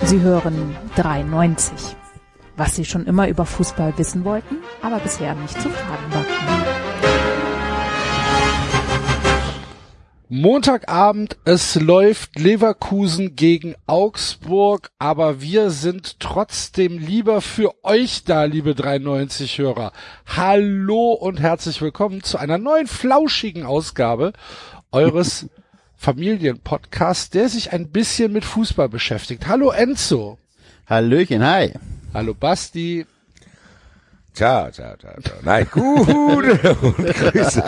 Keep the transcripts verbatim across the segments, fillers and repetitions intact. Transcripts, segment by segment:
Sie hören drei neunzig. Was Sie schon immer über Fußball wissen wollten, aber bisher nicht zu fragen wagten. Montagabend, es läuft Leverkusen gegen Augsburg, aber wir sind trotzdem lieber für euch da, liebe drei neunzig Hörer. Hallo und herzlich willkommen zu einer neuen flauschigen Ausgabe eures Familienpodcasts, der sich ein bisschen mit Fußball beschäftigt. Hallo Enzo. Hallöchen, hi. Hallo Basti. Ciao, ciao, ciao, ciao. Nein, gute und Grüße.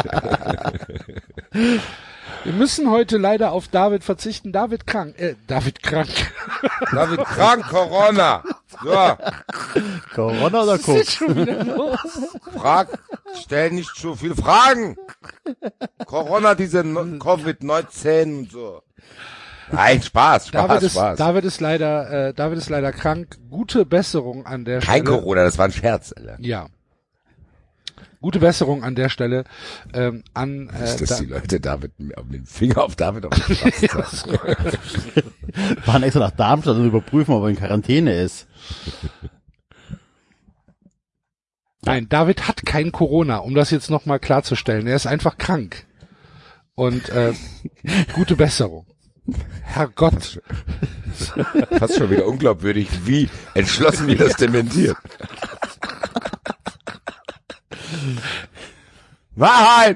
Wir müssen heute leider auf David verzichten. David krank. Äh, David krank. David krank, Corona. So. Corona oder Was ist Koks? jetzt schon wieder los? Frag, stell nicht so viele Fragen. Corona, diese no- Covid neunzehn und so. Nein, Spaß, Spaß, David ist, Spaß. David ist leider, äh, David ist leider krank. Gute Besserung an der Kein Stelle. Corona, das war ein Scherz, Alter. Ja. Gute Besserung an der Stelle ähm, an äh, Dass da, die Leute David mit dem Finger auf David auf die Straße zeigen. Fahren extra nach Darmstadt und überprüfen, ob er in Quarantäne ist. Nein, David hat kein Corona, um das jetzt nochmal klarzustellen. Er ist einfach krank. Und äh, gute Besserung. Herrgott. Fast schon wieder unglaubwürdig, wie entschlossen wir das dementiert. Wahrheit!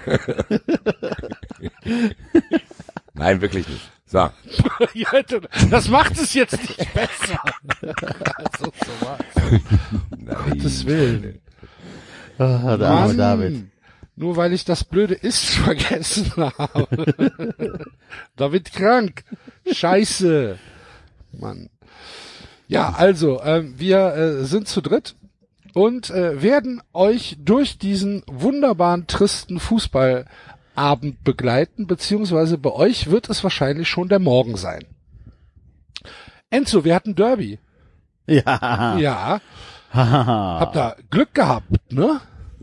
Nein, wirklich nicht. So. Ja, das macht es jetzt nicht besser. Also, so was. Nein. Gottes Willen. Ah, der arme Mann, David. nur weil ich das blöde Ist vergessen habe. David krank. Scheiße. Mann. Ja, also, ähm, wir äh, sind zu dritt und äh, werden euch durch diesen wunderbaren, tristen Fußballabend begleiten, beziehungsweise bei euch wird es wahrscheinlich schon der Morgen sein. Enzo, wir hatten Derby. Ja. Ja, Haha. habt da Glück gehabt, ne?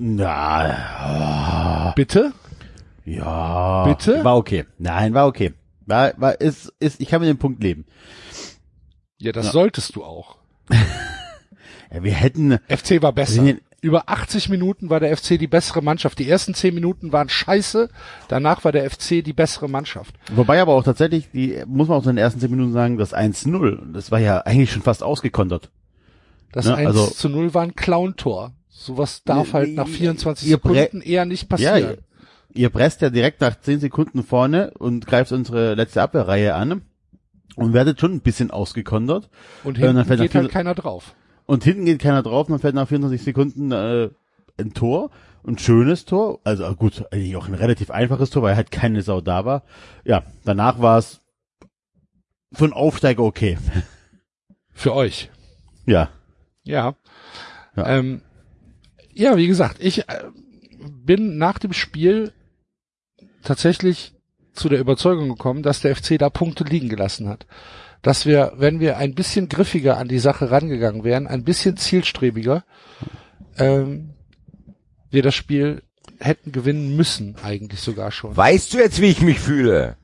Na, Bitte? ja. Bitte? War okay. Nein, war okay. War, war, ist, ist, ich kann mit dem Punkt leben. Ja, das Ja. solltest du auch. Ja, wir hätten, F C war besser. Wir sind- Über achtzig Minuten war der F C die bessere Mannschaft. Die ersten zehn Minuten waren scheiße, danach war der F C die bessere Mannschaft. wobei aber auch tatsächlich, die, muss man auch in den ersten zehn Minuten sagen, das eins null, das war ja eigentlich schon fast ausgekontert. Das Ja, eins also- zu null war ein Clown-Tor. Sowas darf Nee, halt nee, nach vierundzwanzig ihr Bre- Sekunden eher nicht Ja, passieren. ihr, ihr presst ja direkt nach zehn Sekunden vorne und greift unsere letzte Abwehrreihe an und werdet schon ein bisschen ausgekontert. Und äh, dann hinten fällt geht nach halt vier- keiner drauf. Und hinten geht keiner drauf, dann fällt nach vierundzwanzig Sekunden äh, ein Tor, ein schönes Tor, also gut, eigentlich auch ein relativ einfaches Tor, weil halt keine Sau da war. Ja, danach war es für einen Aufsteiger okay. Für euch. Ja. Ja. Ja. Ähm, ja, wie gesagt, ich äh, bin nach dem Spiel tatsächlich zu der Überzeugung gekommen, dass der F C da Punkte liegen gelassen hat. Dass wir, wenn wir ein bisschen griffiger an die Sache rangegangen wären, ein bisschen zielstrebiger, ähm, wir das Spiel hätten gewinnen müssen, eigentlich sogar schon. Weißt du jetzt, wie ich mich fühle?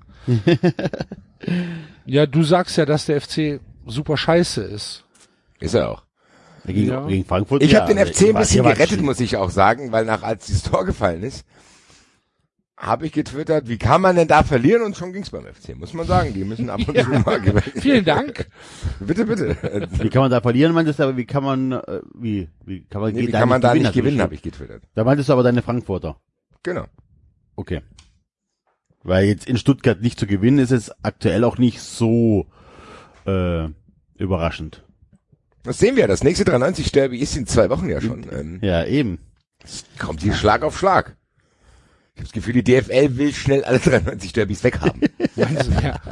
Ja, du sagst ja, dass der F C super scheiße ist. Ist er auch. Gegen, Ja. gegen Frankfurt. Ich ja, habe den also F C ein ihr wart- bisschen ihr wart gerettet, sch- muss ich auch sagen, weil nach als dieses Tor gefallen ist, habe ich getwittert, wie kann man denn da verlieren, und schon ging's beim F C, muss man sagen. Die müssen ab und zu mal gewinnen. Vielen Dank. Bitte, bitte. Wie kann man da verlieren, meintest du, aber wie kann man, äh, wie, wie kann man, Nee, wie da kann man da nicht hast du gewinnen, geschrieben. habe ich getwittert. Da meintest du aber deine Frankfurter. Genau. Okay. Weil jetzt in Stuttgart nicht zu gewinnen, ist es aktuell auch nicht so äh, überraschend. Das sehen wir. Das nächste dreiundneunzig Derby ist in zwei Wochen ja schon. Ähm, Ja, eben. kommt hier Schlag auf Schlag. Ich habe das Gefühl, die D F L will schnell alle dreiundneunzig Derbys weghaben. Meinen Sie, ja.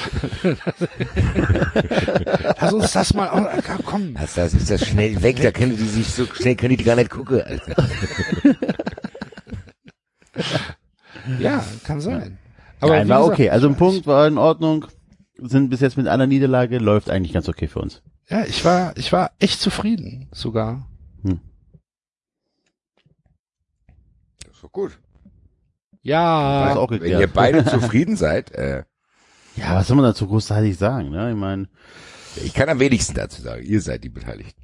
Lass uns das mal, oh, komm. Das, das ist das schnell weg, da können die sich so schnell, können die gar nicht gucken, Alter. Ja, kann sein. Aber Nein, wie war gesagt, okay. Also ein Punkt war in Ordnung. Sind bis jetzt mit einer Niederlage, läuft eigentlich ganz okay für uns. Ja, ich war, ich war echt zufrieden, sogar. Hm. Das ist doch gut. Ja. Das ist auch Wenn geklärt. ihr beide zufrieden seid, äh, Ja, was soll man dazu großartig sagen, ne? Ich meine, Ich kann am wenigsten dazu sagen. Ihr seid die Beteiligten.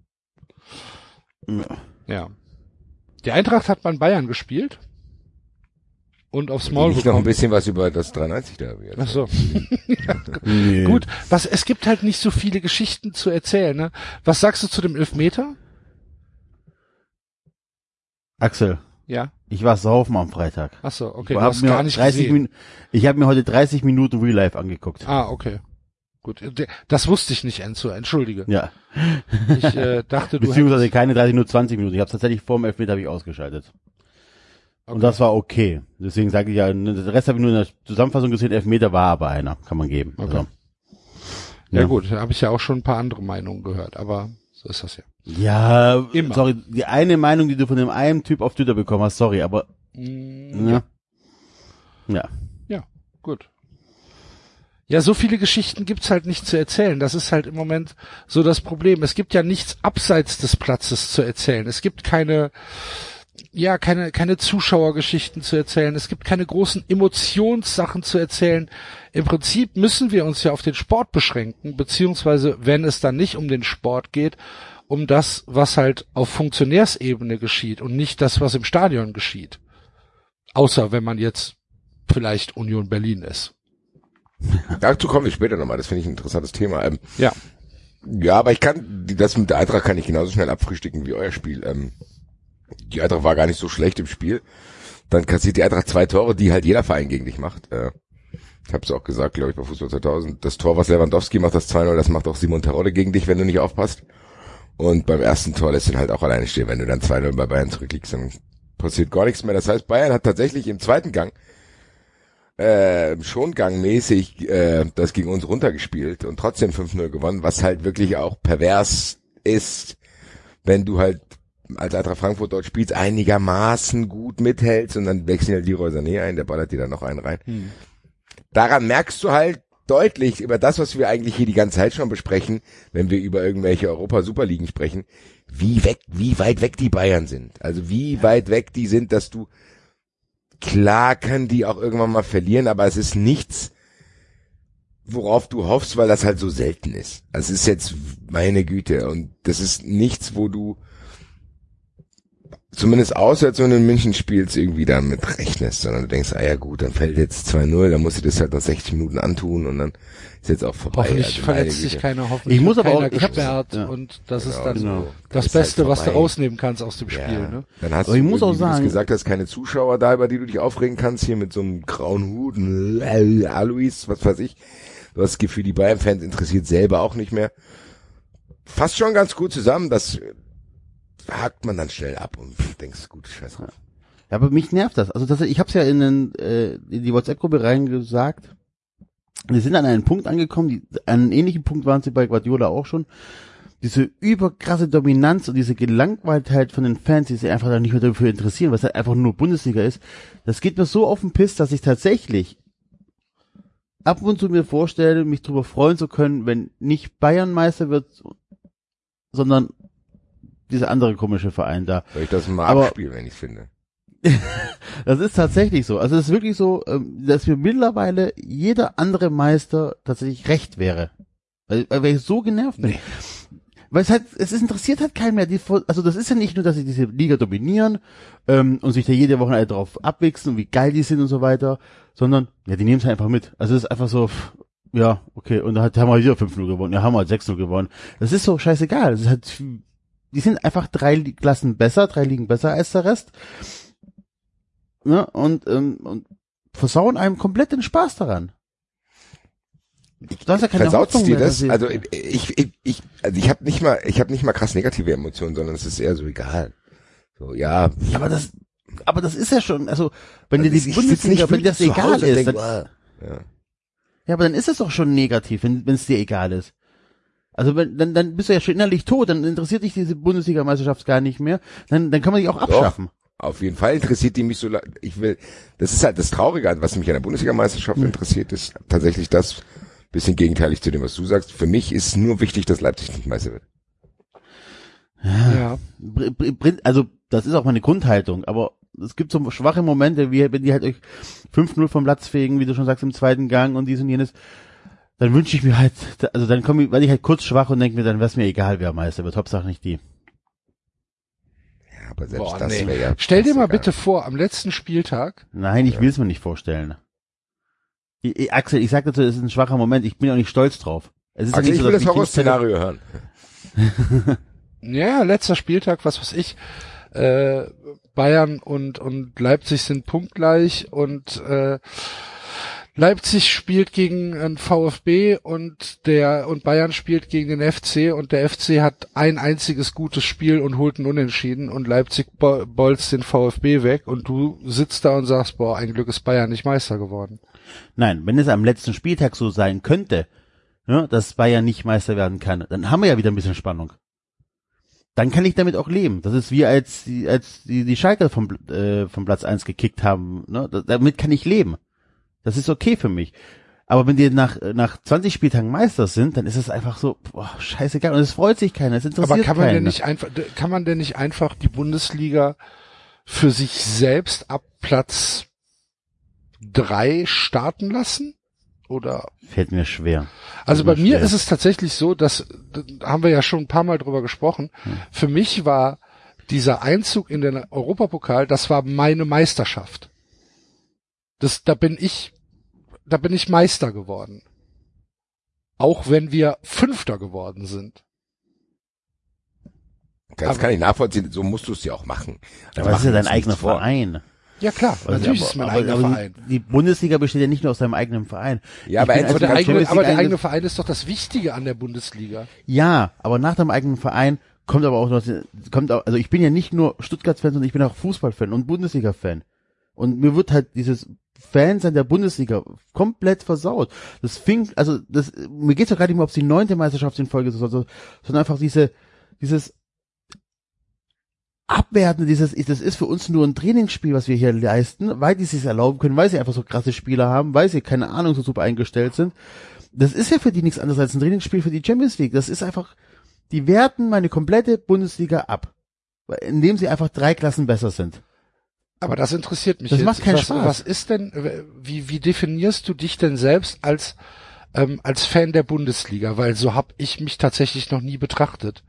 Ja. Die Eintracht hat bei Bayern gespielt. Und aufs Maul Ich noch bekommen. ein bisschen was über das dreiundneunzig da. Ach so. Nee. Gut, was, es gibt halt nicht so viele Geschichten zu erzählen, ne? Was sagst du zu dem Elfmeter? Axel, Ja. ich war saufen am Freitag. Ach so, okay. Ich Du habe hast mir, gar nicht dreißig gesehen. Minuten, ich hab mir heute dreißig Minuten Real Life angeguckt. Ah, okay. Gut, das wusste ich nicht, Enzo, entschuldige. Ja. Ich äh, dachte, du Beziehungsweise hättest, keine dreißig, nur zwanzig Minuten. Ich habe tatsächlich vor dem Elfmeter habe ich ausgeschaltet. okay. Und das war okay. Deswegen sage ich ja, den Rest habe ich nur in der Zusammenfassung gesehen, Elfmeter war aber einer. Kann man geben. Okay. Also, Ja, ja. gut, da habe ich ja auch schon ein paar andere Meinungen gehört, aber so ist das ja. Ja, Immer. sorry, die eine Meinung, die du von dem einen Typ auf Twitter bekommen hast, sorry, aber Mm, ja. Ja. Ja, gut. Ja, so viele Geschichten gibt's halt nicht zu erzählen. Das ist halt im Moment so das Problem. Es gibt ja nichts abseits des Platzes zu erzählen. Es gibt keine, ja, keine, keine Zuschauergeschichten zu erzählen. Es gibt keine großen Emotionssachen zu erzählen. Im Prinzip müssen wir uns ja auf den Sport beschränken, beziehungsweise, wenn es dann nicht um den Sport geht, um das, was halt auf Funktionärsebene geschieht und nicht das, was im Stadion geschieht. Außer wenn man jetzt vielleicht Union Berlin ist. Dazu kommen wir später nochmal. Das finde ich ein interessantes Thema. Ähm, Ja. Ja, aber ich kann, das mit der Eintracht kann ich genauso schnell abfrühstücken wie euer Spiel. Ähm, die Eintracht war gar nicht so schlecht im Spiel. Dann kassiert die Eintracht zwei Tore, die halt jeder Verein gegen dich macht. Äh, ich habe es auch gesagt, glaube ich, bei Fußball zweitausend. Das Tor, was Lewandowski macht, das zwei null, das macht auch Simon Terodde gegen dich, wenn du nicht aufpasst. Und beim ersten Tor lässt du ihn halt auch alleine stehen. Wenn du dann zwei null bei Bayern zurückliegst, dann passiert gar nichts mehr. Das heißt, Bayern hat tatsächlich im zweiten Gang äh, schon gangmäßig äh, das gegen uns runtergespielt und trotzdem fünf null gewonnen, was halt wirklich auch pervers ist, wenn du halt als Eintracht Frankfurt dort spielst, einigermaßen gut mithältst und dann wechseln halt Leroy Sané ein, der ballert dir dann noch einen rein. Hm. Daran merkst du halt deutlich über das, was wir eigentlich hier die ganze Zeit schon besprechen, wenn wir über irgendwelche Europa-Superligen sprechen, wie weg, wie weit weg die Bayern sind. Also wie weit weg die sind, dass du, klar kann die auch irgendwann mal verlieren, aber es ist nichts, worauf du hoffst, weil das halt so selten ist. Also es ist jetzt meine Güte und das ist nichts, wo du zumindest auswärts, wenn du in München spielst, irgendwie damit rechnest, sondern du denkst, ah ja gut, dann fällt jetzt zwei null, dann musst du das halt noch sechzig Minuten antun und dann ist jetzt auch vorbei. Hoffentlich also verletzt sich keiner, hoffentlich Ich muss wird aber keiner auch- ich hab's- gesperrt ja. und das Genau, ist dann genau. das Ist Beste, halt was du vorbei. rausnehmen kannst aus dem Spiel. Ja. Ne? Dann hast Aber ich du, muss auch wie du es sagen- gesagt hast, keine Zuschauer da, über die du dich aufregen kannst, hier mit so einem grauen Hut, äh, Alois, was weiß ich. Du hast das Gefühl, die Bayern-Fans interessiert selber auch nicht mehr. Fasst schon ganz gut zusammen, das hakt man dann schnell ab und denkst, gut, scheiß drauf. Ja, aber mich nervt das. Also das, ich habe es ja in, den, äh, in die WhatsApp-Gruppe reingesagt. Wir sind an einen Punkt angekommen, die, an einen ähnlichen Punkt waren sie bei Guardiola auch schon. Diese überkrasse Dominanz und diese Gelangweiltheit von den Fans, die sich einfach da nicht mehr dafür interessieren, was halt einfach nur Bundesliga ist, das geht mir so auf den Piss, dass ich tatsächlich ab und zu mir vorstelle, mich darüber freuen zu können, wenn nicht Bayern Meister wird, sondern dieser andere komische Verein da. Soll ich das mal Aber- abspielen, wenn ich finde? Das ist tatsächlich so. Also es ist wirklich so, ähm, dass mir mittlerweile jeder andere Meister tatsächlich recht wäre. Weil, weil ich so genervt bin. Nee. Weil es halt, es ist, interessiert halt keinen mehr. Die, also das ist ja nicht nur, dass sie diese Liga dominieren ähm, und sich da jede Woche alle drauf abwichsen und wie geil die sind und so weiter, sondern ja, die nehmen es halt einfach mit. Also es ist einfach so, pff, ja, okay, und dann hat, haben wir wieder fünf null gewonnen, ja, haben wir halt sechs null gewonnen. Das ist so scheißegal. Das ist halt, die sind einfach drei Klassen besser, drei Ligen besser als der Rest. Ne, und, ähm, und versauen einem komplett den Spaß daran. Du hast ja keine Versaut's Hoffnung dir mehr, das? dass sie- Also ich, ich, ich, also ich habe nicht mal, ich habe nicht mal krass negative Emotionen, sondern es ist eher so egal. So, ja. aber das, aber das ist ja schon, also, wenn dir Also die ich sitz Bundesliga, nicht wenn dir das wirklich zu egal Hause und ist, denk, dann, ah, ja. ja, aber dann ist es doch schon negativ, wenn es dir egal ist. Also wenn, dann, dann bist du ja schon innerlich tot, dann interessiert dich diese Bundesliga-Meisterschaft gar nicht mehr, dann, dann kann man dich auch abschaffen. Auf jeden Fall interessiert die mich so, la- ich will, das ist halt das Traurige, an was mich an der Bundesligameisterschaft Hm. interessiert, ist tatsächlich das, bisschen gegenteilig zu dem, was du sagst. Für mich ist nur wichtig, dass Leipzig nicht Meister wird. Ja. Br- br- br- Also, das ist auch meine Grundhaltung, aber es gibt so schwache Momente, wie wenn die halt euch fünf null vom Platz fegen, wie du schon sagst, im zweiten Gang und dies und jenes. dann wünsche ich mir halt, also dann komme ich, weil ich halt kurz schwach und denke mir, dann wär's mir egal, wer Meister wird. Hauptsache nicht die. Ja, aber selbst Boah, das nee. wäre ja. Stell dir mal egal. bitte vor, am letzten Spieltag, Nein, ich Ja. will's mir nicht vorstellen. Ich, ich, Axel, ich sag dazu, es ist ein schwacher Moment. Ich bin auch nicht stolz drauf. Es ist ja Also nicht ich so, will dass das ich Horrorszenario hören. ja, letzter Spieltag, was weiß ich, äh, Bayern und, und Leipzig sind punktgleich und äh, Leipzig spielt gegen einen VfB und der und Bayern spielt gegen den F C und der F C hat ein einziges gutes Spiel und holt einen Unentschieden und Leipzig bo- bolzt den VfB weg und du sitzt da und sagst, boah, ein Glück ist Bayern nicht Meister geworden. Nein, wenn es am letzten Spieltag so sein könnte, ja, dass Bayern nicht Meister werden kann, dann haben wir ja wieder ein bisschen Spannung. Dann kann ich damit auch leben. Das ist wie als die, als die, die Schalker vom, äh, vom Platz eins gekickt haben, ne? Da, damit kann ich leben. Das ist okay für mich. Aber wenn die nach, nach zwanzig Spieltagen Meister sind, dann ist es einfach so, boah, scheißegal. Und es freut sich keiner, es interessiert Aber kann man keiner. denn nicht einfach, kann man denn nicht einfach die Bundesliga für sich selbst ab Platz drei starten lassen? Oder? Fällt mir schwer. Also Fällt bei mir mir schwer. ist es tatsächlich so, dass, da haben wir ja schon ein paar Mal drüber gesprochen. Hm. Für mich war dieser Einzug in den Europapokal, das war meine Meisterschaft. Das, da bin ich, da bin ich Meister geworden. Auch wenn wir Fünfter geworden sind. Das Aber- kann ich nachvollziehen, so musst du es ja auch machen. Aber das ist ja dein Machen wir uns eigener nichts vor. Verein. Ja klar, Also, natürlich aber, ist mein aber, eigener aber Verein. Die, die Bundesliga besteht ja nicht nur aus deinem eigenen Verein. Ja, Ich aber bin eins- als- Aber der, als eigene, Champions aber der League eigene einge- Verein ist doch das Wichtige an der Bundesliga. Ja, aber nach deinem eigenen Verein kommt aber auch noch, kommt auch, also ich bin ja nicht nur Stuttgart-Fan, sondern ich bin auch Fußball-Fan und Bundesliga-Fan. Und mir wird halt dieses Fansein der Bundesliga komplett versaut. Das fing, also das, mir geht's doch gar nicht mehr, ob es die neunte Meisterschaft in Folge ist, sondern sondern einfach diese, dieses Abwerten, dieses, das ist für uns nur ein Trainingsspiel, was wir hier leisten, weil die es sich erlauben können, weil sie einfach so krasse Spieler haben, weil sie, keine Ahnung, so super eingestellt sind. Das ist ja für die nichts anderes als ein Trainingsspiel für die Champions League. Das ist einfach, die werten meine komplette Bundesliga ab, indem sie einfach drei Klassen besser sind. Aber das interessiert mich Das jetzt. macht keinen was, Spaß. Was ist denn, wie, wie definierst du dich denn selbst als, ähm, als Fan der Bundesliga? Weil so habe ich mich tatsächlich noch nie betrachtet.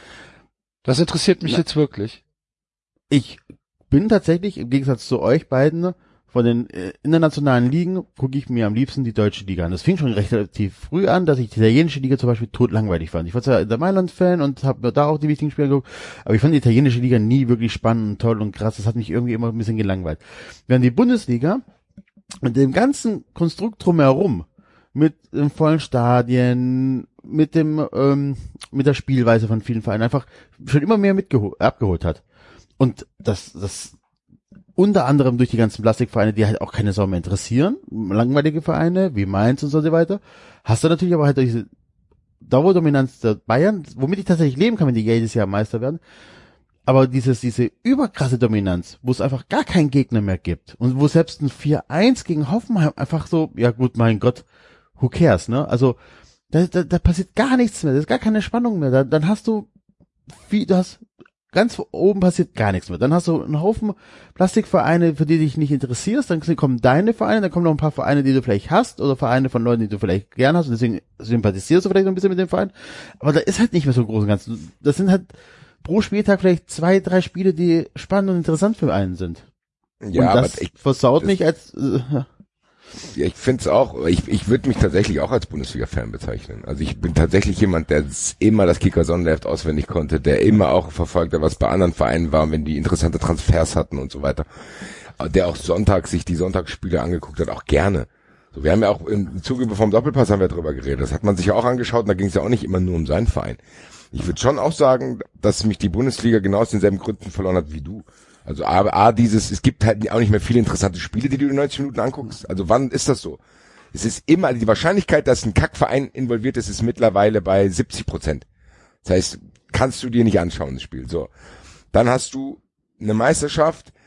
Das interessiert mich Na, jetzt wirklich. Ich bin tatsächlich, im Gegensatz zu euch beiden, von den äh, internationalen Ligen gucke ich mir am liebsten die deutsche Liga an. Das fing schon recht relativ früh an, dass ich die italienische Liga zum Beispiel totlangweilig fand. Ich war zwar der Mailand-Fan und habe mir da auch die wichtigen Spiele geguckt, aber ich fand die italienische Liga nie wirklich spannend und toll und krass. Das hat mich irgendwie immer ein bisschen gelangweilt. Während die Bundesliga mit dem ganzen Konstrukt drumherum, mit den vollen Stadien, mit dem ähm, mit der Spielweise von vielen Vereinen einfach schon immer mehr mitgeho- abgeholt hat. Und das, das unter anderem durch die ganzen Plastikvereine, die halt auch keine Sau mehr interessieren, langweilige Vereine wie Mainz und so weiter, hast du natürlich aber halt diese Dauerdominanz der Bayern, womit ich tatsächlich leben kann, wenn die jedes Jahr Meister werden. Aber dieses, diese überkrasse Dominanz, wo es einfach gar keinen Gegner mehr gibt und wo selbst ein vier eins gegen Hoffenheim einfach so, ja gut, mein Gott, who cares, ne? Also da, da, da passiert gar nichts mehr, da ist gar keine Spannung mehr. Da, dann hast du, wie, du hast ganz oben passiert gar nichts mehr. Dann hast du einen Haufen Plastikvereine, für die du dich nicht interessierst, dann kommen deine Vereine, dann kommen noch ein paar Vereine, die du vielleicht hast, oder Vereine von Leuten, die du vielleicht gern hast, und deswegen sympathisierst du vielleicht noch ein bisschen mit dem Verein. Aber da ist halt nicht mehr so groß und ganz. Das sind halt pro Spieltag vielleicht zwei, drei Spiele, die spannend und interessant für einen sind. Ja, und aber das ich, versaut das- mich als, äh, ja, ich finde es auch, ich, ich würde mich tatsächlich auch als Bundesliga-Fan bezeichnen. Also ich bin tatsächlich jemand, der immer das Kicker Sonnenheft auswendig konnte, der immer auch verfolgt hat, was bei anderen Vereinen war, wenn die interessante Transfers hatten und so weiter. Der auch Sonntag sich die Sonntagsspiele angeguckt hat, auch gerne. So, wir haben ja auch im Zuge vom Doppelpass haben wir drüber geredet. Das hat man sich ja auch angeschaut und da ging es ja auch nicht immer nur um seinen Verein. Ich würde schon auch sagen, dass mich die Bundesliga genau aus denselben Gründen verloren hat wie du. Also A, A, dieses, es gibt halt auch nicht mehr viele interessante Spiele, die du in neunzig Minuten anguckst. Also wann ist das so? Es ist immer, die Wahrscheinlichkeit, dass ein Kackverein involviert ist, ist mittlerweile bei siebzig Prozent. Das heißt, kannst du dir nicht anschauen, das Spiel. So. Dann hast du eine Meisterschaft,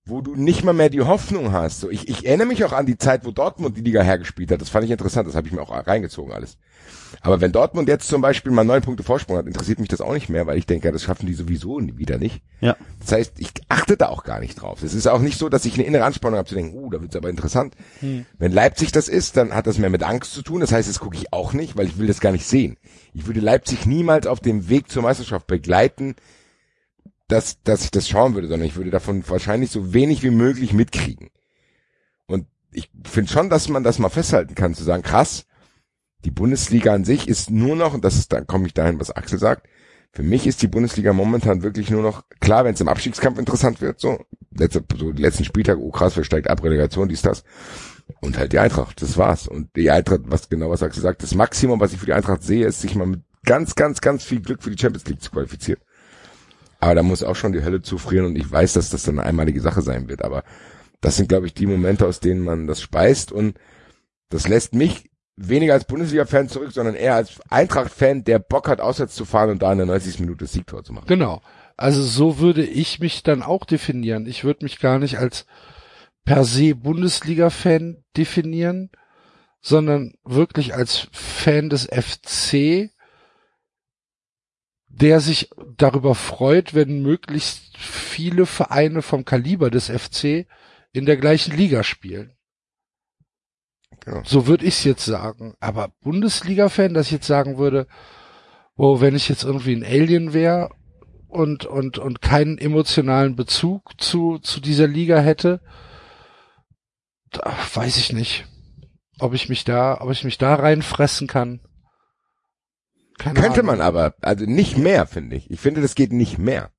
wo du nicht mal mehr die Hoffnung hast. So, ich, ich erinnere mich auch an die Zeit, wo Dortmund die Liga hergespielt hat. Das fand ich interessant, das habe ich mir auch reingezogen alles. Aber wenn Dortmund jetzt zum Beispiel mal neun Punkte Vorsprung hat, interessiert mich das auch nicht mehr, weil ich denke, das schaffen die sowieso wieder nicht. Ja. Das heißt, ich achte da auch gar nicht drauf. Es ist auch nicht so, dass ich eine innere Anspannung habe zu denken, uh, da wird's aber interessant. Hm. Wenn Leipzig das ist, dann hat das mehr mit Angst zu tun. Das heißt, das gucke ich auch nicht, weil ich will das gar nicht sehen. Ich würde Leipzig niemals auf dem Weg zur Meisterschaft begleiten, dass, dass ich das schauen würde, sondern ich würde davon wahrscheinlich so wenig wie möglich mitkriegen. Und ich finde schon, dass man das mal festhalten kann, zu sagen, krass, die Bundesliga an sich ist nur noch, und das ist, dann komme ich dahin, was Axel sagt, für mich ist die Bundesliga momentan wirklich nur noch, klar, wenn es im Abstiegskampf interessant wird, so, letzte, so die letzten Spieltag, oh krass, wer steigt ab, Relegation, dies, das, und halt die Eintracht, das war's. Und die Eintracht, was genau was Axel sagt, das Maximum, was ich für die Eintracht sehe, ist, sich mal mit ganz, ganz, ganz viel Glück für die Champions League zu qualifizieren. Aber da muss auch schon die Hölle zufrieren, und ich weiß, dass das dann eine einmalige Sache sein wird, aber das sind, glaube ich, die Momente, aus denen man das speist, und das lässt mich weniger als Bundesliga-Fan zurück, sondern eher als Eintracht-Fan, der Bock hat, auswärts zu fahren und da in der neunzigsten Minute das Siegtor zu machen. Genau. Also so würde ich mich dann auch definieren. Ich würde mich gar nicht als per se Bundesliga-Fan definieren, sondern wirklich als Fan des F C, der sich darüber freut, wenn möglichst viele Vereine vom Kaliber des F C in der gleichen Liga spielen. Ja. So würde ich es jetzt sagen. Aber Bundesliga-Fan, dass ich jetzt sagen würde, oh, wenn ich jetzt irgendwie ein Alien wäre und und und keinen emotionalen Bezug zu zu dieser Liga hätte, da weiß ich nicht, ob ich mich da, ob ich mich da reinfressen kann. Keine Könnte Ahnung. Man aber, also nicht mehr, finde ich. Ich finde, das geht nicht mehr.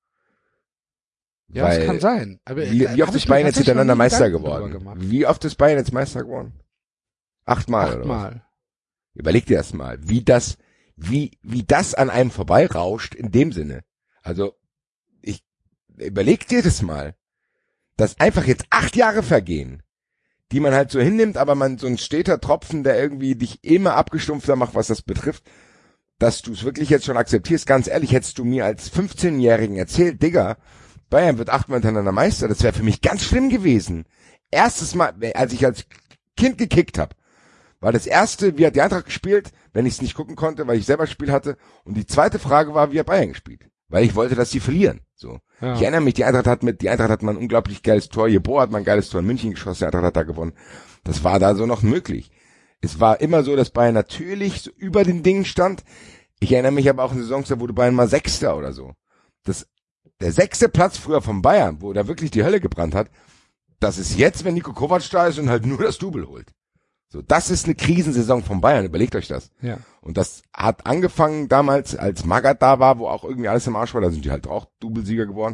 Ja, das kann sein. Aber wie, wie oft ist Bayern jetzt hintereinander Meister geworden? Wie oft ist Bayern jetzt Meister geworden? Achtmal, oder was? Achtmal. Überleg dir das mal, wie das, wie, wie das an einem vorbeirauscht in dem Sinne. Also, ich, überleg dir das mal, dass einfach jetzt acht Jahre vergehen, die man halt so hinnimmt, aber man so ein steter Tropfen, der irgendwie dich immer abgestumpfter macht, was das betrifft, dass du es wirklich jetzt schon akzeptierst. Ganz ehrlich, hättest du mir als fünfzehnjährigen erzählt, Digga, Bayern wird achtmal hintereinander Meister, das wäre für mich ganz schlimm gewesen. Erstes Mal, als ich als Kind gekickt habe, war das erste, wie hat die Eintracht gespielt, wenn ich es nicht gucken konnte, weil ich selber das Spiel hatte. Und die zweite Frage war, wie hat Bayern gespielt? Weil ich wollte, dass sie verlieren. So. Ja. Ich erinnere mich, die Eintracht hat mit, die Eintracht hat mal ein unglaublich geiles Tor, Jeboa hat mal ein geiles Tor in München geschossen, die Eintracht hat da gewonnen. Das war da so noch möglich. Es war immer so, dass Bayern natürlich so über den Dingen stand. Ich erinnere mich aber auch an Saisons, da wurde Bayern mal Sechster oder so. Das, der sechste Platz früher von Bayern, wo da wirklich die Hölle gebrannt hat, das ist jetzt, wenn Niko Kovac da ist und halt nur das Double holt. So, das ist eine Krisensaison von Bayern, überlegt euch das. Ja. Und das hat angefangen damals, als Magath da war, wo auch irgendwie alles im Arsch war, da sind die halt auch Doublesieger geworden.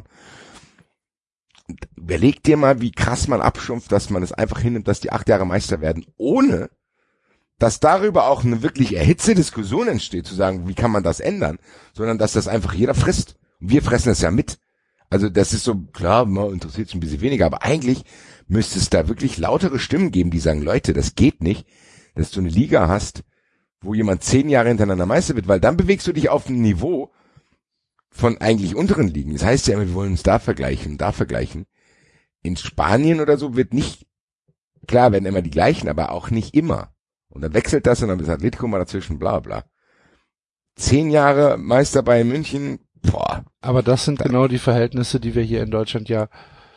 Und überlegt dir mal, wie krass man abstumpft, dass man es einfach hinnimmt, dass die acht Jahre Meister werden, ohne dass darüber auch eine wirklich erhitzte Diskussion entsteht, zu sagen, wie kann man das ändern, sondern dass das einfach jeder frisst. Und wir fressen es ja mit. Also das ist so, klar, man interessiert es ein bisschen weniger, aber eigentlich müsste es da wirklich lautere Stimmen geben, die sagen, Leute, das geht nicht, dass du eine Liga hast, wo jemand zehn Jahre hintereinander Meister wird, weil dann bewegst du dich auf ein Niveau von eigentlich unteren Ligen. Das heißt ja immer, wir wollen uns da vergleichen, da vergleichen. In Spanien oder so wird nicht, klar werden immer die gleichen, aber auch nicht immer. Und dann wechselt das und dann ist Atletico mal dazwischen, bla bla. Zehn Jahre Meister bei München, boah. Aber das sind genau die Verhältnisse, die wir hier in Deutschland ja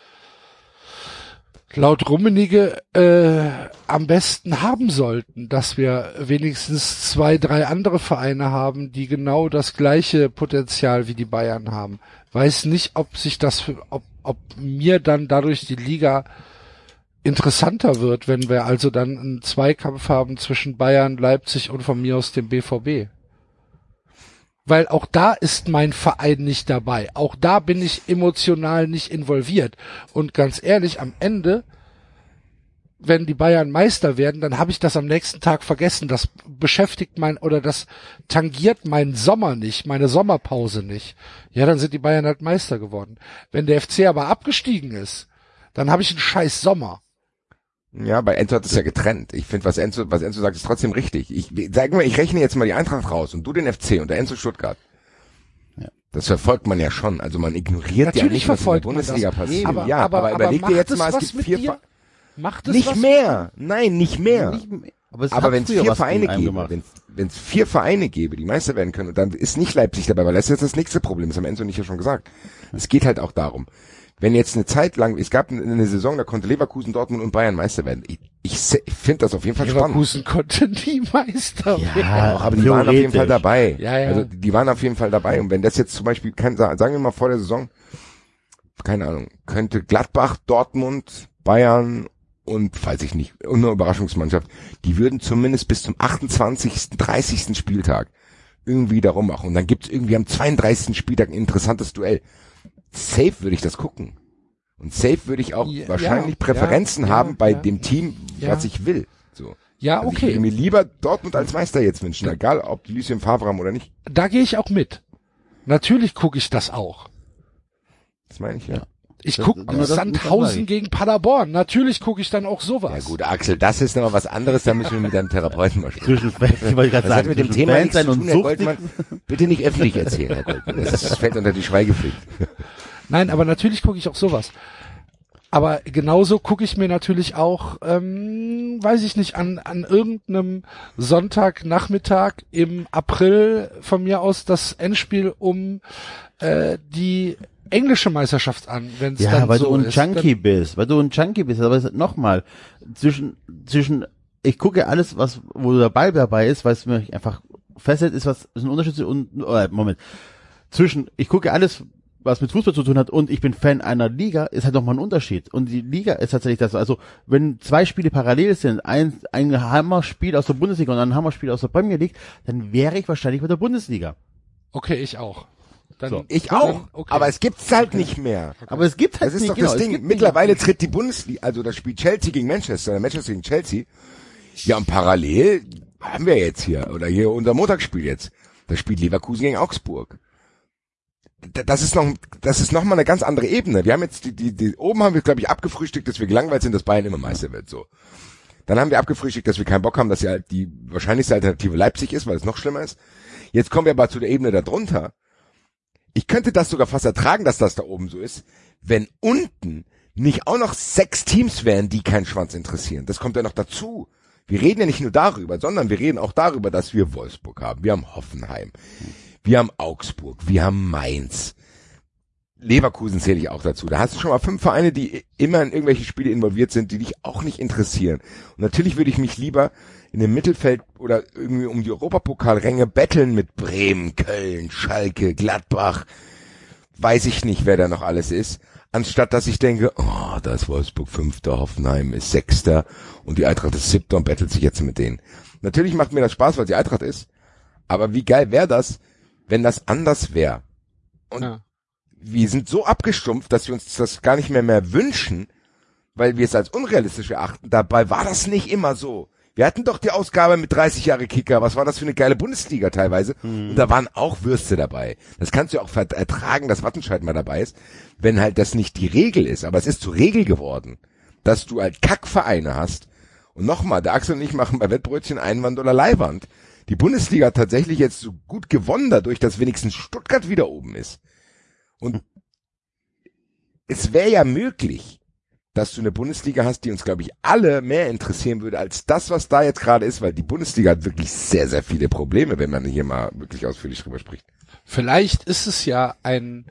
laut Rummenigge äh, am besten haben sollten, dass wir wenigstens zwei, drei andere Vereine haben, die genau das gleiche Potenzial wie die Bayern haben. Weiß nicht, ob sich das, für, ob, ob mir dann dadurch die Liga interessanter wird, wenn wir also dann einen Zweikampf haben zwischen Bayern, Leipzig und von mir aus dem B V B. Weil auch da ist mein Verein nicht dabei. Auch da bin ich emotional nicht involviert. Und ganz ehrlich, am Ende, wenn die Bayern Meister werden, dann habe ich das am nächsten Tag vergessen. Das beschäftigt mein, oder das tangiert meinen Sommer nicht, meine Sommerpause nicht. Ja, dann sind die Bayern halt Meister geworden. Wenn der F C aber abgestiegen ist, dann habe ich einen scheiß Sommer. Ja, bei Enzo hat es ja getrennt. Ich finde, was Enzo, was Enzo sagt, ist trotzdem richtig. Ich sag mal, ich rechne jetzt mal die Eintracht raus und du den F C und der Enzo Stuttgart. Ja. Das verfolgt man ja schon. Also man ignoriert Natürlich ja nicht, was in der verfolgt man Bundesliga das. passiert. Aber, ja, aber, aber, aber überleg macht dir jetzt es mal, es was gibt mit vier dir? Ver- Macht es Nicht was mehr. Nein, nicht mehr. Nicht mehr. Aber, es Aber hat wenn es früher vier was Vereine mit einem gäbe, gemacht. wenn es vier Vereine gäbe, die Meister werden können, und dann ist nicht Leipzig dabei, weil das ist jetzt das nächste Problem, das haben Enzo und ich ja schon gesagt. Es geht halt auch darum, wenn jetzt eine Zeit lang, es gab eine Saison, da konnte Leverkusen, Dortmund und Bayern Meister werden. Ich, ich, ich finde das auf jeden Fall Leverkusen konnte nie Meister werden. Ja, spannend. Aber die waren auf jeden Fall dabei. Ja, ja. Also die waren auf jeden Fall dabei. Und wenn das jetzt zum Beispiel, kann, sagen wir mal vor der Saison, keine Ahnung, könnte Gladbach, Dortmund, Bayern und, weiß ich nicht, und eine Überraschungsmannschaft, die würden zumindest bis zum achtundzwanzigsten, dreißigsten Spieltag irgendwie darum machen. Und dann gibt's irgendwie am zweiunddreißigsten Spieltag ein interessantes Duell. Safe würde ich das gucken. Und safe würde ich auch Ja, wahrscheinlich ja, Präferenzen ja, haben bei ja, dem Team, ja. was ich will. So. Ja, Also ich okay. würde mir lieber Dortmund als Meister jetzt wünschen, egal ob die Lucien Favre haben oder nicht. Da gehe ich auch mit. Natürlich gucke ich das auch. Das meine ich ja. Ich Das- gucke aber das- das sag Sandhausen ich. gegen Paderborn. Natürlich gucke ich dann auch sowas. Ja gut, Axel, das ist nochmal was anderes, da müssen wir mit deinem Therapeuten mal sprechen. Zwischen Fans, ich wollte gerade Das hat sagen, mit dem zwischen Thema Fans nichts zu sein tun, und Herr Sucht. Goldmann. Bitte nicht öffentlich erzählen, Herr Goldmann. Das ist, fällt unter die Schweigepflicht. Nein, aber natürlich gucke ich auch sowas. Aber genauso gucke ich mir natürlich auch, ähm, weiß ich nicht, an, an irgendeinem Sonntagnachmittag im April von mir aus das Endspiel um äh, die englische Meisterschaft an, wenn es Ja, dann weil so du ein ist. Junkie bist, weil du ein Junkie bist. Aber nochmal, zwischen, zwischen, ich gucke alles, was, wo der Ball dabei ist, weil es mir einfach festhält, ist was, ist ein Unterschied und, oh, Moment. Zwischen, ich gucke alles, was mit Fußball zu tun hat und ich bin Fan einer Liga, ist halt nochmal ein Unterschied. Und die Liga ist tatsächlich das, also, wenn zwei Spiele parallel sind, ein, ein Hammerspiel aus der Bundesliga und ein Hammerspiel aus der Premier League, dann wäre ich wahrscheinlich bei der Bundesliga. Okay, ich auch. Dann, So. Ich dann- auch, okay. aber es gibt's halt nicht mehr. Aber es gibt halt Das ist nicht, doch genau, das es Ding. gibt Mittlerweile tritt die Bundesliga, also das Spiel Chelsea gegen Manchester, oder Manchester gegen Chelsea. Ja, und parallel haben wir jetzt hier, oder hier unser Montagsspiel jetzt. Das spielt Leverkusen gegen Augsburg. D- Das ist noch, das ist noch mal eine ganz andere Ebene. Wir haben jetzt die, die, die oben haben wir, glaube ich, abgefrühstückt, dass wir gelangweilt sind, dass Bayern immer Meister wird, so. Dann haben wir abgefrühstückt, dass wir keinen Bock haben, dass ja die wahrscheinlichste Alternative Leipzig ist, weil es noch schlimmer ist. Jetzt kommen wir aber zu der Ebene darunter. Ich könnte das sogar fast ertragen, dass das da oben so ist, wenn unten nicht auch noch sechs Teams wären, die keinen Schwanz interessieren. Das kommt ja noch dazu. Wir reden ja nicht nur darüber, sondern wir reden auch darüber, dass wir Wolfsburg haben, wir haben Hoffenheim, wir haben Augsburg, wir haben Mainz. Leverkusen zähle ich auch dazu. Da hast du schon mal fünf Vereine, die immer in irgendwelche Spiele involviert sind, die dich auch nicht interessieren. Und natürlich würde ich mich lieber in dem Mittelfeld oder irgendwie um die Europapokalränge betteln mit Bremen, Köln, Schalke, Gladbach. Weiß ich nicht, wer da noch alles ist. Anstatt dass ich denke, oh, da ist Wolfsburg Fünfter, Hoffenheim ist Sechster und die Eintracht ist Siebter und bettelt sich jetzt mit denen. Natürlich macht mir das Spaß, weil die Eintracht ist. Aber wie geil wäre das, wenn das anders wäre? Und Ja. wir sind so abgestumpft, dass wir uns das gar nicht mehr mehr wünschen, weil wir es als unrealistisch erachten. Dabei war das nicht immer so. Wir hatten doch die Ausgabe mit dreißig Jahre Kicker. Was war das für eine geile Bundesliga teilweise? Und da waren auch Würste dabei. Das kannst du ja auch ertragen, dass Wattenscheid mal dabei ist, wenn halt das nicht die Regel ist. Aber es ist zur Regel geworden, dass du halt Kackvereine hast. Und nochmal, der Axel und ich machen bei Wettbrötchen Einwand oder Leihwand. Die Bundesliga hat tatsächlich jetzt so gut gewonnen dadurch, dass wenigstens Stuttgart wieder oben ist. Und es wäre ja möglich, dass du eine Bundesliga hast, die uns, glaube ich, alle mehr interessieren würde als das, was da jetzt gerade ist, weil die Bundesliga hat wirklich sehr, sehr viele Probleme, wenn man hier mal wirklich ausführlich drüber spricht. Vielleicht ist es ja ein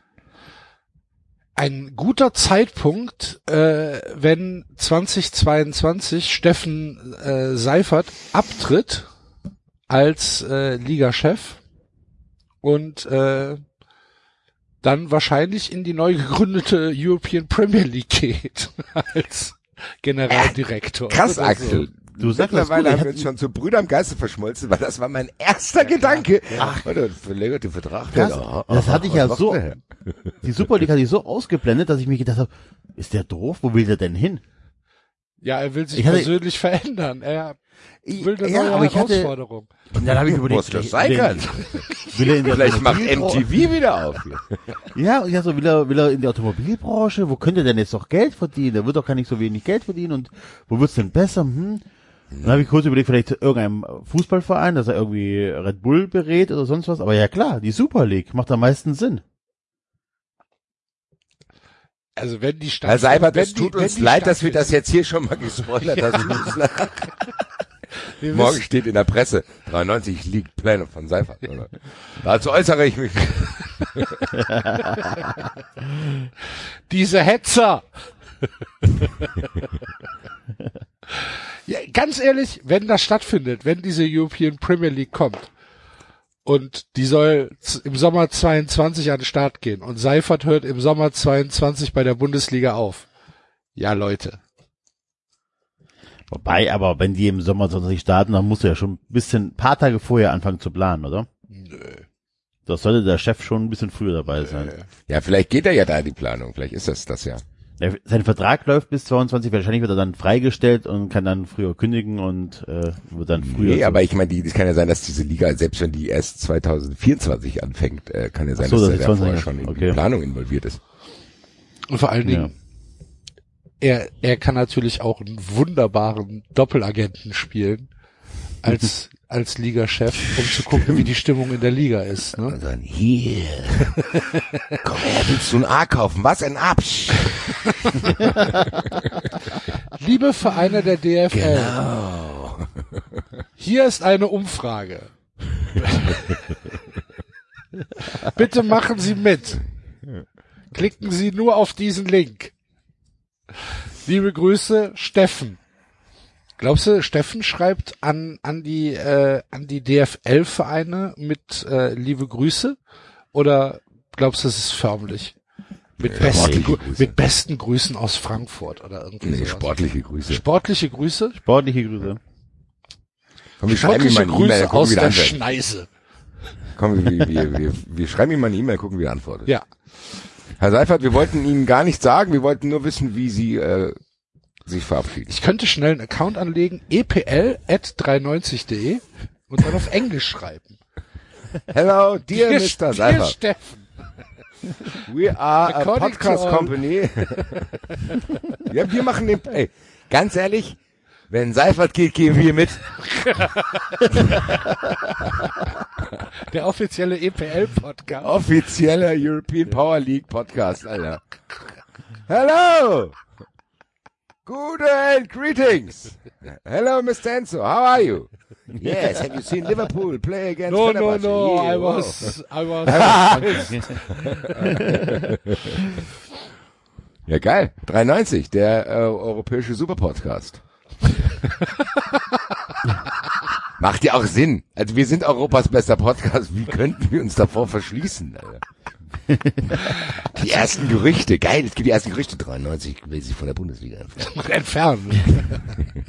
ein guter Zeitpunkt, äh, wenn zweitausendzweiundzwanzig Steffen äh, Seifert abtritt als äh, Ligachef und äh, dann wahrscheinlich in die neu gegründete European Premier League geht als Generaldirektor. Krass, oder so. Axel. Du sagst das Mittlerweile gut, haben ich wir hab- uns schon zu Brüder im Geiste verschmolzen, weil das war mein erster Gedanke. Ach, warte, verlängert den Vertrag. Krass, Ja, das hatte ich ja was so, macht der? die Super League hatte ich so ausgeblendet, dass ich mir gedacht habe, ist der doof? Wo will der denn hin? Ja, er will sich Ich hatte- persönlich verändern. Er will eine Ja, neue aber ich hatte- Herausforderung. Und dann habe ich überlegt, Was das sein will- kann. will er in der Vielleicht macht M Automobilbranche- T V wieder auf. Ja, und ich dachte so, will er, will er in die Automobilbranche? Wo könnte er denn jetzt doch Geld verdienen? Er wird doch gar nicht so wenig Geld verdienen und wo wird's denn besser? Hm? Dann habe ich kurz überlegt, vielleicht irgendeinem Fußballverein, dass er irgendwie Red Bull berät oder sonst was. Aber ja klar, die Super League macht am meisten Sinn. Also wenn die Stadt... Herr Seibert, es die, tut uns leid, dass wir das jetzt hier schon mal gespoilert ja. haben. Morgen steht in der Presse, dreiundneunzig League Pläne von Seibert. Oder? Dazu äußere ich mich. Diese Hetzer! Ja, ganz ehrlich, wenn das stattfindet, wenn diese European Premier League kommt und die soll z- im Sommer zweiundzwanzig an den Start gehen und Seifert hört im Sommer zweiundzwanzig bei der Bundesliga auf. Ja, Leute. Wobei, aber wenn die im Sommer zwanzig starten, dann musst du ja schon ein bisschen, ein paar Tage vorher anfangen zu planen, oder? Nö. Das sollte der Chef schon ein bisschen früher dabei sein. Ja, vielleicht geht er ja da in die Planung. Vielleicht ist das das ja. Ja, sein Vertrag läuft bis zweiundzwanzig, wahrscheinlich wird er dann freigestellt und kann dann früher kündigen und äh, wird dann früher... Nee, so aber ich meine, die, das kann ja sein, dass diese Liga, selbst wenn die erst zwanzig vierundzwanzig anfängt, äh, kann ja sein, so, dass dass er die da vorher zwanzig schon in okay. die Planung involviert ist. Und vor allen Dingen, er, er kann natürlich auch einen wunderbaren Doppelagenten spielen als, als Ligachef, um zu gucken, wie die Stimmung in der Liga ist. Ne? Und dann, hier, komm her, willst du ein A kaufen? Was, ein A? Psch. Liebe Vereine der D F L, Genau. hier ist eine Umfrage. Bitte machen Sie mit. Klicken Sie nur auf diesen Link. Liebe Grüße, Steffen. Glaubst du, Steffen schreibt an an die äh, an die D F L-Vereine mit äh, liebe Grüße? Oder glaubst du, es ist förmlich? Mit, Ja, besten, sportliche Grü- Grüße. mit besten Grüßen aus Frankfurt oder irgendwie Nee, sowas. sportliche Grüße. Sportliche Grüße? Sportliche Grüße. Komm, wir schreiben ihm Sportliche mal eine E-Mail, Grüße gucken, aus wie der der antwortet. Schneise. Komm, wir, wir, wir, wir schreiben ihm mal eine E-Mail, gucken, wie er antwortet. Ja. Herr Seifert, wir wollten Ihnen gar nichts sagen, wir wollten nur wissen, wie Sie äh, sich verabschieden. Ich könnte schnell einen Account anlegen, e p l at dreihundertneunzig punkt de und dann auf Englisch schreiben. Hello, dear Dear, Mister dear Seifert. Steffen. We are a According podcast to all- company. Ja, wir machen den, ey, ganz ehrlich, wenn Seifert geht, gehen wir mit. Der offizielle E P L-Podcast. Offizieller European Power League Podcast, Alter. Hello! Good and greetings. Hello, Mister Enzo, how are you? Yes, have you seen Liverpool play against No, no, Fenerbahce? no, Yeah, I wow. was, I was, Ja, geil. dreiundneunzig, der äh, europäische Superpodcast. Macht ja auch Sinn. Also wir sind Europas bester Podcast. Wie könnten wir uns davor verschließen? Alter? Die ersten Gerüchte. Geil, es gibt die ersten Gerüchte. dreiundneunzig will sich von der Bundesliga entfernen. entfernen.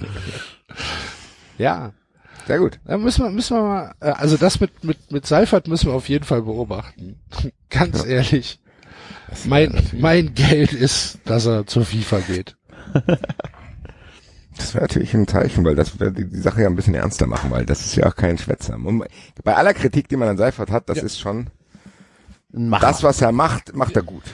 Ja. Sehr gut. Da müssen wir, müssen wir mal, äh, also das mit, mit, mit Seifert müssen wir auf jeden Fall beobachten. Ganz ehrlich. Mein, mein Geld ist, dass er zur FIFA geht. Das wäre natürlich ein Zeichen, weil das würde die, die Sache ja ein bisschen ernster machen, weil das ist ja auch kein Schwätzer. Und bei aller Kritik, die man an Seifert hat, das Ja. ist schon, Mach das, was er macht, macht er gut.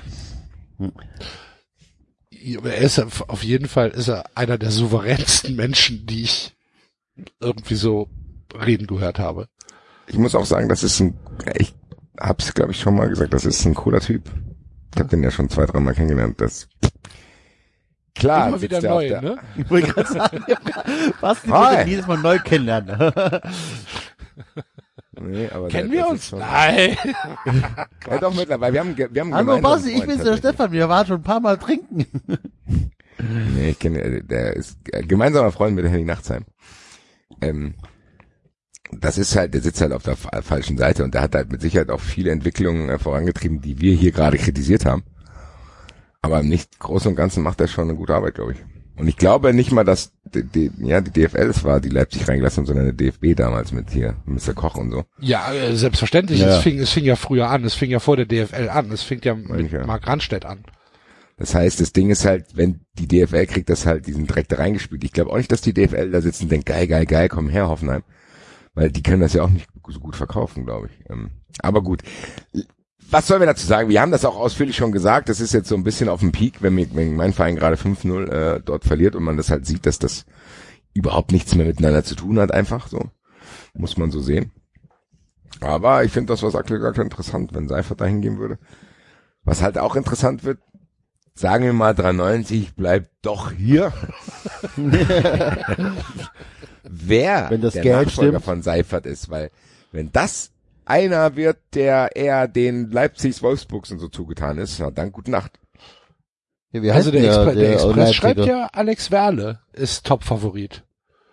Er ist auf jeden Fall ist er einer der souveränsten Menschen, die ich irgendwie so reden gehört habe. Ich muss auch sagen, das ist ein, ich hab's glaube ich schon mal gesagt, das ist ein cooler Typ. Ich habe den ja schon zwei, drei Mal kennengelernt. Das klar, Immer wieder sitzt er auf neu, der- mal. ne? Ich wollte gerade sagen, was die Hi. muss jedes Mal neu kennenlernen. Nee, aber Kennen der- wir das uns? ist schon- Nein. Ja, doch mittlerweile. Wir haben, ge- wir haben einen Hallo gemeinsamen Basti, ich Freund bin's, der tatsächlich. Stefan, wir waren schon ein paar Mal trinken. Nee, ich kenne, äh, der ist äh, gemeinsamer Freund mit Henning Nachtsheim. Ähm, das ist halt, der sitzt halt auf der fa- falschen Seite und der hat halt mit Sicherheit auch viele Entwicklungen äh, vorangetrieben, die wir hier gerade kritisiert haben. Aber im nicht Großen und Ganzen macht er schon eine gute Arbeit, glaube ich. Und ich glaube nicht mal, dass die, die, ja, die D F L es war, die Leipzig reingelassen haben, sondern der D F B damals mit hier, Mister Koch und so. Ja, äh, selbstverständlich. Ja. Es fing, es fing ja früher an. Es fing ja vor der D F L an. Es fing ja Meine ich, mit ja. Mark Ranstedt an. Das heißt, das Ding ist halt, wenn die D F L kriegt das halt diesen Dreck da reingespielt. Ich glaube auch nicht, dass die D F L da sitzen und denkt, geil, geil, geil, komm her, Hoffenheim. Weil die können das ja auch nicht so gut verkaufen, glaube ich. Ähm, aber gut. Was sollen wir dazu sagen? Wir haben das auch ausführlich schon gesagt. Das ist jetzt so ein bisschen auf dem Peak, wenn, mir, wenn mein Verein gerade fünf null äh, dort verliert und man das halt sieht, dass das überhaupt nichts mehr miteinander zu tun hat, einfach so. Muss man so sehen. Aber ich finde das, was Axel gesagt hat, interessant, wenn Seifert dahin gehen würde. Was halt auch interessant wird, sagen wir mal, dreiundneunzig bleibt doch hier. Wer wenn das der Geld Nachfolger stimmt. von Seifert ist, weil wenn das einer wird, der eher den Leipzigs, Wolfsburgs und so zugetan ist, na dann gute Nacht. Ja, wie Also heißt der, der, Expre- der, der Express Leipziger? schreibt ja, Alex Werle ist Top-Favorit.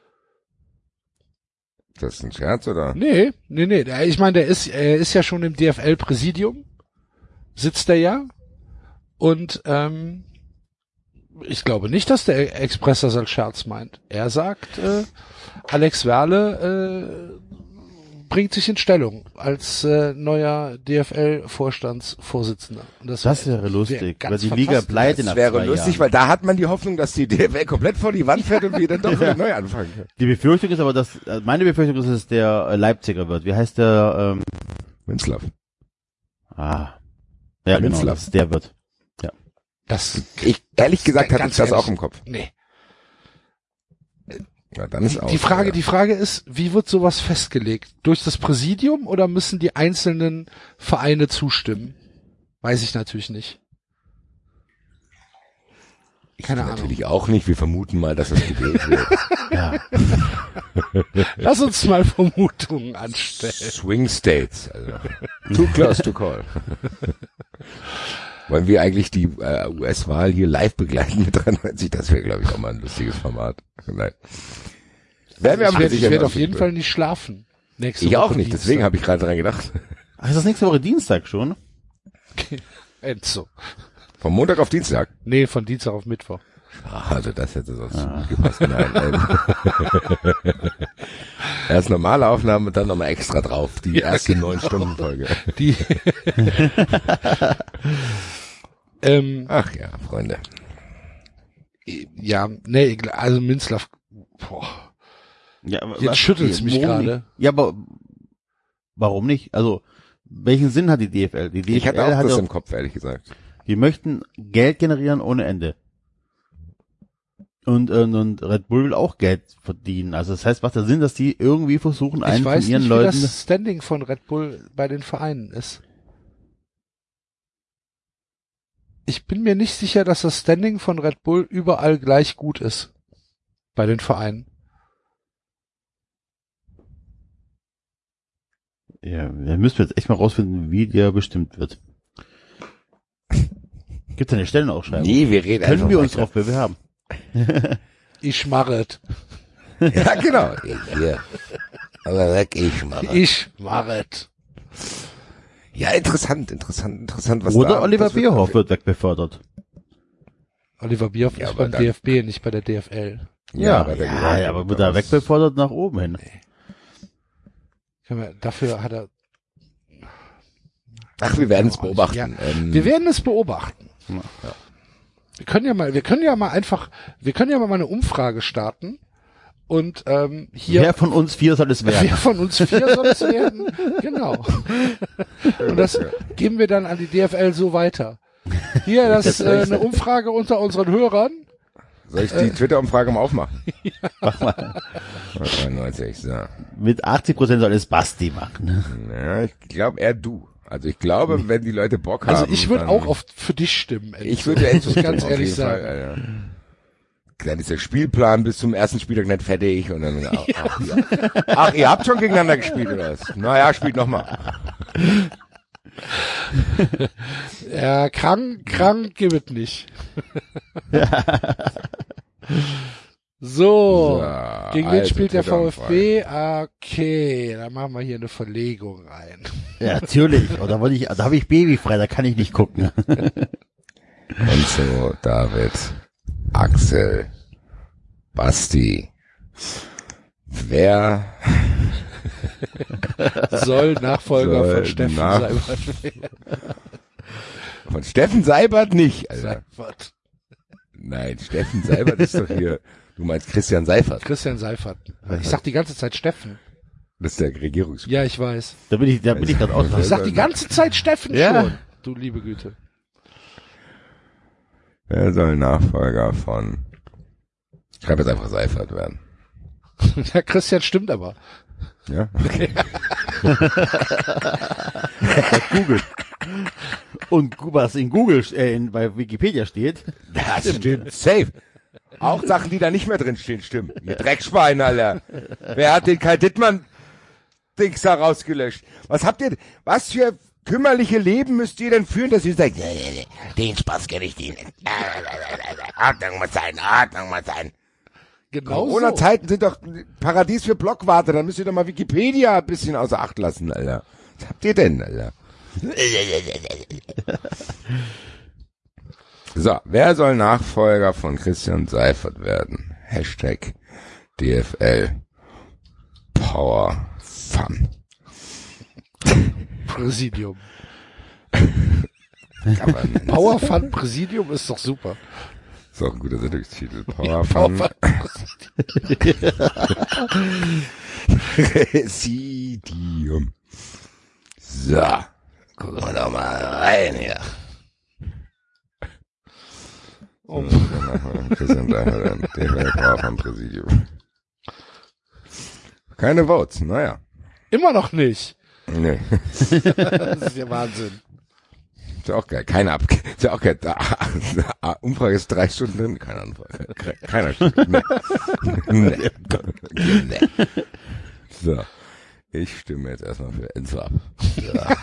Das ist ein Scherz, oder? Nee, nee, nee. Der- Ich meine, der ist, er ist ja schon im D F L-Präsidium. Sitzt er ja. Und ähm, ich glaube nicht, dass der Express das als Scherz meint. Er sagt, äh, Alex Werle äh, bringt sich in Stellung als äh, neuer D F L-Vorstandsvorsitzender. Und das Das wär- wäre lustig, wär weil ganz die Liga fantastisch. pleite nach Das wäre zwei lustig, Jahren. weil da hat man die Hoffnung, dass die D F L komplett vor die Wand fährt und wir dann doch wieder neu anfangen können. Die Befürchtung ist aber, dass, äh, meine Befürchtung ist, dass es der äh, Leipziger wird. Wie heißt der, ähm, Winslav. ah, ja, genau, Minzlaff. dass es der wird. Das, Ich, ehrlich gesagt, hatte ganz ich das ehrlich, auch im Kopf. Nee. Ja, dann ist auch. Die Frage, ja. die Frage ist, wie wird sowas festgelegt? Durch das Präsidium oder müssen die einzelnen Vereine zustimmen? Weiß ich natürlich nicht. Keine Ahnung. Natürlich auch nicht. Wir vermuten mal, dass das gewählt wird. Ja. Lass uns mal Vermutungen anstellen. Swing States. Also. Too close to call. Wollen wir eigentlich die äh, U S-Wahl hier live begleiten mit dreiundneunzig? Das wäre, glaube ich, auch mal ein lustiges Format. Nein. Werden wir Ich aber werde sicher werd noch auf jeden finden. Fall nicht schlafen. Nächste Ich Woche auch nicht, Dienstag. deswegen habe ich gerade dran gedacht. Ach, ist das nächste Woche Dienstag schon? Enzo. Vom Montag auf Dienstag. Nee, von Dienstag auf Mittwoch. Ach, also das hätte sonst gut gepasst. Nein, ähm. Erst normale Aufnahme und dann nochmal extra drauf. Die Ja, erste genau. neun Stunden Folge. Die. ähm, Ach ja, Freunde. ja, nee, also Minzlaff. Boah. Ja, aber Jetzt was- schüttelt's mich warum gerade. nicht? Ja, aber warum nicht? Also, welchen Sinn hat die D F L? Die D F L Ich hatte auch hat das doch, im Kopf, ehrlich gesagt. die möchten Geld generieren ohne Ende. Und, und, und Red Bull will auch Geld verdienen. Also das heißt, macht der Sinn, dass die irgendwie versuchen, Ich einen weiß von ihren nicht, wie Leuten... das Standing von Red Bull bei den Vereinen ist. Ich bin mir nicht sicher, dass das Standing von Red Bull überall gleich gut ist. Bei den Vereinen. Ja, da müssen wir jetzt echt mal rausfinden, wie der bestimmt wird. Gibt's eine Stellenausschreibung? Nee, wir reden Können einfach wir uns weiter. drauf bewerben? Ich marret. Ja, genau. Hier. Aber weg, ich mal. Ich marret. Ja, interessant, interessant, interessant, was Oder da Oliver das wird- Bierhoff wird wegbefördert. Oliver Bierhoff Ja, ist aber beim dann- D F B, nicht bei der D F L. Ja, aber der ja, gesagt, ja, aber wird er was- wegbefördert nach oben hin. Können wir- Dafür hat er. Ach, wir werden es beobachten. Ja, Ähm, wir werden es beobachten. Ja. Wir können ja mal, wir können ja mal einfach, wir können ja mal eine Umfrage starten und ähm, hier. Wer von uns vier soll es werden? Wer von uns vier soll es werden? Genau. Und das geben wir dann an die D F L so weiter. Hier, das ist äh, eine Umfrage unter unseren Hörern. Soll ich die Twitter-Umfrage mal aufmachen? Mach mal. dreiundneunzig, so. Mit achtzig Prozent soll es Basti machen. Ja, ich glaube eher du. Also ich glaube, wenn die Leute Bock haben. Also ich würde dann- auch oft für dich stimmen. Enzo. Ich würde Enzo Muss ich ganz stimmen, auf ehrlich jeden sagen. Fall, Alter. Dann ist der Spielplan bis zum ersten Spieltag nicht fertig und dann, ach, ach, ja. Ach, ihr habt schon gegeneinander gespielt oder was? Naja, spielt nochmal. Ja, krank, krank gibt es nicht. So, So, gegen wen also spielt der Twitter-Umfrage. VfB? Okay, dann machen wir hier eine Verlegung rein. Ja, natürlich. Oder wollte ich, da habe ich Babyfrei, da kann ich nicht gucken. Enzo, David, Axel, Basti. Wer Soll Nachfolger Soll von Steffen nach- Seibert werden. von Steffen Seibert nicht, Alter. Seibert. Nein, Steffen Seibert ist doch hier. Du meinst Christian Seifert. Christian Seifert. Ich sag die ganze Zeit Steffen. Das ist der Regierungssprecher. Ja, ich weiß. Da bin ich, da bin ich gerade aus. Ich sag die ganze Zeit Steffen Ja. schon. Du liebe Güte. Wer soll Nachfolger von... Ich schreibe jetzt einfach Seifert werden. Ja, Christian stimmt aber. Ja, okay. Google. Und was in Google, äh, in, bei Wikipedia steht. Das stimmt. Safe. Auch Sachen, die da nicht mehr drin stehen, stimmen. Ihr Dreckschwein, Alter. Wer hat den Kai Dittmann-Dings da rausgelöscht? Was habt ihr, was für kümmerliche Leben müsst ihr denn führen, dass ihr sagt, den Spaß kenne ich den. Ordnung muss sein, Ordnung muss sein. Genau Corona-Zeiten sind doch Paradies für Blockwarte, dann müsst ihr doch mal Wikipedia ein bisschen außer Acht lassen, Alter. Was habt ihr denn, Alter? So, wer soll Nachfolger von Christian Seifert werden? Hashtag D F L Power Fun. Präsidium. Kann man nennen. Power Fun Präsidium ist doch super. Ist auch ein guter Sendungstitel. Power Fun Präsidium. So, gucken wir doch mal rein hier. Oh. Christian Seifert, D F L Power Fun Präsidium. Keine Votes, naja. Immer noch nicht. Nee. Das ist ja Wahnsinn. Ist ja auch geil. Keine Ab... Ist ja auch geil. Da, da, Umfrage ist drei Stunden drin. Keine Anfrage. Keiner stimmt. Nee. Nee. Nee. So. Ich stimme jetzt erstmal für Enzo ab. Ja.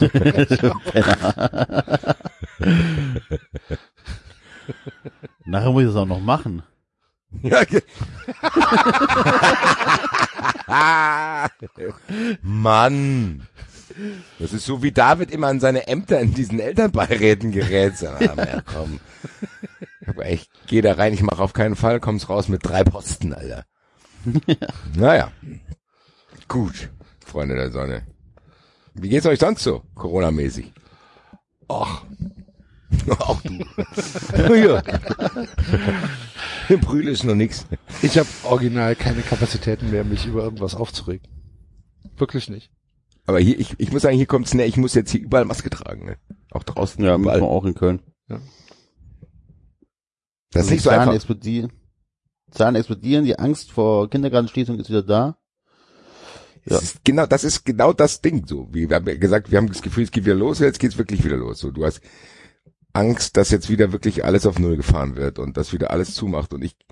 Nachher muss ich das auch noch machen. Ja, ge- Mann. Das ist so, wie David immer an seine Ämter in diesen Elternbeiräten gerät. So, ah, ja, komm. Aber ich gehe da rein, ich mache auf keinen Fall, kommst raus mit drei Posten, Alter. Naja. Gut, Freunde der Sonne. Wie geht's euch sonst so, Corona-mäßig? Ach, Auch du. Ja. Im Brühl ist noch nix. ich habe original keine Kapazitäten mehr, mich über irgendwas aufzuregen. Wirklich nicht. Aber hier, ich, ich muss sagen, hier kommt's näher, ich muss jetzt hier überall Maske tragen, ne? Auch draußen. Ja, müssen überall. wir auch in Köln. Das ist nicht so Zahlen einfach. explodieren. Zahlen explodieren, die Angst vor Kindergartenschließung ist wieder da. Ja. Das ist genau, das ist genau das Ding, so. Wie, wir haben ja gesagt, wir haben das Gefühl, es geht wieder los, jetzt geht's wirklich wieder los, so. Du hast Angst, dass jetzt wieder wirklich alles auf Null gefahren wird und dass wieder alles zumacht und ich,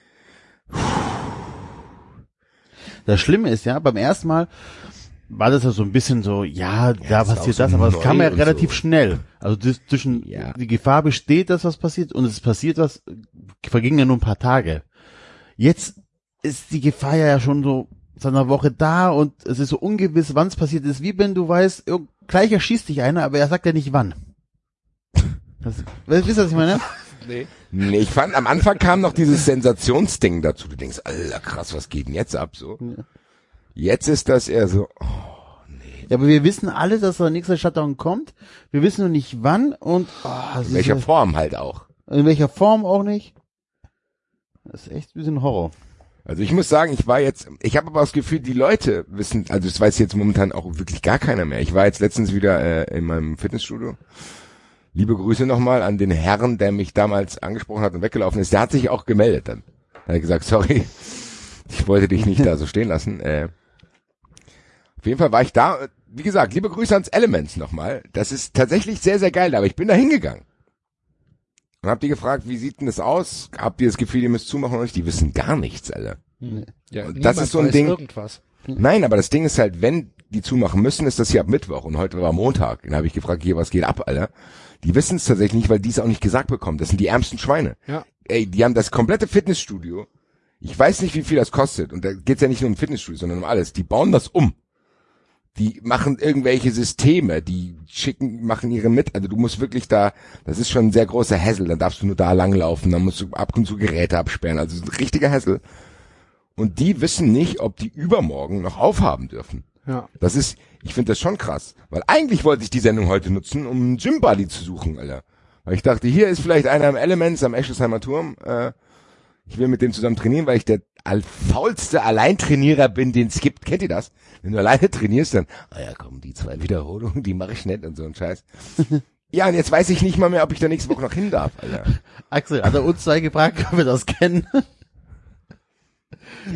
Das Schlimme ist ja, beim ersten Mal war das ja so ein bisschen so, ja, da das ist auch passiert so das, aber es neu kam ja und relativ so. schnell. Also das, zwischen, Ja. die Gefahr besteht, dass was passiert und es passiert was, vergingen ja nur ein paar Tage. Jetzt ist die Gefahr ja schon so seit einer Woche da und es ist so ungewiss, wann es passiert ist, wie wenn du weißt, irg- gleich erschießt dich einer, aber er sagt ja nicht wann. Das, wisst ihr, was ich meine? Nee. nee, ich fand, am Anfang kam noch dieses Sensationsding dazu. Du denkst, Alter, krass, was geht denn jetzt ab, so? Ja. Jetzt ist das eher so, oh, Ja, aber wir wissen alle, dass der nächste Shutdown kommt. Wir wissen nur nicht wann und oh, das in ist welcher ja- Form halt auch. in welcher Form auch nicht. Das ist echt ein bisschen Horror. Also ich muss sagen, ich war jetzt, ich habe aber das Gefühl, die Leute wissen, also das weiß jetzt momentan auch wirklich gar keiner mehr. Ich war jetzt letztens wieder äh, in meinem Fitnessstudio. Liebe Grüße nochmal an den Herrn, der mich damals angesprochen hat und weggelaufen ist. Der hat sich auch gemeldet dann. Er hat gesagt, sorry, ich wollte dich nicht da so stehen lassen. Äh, auf jeden Fall war ich da. Wie gesagt, liebe Grüße ans Elements nochmal. Das ist tatsächlich sehr, sehr geil, aber ich bin da hingegangen. Und hab die gefragt, wie sieht denn das aus? Habt ihr das Gefühl, ihr müsst zumachen oder nicht? Die wissen gar nichts, Alter. Ja, Und niemand das ist so ein weiß Ding- Irgendwas. Nein, aber das Ding ist halt, wenn die zumachen müssen, ist das hier ab Mittwoch und heute war Montag. Dann habe ich gefragt, hier, was geht ab, Alter? Die wissen es tatsächlich nicht, weil die es auch nicht gesagt bekommen. Das sind die ärmsten Schweine. Ja. Ey, die haben das komplette Fitnessstudio. Ich weiß nicht, wie viel das kostet. Und da geht's ja nicht nur um Fitnessstudio, sondern um alles. Die bauen das um. Die machen irgendwelche Systeme, die schicken, machen ihre mit. Also du musst wirklich da, das ist schon ein sehr großer Hassel. Dann darfst du nur da langlaufen, dann musst du ab und zu Geräte absperren. Also ein richtiger Hassel. Und die wissen nicht, ob die übermorgen noch aufhaben dürfen. Ja. Das ist, ich finde das schon krass. Weil eigentlich wollte ich die Sendung heute nutzen, um einen Gymbuddy zu suchen, Alter. Weil ich dachte, hier ist vielleicht einer am Elements, am Eschesheimer Turm. Äh, ich will mit dem zusammen trainieren, weil ich der all- faulste Alleintrainierer bin, den es gibt. Kennt ihr das? Wenn du alleine trainierst, dann, ah ja, komm, die zwei Wiederholungen, die mache ich nicht und so ein Scheiß. Ja, und jetzt weiß ich nicht mal mehr, ob ich da nächste Woche noch hin darf, Alter. Axel, hat er uns zwei gefragt, ob wir das kennen? Ja, ich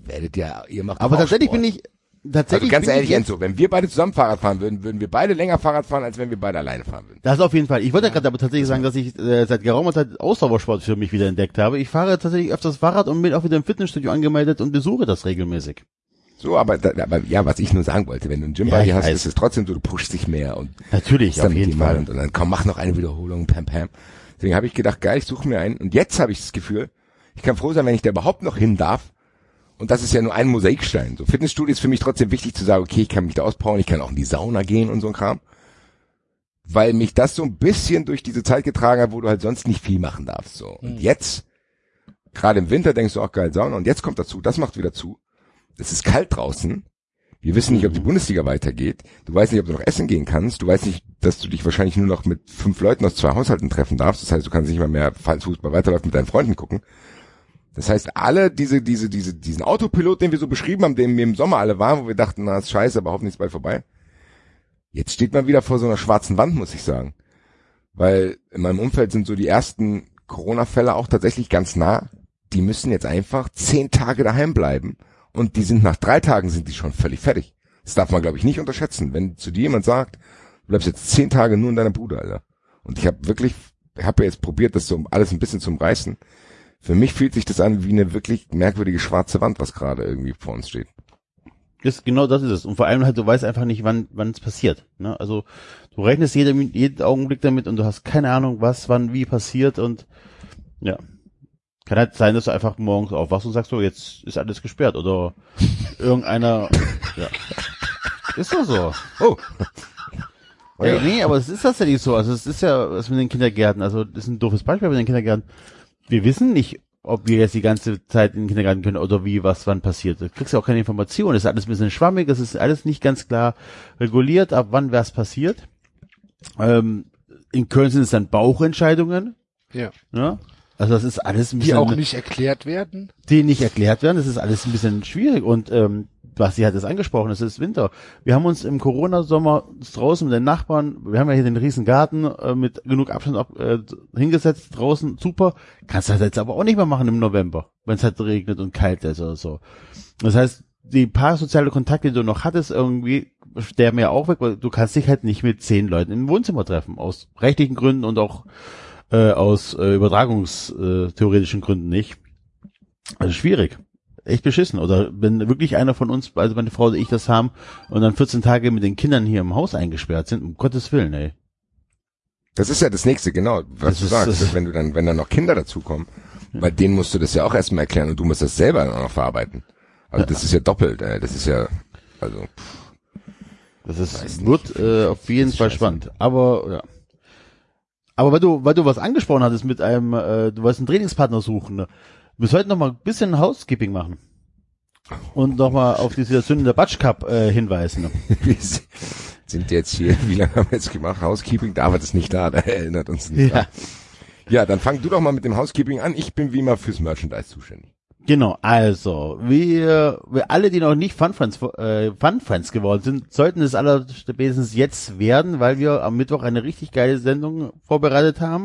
werdet ja, ihr macht Aber auch tatsächlich Sport. bin ich, tatsächlich Also ganz bin ehrlich, ich jetzt, Enzo, wenn wir beide zusammen Fahrrad fahren würden, würden wir beide länger Fahrrad fahren, als wenn wir beide alleine fahren würden. das auf jeden Fall. Ich wollte ja gerade aber tatsächlich sagen, dass ich äh, seit geraumer Zeit Ausdauersport für mich wieder entdeckt habe. Ich fahre tatsächlich öfters Fahrrad und bin auch wieder im Fitnessstudio angemeldet und besuche das regelmäßig. So, aber, da, aber ja, was ich nur sagen wollte, wenn du einen Gym-Buddy Ja, ich hast, weiß. ist es trotzdem so, du pushst dich mehr und Natürlich, bist auf dann mit jeden jemandem Fall. und dann komm, mach noch eine Wiederholung, pam, pam. Deswegen habe ich gedacht, geil, ich suche mir einen. Und jetzt habe ich das Gefühl, ich kann froh sein, wenn ich da überhaupt noch hin darf. Und das ist ja nur ein Mosaikstein. So Fitnessstudio ist für mich trotzdem wichtig zu sagen, okay, ich kann mich da auspowern, ich kann auch in die Sauna gehen und so ein Kram. Weil mich das so ein bisschen durch diese Zeit getragen hat, wo du halt sonst nicht viel machen darfst. So. Und jetzt, gerade im Winter, denkst du auch geil Sauna. Und jetzt kommt dazu, das macht wieder zu. Es ist kalt draußen. Wir wissen nicht, ob die Bundesliga weitergeht. Du weißt nicht, ob du noch essen gehen kannst. Du weißt nicht, dass du dich wahrscheinlich nur noch mit fünf Leuten aus zwei Haushalten treffen darfst. Das heißt, du kannst nicht mal mehr, falls Fußball weiterläuft, mit deinen Freunden gucken. Das heißt, alle diese, diese, diese, diesen Autopilot, den wir so beschrieben haben, den wir im Sommer alle waren, wo wir dachten, na, ist scheiße, aber hoffentlich ist bald vorbei. Jetzt steht man wieder vor so einer schwarzen Wand, muss ich sagen. Weil in meinem Umfeld sind so die ersten Corona-Fälle auch tatsächlich ganz nah. Die müssen jetzt einfach zehn Tage daheim bleiben. Und die sind nach drei Tagen sind die schon völlig fertig. Das darf man, glaube ich, nicht unterschätzen. Wenn zu dir jemand sagt, du bleibst jetzt zehn Tage nur in deiner Bude, Alter. Und ich habe wirklich, ich habe ja jetzt probiert, das so alles ein bisschen zu umreißen. Für mich fühlt sich das an wie eine wirklich merkwürdige schwarze Wand, was gerade irgendwie vor uns steht. Das, genau das ist es. Und vor allem halt, du weißt einfach nicht, wann wann es passiert. Ne? Also du rechnest jeden, jeden Augenblick damit und du hast keine Ahnung, was, wann, wie passiert und ja. Kann halt sein, dass du einfach morgens aufwachst und sagst, so, jetzt ist alles gesperrt oder irgendeiner, ja. Ist doch so. Oh. Ja, nee, aber es ist tatsächlich so. Also es ist ja was mit den Kindergärten. Also das ist ein doofes Beispiel mit den Kindergärten. Wir wissen nicht, ob wir jetzt die ganze Zeit in den Kindergarten können oder wie, was, wann passiert. Du kriegst ja auch keine Informationen. Es ist alles ein bisschen schwammig. Es ist alles nicht ganz klar reguliert, ab wann was passiert. Ähm, in Köln sind es dann Bauchentscheidungen. Ja. Ne? Also das ist alles ein Die bisschen, auch nicht erklärt werden. die nicht erklärt werden. Das ist alles ein bisschen schwierig. Und ähm, Basti hat es angesprochen, es ist Winter. Wir haben uns im Corona-Sommer draußen mit den Nachbarn, wir haben ja hier den riesen Garten äh, mit genug Abstand ab, äh, hingesetzt, draußen, super. Kannst du das jetzt aber auch nicht mehr machen im November, wenn es halt regnet und kalt ist oder so. Das heißt, die paar soziale Kontakte, die du noch hattest, irgendwie sterben ja auch weg, weil du kannst dich halt nicht mit zehn Leuten im Wohnzimmer treffen, aus rechtlichen Gründen und auch äh, aus äh, übertragungstheoretischen Gründen nicht. Also schwierig. Echt beschissen. Oder wenn wirklich einer von uns, also meine Frau und ich das haben und dann vierzehn Tage mit den Kindern hier im Haus eingesperrt sind, um Gottes Willen, ey. Das ist ja das Nächste, genau, was Das du ist- sagst, das- wenn du dann, wenn dann noch Kinder dazukommen, bei denen musst du das ja auch erstmal erklären und du musst das selber dann auch noch verarbeiten. Also das ist ja doppelt, ey. Das ist ja, also, Das ist, Weiß wird äh, auf jeden ist Fall scheiße. spannend. Aber, ja. Aber weil du, weil du was angesprochen hattest mit einem, äh, du wolltest einen Trainingspartner suchen, ne? Wir sollten noch mal ein bisschen Housekeeping machen. Und noch mal auf die Situation in der Batsch Cup äh, hinweisen. wir sind jetzt hier, wie lange haben wir jetzt gemacht? Housekeeping, David ist nicht da, der erinnert uns nicht Ja. an. Ja, dann fang du doch mal mit dem Housekeeping an. Ich bin wie immer fürs Merchandise zuständig. Genau, also, wir, wir alle, die noch nicht Fun Friends, äh, Fun Friends geworden sind, sollten es allerspätestens jetzt werden, weil wir am Mittwoch eine richtig geile Sendung vorbereitet haben.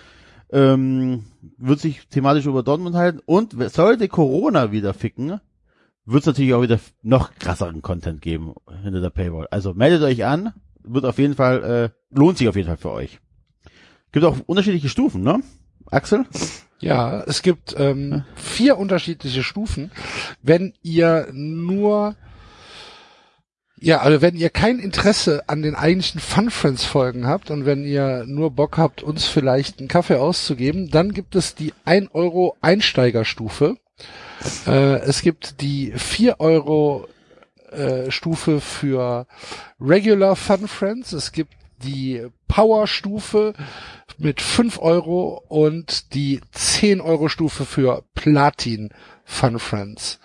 Ähm, wird sich thematisch über Dortmund halten und sollte Corona wieder ficken, wird es natürlich auch wieder noch krasseren Content geben hinter der Paywall. Also meldet euch an, wird auf jeden Fall, äh, lohnt sich auf jeden Fall für euch. Gibt auch unterschiedliche Stufen, ne? Axel? Ja, es gibt ähm, vier unterschiedliche Stufen. Wenn ihr nur, ja, also wenn ihr kein Interesse an den eigentlichen Fun Friends Folgen habt und wenn ihr nur Bock habt, uns vielleicht einen Kaffee auszugeben, dann gibt es die ein Euro Einsteigerstufe. Äh, es gibt die vier Euro äh, Stufe für Regular Fun Friends. Es gibt die Power-Stufe mit fünf Euro und die zehn Euro Stufe für Platin Fun Friends.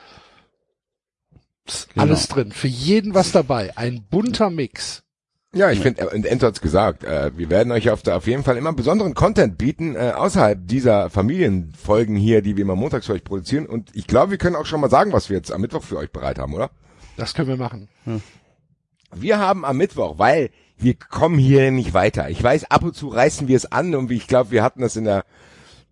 Ist Genau. alles drin. Für jeden was dabei. Ein bunter Mix. Ja, ich finde, und Enzo hat's gesagt, äh, wir werden euch auf, der, auf jeden Fall immer besonderen Content bieten, äh, außerhalb dieser Familienfolgen hier, die wir immer montags für euch produzieren. Und ich glaube, wir können auch schon mal sagen, was wir jetzt am Mittwoch für euch bereit haben, oder? Das können wir machen. Wir haben am Mittwoch, weil wir kommen hier nicht weiter. Ich weiß, ab und zu reißen wir es an und wie ich glaube, wir hatten das in der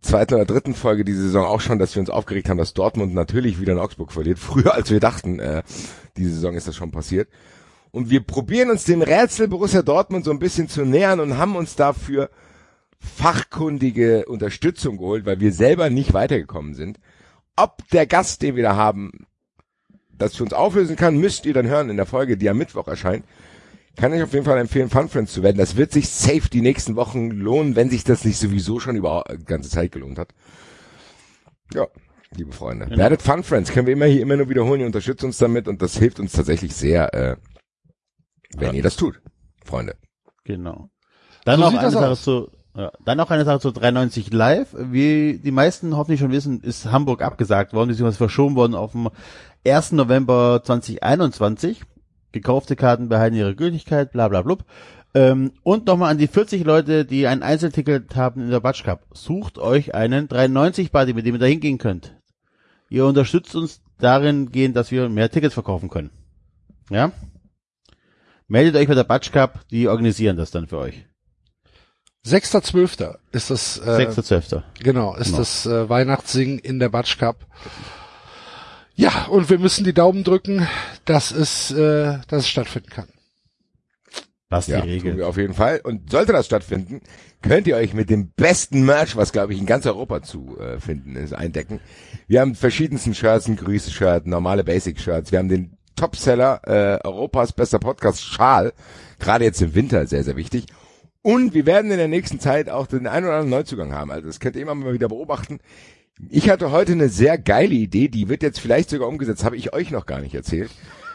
zweiten oder dritten Folge diese Saison auch schon, dass wir uns aufgeregt haben, dass Dortmund natürlich wieder in Augsburg verliert. Früher als wir dachten, äh, diese Saison ist das schon passiert. Und wir probieren uns dem Rätsel Borussia Dortmund so ein bisschen zu nähern und haben uns dafür fachkundige Unterstützung geholt, weil wir selber nicht weitergekommen sind. Ob der Gast, den wir da haben, das für uns auflösen kann, müsst ihr dann hören in der Folge, die am Mittwoch erscheint. Kann ich auf jeden Fall empfehlen, Fun Friends zu werden. Das wird sich safe die nächsten Wochen lohnen, wenn sich das nicht sowieso schon über die ganze Zeit gelohnt hat. Ja, liebe Freunde. Genau. Werdet Fun Friends, können wir immer hier immer nur wiederholen. Ihr unterstützt uns damit und das hilft uns tatsächlich sehr, äh, wenn ja. ihr das tut, Freunde. Genau. Dann So noch sieht eine das Sache aus. zu, ja, dann noch eine Sache zu dreiundneunzig Live. Wie die meisten hoffentlich schon wissen, ist Hamburg abgesagt worden, beziehungsweise verschoben worden auf dem ersten November zweitausendeinundzwanzig. Gekaufte Karten behalten ihre Gültigkeit, bla bla blub. Ähm, und nochmal an die vierzig Leute, die ein Einzelticket haben in der Batsch Cup. Sucht euch einen dreiundneunzig Buddy, mit dem ihr da hingehen könnt. Ihr unterstützt uns darin gehen, dass wir mehr Tickets verkaufen können. Ja? Meldet euch bei der Batsch Cup, die organisieren das dann für euch. sechster zwölfter ist das, äh, sechster zwölfter genau, ist Genau. das äh, Weihnachtssingen in der Batsch Cup. Ja, und wir müssen die Daumen drücken, dass es, äh, dass es stattfinden kann. Das ist Ja, die tun Regel. wir auf jeden Fall. Und sollte das stattfinden, könnt ihr euch mit dem besten Merch, was glaube ich in ganz Europa zu äh, finden ist, eindecken. Wir haben verschiedensten Shirts, ein Grüße-Shirt, normale Basic-Shirts. Wir haben den Topseller äh, Europas bester Podcast Schal, gerade jetzt im Winter sehr, sehr wichtig. Und wir werden in der nächsten Zeit auch den einen oder anderen Neuzugang haben. Also das könnt ihr immer mal wieder beobachten. Ich hatte heute eine sehr geile Idee, die wird jetzt vielleicht sogar umgesetzt, habe ich euch noch gar nicht erzählt.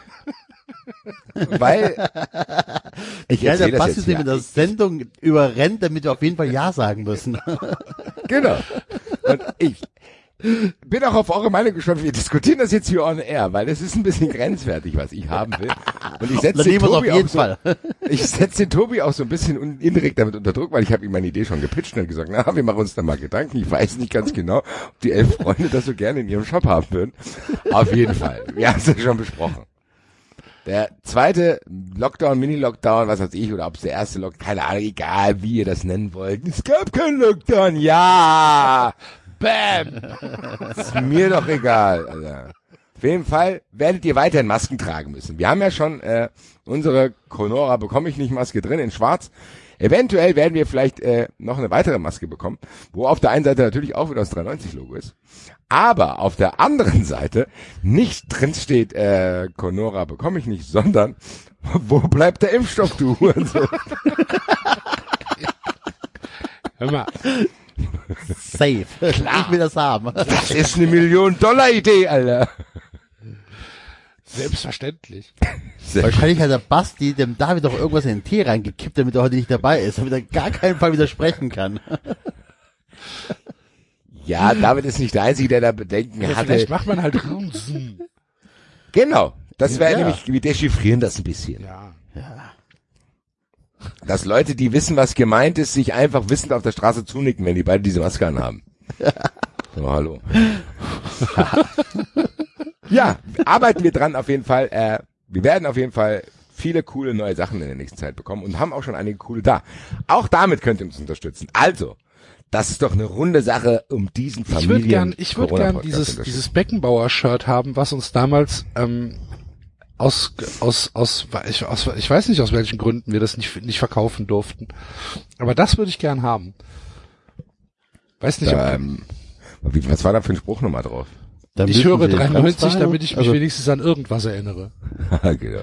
Weil ich Ja, erzähle der das Basti jetzt mit der Sendung überrennt, damit wir auf jeden Fall Ja sagen müssen. Genau. Und ich bin auch auf eure Meinung gespannt. Wir diskutieren das jetzt hier on air, weil es ist ein bisschen grenzwertig, was ich haben will. Und ich setze Dann den nehmen wir es auf Tobi jeden auch so, Fall. ich setze den Tobi auch so ein bisschen un- indirekt damit unter Druck, weil ich habe ihm meine Idee schon gepitcht und gesagt, na, wir machen uns da mal Gedanken. Ich weiß nicht ganz genau, ob die elf Freunde das so gerne in ihrem Shop haben würden. Auf jeden Fall. Wir haben es ja schon besprochen. Der zweite Lockdown, Mini-Lockdown, was weiß ich, oder ob es der erste Lockdown, keine Ahnung, egal wie ihr das nennen wollt. Es gab keinen Lockdown, ja! Bam! Ist mir doch egal, Alter. Auf jeden Fall werdet ihr weiterhin Masken tragen müssen. Wir haben ja schon äh, unsere Conora bekomme ich nicht Maske drin in schwarz. Eventuell werden wir vielleicht äh, noch eine weitere Maske bekommen, wo auf der einen Seite natürlich auch wieder das dreiundneunzig Logo ist. Aber auf der anderen Seite nicht drin steht, äh, Conora bekomme ich nicht, sondern wo bleibt der Impfstoff, du Hurensohn? Hör mal, Safe. Ich will das haben. Das ist eine Million-Dollar-Idee, Alter. selbstverständlich. Wahrscheinlich hat der Basti dem David doch irgendwas in den Tee reingekippt, damit er heute nicht dabei ist, damit er gar keinen Fall widersprechen kann. Ja, David ist nicht der Einzige, der da Bedenken Ja, hatte. vielleicht macht man halt Runzen. Genau. Das wäre Ja. nämlich, wir dechiffrieren das ein bisschen. Ja. Dass Leute, die wissen, was gemeint ist, sich einfach wissend auf der Straße zunicken, wenn die beide diese Maske anhaben. So, hallo. Ja, arbeiten wir dran auf jeden Fall. Äh, wir werden auf jeden Fall viele coole neue Sachen in der nächsten Zeit bekommen und haben auch schon einige coole da. Auch damit könnt ihr uns unterstützen. Also, das ist doch eine runde Sache, um diesen Ich würde Familien gern, ich würde gern Corona-Podcast dieses, zu unterstützen. dieses Beckenbauer-Shirt haben, was uns damals ähm, aus, aus, aus, ich, aus, ich weiß nicht aus welchen Gründen wir das nicht, nicht verkaufen durften. Aber das würde ich gern haben. Weiß nicht, Da, ob, ähm, wie, was war da für ein Spruch nochmal drauf? Dann ich müssen höre sie den dreiundneunzig, Transfer- damit ich mich also, wenigstens an irgendwas erinnere. Genau.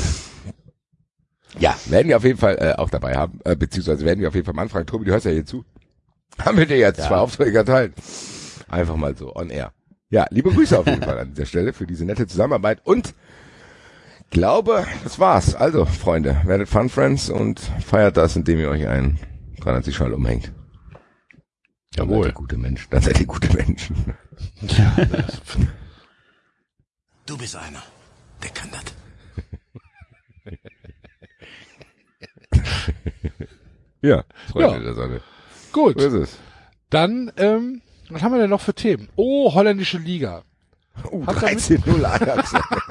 Ja, werden wir auf jeden Fall äh, auch dabei haben, äh, beziehungsweise werden wir auf jeden Fall mal anfragen. Tobi, du hörst ja hier zu. Haben wir dir jetzt Ja. zwei Aufträge erteilt. Einfach mal so, on air. Ja, liebe Grüße auf jeden Fall an dieser Stelle für diese nette Zusammenarbeit und glaube, das war's. Also, Freunde, werdet Fun Friends und feiert das, indem ihr euch einen dreihundertzig Schall umhängt. Dann seid ihr gute Menschen. Dann seid ihr gute Menschen. Du bist einer, der kann das. Ja, Freunde Ja. der Sonne. Gut, So ist es. dann, ähm, was haben wir denn noch für Themen? Oh, holländische Liga. Uh, Habt ihr dreizehn null Ajax.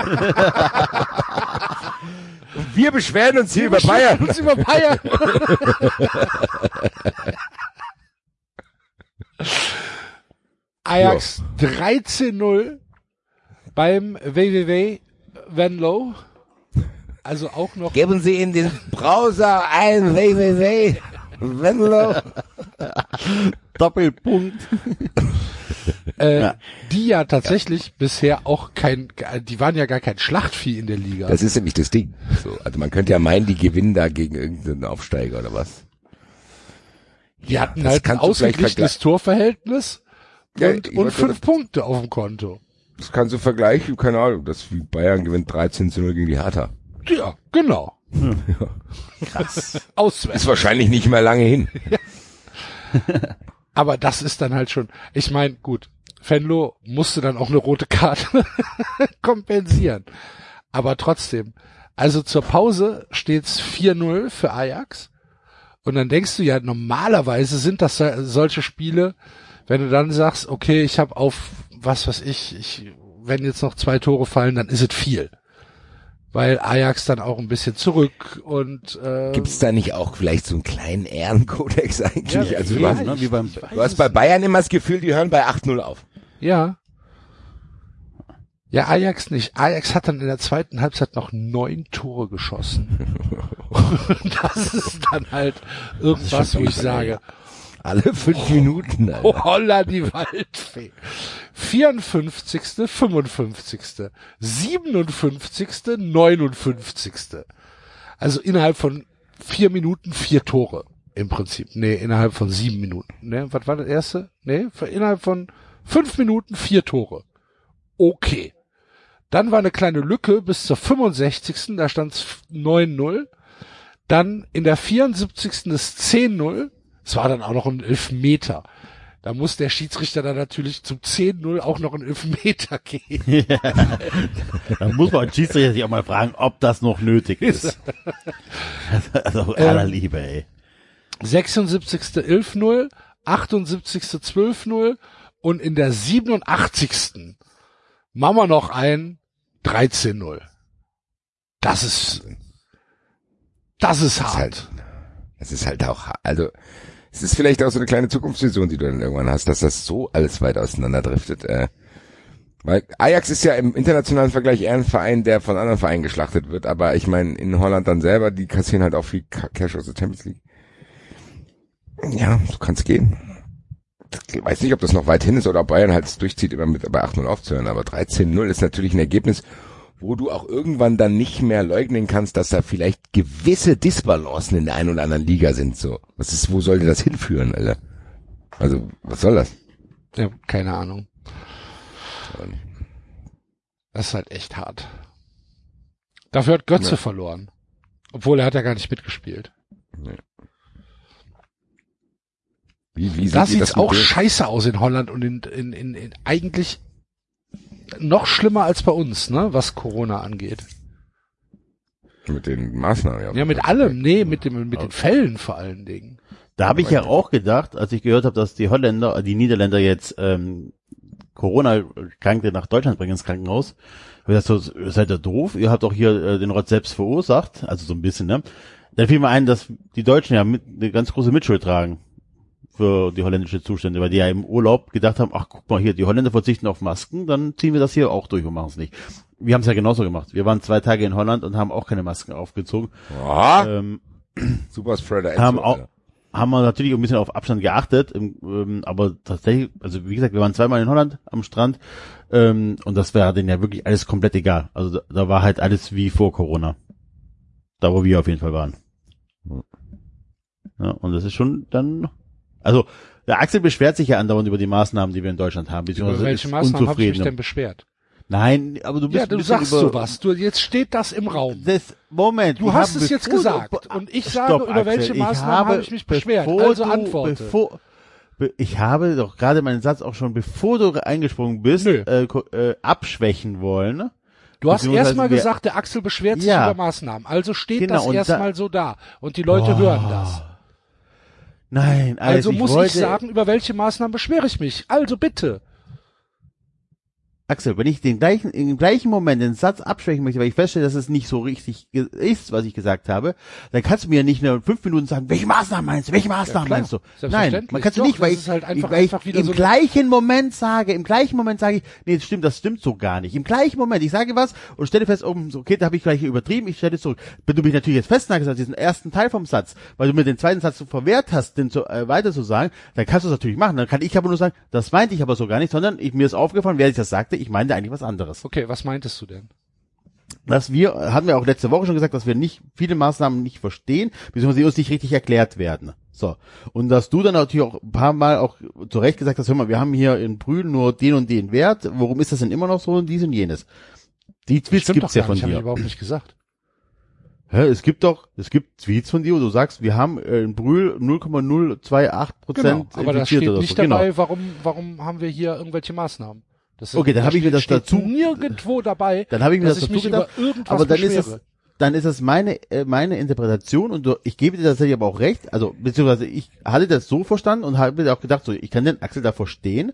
Und wir beschweren uns hier über Bayern. Uns über Bayern. Ajax ja. dreizehn null beim W W W Venlo. Also auch noch. Geben Sie in den Browser ein W W W Venlo. Doppelpunkt. äh, ja. Die ja tatsächlich ja. bisher auch kein, die waren ja gar kein Schlachtvieh in der Liga. Das ist nämlich das Ding. So, also man könnte ja meinen, die gewinnen da gegen irgendeinen Aufsteiger oder was. Die hatten ja, halt ein ausgeglichenes Torverhältnis ja, und, und fünf das, Punkte auf dem Konto. Das kannst du vergleichen, keine Ahnung, das wie Bayern gewinnt dreizehn zu null gegen die Hertha. Ja, genau. Hm. Ja. Krass. Auswärts. Ist wahrscheinlich nicht mehr lange hin. Ja. Aber das ist dann halt schon, ich meine, gut, Venlo musste dann auch eine rote Karte kompensieren. Aber trotzdem, also zur Pause steht's vier null für Ajax. Und dann denkst du ja, normalerweise sind das solche Spiele, wenn du dann sagst, okay, ich habe auf, was weiß ich, ich, wenn jetzt noch zwei Tore fallen, dann ist es viel. Weil Ajax dann auch ein bisschen zurück und äh, gibt's da nicht auch vielleicht so einen kleinen Ehrenkodex eigentlich? Ja, also ja, du, hast, ne, wie beim, du hast bei Bayern immer das Gefühl, die hören bei acht null auf. Ja. Ja, Ajax nicht. Ajax hat dann in der zweiten Halbzeit noch neun Tore geschossen. Und das ist dann halt irgendwas, wo ich sage, alle fünf Minuten. Alter. Oh, holla die Waldfee. vierundfünfzigste fünfundfünfzigste siebenundfünfzigste neunundfünfzigste Also innerhalb von vier Minuten vier Tore. Im Prinzip. Nee, innerhalb von sieben Minuten. Ne, was war das erste? Nee, innerhalb von fünf Minuten vier Tore. Okay. Dann war eine kleine Lücke bis zur fünfundsechzigsten Da stand es neun null Dann in der vierundsiebzigsten das zehn null Es war dann auch noch ein Elfmeter. Da muss der Schiedsrichter dann natürlich zum zehn null auch noch einen Elfmeter geben. Ja. Da muss man als Schiedsrichter sich auch mal fragen, ob das noch nötig ist. Also aller Liebe, ey. sechsundsiebzigste elf null achtundsiebzigste zwölf null und in der siebenundachtzigsten machen wir noch ein dreizehn null Das ist, das ist hart. Das ist halt, das ist halt auch, also, es ist vielleicht auch so eine kleine Zukunftsvision, die du dann irgendwann hast, dass das so alles weit auseinanderdriftet, äh, weil Ajax ist ja im internationalen Vergleich eher ein Verein, der von anderen Vereinen geschlachtet wird, aber ich meine, in Holland dann selber, die kassieren halt auch viel Cash aus der Champions League. Ja, so kann's gehen. Ich weiß nicht, ob das noch weit hin ist oder ob Bayern halt es durchzieht, immer mit bei acht null aufzuhören, aber dreizehn null ist natürlich ein Ergebnis, wo du auch irgendwann dann nicht mehr leugnen kannst, dass da vielleicht gewisse Disbalancen in der einen oder anderen Liga sind, so. Was ist, wo soll dir das hinführen, Alter? Also, was soll das? Ja, keine Ahnung. Das ist halt echt hart. Dafür hat Götze ja. verloren. Obwohl, er hat ja gar nicht mitgespielt. Nee. Wie, wie da sieht's auch scheiße aus in Holland und in, in, in, in eigentlich noch schlimmer als bei uns, ne, was Corona angeht. Mit den Maßnahmen, ja. Ja, mit allem, nee, mit dem, mit den Fällen vor allen Dingen. Da habe ich ja auch gedacht, als ich gehört habe, dass die Holländer, die Niederländer jetzt ähm, Corona-Kranke nach Deutschland bringen ins Krankenhaus. Ich dachte so, seid ihr doof? Ihr habt auch hier äh, den Rotz selbst verursacht, also so ein bisschen, ne? Dann fiel mir ein, dass die Deutschen ja mit, eine ganz große Mitschuld tragen für die holländische Zustände, weil die ja im Urlaub gedacht haben, ach guck mal hier, die Holländer verzichten auf Masken, dann ziehen wir das hier auch durch und machen es nicht. Wir haben es ja genauso gemacht. Wir waren zwei Tage in Holland und haben auch keine Masken aufgezogen. Ja. Ähm, Super Spreader. Haben auch, haben wir natürlich ein bisschen auf Abstand geachtet, ähm, aber tatsächlich, also wie gesagt, wir waren zweimal in Holland am Strand ähm, und das wäre denen ja wirklich alles komplett egal. Also da, da war halt alles wie vor Corona. Da, wo wir auf jeden Fall waren. Ja, und das ist schon dann, also der Axel beschwert sich ja andauernd über die Maßnahmen, die wir in Deutschland haben. Über welche Maßnahmen habe ich mich denn beschwert? Nein, aber du bist ja, du sagst über, sowas. Du, jetzt steht das im Raum. Das, Moment. Du hast es jetzt gesagt. Und ich sage, Stopp, über welche Axel, Maßnahmen habe hab ich mich beschwert. Also antworte. Bevor, be, ich habe doch gerade meinen Satz auch schon, bevor du eingesprungen bist, äh, äh, abschwächen wollen. Du hast erstmal gesagt, der Axel beschwert sich ja, über Maßnahmen. Also steht genau, das erstmal da, so da. Und die Leute oh, hören das. Nein, also, also ich muss wollte, ich sagen, über welche Maßnahmen beschwere ich mich. Also bitte. Axel, wenn ich den gleichen, im gleichen Moment den Satz abschwächen möchte, weil ich feststelle, dass es nicht so richtig ge- ist, was ich gesagt habe, dann kannst du mir nicht nur fünf Minuten sagen, welche Maßnahmen meinst du, welche Maßnahmen Ja, meinst du? Selbstverständlich. Nein, man kann es Doch, nicht, weil das ich, ist halt einfach- ich, weil ich einfach wieder im so eine- gleichen Moment sage, im gleichen Moment sage ich, nee, das stimmt, das stimmt so gar nicht. Im gleichen Moment, ich sage was und stelle fest, oh, so, okay, da habe ich gleich übertrieben, ich stelle es zurück. Wenn du mich natürlich jetzt festnagelst auf diesen ersten Teil vom Satz, weil du mir den zweiten Satz so verwehrt hast, den zu, äh, weiter zu sagen, dann kannst du es natürlich machen. Dann kann ich aber nur sagen, das meinte ich aber so gar nicht, sondern ich, mir ist aufgefallen, während ich das sagte, ich meinte eigentlich was anderes. Okay, was meintest du denn? Dass wir, hatten wir auch letzte Woche schon gesagt, dass wir nicht, viele Maßnahmen nicht verstehen, beziehungsweise sie uns nicht richtig erklärt werden. So. Und dass du dann natürlich auch ein paar Mal auch zu Recht gesagt hast, hör mal, wir haben hier in Brühl nur den und den Wert, warum ist das denn immer noch so und dies und jenes? Die Tweets Stimmt gibt's doch ja gar von nicht, hab ich dir. überhaupt nicht gesagt. Hä, es gibt doch, es gibt Tweets von dir, wo du sagst, wir haben äh, in Brühl null Komma null zwei acht Prozent Genau, aber da infiziert steht oder nicht so. dabei, Genau. warum, warum haben wir hier irgendwelche Maßnahmen. Das Okay, dann da habe ich mir das steht dazu- nirgendwo dabei, Dann habe ich mir dass das ich dazu mich gedacht, über irgendwas aber dann beschwere. ist es, dann ist es meine, äh, meine Interpretation und du, ich gebe dir tatsächlich aber auch recht, also, beziehungsweise ich hatte das so verstanden und habe mir auch gedacht, so, ich kann den Axel da verstehen.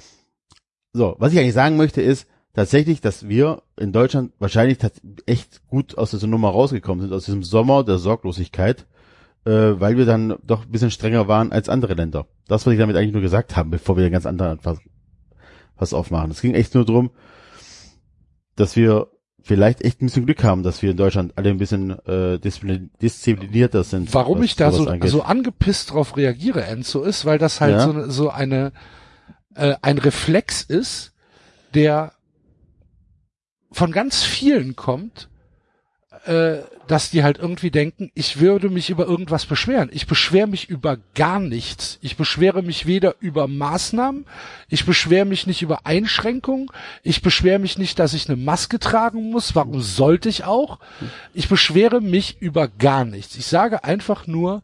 So, was ich eigentlich sagen möchte ist, tatsächlich, dass wir in Deutschland wahrscheinlich tats- echt gut aus dieser Nummer rausgekommen sind, aus diesem Sommer der Sorglosigkeit, äh, weil wir dann doch ein bisschen strenger waren als andere Länder. Das, was ich damit eigentlich nur gesagt habe, bevor wir ganz anderen was, was aufmachen. Es ging echt nur darum, dass wir vielleicht echt ein bisschen Glück haben, dass wir in Deutschland alle ein bisschen äh, disziplin- disziplinierter sind. Warum was ich da sowas so, angeht. so angepisst drauf reagiere, Enzo, ist, weil das halt Ja. so, eine- so eine, äh, ein Reflex ist, der von ganz vielen kommt, äh, dass die halt irgendwie denken, ich würde mich über irgendwas beschweren. Ich beschwere mich über gar nichts. Ich beschwere mich weder über Maßnahmen, ich beschwere mich nicht über Einschränkungen, ich beschwere mich nicht, dass ich eine Maske tragen muss. Warum sollte ich auch? Ich beschwere mich über gar nichts. Ich sage einfach nur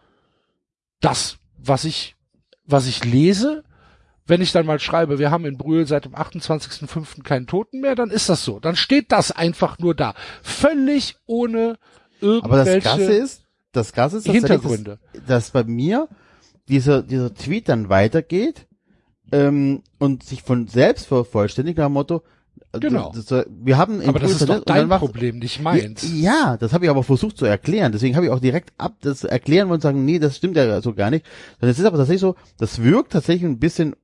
das, was ich, was ich lese. Wenn ich dann mal schreibe, wir haben in Brühl seit dem achtundzwanzigsten fünften keinen Toten mehr, dann ist das so. Dann steht das einfach nur da. Völlig ohne Aber das irgendwelche Krasse ist, das Krasse ist tatsächlich, Hintergründe. Dass, dass bei mir dieser, dieser Tweet dann weitergeht, ähm, und sich von selbst vervollständigt nach dem Motto, äh, Genau. das, das, wir haben in Aber das Brühl ist doch und dann dein macht- Problem, nicht meins. Ja, ja, das habe ich aber versucht zu erklären. Deswegen habe ich auch direkt ab das erklären und sagen, nee, das stimmt ja so gar nicht. Das ist aber tatsächlich so, das wirkt tatsächlich ein bisschen,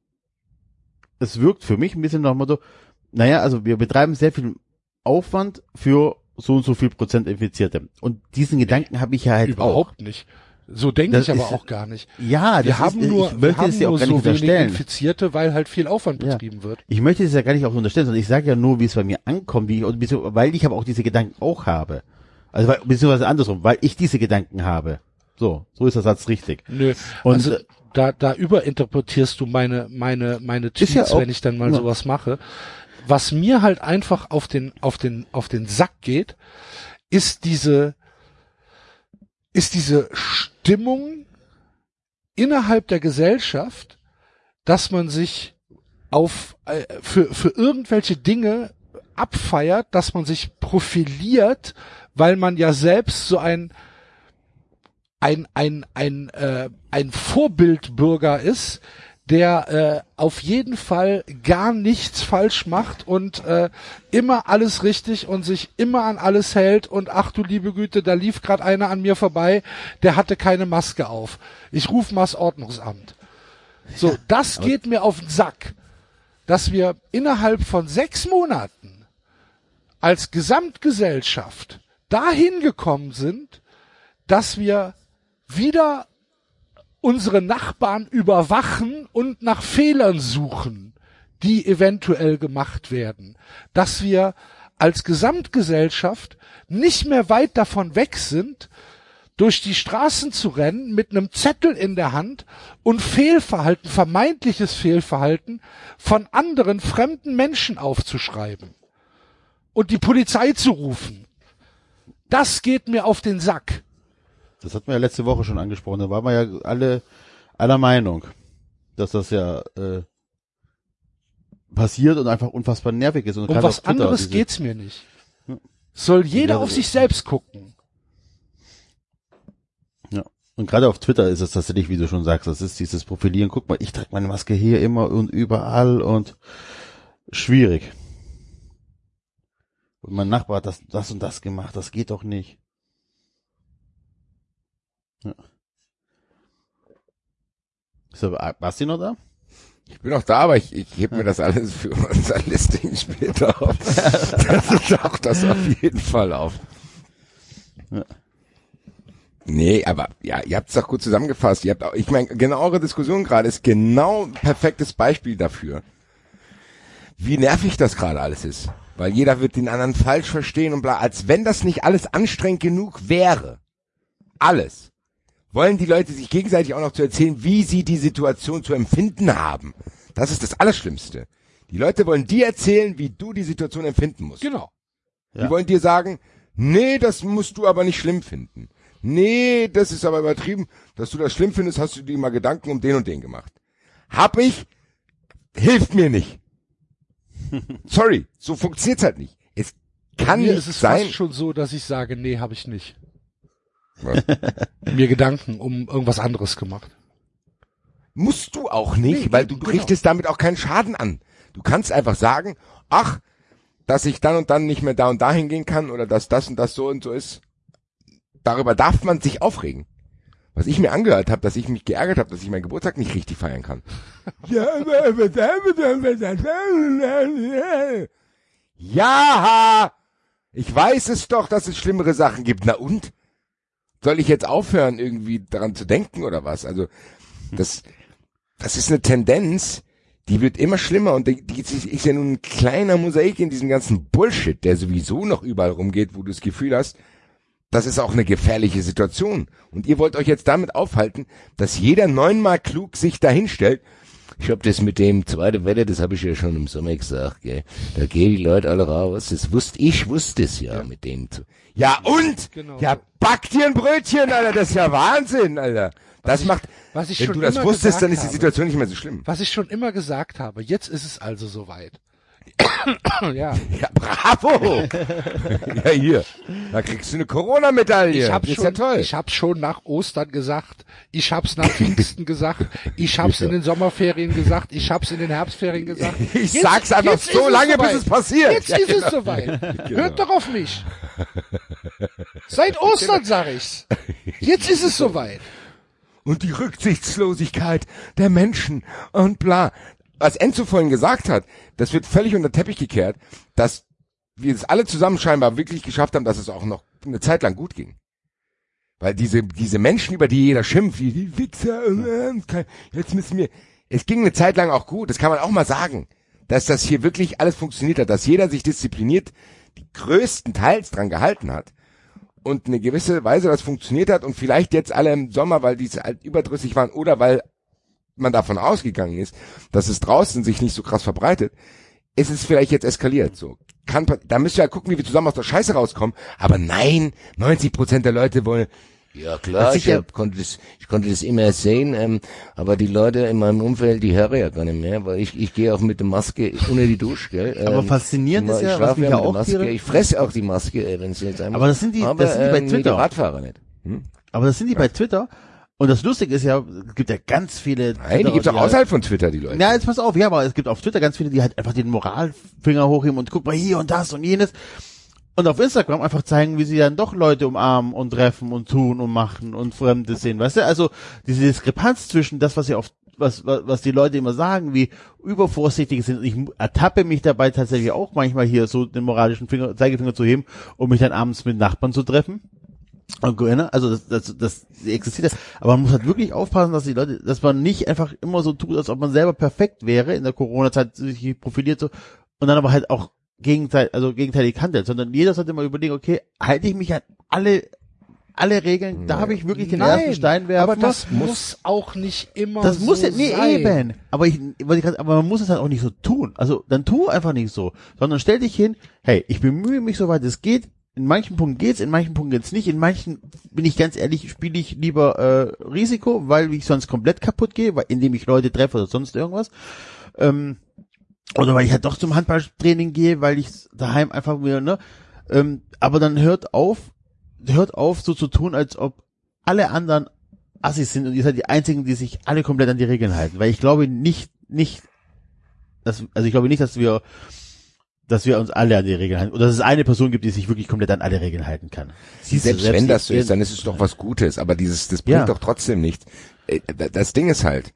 es wirkt für mich ein bisschen nach dem Motto, naja, also wir betreiben sehr viel Aufwand für so und so viel Prozent Infizierte. Und diesen Gedanken habe ich ja halt auch. Überhaupt nicht. So denke Das ich aber ist- auch gar nicht. Ja, Wir das haben ist, nur, ich wir möchte haben es ja auch nur gar nicht so wenig unterstellen. Infizierte, weil halt viel Aufwand Ja. betrieben wird. Ich möchte es ja gar nicht auch unterstellen, sondern ich sage ja nur, wie es bei mir ankommt, wie ich, und wieso- weil ich aber auch diese Gedanken auch habe. Also weil, beziehungsweise andersrum, weil ich diese Gedanken habe. So, so ist der Satz richtig. Nö, Und, also äh, da, da überinterpretierst du meine, meine, meine Tweets, ja auch- wenn ich dann mal ja. sowas mache. Was mir halt einfach auf den, auf den, auf den Sack geht, ist diese, ist diese Stimmung innerhalb der Gesellschaft, dass man sich auf, äh, für, für irgendwelche Dinge abfeiert, dass man sich profiliert, weil man ja selbst so ein, ein ein ein äh, ein Vorbildbürger ist, der äh, auf jeden Fall gar nichts falsch macht und äh, immer alles richtig und sich immer an alles hält und ach du liebe Güte, da lief gerade einer an mir vorbei, der hatte keine Maske auf. Ich ruf mal das Ordnungsamt. So, das geht mir auf den Sack, dass wir innerhalb von sechs Monaten als Gesamtgesellschaft dahin gekommen sind, dass wir wieder unsere Nachbarn überwachen und nach Fehlern suchen, die eventuell gemacht werden. Dass wir als Gesamtgesellschaft nicht mehr weit davon weg sind, durch die Straßen zu rennen mit einem Zettel in der Hand und Fehlverhalten, vermeintliches Fehlverhalten von anderen fremden Menschen aufzuschreiben und die Polizei zu rufen. Das geht mir auf den Sack. Das hatten wir ja letzte Woche schon angesprochen. Da waren wir ja alle aller Meinung, dass das ja äh, passiert und einfach unfassbar nervig ist. Und Um gerade was auf Twitter, anderes diese- geht's mir nicht. Soll jeder Ja, auf sich selbst gucken. Ja. Und gerade auf Twitter ist es tatsächlich, wie du schon sagst, das ist dieses Profilieren. Guck mal, ich trage meine Maske hier immer und überall und schwierig. Und mein Nachbar hat das, das und das gemacht, das geht doch nicht. Ja. Ist der Basti noch da? Ich bin auch da, aber ich, ich hebe mir das alles für unser Listing später auf. Das taucht das auf jeden Fall auf. Ja. Nee, aber ja, ihr habt es doch gut zusammengefasst. Ihr habt auch, ich meine, genau eure Diskussion gerade ist genau ein perfektes Beispiel dafür, wie nervig das gerade alles ist. Weil jeder wird den anderen falsch verstehen und bla, als wenn das nicht alles anstrengend genug wäre. Alles. Wollen die Leute sich gegenseitig auch noch zu erzählen, wie sie die Situation zu empfinden haben. Das ist das Allerschlimmste. Die Leute wollen dir erzählen, wie du die Situation empfinden musst. Genau. Die Ja. wollen dir sagen, nee, das musst du aber nicht schlimm finden. Nee, das ist aber übertrieben. Dass du das schlimm findest, hast du dir mal Gedanken um den und den gemacht. Hab ich, hilft mir nicht. Sorry, so funktioniert's halt nicht. Es kann Mir nicht ist es sein. fast schon so, dass ich sage, nee, habe ich nicht. Was? Mir Gedanken um irgendwas anderes gemacht. Musst du auch nicht, Nee, weil du genau. richtest damit auch keinen Schaden an. Du kannst einfach sagen, ach, dass ich dann und dann nicht mehr da und da hingehen kann oder dass das und das so und so ist. Darüber darf man sich aufregen. Was ich mir angehört habe, dass ich mich geärgert habe, dass ich meinen Geburtstag nicht richtig feiern kann. Ja, ich weiß es doch, dass es schlimmere Sachen gibt. Na und? Soll ich jetzt aufhören, irgendwie daran zu denken oder was? Also, das, das ist eine Tendenz, die wird immer schlimmer und die, die ist ja nun ein kleiner Mosaik in diesem ganzen Bullshit, der sowieso noch überall rumgeht, wo du das Gefühl hast, das ist auch eine gefährliche Situation. Und ihr wollt euch jetzt damit aufhalten, dass jeder neunmal klug sich dahinstellt. Ich hab das mit dem zweite Welle, das habe ich ja schon im Sommer gesagt, gell. Da gehen die Leute alle raus. Das wusste ich, wusste es ja, ja. mit dem zu. Ja und? Genau. Ja, back dir ein Brötchen, Alter. Das ist ja Wahnsinn, Alter. Das ich, macht, was ich wenn schon du das immer wusstest, dann ist die habe. Situation nicht mehr so schlimm. Was ich schon immer gesagt habe, jetzt ist es also soweit. Ja. Ja, bravo. Ja, hier. Da kriegst du eine Corona-Medaille. Ich hab's ist schon, ja toll. ich hab's schon nach Ostern gesagt, ich hab's nach Pfingsten gesagt, ich hab's in den Sommerferien gesagt, ich hab's in den Herbstferien gesagt. Ich Jetzt- sag's einfach jetzt so ist lange, soweit. bis es passiert. Jetzt Ja, ist genau. es soweit. Hört doch auf mich. Seit Ostern sag ich's. Jetzt ist es soweit. Und die Rücksichtslosigkeit der Menschen und bla. Was Enzo vorhin gesagt hat, das wird völlig unter den Teppich gekehrt, dass wir es alle zusammen scheinbar wirklich geschafft haben, dass es auch noch eine Zeit lang gut ging. Weil diese diese Menschen, über die jeder schimpft, wie die Wichser, äh, jetzt müssen wir, es ging eine Zeit lang auch gut, das kann man auch mal sagen, dass das hier wirklich alles funktioniert hat, dass jeder sich diszipliniert, die größtenteils dran gehalten hat und eine gewisse Weise das funktioniert hat und vielleicht jetzt alle im Sommer, weil die halt überdrüssig waren oder weil man davon ausgegangen ist, dass es draußen sich nicht so krass verbreitet, ist es vielleicht jetzt eskaliert. So kann, da müssen wir ja gucken, wie wir zusammen aus der Scheiße rauskommen. Aber nein, neunzig Prozent der Leute wollen. Ja klar, ich, hab, konnte das, ich konnte das immer sehen, ähm, aber die Leute in meinem Umfeld, die hören ja gar nicht mehr, weil ich ich gehe auch mit der Maske unter die Dusche. Gell? Ähm, Aber faszinierend ist ja, ich was mich ja ja mit der auch Maske, direkt- ich fresse auch die Maske, äh, wenn es jetzt einmal. Aber das sind die- aber, das sind die bei ähm, Twitter. Die Radfahrer nicht. Hm? Aber das sind die bei Twitter. Und das Lustige ist ja, es gibt ja ganz viele... Nein, die gibt's auch halt- außerhalb von Twitter, die Leute. Ja, jetzt pass auf, ja, aber es gibt auf Twitter ganz viele, die halt einfach den Moralfinger hochheben und guck mal hier und das und jenes. Und auf Instagram einfach zeigen, wie sie dann doch Leute umarmen und treffen und tun und machen und Fremdes sehen, weißt du? Also diese Diskrepanz zwischen das, was sie auf was, was, was die Leute immer sagen, wie übervorsichtig sind. Ich ertappe mich dabei tatsächlich auch manchmal hier so den moralischen Finger, Zeigefinger zu heben, um mich dann abends mit Nachbarn zu treffen. Also das, das, das existiert ja. Aber man muss halt wirklich aufpassen, dass die Leute, dass man nicht einfach immer so tut, als ob man selber perfekt wäre, in der Corona-Zeit sich profiliert so, und dann aber halt auch gegenteilig, also gegenteilig handelt, sondern jeder sollte mal überlegen, okay, halte ich mich an alle, alle Regeln, da habe ich wirklich den ersten Stein werfen. aber das muss auch nicht immer Das so muss ja, nee, sein. eben. Aber ich, weil ich grad, aber man muss es halt auch nicht so tun. Also, dann tu einfach nicht so. Sondern stell dich hin, hey, ich bemühe mich, soweit es geht. In manchen Punkten geht's, in manchen Punkten geht's nicht. In manchen, bin ich ganz ehrlich, spiele ich lieber äh, Risiko, weil ich sonst komplett kaputt gehe, weil, indem ich Leute treffe oder sonst irgendwas. Ähm, oder weil ich halt doch zum Handballtraining gehe, weil ich daheim einfach wieder, ne? Ähm, aber dann hört auf, hört auf, so zu tun, als ob alle anderen Assis sind und ihr seid die einzigen, die sich alle komplett an die Regeln halten. Weil ich glaube nicht, nicht, dass, also ich glaube nicht, dass wir dass wir uns alle an die Regeln halten. Oder dass es eine Person gibt, die sich wirklich komplett an alle Regeln halten kann. Siehst selbst, selbst wenn das so ist, dann ist es doch was Gutes. Aber dieses, das bringt ja. doch trotzdem nichts. Das Ding ist halt,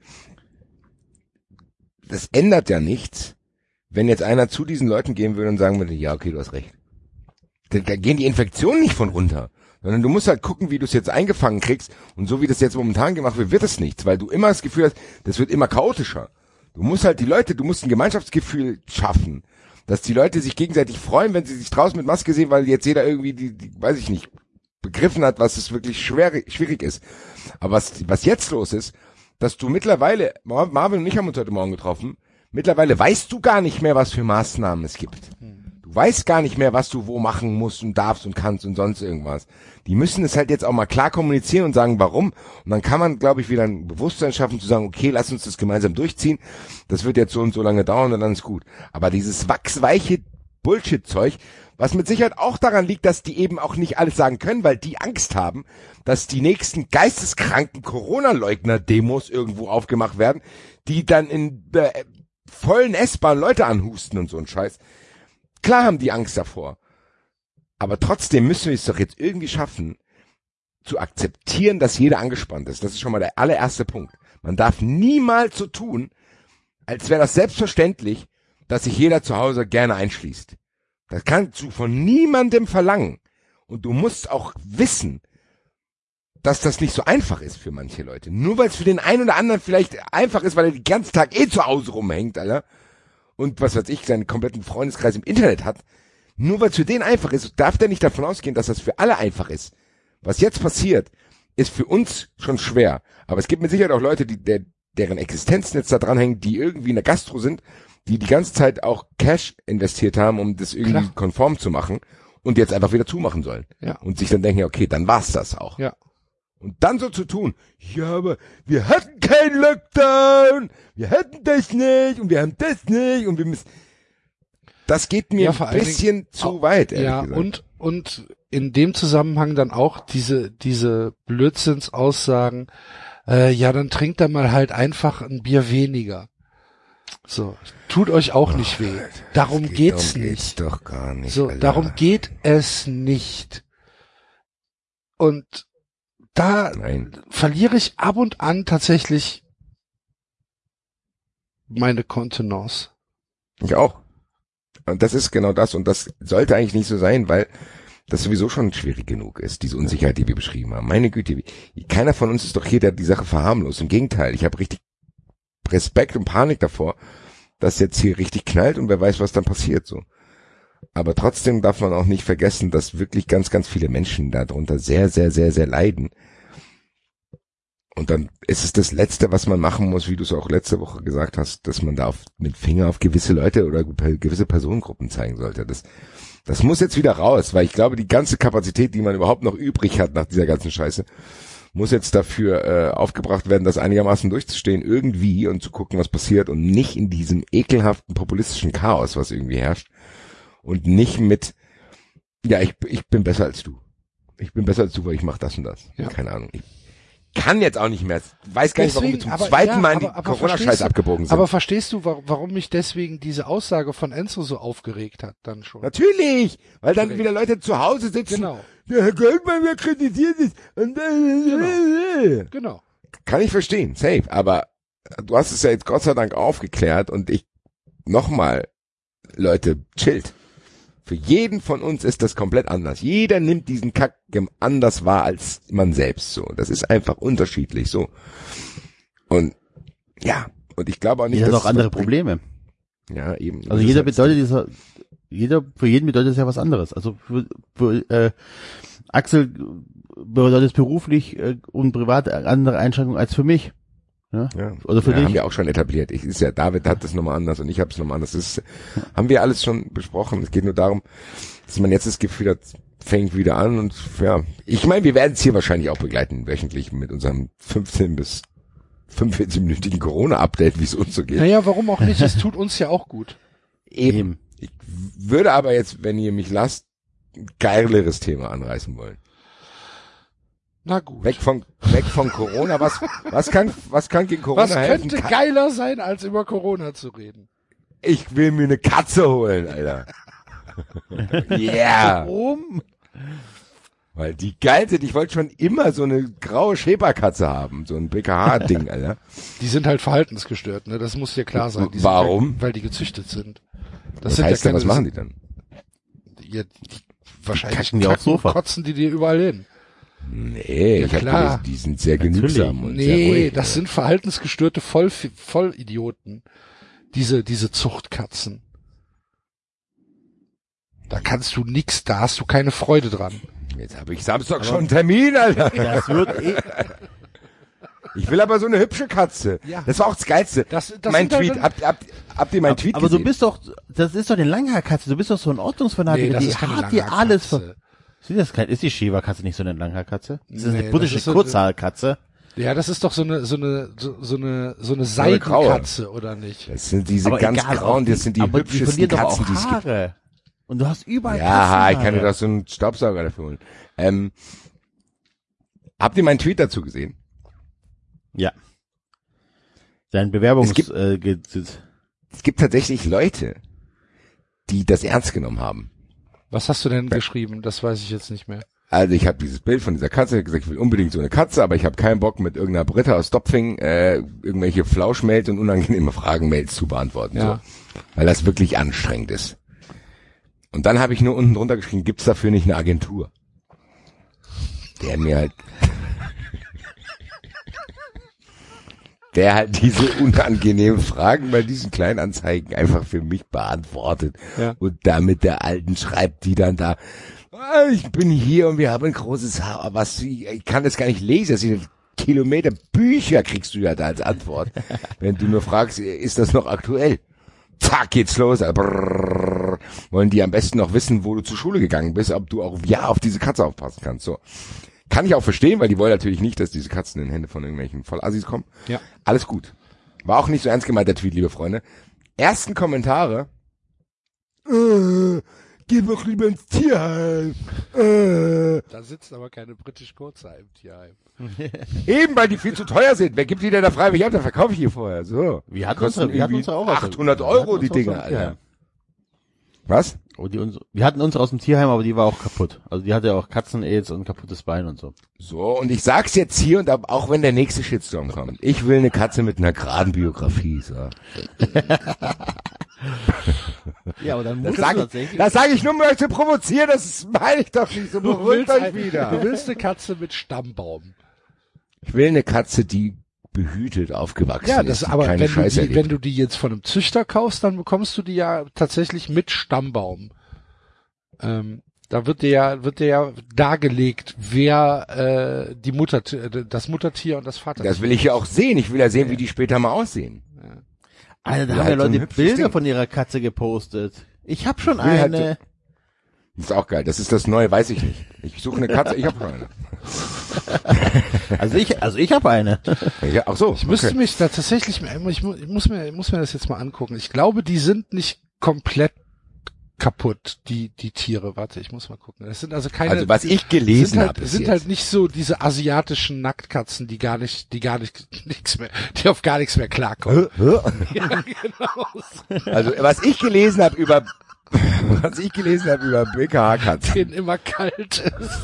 das ändert ja nichts, wenn jetzt einer zu diesen Leuten gehen würde und sagen würde, ja, okay, du hast recht. Da, da gehen die Infektionen nicht von runter. Sondern du musst halt gucken, wie du es jetzt eingefangen kriegst. Und so wie das jetzt momentan gemacht wird, wird es nichts. Weil du immer das Gefühl hast, das wird immer chaotischer. Du musst halt die Leute, du musst ein Gemeinschaftsgefühl schaffen. Dass die Leute sich gegenseitig freuen, wenn sie sich draußen mit Maske sehen, weil jetzt jeder irgendwie, die, die weiß ich nicht, begriffen hat, was es wirklich schwer, schwierig ist. Aber was, was jetzt los ist, dass du mittlerweile, Marvin und ich haben uns heute Morgen getroffen, mittlerweile weißt du gar nicht mehr, was für Maßnahmen es gibt. Du weißt gar nicht mehr, was du wo machen musst und darfst und kannst und sonst irgendwas. Die müssen es halt jetzt auch mal klar kommunizieren und sagen, warum. Und dann kann man, glaube ich, wieder ein Bewusstsein schaffen, zu sagen, okay, lass uns das gemeinsam durchziehen. Das wird jetzt so und so lange dauern und dann ist gut. Aber dieses wachsweiche Bullshit-Zeug, was mit Sicherheit auch daran liegt, dass die eben auch nicht alles sagen können, weil die Angst haben, dass die nächsten geisteskranken Corona-Leugner-Demos irgendwo aufgemacht werden, die dann in äh, vollen S-Bahn Leute anhusten und so ein Scheiß. Klar haben die Angst davor. Aber trotzdem müssen wir es doch jetzt irgendwie schaffen, zu akzeptieren, dass jeder angespannt ist. Das ist schon mal der allererste Punkt. Man darf niemals so tun, als wäre das selbstverständlich, dass sich jeder zu Hause gerne einschließt. Das kannst du von niemandem verlangen. Und du musst auch wissen, dass das nicht so einfach ist für manche Leute. Nur weil es für den einen oder anderen vielleicht einfach ist, weil er den ganzen Tag eh zu Hause rumhängt, Alter. Und was weiß ich, seinen kompletten Freundeskreis im Internet hat. Nur weil es für den einfach ist, darf der nicht davon ausgehen, dass das für alle einfach ist. Was jetzt passiert, ist für uns schon schwer. Aber es gibt mit Sicherheit auch Leute, die der, deren Existenzen jetzt da dran hängen, die irgendwie in der Gastro sind, die die ganze Zeit auch Cash investiert haben, um das irgendwie Klar. konform zu machen und jetzt einfach wieder zumachen sollen. Ja. Und sich dann denken, okay, dann war's das auch. Ja. Und dann so zu tun, ja, aber wir hatten keinen Lockdown, wir hatten das nicht und wir haben das nicht und wir müssen... Das geht mir ja, ein bisschen Dingen, zu weit, ehrlich ja, gesagt. und, und in dem Zusammenhang dann auch diese, diese Blödsinnsaussagen, äh, ja, dann trinkt er mal halt einfach ein Bier weniger. So, tut euch auch oh, nicht weh. Alter, darum geht, geht's darum nicht. Geht's doch gar nicht. So, Alter. Darum geht es nicht. Und da Nein. verliere ich ab und an tatsächlich meine Kontenance. Ich auch. Und das ist genau das. Und das sollte eigentlich nicht so sein, weil das sowieso schon schwierig genug ist, diese Unsicherheit, die wir beschrieben haben. Meine Güte, keiner von uns ist doch hier, der die Sache verharmlost. Im Gegenteil, ich habe richtig Respekt und Panik davor, dass jetzt hier richtig knallt und wer weiß, was dann passiert so. Aber trotzdem darf man auch nicht vergessen, dass wirklich ganz, ganz viele Menschen darunter sehr, sehr, sehr, sehr leiden. Und dann ist es das Letzte, was man machen muss, wie du es auch letzte Woche gesagt hast, dass man da auf, mit Finger auf gewisse Leute oder gewisse Personengruppen zeigen sollte. Das, das muss jetzt wieder raus, weil ich glaube, die ganze Kapazität, die man überhaupt noch übrig hat nach dieser ganzen Scheiße, muss jetzt dafür äh, aufgebracht werden, das einigermaßen durchzustehen irgendwie und zu gucken, was passiert und nicht in diesem ekelhaften populistischen Chaos, was irgendwie herrscht und nicht mit, ja, ich, ich bin besser als du. Ich bin besser als du, weil ich mache das und das. Ja. Keine Ahnung. Ich, kann jetzt auch nicht mehr. Weiß gar deswegen, nicht, warum wir zum aber, zweiten ja, Mal in die Corona-Scheiß abgebogen sind. Aber verstehst du, warum mich deswegen diese Aussage von Enzo so aufgeregt hat dann schon? Natürlich, weil dann wieder Leute zu Hause sitzen. Genau. Der Herr Goldmann, wer kritisiert ist. Genau. genau. Kann ich verstehen, safe. Aber du hast es ja jetzt Gott sei Dank aufgeklärt und ich, nochmal, Leute, chillt. Für jeden von uns ist das komplett anders. Jeder nimmt diesen Kack anders wahr als man selbst so. Das ist einfach unterschiedlich so. Und ja, und ich glaube auch nicht, dass jeder hat auch andere Probleme. Ja, eben. Also jeder bedeutet dieser, jeder, für jeden bedeutet es ja was anderes. Also für, für äh, Axel bedeutet es beruflich äh, und privat andere Einschränkungen als für mich. Ja? Ja, oder für ja, dich? haben wir auch schon etabliert. Ich ist ja, David hat das nochmal anders und ich habe es nochmal anders. Das ist, haben wir alles schon besprochen. Es geht nur darum, dass man jetzt das Gefühl hat, fängt wieder an und ja, ich meine, wir werden es hier wahrscheinlich auch begleiten, wöchentlich mit unserem fünfzehn bis fünfundvierzig-minütigen Corona-Update, wie es uns so geht. Naja, warum auch nicht? Es tut uns ja auch gut. Eben. Ich würde aber jetzt, wenn ihr mich lasst, ein geileres Thema anreißen wollen. Na gut. Weg von, weg von Corona. Was, was kann, was kann gegen Corona was helfen? Was könnte geiler sein, als über Corona zu reden? Ich will mir eine Katze holen, Alter. Yeah. Warum? Weil die geil sind. Ich wollte schon immer so eine graue Schäferkatze haben. So ein B K H-Ding, Alter. Die sind halt verhaltensgestört, ne? Das muss dir klar sein. Die Warum? Sind, weil die gezüchtet sind. Das Was sind heißt ja denn, keine, was machen die dann? Die, die, wahrscheinlich kacken die aufs Sofa. kotzen die dir überall hin. Nee, Ja, ich hab klar. gelesen, die sind sehr genügsam und sehr Nee, ruhig. das sind verhaltensgestörte Voll, Vollidioten. Diese, diese Zuchtkatzen. Da kannst du nix, da hast du keine Freude dran. Jetzt habe ich Samstag schon einen Termin, Alter. Das wird eh, Ich will aber so eine hübsche Katze. Ja. Das war auch das Geilste. Das- das mein sind halt Tweet, dann- habt, habt, habt ihr meinen Tweet aber gesehen? du bist doch, das ist doch eine Langhaarkatze, du bist doch so ein Ordnungsfanatiker, die hat dir alles ver- Langhaarkatze. Ist das kein, ist die Shiva-Katze nicht so eine Langhaarkatze? Ist das Nee, eine buddhische das ist so- Kurzhaarkatze? Ja, das ist doch so eine, so eine, so, so eine, so eine eine graue. Seidenkatze, oder nicht? Das sind diese Aber ganz egal, grauen, auch das sind die aber hübschesten verlieren doch Katzen, auch die es gibt. Haare. Und du hast überall Ja, ich kann dir Katzenhaare. doch so einen Staubsauger dafür holen. Ähm, habt ihr meinen Tweet dazu gesehen? Ja. Dein Bewerbungs, Es gibt- äh, ge- ge- Es gibt tatsächlich Leute, die das ernst genommen haben. Was hast du denn geschrieben? Das weiß ich jetzt nicht mehr. Also ich habe dieses Bild von dieser Katze, ich hab gesagt, ich will unbedingt so eine Katze, aber ich habe keinen Bock mit irgendeiner Britta aus Dopfing äh, irgendwelche Flauschmails und unangenehme Fragenmails zu beantworten. Ja. So. Weil das wirklich anstrengend ist. Und dann habe ich nur unten drunter geschrieben, gibt's dafür nicht eine Agentur? Der mir halt der halt diese unangenehmen Fragen bei diesen kleinen Anzeigen einfach für mich beantwortet. Ja. Und damit der Alten schreibt, die dann da, "Ah, ich bin hier und wir haben ein großes Haar, was, ich kann das gar nicht lesen, das sind Kilometer Bücher kriegst du ja da als Antwort. Wenn du nur fragst, ist das noch aktuell? Zack, geht's los. Brrr. Wollen die am besten noch wissen, wo du zur Schule gegangen bist, ob du auch ja auf diese Katze aufpassen kannst. So. Kann ich auch verstehen, weil die wollen natürlich nicht, dass diese Katzen in Hände von irgendwelchen Vollassis kommen. Ja. Alles gut. War auch nicht so ernst gemeint, der Tweet, liebe Freunde. Ersten Kommentare. Äh, geh doch lieber ins Tierheim. Äh. Da sitzt aber keine britisch Kurzhaar im Tierheim. Eben, weil die viel zu teuer sind. Wer gibt die denn da freiwillig ab? Dann verkaufe ich die vorher. So. Wir hatten Kosten unsere, wir hatten irgendwie unsere auch aus dem- achthundert wir Euro, hatten die unsere aus Dinger, dem Tierheim. Alter. Was? Oh, die unsere, wir hatten unsere aus dem Tierheim, aber die war auch kaputt. Also die hatte auch Katzen-Aids und ein kaputtes Bein und so. So, und ich sag's jetzt hier und ab, auch wenn der nächste Shitstorm kommt. Ich will eine Katze mit einer geraden Biografie, so. Ja, aber dann Das musst sage ich, das sag ich nur, um euch zu provozieren, das meine ich doch nicht so. Beruhigt euch ein- wieder. du willst eine Katze mit Stammbaum. Ich will eine Katze, die behütet aufgewachsen Ja, ist, das die aber keine wenn du, Scheiße die, erlebt. wenn du die jetzt von einem Züchter kaufst, dann bekommst du die ja tatsächlich mit Stammbaum. Ähm, da wird dir ja wird dir ja dargelegt, wer äh, die Mutter, das Muttertier und das Vatertier. Das will ich ja auch sehen. Ich will ja sehen, wie die später mal aussehen. Alter, da Ja, haben ja halt so ein Leute hübsches Bilder Ding. von ihrer Katze gepostet. Ich hab schon will halt eine. Das ist auch geil. Das ist das Neue, weiß ich nicht. Ich suche eine Katze, ich habe schon eine. Also ich, also ich habe eine. Ja, ach so. Ich müsste okay. mich da tatsächlich, ich muss, ich muss mir, ich muss mir das jetzt mal angucken. Ich glaube, die sind nicht komplett kaputt, die, die Tiere. Warte, ich muss mal gucken. Das sind also keine. Also was ich gelesen sind halt, habe, sind halt nicht so diese asiatischen Nacktkatzen, die gar nicht, die gar nicht, nichts mehr, die auf gar nichts mehr klarkommen. Ja, genau. Also was ich gelesen habe über was ich gelesen habe über B K H-Katzen. Denen immer kalt ist.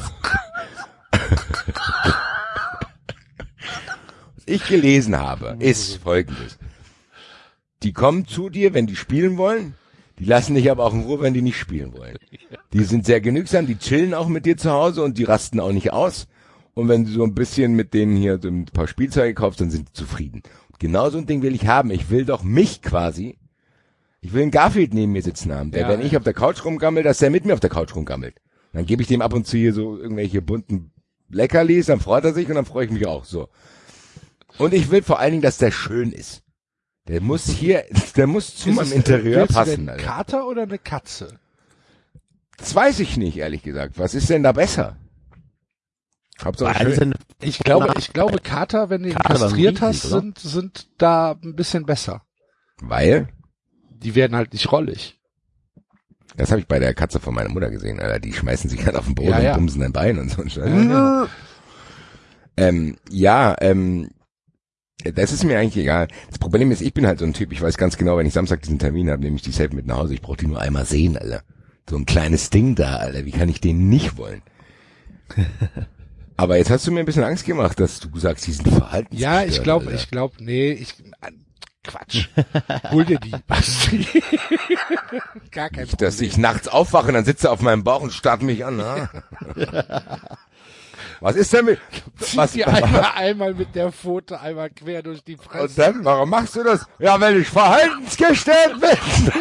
Was ich gelesen habe, ist folgendes. Die kommen zu dir, wenn die spielen wollen. Die lassen dich aber auch in Ruhe, wenn die nicht spielen wollen. Die sind sehr genügsam, die chillen auch mit dir zu Hause und die rasten auch nicht aus. Und wenn du so ein bisschen mit denen hier so ein paar Spielzeuge kaufst, dann sind die zufrieden. Und genau so ein Ding will ich haben. Ich will doch mich quasi, ich will einen Garfield neben mir sitzen haben, der, Ja, wenn ja. ich auf der Couch rumgammel, dass der mit mir auf der Couch rumgammelt. Dann gebe ich dem ab und zu hier so irgendwelche bunten Leckerlis, dann freut er sich und dann freue ich mich auch so. Und ich will vor allen Dingen, dass der schön ist. Der muss hier, der muss zu Ist meinem es- Interieur willst du passen. denn einen Alter. Kater oder eine Katze? Das weiß ich nicht, ehrlich gesagt. Was ist denn da besser? Hauptsache Beides schön. sind- Ich glaube, ich glaube, Kater, wenn du ihn Kater waren kastriert riesig, hast, oder? sind, sind da ein bisschen besser. Weil, Die werden halt nicht rollig. das habe ich bei der Katze von meiner Mutter gesehen, Alter. Die schmeißen sich halt auf den Boden Ja, ja. und bumsen ein Bein und so ein Scheiß. Ja, ja. Ähm, ja, ähm, Das ist mir eigentlich egal. Das Problem ist, ich bin halt so ein Typ, ich weiß ganz genau, wenn ich Samstag diesen Termin habe, nehme ich die safe mit nach Hause. Ich brauche die nur einmal sehen, Alter. So ein kleines Ding da, Alter. Wie kann ich den nicht wollen? Aber jetzt hast du mir ein bisschen Angst gemacht, dass du sagst, die sind verhaltensgestört. Ja, ich glaube, Alter. ich glaube, nee, ich, Quatsch. Hol dir die, Basti. Gar kein Nicht, Problem. dass ich nachts aufwache und dann sitze er auf meinem Bauch und starrt mich an. Na? Was ist denn mit... Was, Zieh einmal, einmal mit der Pfote einmal quer durch die Fresse. und dann, warum machst du das? Ja, wenn ich verhaltensgestört bin.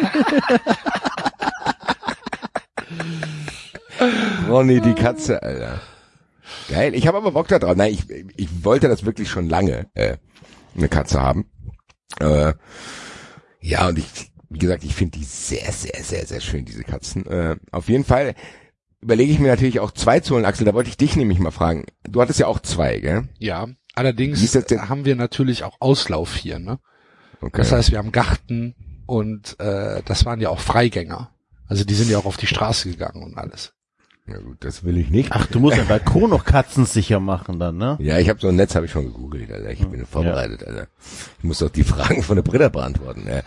Ronny, die Katze, Alter. Geil, ich habe aber Bock da drauf. Nein, ich, ich wollte das wirklich schon lange, äh, eine Katze haben. Äh, ja, und ich, wie gesagt, ich finde die sehr, sehr, sehr, sehr schön, diese Katzen. Äh, auf jeden Fall überlege ich mir natürlich auch zwei zu holen, Axel. Da wollte ich dich nämlich mal fragen. Du hattest ja auch zwei, gell? Ja, Wie allerdings ist das denn? haben wir natürlich auch Auslauf hier, ne? Okay. Das heißt, wir haben Garten und äh, das waren ja auch Freigänger. Also die sind ja auch auf die Straße gegangen und alles. Ja gut, das will ich nicht. Ach, du musst den Balkon noch katzensicher machen dann, ne? Ja, ich habe so ein Netz, habe ich schon gegoogelt, Alter. Ich bin vorbereitet, Alter. Ich muss doch die Fragen von der Britta beantworten. Ja.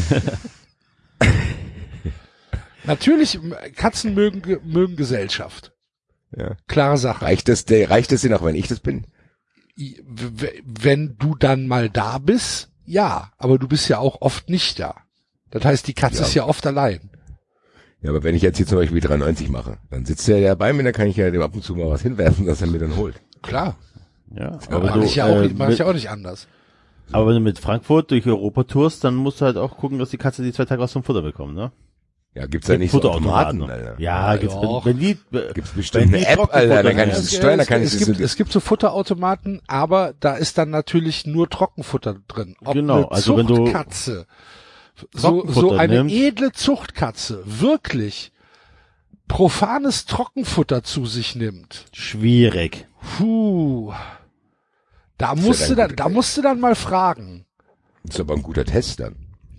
Natürlich, Katzen mögen mögen Gesellschaft. Ja. Klare Sache. Reicht das, der, reicht das denn auch, wenn ich das bin? I- w- Wenn du dann mal da bist, ja, aber du bist ja auch oft nicht da. Das heißt, die Katze Ja. ist ja oft allein. Ja, aber wenn ich jetzt hier zum Beispiel drei neunzig mache, dann sitzt der ja bei mir, dann kann ich ja dem ab und zu mal was hinwerfen, dass er mir dann holt. Klar. Ja, Aber aber mach ich ja auch, äh, mach ich mit, ja auch nicht anders. aber wenn du mit Frankfurt durch Europa tourst, dann musst du halt auch gucken, dass die Katze die zwei Tage was zum Futter bekommt, ne? Ja, gibt's da nicht so Futterautomaten. Automaten, Alter? Ja, gibt's, wenn, doch. wenn die, Gibt's bestimmt eine App, Alter, da kann ich das steuern, da kann ich es, das... gibt, es gibt so Futterautomaten, aber da ist dann natürlich nur Trockenfutter drin. Ob Genau, eine also wenn du Zuchtkatze, so, so Trockenfutter eine nimmst. edle Zuchtkatze wirklich profanes Trockenfutter zu sich nimmt, schwierig. puh, da ja musst du dann dann, gut, da okay. musst du dann mal fragen. Das ist aber ein guter Test dann.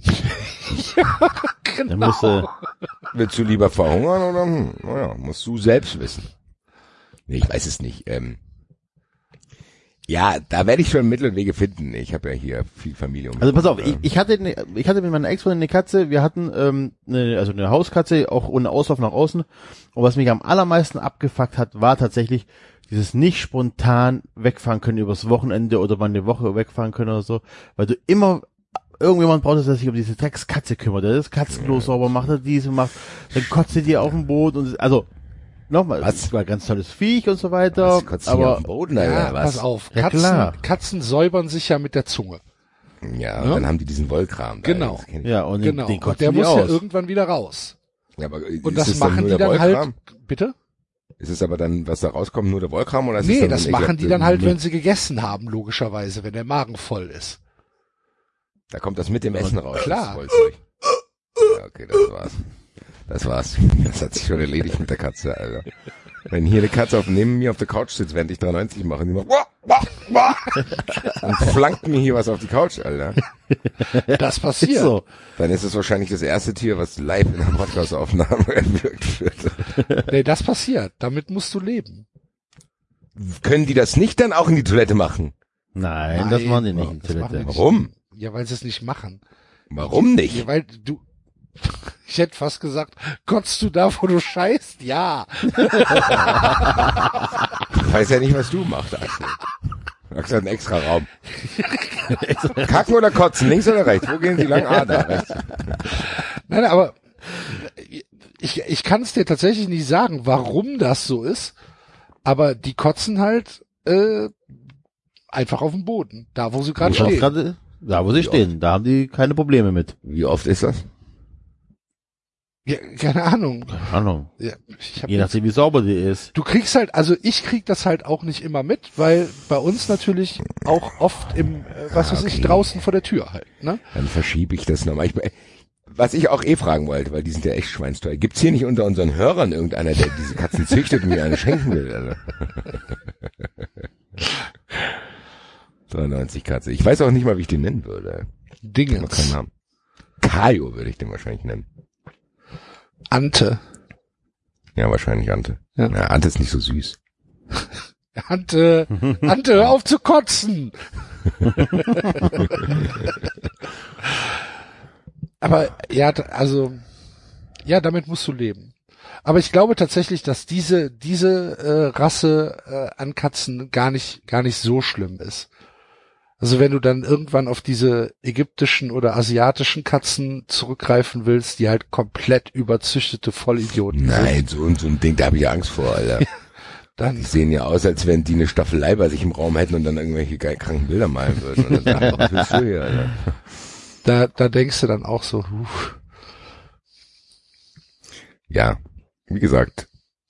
Dann Genau. musst du, Willst du lieber verhungern oder, hm, naja, musst du selbst wissen. Nee, ich weiß es nicht. Ähm, ja, da werde ich schon Mittel und Wege finden. Ich habe ja hier viel Familie. Um also mich pass auf, rum, ich, äh. ich hatte, ne, ich hatte mit meiner Ex-Freundin eine Katze, wir hatten, ähm, eine, also eine Hauskatze, auch ohne Auslauf nach außen. Und was mich am allermeisten abgefuckt hat, war tatsächlich dieses nicht spontan wegfahren können übers Wochenende oder mal eine Woche wegfahren können oder so, weil du immer irgendjemand braucht, der sich um diese Dreckskatze kümmert, der das Katzenklo sauber macht, der diese macht, dann kotzt sie dir auf den Boden und also nochmal, das war ein ganz tolles Viech und so weiter, Was, kotzt hier auf aber den Boden, Ja, Alter, was? pass auf, Ja, Katzen, klar. Katzen säubern sich ja mit der Zunge. Ja, Ja. dann haben die diesen Wollkram. Da, Genau. das kenn ich. ja, und den, Genau. den Und kotzen der die muss aus. ja irgendwann wieder raus. Ja, aber Und ist das es dann machen nur die der dann Wollkram? halt, bitte? Ist es aber dann, was da rauskommt, nur der Wollkram oder ist es Nee, dann das so ein machen die ekelhafter- dann halt, wenn sie gegessen haben, logischerweise, wenn der Magen voll ist. Da kommt das mit dem Essen raus. Klar. Das Wollzeug. Ja, okay, das war's. Das war's. Das hat sich schon erledigt mit der Katze, Alter. Wenn hier eine Katze auf, neben mir auf der Couch sitzt, während ich drei neunzig mache, die macht wah, wah, wah, und flankt mir hier was auf die Couch, Alter. Das Ist passiert. so. Dann ist es wahrscheinlich das erste Tier, was live in der Podcast-Aufnahme erwürgt wird. Nee, das passiert. Damit musst du leben. Können die das nicht dann auch in die Toilette machen? Nein, das machen die nicht in das machen Toilette. die nicht. Warum? Ja, weil sie es nicht machen. Warum nicht? Ja, weil du, ich hätte fast gesagt, kotzt du da, wo du scheißt? Ja. Ich weiß ja nicht, was du machst, Axel. Axel hat einen extra Raum. Kacken oder kotzen, links oder rechts? Wo gehen sie lang? Ah, da, rechts. Nein, aber ich, ich kann es dir tatsächlich nicht sagen, warum das so ist, aber die kotzen halt äh, einfach auf dem Boden, da wo sie gerade Wo sie stehen. gerade- Da, wo sie stehen, da haben die keine Probleme mit. Wie oft ist das? Ja, keine Ahnung. Keine Ahnung. Ja, ich hab Je nachdem, wie sauber die ist. Du kriegst halt, also ich krieg das halt auch nicht immer mit, weil bei uns natürlich auch oft im, äh, was weiß ich, okay. draußen vor der Tür halt, ne? Dann verschiebe ich das nochmal. Ich, was ich auch eh fragen wollte, weil die sind ja echt schweinsteuer. Gibt's hier nicht unter unseren Hörern irgendeiner, der diese Katzen züchtet und mir eine schenken will? Alter? dreiundneunzig Katze. Ich weiß auch nicht mal, wie ich den nennen würde. Ich hab keinen Dingens. Namen. Kajo würde ich den wahrscheinlich nennen. Ante. Ja, wahrscheinlich Ante. Ja. Ja, Ante ist nicht so süß. Ante, Ante, hör auf zu kotzen. Aber ja, also ja, damit musst du leben. Aber ich glaube tatsächlich, dass diese diese äh, Rasse äh, an Katzen gar nicht gar nicht so schlimm ist. Also wenn du dann irgendwann auf diese ägyptischen oder asiatischen Katzen zurückgreifen willst, die halt komplett überzüchtete Vollidioten Nein, so, so ein Ding, da habe ich Angst vor, Alter. dann Die sehen ja aus, als wenn die eine Staffelei bei sich im Raum hätten und dann irgendwelche geil kranken Bilder malen würden. Und dann, was willst du hier, Alter? da da denkst du dann auch so, huh. Ja, wie gesagt.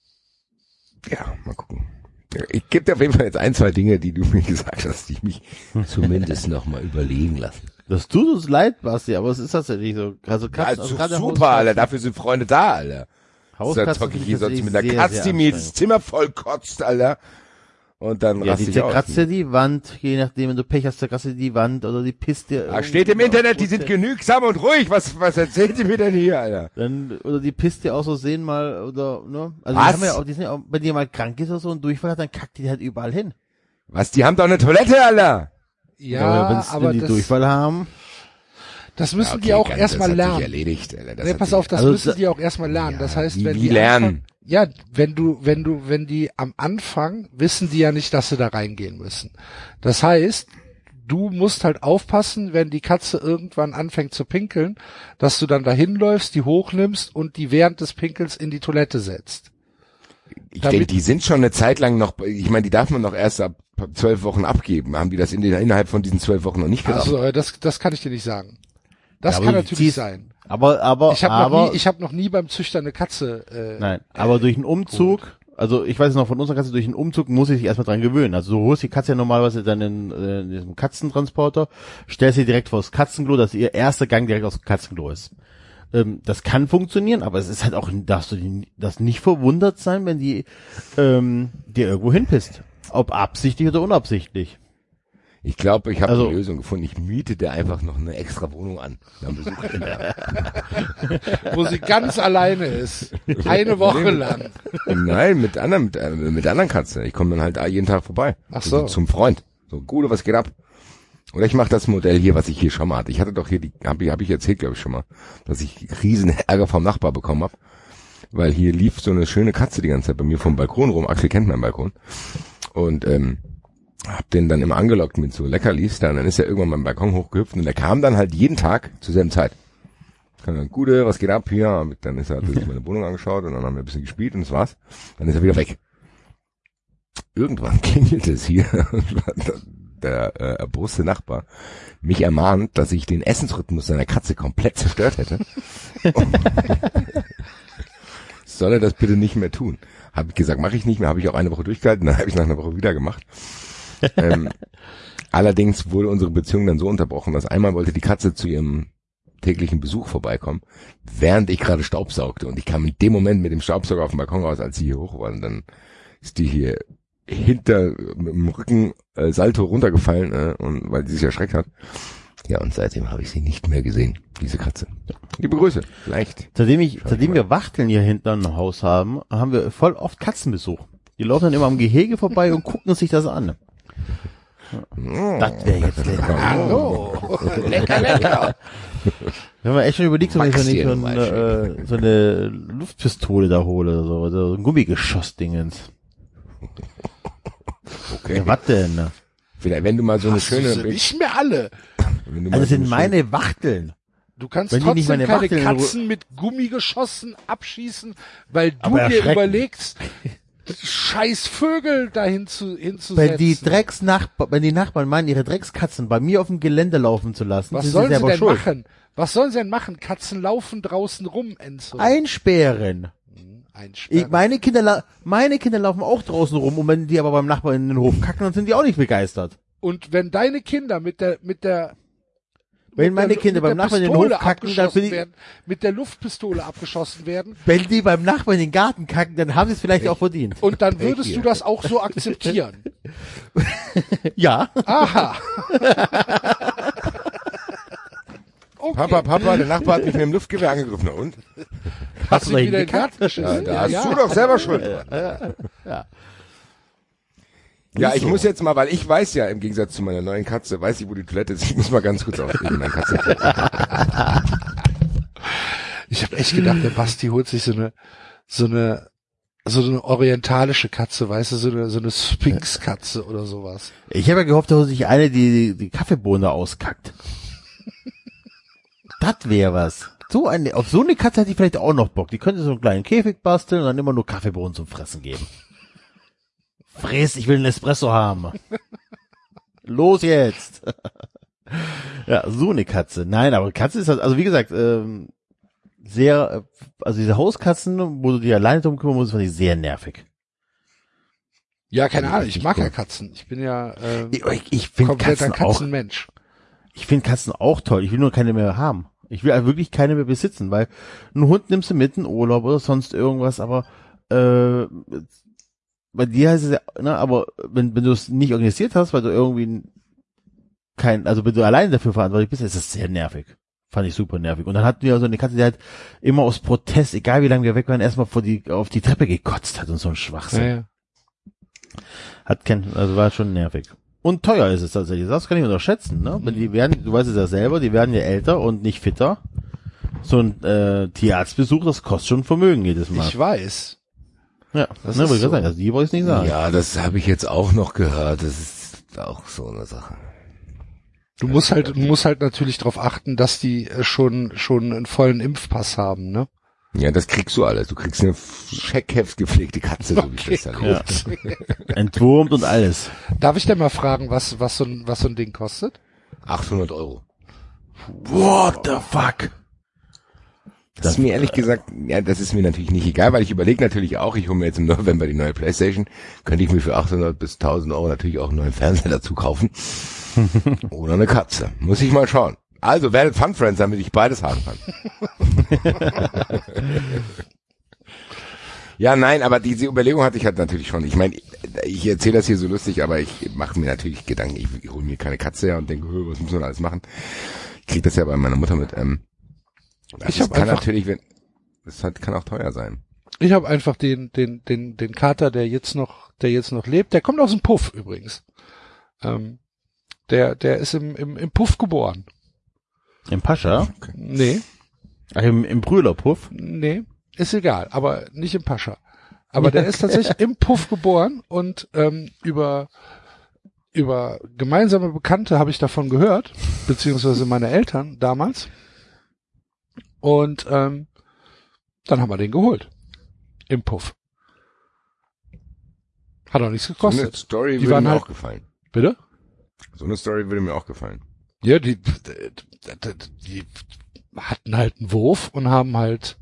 Ja, mal gucken. Ich gebe dir auf jeden Fall jetzt ein, zwei Dinge, die du mir gesagt hast, die mich zumindest noch mal überlegen lassen. Das tut uns leid, Basti, aber es ist tatsächlich so. Also Ja, Katzen, ist also doch gerade super, Alter, dafür sind Freunde da, Alter. So Hauskatzen zocke ich finde hier sonst tatsächlich mit einer sehr, Katze, sehr die mir das anstrengend. Zimmer voll kotzt, Alter. Und dann Ja, raste die ich aus. zerkratzt dir die Wand, je nachdem, wenn du Pech hast, zerkratzt dir die Wand oder die pisst dir. Da steht im Internet, die sind genügsam und ruhig. Was, was erzählt ihr mir denn hier, Alter? Dann, oder die pisst dir auch so sehen mal, oder, ne? Also, Was? die haben ja auch, die sind ja auch, wenn die mal krank ist oder so und Durchfall hat, dann kackt die halt überall hin. Was, die haben doch eine Toilette, Alter. Ja, wenn's- aber wenn die das, Durchfall haben. das müssen Ja, okay, die auch ganz- erstmal das hat sich lernen. erledigt, Alter. Das Nee, hat pass sich- auf, das Also müssen da- die auch erstmal lernen. Das Ja, heißt, wie- wenn wie die lernen? anfangen- ja, wenn du, wenn du, wenn die am Anfang wissen die ja nicht, dass sie da reingehen müssen. Das heißt, du musst halt aufpassen, wenn die Katze irgendwann anfängt zu pinkeln, dass du dann dahin läufst, die hochnimmst und die während des Pinkels in die Toilette setzt. Ich damit- denke, die sind schon eine Zeit lang noch, ich meine, die darf man noch erst ab zwölf Wochen abgeben. Haben die das in den, innerhalb von diesen zwölf Wochen noch nicht gehabt? Also, äh, das, das kann ich dir nicht sagen. Das Ja, aber kann die natürlich ziehst- sein. Aber, aber, Ich habe aber, noch nie, ich habe noch nie beim Züchter eine Katze. Äh, nein, aber durch einen Umzug, also ich weiß noch von unserer Katze, durch einen Umzug muss ich sich erstmal dran gewöhnen. Also du holst die Katze ja normalerweise dann in, äh, in diesem Katzentransporter, stellst sie direkt vors Katzenklo, dass ihr erster Gang direkt aus dem Katzenklo ist. Ähm, das kann funktionieren, aber es ist halt auch, darfst du die, das nicht verwundert sein, wenn die ähm, dir irgendwo hinpisst. Ob absichtlich oder unabsichtlich. Ich glaube, ich habe Also- eine Lösung gefunden. Ich miete dir einfach noch eine extra Wohnung an. Dann besuch ich wo sie ganz alleine ist. Eine Woche lang. Nein, mit anderen, mit, äh, mit anderen Katzen. Ich komme dann halt jeden Tag vorbei. Ach so. Zum Freund. So, Gude, was geht ab? Oder ich mache das Modell hier, was ich hier schon mal hatte. Ich hatte doch hier die, habe ich, hab ich erzählt, glaube ich, schon mal, dass ich riesen Ärger vom Nachbar bekommen habe. Weil hier lief so eine schöne Katze die ganze Zeit bei mir vom Balkon rum. Axel kennt meinen Balkon. Und ähm, hab den dann immer angelockt mit so Leckerlis. Dann, dann ist er irgendwann beim Balkon hochgehüpft und der kam dann halt jeden Tag zur selben Zeit. Kam dann, Gude, was geht ab hier? Dann ist er hat sich meine Wohnung angeschaut und dann haben wir ein bisschen gespielt und das war's. Dann ist er wieder weg. Irgendwann klingelt es hier und der äh, erboste Nachbar mich ermahnt, dass ich den Essensrhythmus seiner Katze komplett zerstört hätte. Soll er das bitte nicht mehr tun? Habe ich gesagt, mache ich nicht mehr, habe ich auch eine Woche durchgehalten, dann habe ich nach einer Woche wieder gemacht. ähm, allerdings wurde unsere Beziehung dann so unterbrochen, dass einmal wollte die Katze zu ihrem täglichen Besuch vorbeikommen, während ich gerade staubsaugte und ich kam in dem Moment mit dem Staubsauger auf dem Balkon raus, als sie hier hoch war und dann ist die hier hinter mit dem Rücken äh, Salto runtergefallen äh, und weil sie sich erschreckt hat. Ja, und seitdem habe ich sie nicht mehr gesehen, diese Katze. Liebe Grüße, vielleicht. Seitdem ich, seitdem wir Wachteln hier hinten im Haus haben, haben wir voll oft Katzenbesuch. Die laufen dann immer am Gehege vorbei und gucken sich das an. Das wäre jetzt lecker. Hallo. Lecker, lecker. Wir haben echt schon überlegt, so, wenn ich so Maxi, eine, du weißt äh, so eine Luftpistole da hole, oder so, so ein Gummigeschoss-Dingens. Okay. Ja, was denn? Vielleicht, wenn du mal so eine Hast du schöne, sie nicht mehr alle. wenn du mal Also das so sind eine meine Wachteln. Du kannst Wenn die nicht trotzdem meine keine Wachteln in Ruhe- Katzen mit Gummigeschossen abschießen, weil du Aber dir erschrecken. überlegst, scheiß Vögel dahin zu, hinzusetzen. Wenn die Drecksnachbarn, wenn die Nachbarn meinen, ihre Dreckskatzen bei mir auf dem Gelände laufen zu lassen, Was sind sollen sie sie selber denn schuld. machen? Was sollen sie denn machen? Katzen laufen draußen rum, Enzo. Einsperren. Einsperren. Ich, meine Kinder, la- meine Kinder laufen auch draußen rum und wenn die aber beim Nachbarn in den Hof kacken, dann sind die auch nicht begeistert. Und wenn deine Kinder mit der, mit der, Wenn mit meine der, Kinder mit beim der Nachbarn in den Pistole Hof kacken, dann abgeschossen bin ich, werden, mit der Luftpistole abgeschossen werden, wenn die beim Nachbarn in den Garten kacken, dann haben sie es vielleicht auch verdient. und dann würdest hier. du das auch so akzeptieren. Ja. Aha. Okay. Papa, Papa, der Nachbar hat mich mit dem Luftgewehr angegriffen. Na und? Hast du da wieder in den hingekackt? Garten geschissen? Da hast du doch selber Schuld. Ja. Ja, Ist ich so. muss jetzt mal, weil ich weiß ja, im Gegensatz zu meiner neuen Katze, weiß ich, wo die Toilette ist. Ich muss mal ganz kurz ausreden, meine Katze. Ich habe echt gedacht, der Basti holt sich so eine, so eine, so eine orientalische Katze, weißt du, so eine, so eine Sphinx-Katze oder sowas. Ich habe ja gehofft, da holt sich eine, die die Kaffeebohne auskackt. Das wäre was. So eine, auf so eine Katze hätte ich vielleicht auch noch Bock. Die könnte so einen kleinen Käfig basteln und dann immer nur Kaffeebohnen zum Fressen geben. Friss, ich will einen Espresso haben. Los jetzt. Ja, so eine Katze. Nein, aber Katze ist halt, also wie gesagt, ähm, sehr, also diese Hauskatzen, wo du dich alleine drum kümmern musst, fand ich sehr nervig. Ja, keine Ahnung, ich mag ja Katzen. Ich bin ja ähm, Ich, ich finde kompletter Katzen auch, Katzenmensch. ich finde Katzen auch toll. Ich will nur keine mehr haben. Ich will halt wirklich keine mehr besitzen, weil einen Hund nimmst du mit in Urlaub oder sonst irgendwas, aber äh, bei dir heißt es ja, ne, aber wenn, wenn du es nicht organisiert hast, weil du irgendwie kein, also wenn du alleine dafür verantwortlich bist, ist das sehr nervig. Fand ich super nervig. Und dann hatten wir so eine Katze, die halt immer aus Protest, egal wie lange wir weg waren, erstmal vor die, auf die Treppe gekotzt hat und so ein Schwachsinn. Ja, ja. Hat kein, also war schon nervig. Und teuer ist es tatsächlich. Das kann ich unterschätzen, ne? Wenn die werden, du weißt es ja selber, die werden ja älter und nicht fitter. So ein äh, Tierarztbesuch, das kostet schon Vermögen jedes Mal. Ich weiß. Ja, Das ne, ist wollte ich so. gerade sagen. Also die wollte ich nicht sagen. Ja, das habe ich jetzt auch noch gehört. Das ist auch so eine Sache. Du musst halt, du musst halt natürlich darauf achten, dass die äh, schon schon einen vollen Impfpass haben, ne? Ja, das kriegst du alles. Du kriegst eine Scheckheft gepflegte Katze, so wie ich das da Ja. lese. Entwurmt und alles. Darf ich denn mal fragen, was was so ein was so ein Ding kostet? achthundert Euro. What the fuck? Das ist mir ehrlich gesagt, ja, das ist mir natürlich nicht egal, weil ich überlege natürlich auch, ich hole mir jetzt im November die neue Playstation, könnte ich mir für achthundert bis tausend Euro natürlich auch einen neuen Fernseher dazu kaufen. Oder eine Katze. Muss ich mal schauen. Also werdet Fun Friends, damit ich beides haben kann. Ja, nein, aber diese Überlegung hatte ich halt natürlich schon. Ich meine, ich erzähle das hier so lustig, aber ich mache mir natürlich Gedanken, ich, ich hole mir keine Katze her und denke, hö, was muss man alles machen? Ich krieg das ja bei meiner Mutter mit. Ähm, das Ich hab kann einfach- natürlich, wenn, das hat, kann auch teuer sein. Ich habe einfach den den den den Kater, der jetzt noch der jetzt noch lebt. Der kommt aus dem Puff übrigens. Ähm, der der ist im im, im Puff geboren. Im Pascha? Nee, Ach, im, im Brühlerpuff? nee, ist egal, aber nicht im Pascha. Aber der ist tatsächlich im Puff geboren und ähm, über über gemeinsame Bekannte habe ich davon gehört, beziehungsweise meine Eltern damals. Und ähm, dann haben wir den geholt. Im Puff. Hat auch nichts So eine gekostet. Story Die würde waren mir halt- auch gefallen. Bitte? So eine Story würde mir auch gefallen. Ja, die, die, die hatten halt einen Wurf und haben halt,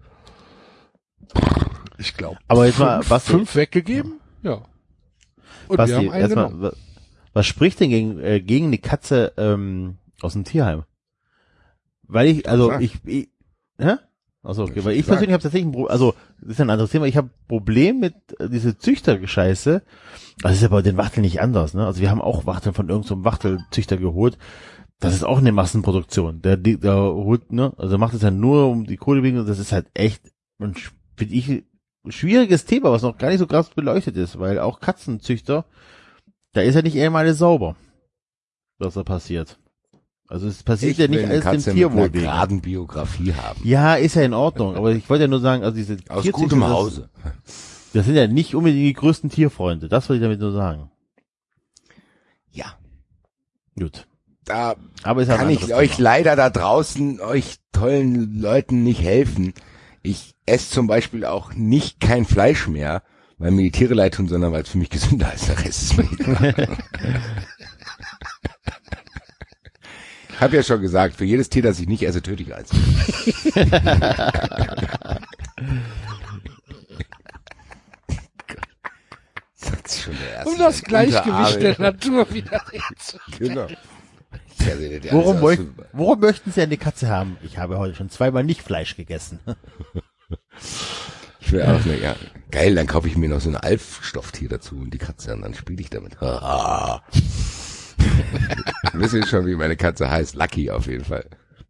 ich glaube, Aber jetzt mal, fünf, Basti- fünf weggegeben. Ja. Und wir Basti, haben einen erstmal, genommen. wa- was spricht denn gegen, äh, gegen eine Katze ähm, aus dem Tierheim? Weil ich, also Sag. ich, ich hä? Achso, okay, Ja, weil ich sag. persönlich habe tatsächlich ein Problem, also das ist ja ein anderes Thema, ich habe ein Problem mit äh, diese Züchtergescheiße. Das ist ja bei den Wachteln nicht anders, ne? Also wir haben auch Wachteln von irgendeinem so Wachtelzüchter geholt. Das ist auch eine Massenproduktion. Der, der, der holt, ne, also macht es ja nur um die Kohle wegen, und das ist halt echt, und finde ich, ein schwieriges Thema, was noch gar nicht so krass beleuchtet ist, weil auch Katzenzüchter, da ist ja nicht einmal alles sauber, was da passiert. Also es passiert Ich ja will nicht eine alles dem Katze mit Tierwohl einer wegen. geraden Biografie haben. Ja, ist ja in Ordnung, aber ich wollte ja nur sagen, also diese Aus Tierzüchter, gutem das- Hause. Das sind ja nicht unbedingt die größten Tierfreunde, das wollte ich damit nur sagen. Ja. Gut. Da Aber ist ja ein kann ich anderes euch Thema. leider da draußen, euch tollen Leuten nicht helfen. Ich esse zum Beispiel auch nicht kein Fleisch mehr, weil mir die Tiere leid tun, sondern weil es für mich gesünder ist. Der Rest ist mir egal. Ich habe ja schon gesagt, für jedes Tier, das ich nicht esse, töte ich eins. Sagt schon der Erste, Um das der Gleichgewicht der Unterarme- Natur wieder hinzukriegen. Genau. Ja, der- der Worum, alles möcht, aus- worum möchten Sie eine Katze haben? Ich habe heute schon zweimal nicht Fleisch gegessen. Ich will auch eine, ja, geil, dann kaufe ich mir noch so ein Alf-Stofftier dazu und die Katze und dann spiele ich damit. Haha. Wissen Sie schon, wie meine Katze heißt? Lucky auf jeden Fall.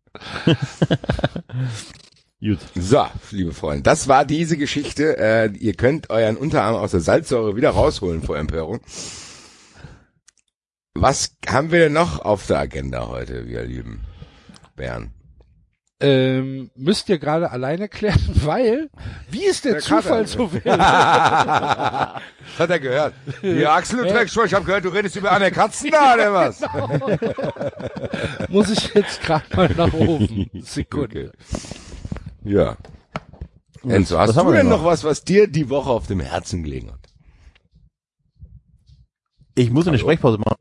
Gut. So, liebe Freunde, das war diese Geschichte. Äh, ihr könnt euren Unterarm aus der Salzsäure wieder rausholen vor Empörung. Was haben wir denn noch auf der Agenda heute, wir lieben Bären? Ähm, müsst ihr gerade alleine klären, weil, wie ist der, der Zufall so will? Das hat er gehört. Ja, Axel, du trägst schon, ich habe gehört, du redest über Anne Katzen da, oder was? Genau. Muss ich jetzt gerade mal nach oben. Sekunde. Okay. Ja. Enzo, hast du denn noch was, was dir die Woche auf dem Herzen gelegen hat? Ich muss eine Sprechpause machen.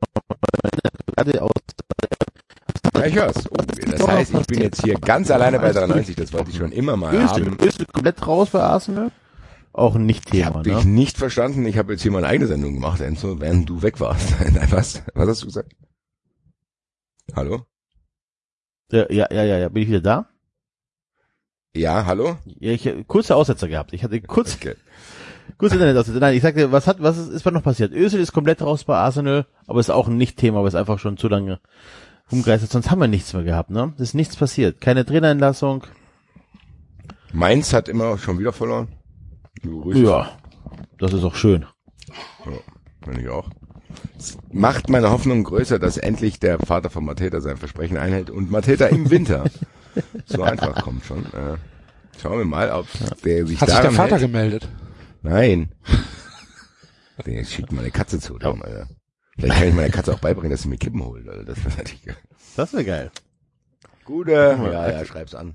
Ja, ich hör's. Oh, das heißt, ich bin jetzt hier ganz alleine bei dreiundneunzig, das wollte ich schon immer mal Ösel, haben. Ösel komplett raus bei Arsenal? Auch ein Nicht-Thema, Hab ne? ich nicht verstanden. Ich habe jetzt hier meine eigene Sendung gemacht, Enzo, während du weg warst. Nein, was? Was hast du gesagt? Hallo? Ja, ja, ja, ja, bin ich wieder da? Ja, hallo? Ja, ich habe kurze Aussetzer gehabt. Ich hatte kurz, Okay. kurz Internetaussetzer. Nein, ich sagte, was hat, was ist, ist noch passiert? Özil ist komplett raus bei Arsenal, aber ist auch ein Nicht-Thema, aber ist einfach schon zu lange rumgereist. Sonst haben wir nichts mehr gehabt, ne? Es ist nichts passiert. Keine Trainerentlassung. Mainz hat immer schon wieder verloren. Du Ja, das ist auch schön. Ja, finde ich auch. Es macht meine Hoffnung größer, dass endlich der Vater von Mateta sein Versprechen einhält und Mateta im Winter so einfach kommt schon. Äh, schauen wir mal, ob der sich Hat sich daran der Vater hält. gemeldet? Nein. Der schickt meine Katze zu dem, Alter. Vielleicht kann ich meiner Katze auch beibringen, dass sie mir Kippen holt, Alter. Das wäre natürlich geil. Das wäre geil. Gute. Ja, ja, schreib's an.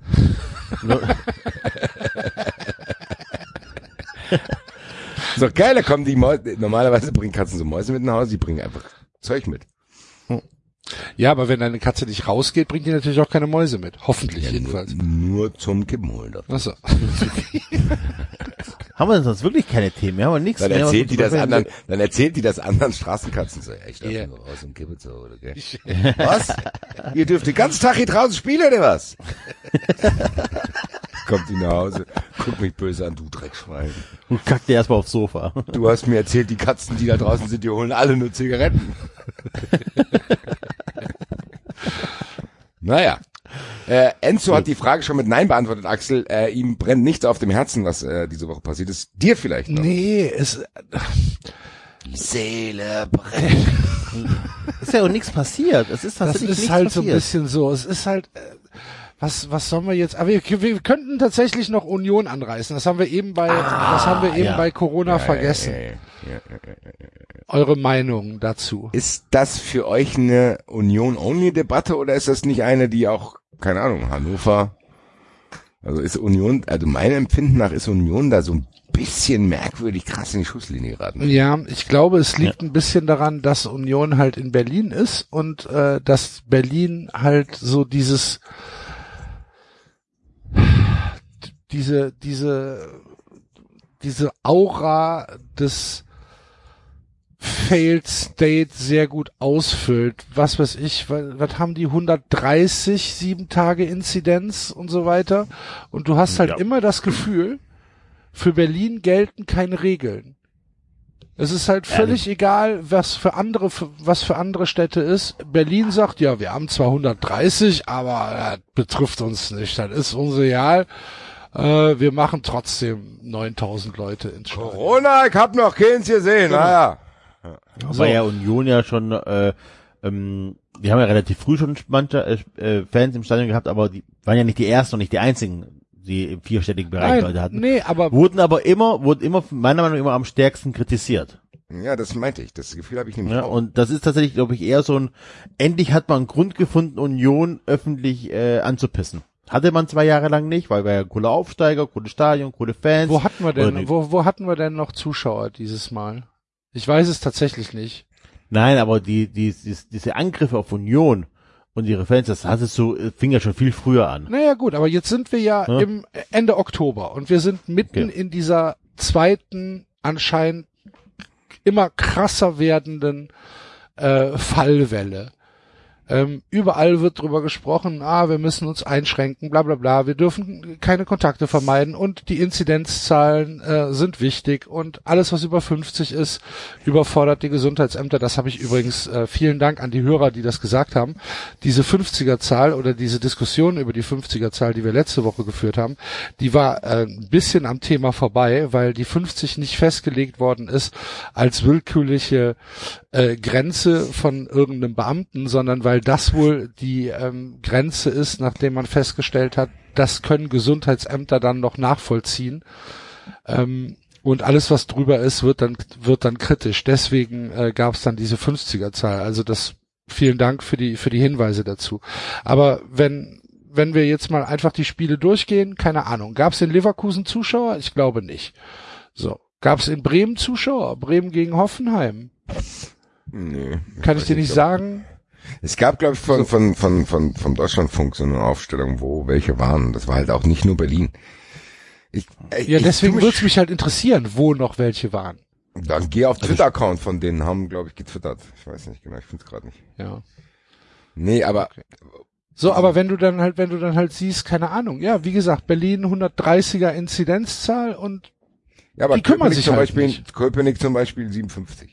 Ist doch geil, da kommen die Mäuse. Normalerweise bringen Katzen so Mäuse mit nach Hause, die bringen einfach Zeug mit. Ja, aber wenn deine Katze nicht rausgeht, bringt die natürlich auch keine Mäuse mit. Hoffentlich Ja, jedenfalls. Nur, nur zum Kippen holen. Dafür. Achso. Haben wir denn sonst wirklich keine Themen? Wir haben wir nichts Dann mehr. erzählt was die uns das so- anderen, dann erzählt die das anderen Straßenkatzen so, ey, ich darf Ja. nur raus und kippe so, oder okay? Was? Ihr dürft den ganzen Tag hier draußen spielen, oder was? Kommt die nach Hause, guckt mich böse an, du Dreckschwein. Und kackt dir erstmal aufs Sofa. Du hast mir erzählt, die Katzen, die da draußen sind, die holen alle nur Zigaretten. Naja. Äh, Enzo hat die Frage schon mit Nein beantwortet, Axel. Äh, ihm brennt nichts auf dem Herzen, was äh, diese Woche passiert ist. Dir vielleicht noch. Nee, es, Die Seele brennt. Ist ja auch nichts passiert. Es ist das tatsächlich ist nichts halt passiert. so ein bisschen so. Es ist halt, äh, was, was sollen wir jetzt, aber wir, wir könnten tatsächlich noch Union anreißen. Das haben wir eben bei, Ah, das haben wir eben ja. bei Corona vergessen. Ja, ja, ja, ja, ja, ja. Eure Meinung dazu? Ist das für euch eine Union-Only-Debatte oder ist das nicht eine, die auch, keine Ahnung, Hannover, also ist Union, also meinem Empfinden nach ist Union da so ein bisschen merkwürdig krass in die Schusslinie geraten. Ja, ich glaube, es liegt ein bisschen daran, dass Union halt in Berlin ist und äh, dass Berlin halt so dieses diese diese diese Aura des Failed State sehr gut ausfüllt. Was weiß ich, was, was haben die hundertdreißig, sieben Tage Inzidenz und so weiter. Und du hast halt Ja. immer das Gefühl, für Berlin gelten keine Regeln. Es ist halt völlig egal, was für andere, was für andere Städte ist. Berlin sagt, ja, wir haben zwar hundertdreißig, aber das betrifft uns nicht. Das ist uns egal. Äh, wir machen trotzdem neuntausend Leute ins Stadion. Corona, ich hab noch keins gesehen, naja. War ja Union ja schon, äh, ähm, wir haben ja relativ früh schon manche äh, Fans im Stadion gehabt, aber die waren ja nicht die ersten und nicht die einzigen, die im vierstelligen Bereich Nein, Leute hatten. nee, aber Wurden aber immer, wurden immer, meiner Meinung nach immer am stärksten kritisiert. Ja, das meinte ich. Das Gefühl habe ich nämlich Ja, auch. und das ist tatsächlich, glaube ich, eher so ein, endlich hat man einen Grund gefunden, Union öffentlich äh, anzupissen. Hatte man zwei Jahre lang nicht, weil wir ja coole Aufsteiger, coole Stadion, coole Fans. wo hatten wir Oder denn, nicht. wo, wo hatten wir denn noch Zuschauer dieses Mal? Ich weiß es tatsächlich nicht. Nein, aber die, die, die, diese Angriffe auf Union und ihre Fans, das hat es so, fing ja schon viel früher an. Naja gut, aber jetzt sind wir ja, Ja. im Ende Oktober und wir sind mitten Okay. in dieser zweiten, anscheinend immer krasser werdenden äh, Fallwelle. Ähm, überall wird drüber gesprochen, ah, wir müssen uns einschränken, bla bla bla, wir dürfen keine Kontakte vermeiden und die Inzidenzzahlen äh, sind wichtig und alles, was über fünfzig ist, überfordert die Gesundheitsämter. Das habe ich übrigens, äh, vielen Dank an die Hörer, die das gesagt haben. Diese fünfziger-Zahl oder diese Diskussion über die fünfziger-Zahl, die wir letzte Woche geführt haben, die war äh, ein bisschen am Thema vorbei, weil die fünfzig nicht festgelegt worden ist als willkürliche äh, Grenze von irgendeinem Beamten, sondern weil das wohl die ähm, Grenze ist, nachdem man festgestellt hat, das können Gesundheitsämter dann noch nachvollziehen. Ähm, und alles, was drüber ist, wird dann wird dann kritisch. Deswegen äh, gab es dann diese fünfziger-Zahl. Also das, vielen Dank für die für die Hinweise dazu. Aber wenn wenn wir jetzt mal einfach die Spiele durchgehen, keine Ahnung, gab es in Leverkusen Zuschauer? Ich glaube nicht. So, gab es in Bremen Zuschauer? Bremen gegen Hoffenheim? Nee. Kann ich dir nicht sagen? Es gab, glaube ich, von, von, von, von, vom Deutschlandfunk so eine Aufstellung, wo welche waren. Das war halt auch nicht nur Berlin. Ich, ich, ja, deswegen würde würde es mich halt interessieren, wo noch welche waren. Dann geh auf Twitter-Account von denen, haben, glaube ich, getwittert. Ich weiß nicht genau, ich finde es gerade nicht. Ja. Nee, aber... Okay. So, aber wenn du dann halt, wenn du dann halt siehst, keine Ahnung, ja, wie gesagt, Berlin hundertdreißiger Inzidenzzahl und ja, aber die kümmern Köpenick sich zum halt Beispiel, nicht. Köpenick zum Beispiel siebenundfünfzig.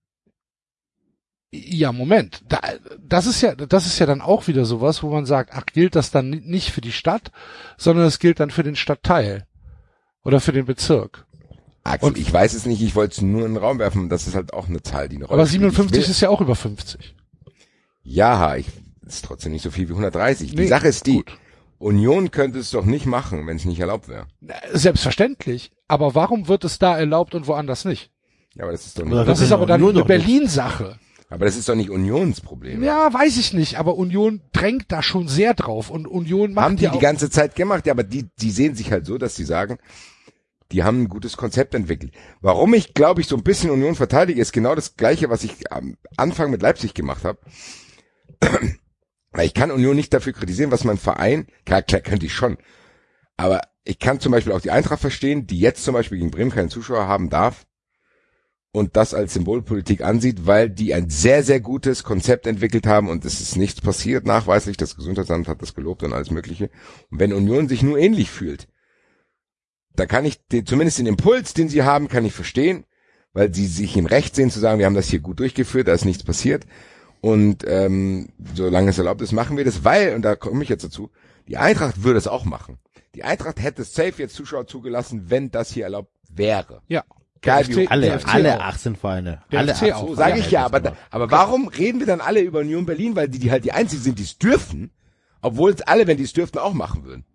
Ja, Moment, da, das ist ja, das ist ja dann auch wieder sowas, wo man sagt, ach, gilt das dann nicht für die Stadt, sondern es gilt dann für den Stadtteil oder für den Bezirk. Axel, Und- ich weiß es nicht, ich wollte es nur in den Raum werfen, das ist halt auch eine Zahl, die eine Rolle Aber spielt. siebenundfünfzig Ich will- ist ja auch über fünfzig. Ja, ich, ist trotzdem nicht so viel wie hundertdreißig. Die Nee, Sache ist die, gut. Union könnte es doch nicht machen, wenn es nicht erlaubt wäre. Selbstverständlich. Aber warum wird es da erlaubt und woanders nicht? Ja, aber das ist doch Oder nicht, Das ist aber dann Union eine doch nicht. Berlin-Sache. aber das ist doch nicht Unionsproblem. Ja, weiß ich nicht, aber Union drängt da schon sehr drauf und Union macht Haben die ja die auch, ganze Zeit gemacht, ja, aber die, die sehen sich halt so, dass sie sagen, die haben ein gutes Konzept entwickelt. Warum ich, glaube ich, so ein bisschen Union verteidige, ist genau das Gleiche, was ich am Anfang mit Leipzig gemacht habe. Weil ich kann Union nicht dafür kritisieren, was mein Verein, klar, klar könnte ich schon, aber ich kann zum Beispiel auch die Eintracht verstehen, die jetzt zum Beispiel gegen Bremen keine Zuschauer haben darf und das als Symbolpolitik ansieht, weil die ein sehr, sehr gutes Konzept entwickelt haben und es ist nichts passiert, nachweislich, das Gesundheitsamt hat das gelobt und alles Mögliche. Und wenn Union sich nur ähnlich fühlt, da kann ich den, zumindest den Impuls, den sie haben, kann ich verstehen, weil sie sich im Recht sehen zu sagen, wir haben das hier gut durchgeführt, da ist nichts passiert. Und ähm, solange es erlaubt ist, machen wir das, weil, und da komme ich jetzt dazu, die Eintracht würde es auch machen. Die Eintracht hätte safe jetzt Zuschauer zugelassen, wenn das hier erlaubt wäre. ja. Geil, Der F C wie Alle, Der F C alle auch. achtzehn Vereine. Der alle F C achtzehn auch. So sage Vereine ich ja, hätten aber, es da, gemacht. aber warum reden wir dann alle über Union Berlin, weil die, die halt die einzigen sind, die es dürfen, obwohl es alle, wenn die es dürften, auch machen würden.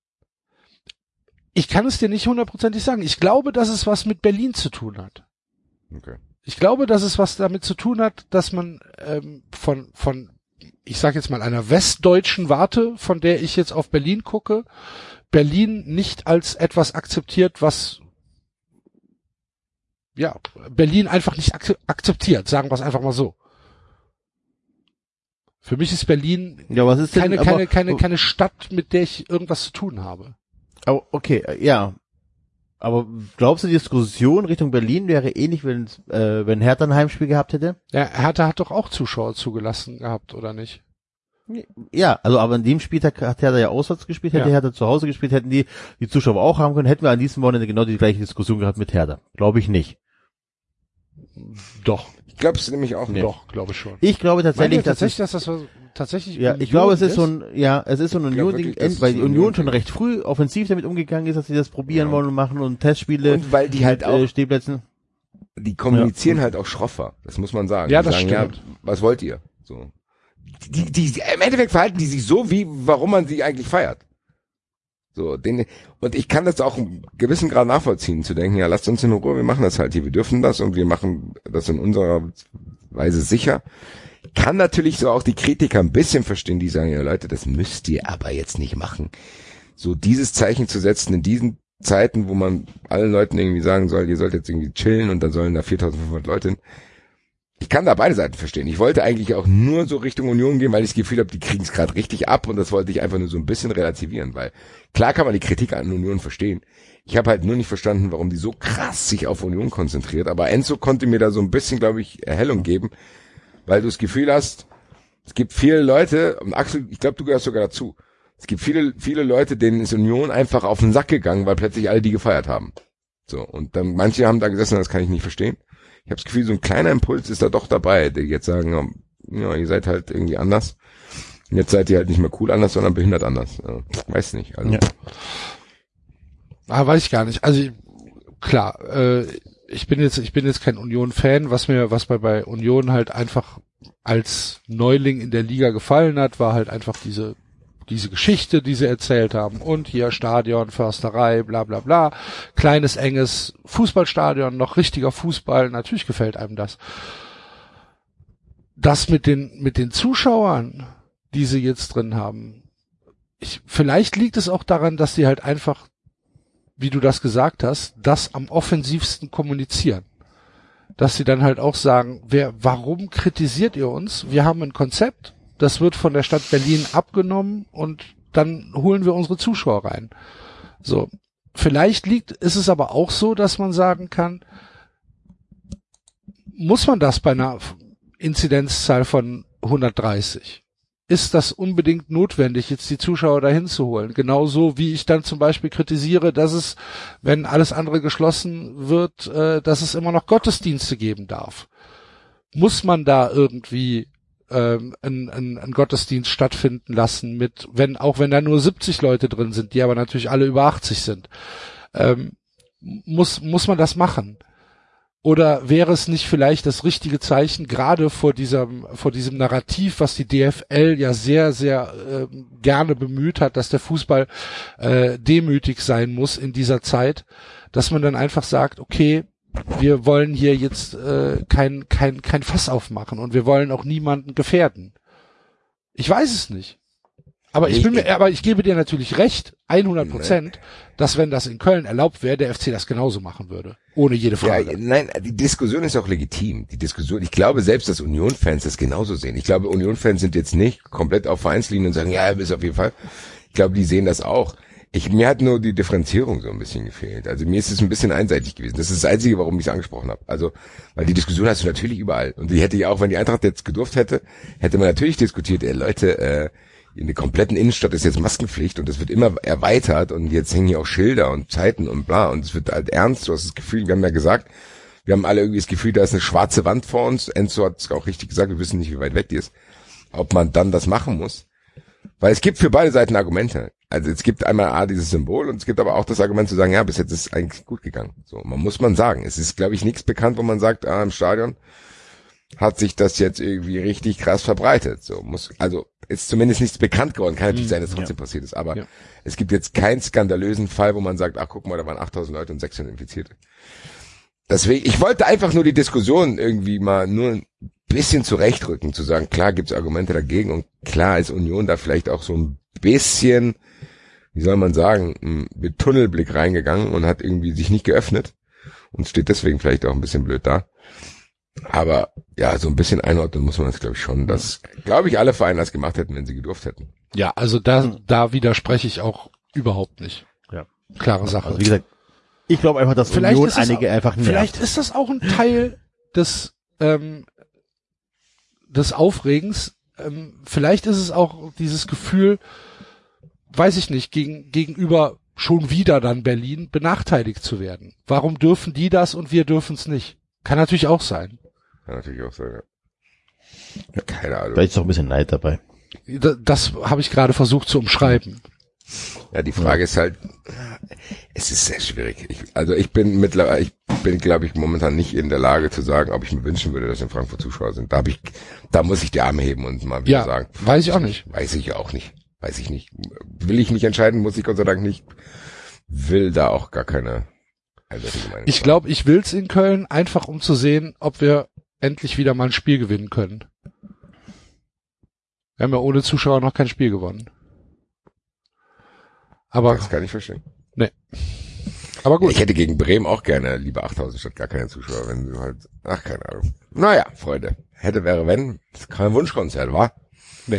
Ich kann es dir nicht hundertprozentig sagen. Ich glaube, dass es was mit Berlin zu tun hat. Okay. Ich glaube, dass es was damit zu tun hat, dass man ähm, von, von, ich sage jetzt mal, einer westdeutschen Warte, von der ich jetzt auf Berlin gucke, Berlin nicht als etwas akzeptiert, was, ja, Berlin einfach nicht ak akzeptiert, sagen wir es einfach mal so. Für mich ist Berlin Ja, was ist denn, keine, aber, keine, keine, keine Stadt, mit der ich irgendwas zu tun habe. aber okay, äh, ja. Aber glaubst du, die Diskussion Richtung Berlin wäre ähnlich, wenn äh, wenn Hertha ein Heimspiel gehabt hätte? Ja, Hertha hat doch auch Zuschauer zugelassen gehabt, oder nicht? Ja, also aber in dem Spieltag hat Hertha ja auswärts gespielt, hätte Ja. Hertha zu Hause gespielt, hätten die die Zuschauer auch haben können, hätten wir an diesem Wochenende genau die gleiche Diskussion gehabt mit Hertha. Glaube ich nicht. Doch, Ich glaube es nämlich auch nicht. doch, glaube ich schon. Ich glaube Meint tatsächlich, ihr dass tatsächlich, es, dass das was, tatsächlich ja, Union ich glaube, es ist so ein, ja, es ist so ein Ich glaub Union-Ding, wirklich, dass es weil so die ein Union schon Union-Ding recht früh offensiv damit umgegangen ist, dass sie das probieren Ja. wollen und machen und Testspiele Und weil die halt mit, auch, äh, Stehplätzen. die kommunizieren halt auch schroffer. Das muss man sagen. Ja, die das sagen, stimmt. Ja, was wollt ihr? So. Die, die, die, im Endeffekt verhalten die sich so, wie, warum man sie eigentlich feiert. So, den, und ich kann das auch im gewissen Grad nachvollziehen, zu denken, ja, lasst uns in Ruhe, wir machen das halt hier, wir dürfen das und wir machen das in unserer Weise sicher. Kann natürlich so auch die Kritiker ein bisschen verstehen, die sagen, ja Leute, das müsst ihr aber jetzt nicht machen. So dieses Zeichen zu setzen in diesen Zeiten, wo man allen Leuten irgendwie sagen soll, ihr sollt jetzt irgendwie chillen und dann sollen da viertausendfünfhundert Leute hin. Ich kann da beide Seiten verstehen. Ich wollte eigentlich auch nur so Richtung Union gehen, weil ich das Gefühl habe, die kriegen es gerade richtig ab und das wollte ich einfach nur so ein bisschen relativieren, weil klar kann man die Kritik an Union verstehen. Ich habe halt nur nicht verstanden, warum die so krass sich auf Union konzentriert, aber Enzo konnte mir da so ein bisschen, glaube ich, Erhellung geben, weil du das Gefühl hast, Es gibt viele Leute, und Axel, ich glaube, du gehörst sogar dazu. Es gibt viele, viele Leute, denen ist Union einfach auf den Sack gegangen, weil plötzlich alle die gefeiert haben. So, und dann, manche haben da gesessen, das kann ich nicht verstehen. Ich habe das Gefühl, so ein kleiner Impuls ist da doch dabei, die jetzt sagen, ja, ihr seid halt irgendwie anders. Und jetzt seid ihr halt nicht mehr cool anders, sondern behindert anders. Ja, weiß nicht. Also. Ja. Ah, weiß ich gar nicht. Also, klar, äh, ich bin jetzt, ich bin jetzt kein Union-Fan. Was mir, was mir bei Union halt einfach als Neuling in der Liga gefallen hat, war halt einfach diese, diese Geschichte, die sie erzählt haben. Und hier Stadion, Försterei, bla, bla, bla. Kleines, enges Fußballstadion, noch richtiger Fußball. Natürlich gefällt einem das. Das mit den, mit den Zuschauern, die sie jetzt drin haben. Ich, vielleicht liegt es auch daran, dass sie halt einfach, wie du das gesagt hast, das am offensivsten kommunizieren. Dass sie dann halt auch sagen, wer, warum kritisiert ihr uns? Wir haben ein Konzept, das wird von der Stadt Berlin abgenommen und dann holen wir unsere Zuschauer rein. So. Vielleicht liegt, ist es aber auch so, dass man sagen kann, muss man das bei einer Inzidenzzahl von hundertdreißig? Ist das unbedingt notwendig, jetzt die Zuschauer dahin zu holen? Genauso wie ich dann zum Beispiel kritisiere, dass es, wenn alles andere geschlossen wird, äh, dass es immer noch Gottesdienste geben darf. Muss man da irgendwie ähm, einen, einen, einen Gottesdienst stattfinden lassen mit, wenn, auch wenn da nur siebzig Leute drin sind, die aber natürlich alle über achtzig sind? Ähm, muss, muss man das machen? Oder wäre es nicht vielleicht das richtige Zeichen, gerade vor diesem, vor diesem Narrativ, was die D F L ja sehr, sehr äh, gerne bemüht hat, dass der Fußball äh, demütig sein muss in dieser Zeit, dass man dann einfach sagt, okay, wir wollen hier jetzt äh, kein, kein, kein Fass aufmachen und wir wollen auch niemanden gefährden. Ich weiß es nicht. Aber ich bin mir, aber ich gebe dir natürlich recht, hundert Prozent, dass wenn das in Köln erlaubt wäre, der F C das genauso machen würde. Ohne jede Frage. Ja, nein, die Diskussion ist auch legitim. Die Diskussion, ich glaube selbst, dass Union-Fans das genauso sehen. Ich glaube, Union-Fans sind jetzt nicht komplett auf Vereinslinien und sagen, ja, ist auf jeden Fall. Ich glaube, die sehen das auch. Ich, mir hat nur die Differenzierung so ein bisschen gefehlt. Also mir ist es ein bisschen einseitig gewesen. Das ist das Einzige, warum ich es angesprochen habe. Also, weil die Diskussion hast du natürlich überall. Und die hätte ja auch, wenn die Eintracht jetzt gedurft hätte, hätte man natürlich diskutiert, ey Leute, äh, in der kompletten Innenstadt ist jetzt Maskenpflicht und das wird immer erweitert und jetzt hängen hier auch Schilder und Zeiten und bla und es wird halt ernst. Du hast das Gefühl, wir haben ja gesagt, wir haben alle irgendwie das Gefühl, da ist eine schwarze Wand vor uns. Enzo hat es auch richtig gesagt, wir wissen nicht, wie weit weg die ist. Ob man dann das machen muss. Weil es gibt für beide Seiten Argumente. Also es gibt einmal A, dieses Symbol und es gibt aber auch das Argument zu sagen, ja, bis jetzt ist es eigentlich gut gegangen. So, man muss man sagen. Es ist, glaube ich, nichts bekannt, wo man sagt, ah, im Stadion hat sich das jetzt irgendwie richtig krass verbreitet. So muss, also ist zumindest nichts bekannt geworden. Kann natürlich sein, dass es trotzdem ja. passiert ist, aber ja. es gibt jetzt keinen skandalösen Fall, wo man sagt, ach guck mal, da waren achttausend Leute und sechshundert Infizierte. Deswegen, ich wollte einfach nur die Diskussion irgendwie mal nur ein bisschen zurechtrücken, zu sagen, klar gibt's Argumente dagegen und klar ist Union da vielleicht auch so ein bisschen, wie soll man sagen, mit Tunnelblick reingegangen und hat irgendwie sich nicht geöffnet und steht deswegen vielleicht auch ein bisschen blöd da. Aber ja, so ein bisschen einordnen muss man das, glaube ich, schon, dass, glaube ich, alle Vereine das gemacht hätten, wenn sie gedurft hätten. Ja, also da, da widerspreche ich auch überhaupt nicht. Ja. Klare Sache. Also wie gesagt, ich glaube einfach, dass vielleicht Union ist es einige auch, einfach nervt. Vielleicht ist das auch ein Teil des, ähm, des Aufregens. Ähm, vielleicht ist es auch dieses Gefühl, weiß ich nicht, gegen, gegenüber schon wieder dann Berlin benachteiligt zu werden. Warum dürfen die das und wir dürfen es nicht? Kann natürlich auch sein. Kann natürlich auch sein, ja. Keine Ahnung. Vielleicht ist auch ein bisschen Neid dabei. Das, das habe ich gerade versucht zu umschreiben. Ja, die Frage ja. ist halt, es ist sehr schwierig. Ich, also ich bin mittlerweile, ich bin, glaube ich, momentan nicht in der Lage zu sagen, ob ich mir wünschen würde, dass in Frankfurt Zuschauer sind. Da hab ich, da muss ich die Arme heben und mal wieder ja, sagen. Weiß ich auch nicht. Weiß ich auch nicht. Weiß ich nicht. Will ich nicht entscheiden, muss ich Gott sei Dank nicht. Will da auch gar keine eindeutige Meinung. Ich glaube, ich will's in Köln, einfach um zu sehen, ob wir endlich wieder mal ein Spiel gewinnen können. Wir haben ja ohne Zuschauer noch kein Spiel gewonnen. Aber das kann ich verstehen. Nee. Aber gut. Ich hätte gegen Bremen auch gerne lieber achttausend statt gar keine Zuschauer, wenn du halt, ach, keine Ahnung. Naja, Freunde. Hätte, wäre, wenn. Das ist kein Wunschkonzert, wa? Nee.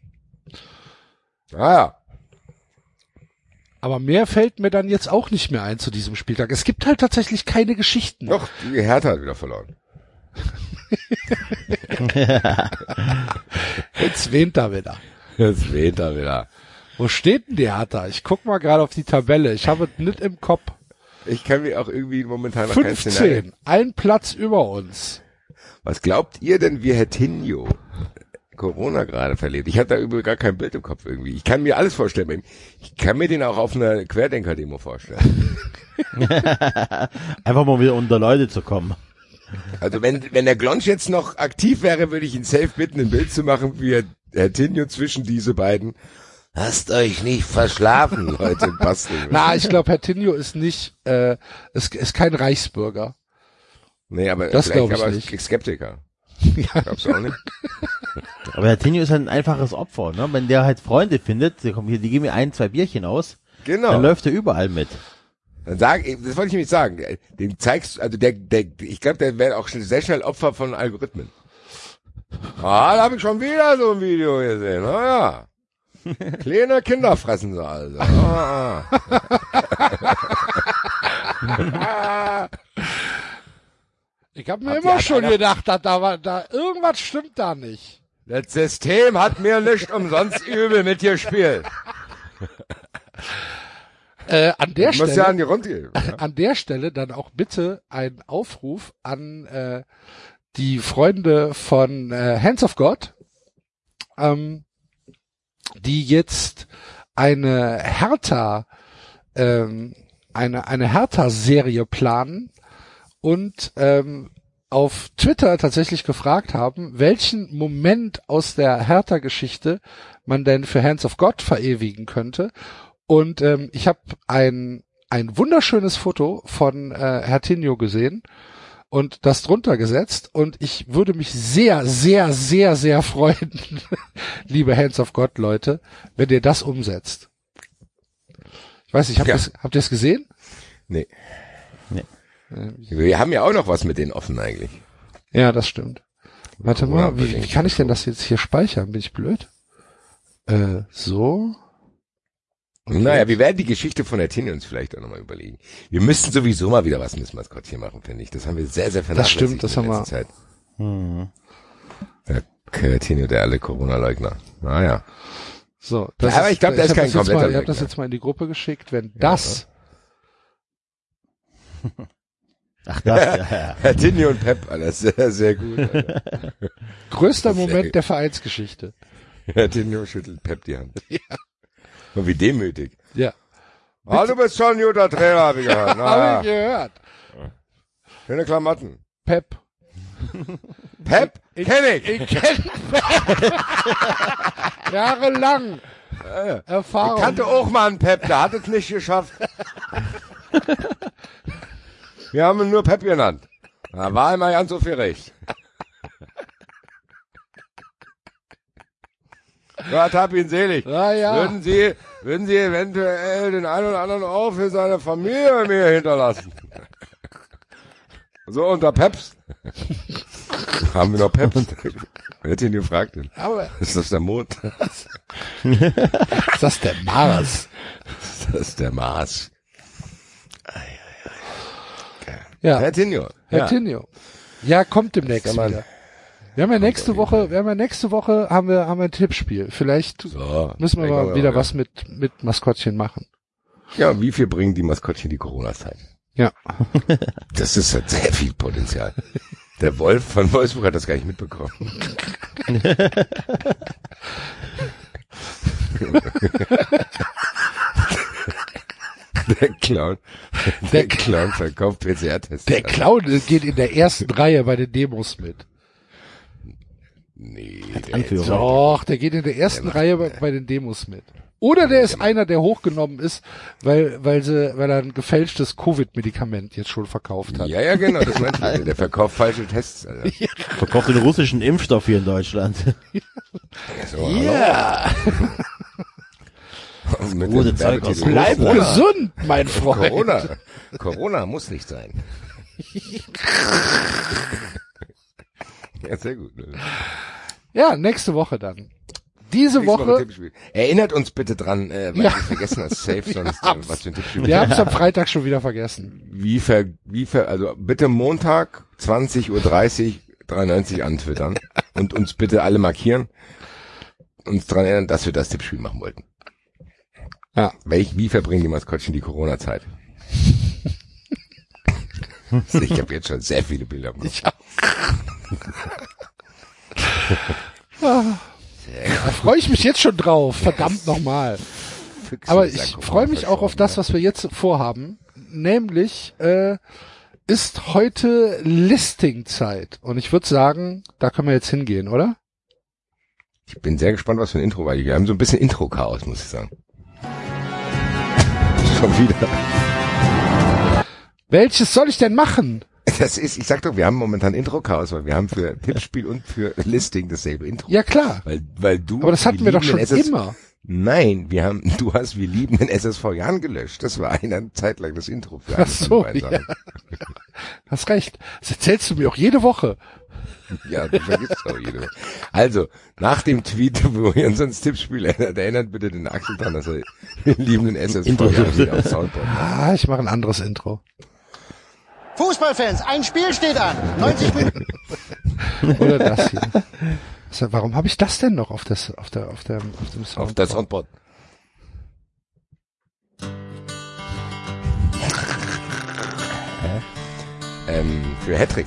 Naja. Aber mehr fällt mir dann jetzt auch nicht mehr ein zu diesem Spieltag. Es gibt halt tatsächlich keine Geschichten. Doch, die Hertha hat wieder verloren. Jetzt weht er wieder. Jetzt weht er wieder. Wo steht denn die Hertha? Ich guck mal gerade auf die Tabelle. Ich habe es nicht im Kopf. Ich kann mir auch irgendwie momentan noch kein Szenario. fünfzehn. Ein Platz über uns. Was glaubt ihr denn, wie Hertinho Corona gerade verlebt? Ich hatte da übrigens gar kein Bild im Kopf irgendwie. Ich kann mir alles vorstellen. Ich kann mir den auch auf einer Querdenker-Demo vorstellen. Einfach mal wieder unter Leute zu kommen. Also wenn wenn der Glonsch jetzt noch aktiv wäre, würde ich ihn safe bitten, ein Bild zu machen, wie Hertinho zwischen diese beiden. Lasst euch nicht verschlafen, Leute, basteln. Na, ich glaube, Hertinho ist nicht, äh, ist, ist kein Reichsbürger. Nee, aber Das vielleicht glaub ich aber nicht. Skeptiker. Ja. Glaubst du auch nicht? Aber Hertinho ist halt ein einfaches Opfer, ne? Wenn der halt Freunde findet, die, kommen hier, die geben mir ein, zwei Bierchen aus, Genau. dann läuft er überall mit. Dann sag, das wollte ich nämlich sagen. Den zeigst, also der, der, ich glaube, der wäre auch sehr schnell Opfer von Algorithmen. Ah, da habe ich schon wieder so ein Video gesehen. Ah ja. Kleine Kinder fressen sie also. Ah, ah. Ich habe mir Habt immer ihr- schon hat gedacht, dass da, war, da irgendwas stimmt da nicht. Das System hat mir nicht umsonst übel mitgespielt. Äh, an der Ich muss ja an Stelle, die Runde geben. Ja? an der Stelle dann auch bitte ein Aufruf an äh, die Freunde von äh, Hands of God, ähm, die jetzt eine Hertha, ähm, eine eine Hertha-Serie planen und ähm, auf Twitter tatsächlich gefragt haben, welchen Moment aus der Hertha-Geschichte man denn für Hands of God verewigen könnte. Und ähm, ich habe ein ein wunderschönes Foto von äh, Hertinho gesehen und das drunter gesetzt. Und ich würde mich sehr, sehr, sehr, sehr freuen, liebe Hands of God Leute, wenn ihr das umsetzt. Ich weiß nicht, habt Ja. ihr's- habt ihr es gesehen? Nee. Nee. Wir haben ja auch noch was mit denen offen eigentlich. Ja, das stimmt. Warte Corona mal, wie, wie bedingt. kann ich denn das jetzt hier speichern? Bin ich blöd? Äh, so. Naja, wir werden die Geschichte von Hertinho uns vielleicht auch nochmal überlegen. Wir müssten sowieso mal wieder was mit Maskottchen machen, finde ich. Das haben wir sehr, sehr vernachlässigt. stimmt, das in haben wir- letzter Zeit. Hm. Der Hertinho, der alle Corona-Leugner. Naja. So. Ja, aber ich glaub, der ist hab kein das jetzt kompletter mal, Ich habe das Leugner. jetzt mal in die Gruppe geschickt. Wenn das Ach, das, ja, ja. Hertinho und Pep, alles sehr, sehr gut. Alter. größter Sehr Moment gut. der Vereinsgeschichte. Hertinho schüttelt Pep die Hand. Ja. Und wie demütig. Ja. Ah, du bist schon ein guter Trainer, hab ich gehört. Habe Na, ich gehört. schöne Klamotten. Pep. Pep? Kenn ich. Ich kenne Pep. Jahrelang. Ich Erfahrung. kannte auch mal einen Pep, der hat es nicht geschafft. Wir haben ihn nur Pep genannt. Da war immer ganz so viel recht. Gott hab ihn selig. Ja, ja. Würden Sie, würden Sie eventuell den einen oder anderen auch für seine Familie mir hinterlassen? So unter Peps. Haben wir noch Peps? Wer hat ihn gefragt? Denn? Aber Ist das der Mond? ist das der Mars? Das ist der Mars. Ja. Hertinho. Hertinho. Ja, kommt demnächst Kann man- wieder. Wir haben ja nächste auf jeden Woche, wir haben ja nächste Woche haben wir, haben wir ein Tippspiel. Vielleicht So, müssen wir denken mal wieder ja. was mit, mit Maskottchen machen. Ja, wie viel bringen die Maskottchen die Corona-Zeit? Ja. Das ist halt sehr viel Potenzial. Der Wolf von Wolfsburg hat das gar nicht mitbekommen. Der Clown. Der Clown verkauft P C R-Tests. Der Clown geht in der ersten Reihe bei den Demos mit. Nee, der Anführer. Doch, der geht in der ersten Reihe bei, bei den Demos mit. Oder der ist einer, der hochgenommen ist, weil, weil sie, weil er ein gefälschtes Covid-Medikament jetzt schon verkauft hat. Ja, ja, genau, das meinte ich. Der verkauft falsche Tests, Alter. Verkauft den russischen Impfstoff hier in Deutschland. So, Ja, hallo. Mit gute dem Zeug aus Werbetitel. bleib Corona. gesund, mein Freund. Corona. Corona muss nicht sein. Ja, sehr gut. Ne? Ja, nächste Woche dann. Diese Nächste Woche, Tippspiel. Erinnert uns bitte dran, äh, weil Ja. wir vergessen das safe, sonst äh, haben's. was für ein Tippspiel. wir haben es am Freitag schon wieder vergessen. Wie ver, wie ver, also bitte Montag zwanzig Uhr dreißig dreiundneunzig antwittern und uns bitte alle markieren. uns dran erinnern, dass wir das Tippspiel machen wollten. Ja. Welch, wie verbringen die Maskottchen die Corona-Zeit? Ich habe jetzt schon sehr viele Bilder gemacht. Ich auch. Da freue ich mich jetzt schon drauf, verdammt nochmal. Aber ich freue mich auch auf das, was wir jetzt vorhaben. Nämlich äh, ist heute Listing-Zeit. Und ich würde sagen, da können wir jetzt hingehen, oder? Ich bin sehr gespannt, was für ein Intro war. Wir haben so ein bisschen Intro-Chaos, muss ich sagen. Schon wieder. Welches soll ich denn machen? Das ist, ich sag doch, wir haben momentan Intro-Chaos, weil wir haben für Tippspiel und für Listing dasselbe Intro. Ja, klar. Weil, weil du. Aber das hatten wir doch schon S S immer. Nein, wir haben, du hast wir lieben den S S V Jan gelöscht. Das war eine Zeit lang das Intro für Ach so, ja. Hast recht. Das erzählst du mir auch jede Woche. Ja, du vergisst auch jede Woche. Also, nach dem Tweet, wo ihr uns ans Tippspiel erinnert, erinnert bitte den Axel dran, dass er den liebenden S S V Jan wieder auf Soundboard macht. Ah, ich mache ein anderes Intro. Fußballfans, ein Spiel steht an. neunzig Minuten. Oder das hier. Also, warum habe ich das denn noch auf das, auf der, auf der, auf dem Soundboard? Auf das Soundboard. ähm, für Hattrick.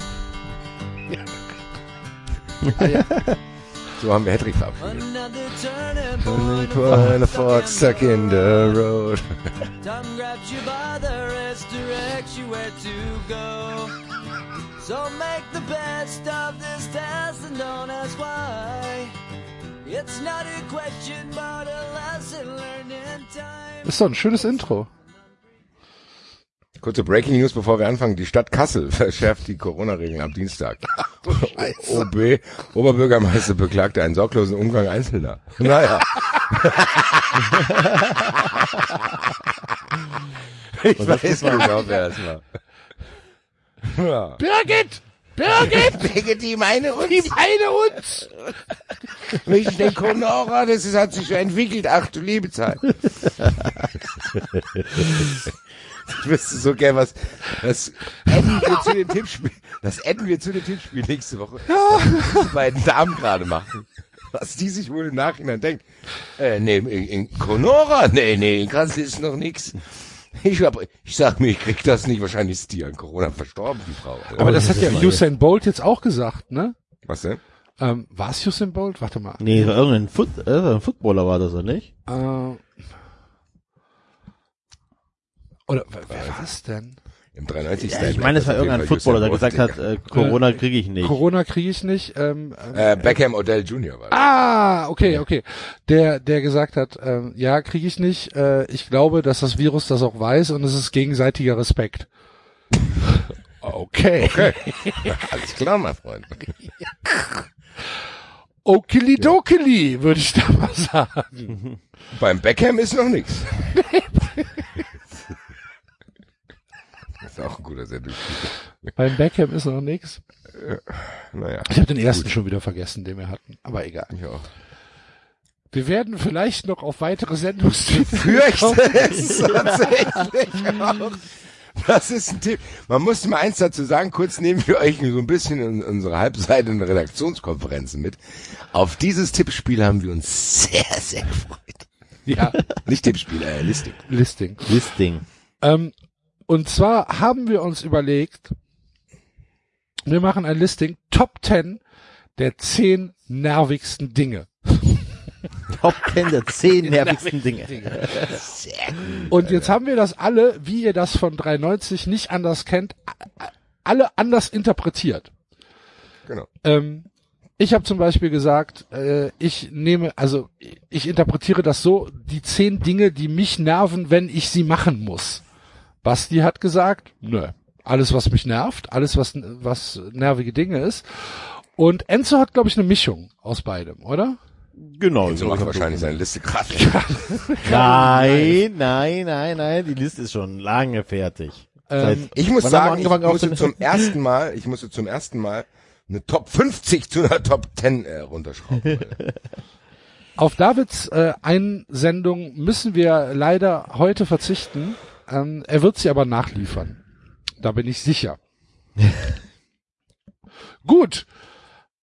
Ah, ja. So haben wir Hattrick verabschiedet. Point a fork stuck in the road. Time grabs you by the wrist, directs you where to go. So make the best of this test and don't ask why. It's not a question, but a lesson learned in time. Ist doch ein schönes Intro. Kurze Breaking News, bevor wir anfangen. Die Stadt Kassel verschärft die Corona-Regeln ab Dienstag. O B, Oberbürgermeister beklagte einen sorglosen Umgang Einzelner. Naja. Ich weiß genau, wer das war. Ja. Birgit! Birgit! Birgit, die meine uns. Die meine uns! Wegen den Conora, das ist, hat sich so entwickelt. Ach du liebe Zeit. Ich wüsste so gern, was, das adden wir zu dem Tippspiel, das adden wir zu dem Tippspiel nächste Woche, was die beiden Damen gerade machen. Was die sich wohl im Nachhinein denkt. Äh, nee, in, in Conora? Nee, nee, in Kassel ist noch nix. Ich hab, ich sag mir, ich krieg das nicht. Wahrscheinlich ist die an Corona verstorben, die Frau. Aber das hat ja Usain Bolt jetzt auch gesagt, ne? Was denn? Ähm, war es Usain Bolt? Warte mal. Nee, irgendein Foot, äh, ein Footballer war das, oder nicht? Äh, oder wer war es denn? Im dreiundneunzig. Ja, ich meine, es war irgendein Footballer, der gesagt hat, äh, Corona kriege ich nicht. Corona kriege ich nicht. Ähm, ähm, Äh, Beckham Odell Junior war das. Ah, okay, okay. Der, der gesagt hat, ähm, ja, kriege ich nicht. Äh, ich glaube, dass das Virus das auch weiß und es ist gegenseitiger Respekt. Okay. Okay. Alles klar, mein Freund. Okilidokili, würde ich da mal sagen. Beim Beckham ist noch nichts. Das ist auch ein guter Sendung. Beim Beckham ist noch nichts. Naja. Ich habe den ersten schon wieder vergessen, den wir hatten. Aber egal. Ich auch. Wir werden vielleicht noch auf weitere Sendungstitel Fürchte es tatsächlich auch. Das ist ein Tipp. Man muss mal eins dazu sagen, kurz nehmen wir euch so ein bisschen in unsere Halbseite in Redaktionskonferenzen mit. Auf dieses Tippspiel haben wir uns sehr, sehr gefreut. Ja. Nicht Tippspiel, äh, Listing. Listing. Listing. Ähm, und zwar haben wir uns überlegt, wir machen ein Listing Top zehn der zehn nervigsten Dinge. Top zehn der zehn nervigsten Dinge. Und jetzt haben wir das alle, wie ihr das von dreiundneunzig nicht anders kennt, alle anders interpretiert. Genau. Ähm, ich habe zum Beispiel gesagt, äh, ich nehme, also ich interpretiere das so, die zehn Dinge, die mich nerven, wenn ich sie machen muss. Basti hat gesagt, nö, alles was mich nervt, alles was was nervige Dinge ist. Und Enzo hat, glaube ich, eine Mischung aus beidem, oder? Genau. So macht wahrscheinlich seine Liste gerade. Nein, nein, nein, nein, die Liste ist schon lange fertig. Ähm, Ich muss Wann sagen, haben ich wir angefangen musste aufzunehmen? zum ersten Mal, ich musste zum ersten Mal eine Top fünfzig zu einer Top zehn äh, runterschrauben. Auf Davids äh, Einsendung müssen wir leider heute verzichten. Ähm, er wird sie aber nachliefern. Da bin ich sicher. Gut.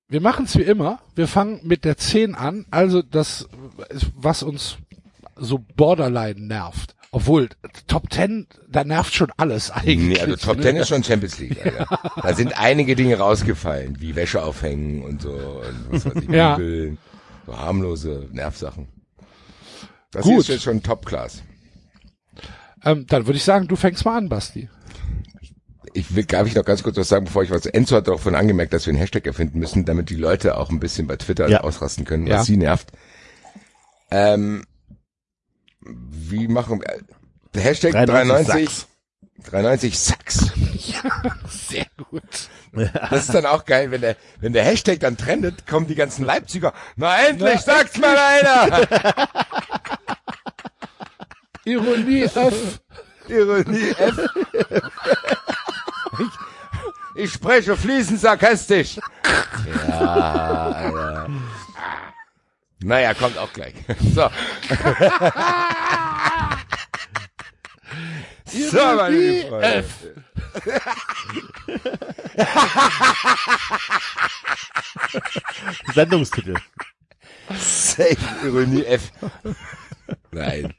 Wir machen es wie immer. Wir fangen mit der zehn an. Also das, was uns so borderline nervt. Obwohl, Top zehn, da nervt schon alles eigentlich. Nee, also Top zehn ist schon Champions League. Alter. Da sind einige Dinge rausgefallen, wie Wäsche aufhängen und so. Und was weiß ich, Ja. Bügeln, so harmlose Nervsachen. Das Gut. ist jetzt schon Top-Class. Ähm, dann würde ich sagen, du fängst mal an, Basti. Ich will, darf ich noch ganz kurz was sagen, bevor ich was, Enzo hat auch von angemerkt, dass wir einen Hashtag erfinden müssen, damit die Leute auch ein bisschen bei Twitter Ja. ausrasten können, was Ja. sie nervt. Ähm, wie machen wir, der Hashtag dreiundneunzig, dreiundneunzig Sachs. Sehr gut. Das ist dann auch geil, wenn der, wenn der Hashtag dann trendet, kommen die ganzen Leipziger, na endlich, sagt's mal einer! Ironie F. Ironie F. Ich, ich spreche fließend sarkastisch. Ja, Alter. Naja, kommt auch gleich. So. So, meine lieben Freunde. Sendungstitel. Safe Ironie F. Nein.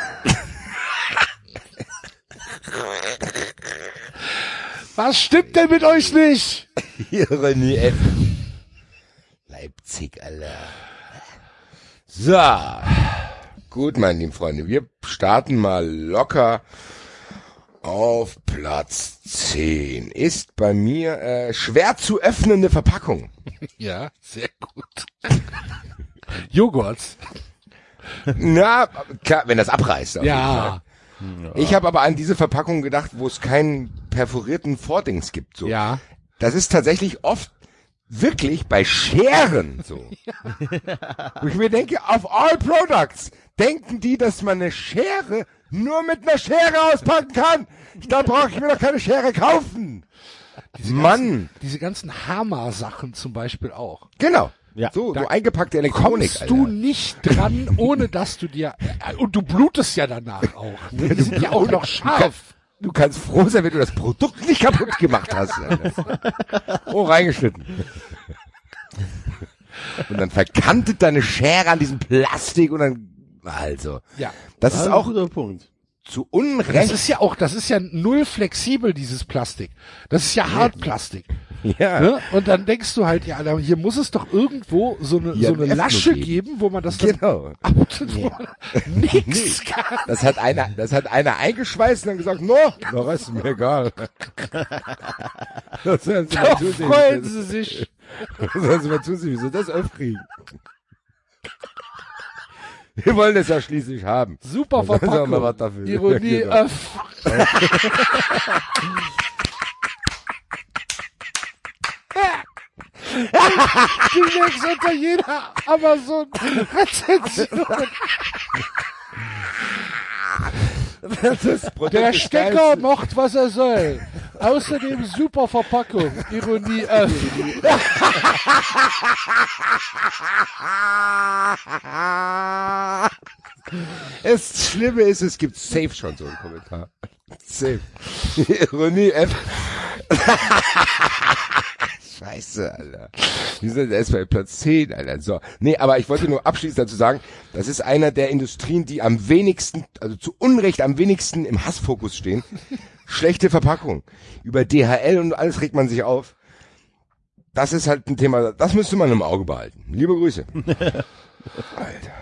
Was stimmt denn mit euch nicht? Ironie F. Leipzig, Alter. So. Gut, meine lieben Freunde, wir starten mal locker auf Platz zehn. Ist bei mir äh, schwer zu öffnende Verpackung. Ja, sehr gut. Joghurt. Na, klar, wenn das abreißt. auf jeden Fall. Ja. Ich habe aber an diese Verpackung gedacht, wo es keinen perforierten Vordings gibt. So. Ja. Das ist tatsächlich oft wirklich bei Scheren so. Wo ich mir denke, auf all products denken die, dass man eine Schere nur mit einer Schere auspacken kann. Da brauche ich mir doch keine Schere kaufen. Diese Mann. Ganzen, diese ganzen Hammer-Sachen zum Beispiel auch. Genau. Ja. So, Da so eingepackte Elektronik. Kommst du Alter. nicht dran, ohne dass du dir, und du blutest ja danach auch. Ne? Die sind ja auch noch scharf. Du kannst froh sein, wenn du das Produkt nicht kaputt gemacht hast. Alter. Oh, reingeschnitten. Und dann verkantet deine Schere an diesem Plastik und dann, also. Ja. Das ist ein auch guter Punkt. zu Das Unrecht. ist ja auch, das ist ja null flexibel, dieses Plastik. Das ist ja Hartplastik. Ja. Ne? Und dann denkst du halt, ja, Alter, hier muss es doch irgendwo so eine, Ja, so eine Öffnung Lasche geben. geben, wo man das dann Genau. abtut, wo man nix kann. Das hat einer, das hat einer eingeschweißt und dann gesagt, no, der Rest ist mir egal. Das sollen sie mal Da zusehen, freuen wie sie sich. das- sollen sie mal zusehen, wie sie das aufkriegen. Wir wollen es ja schließlich haben. Super Dann sollen sie auch mal was Verpackung. dafür. Ironie Ja, genau. F. Demnächst unter jeder Amazon-Rezension. Das Produkt Der ist Stecker geil. macht, was er soll. Außerdem super Verpackung. Ironie F. Das Schlimme ist, es gibt safe schon so einen Kommentar. Safe. Ironie F. Scheiße, Alter. Wir sind erst bei Platz zehn, Alter. So. Nee, aber ich wollte nur abschließend dazu sagen, das ist einer der Industrien, die am wenigsten, also zu Unrecht am wenigsten im Hassfokus stehen. Schlechte Verpackung. Über D H L und alles regt man sich auf. Das ist halt ein Thema, das müsste man im Auge behalten. Liebe Grüße. Alter.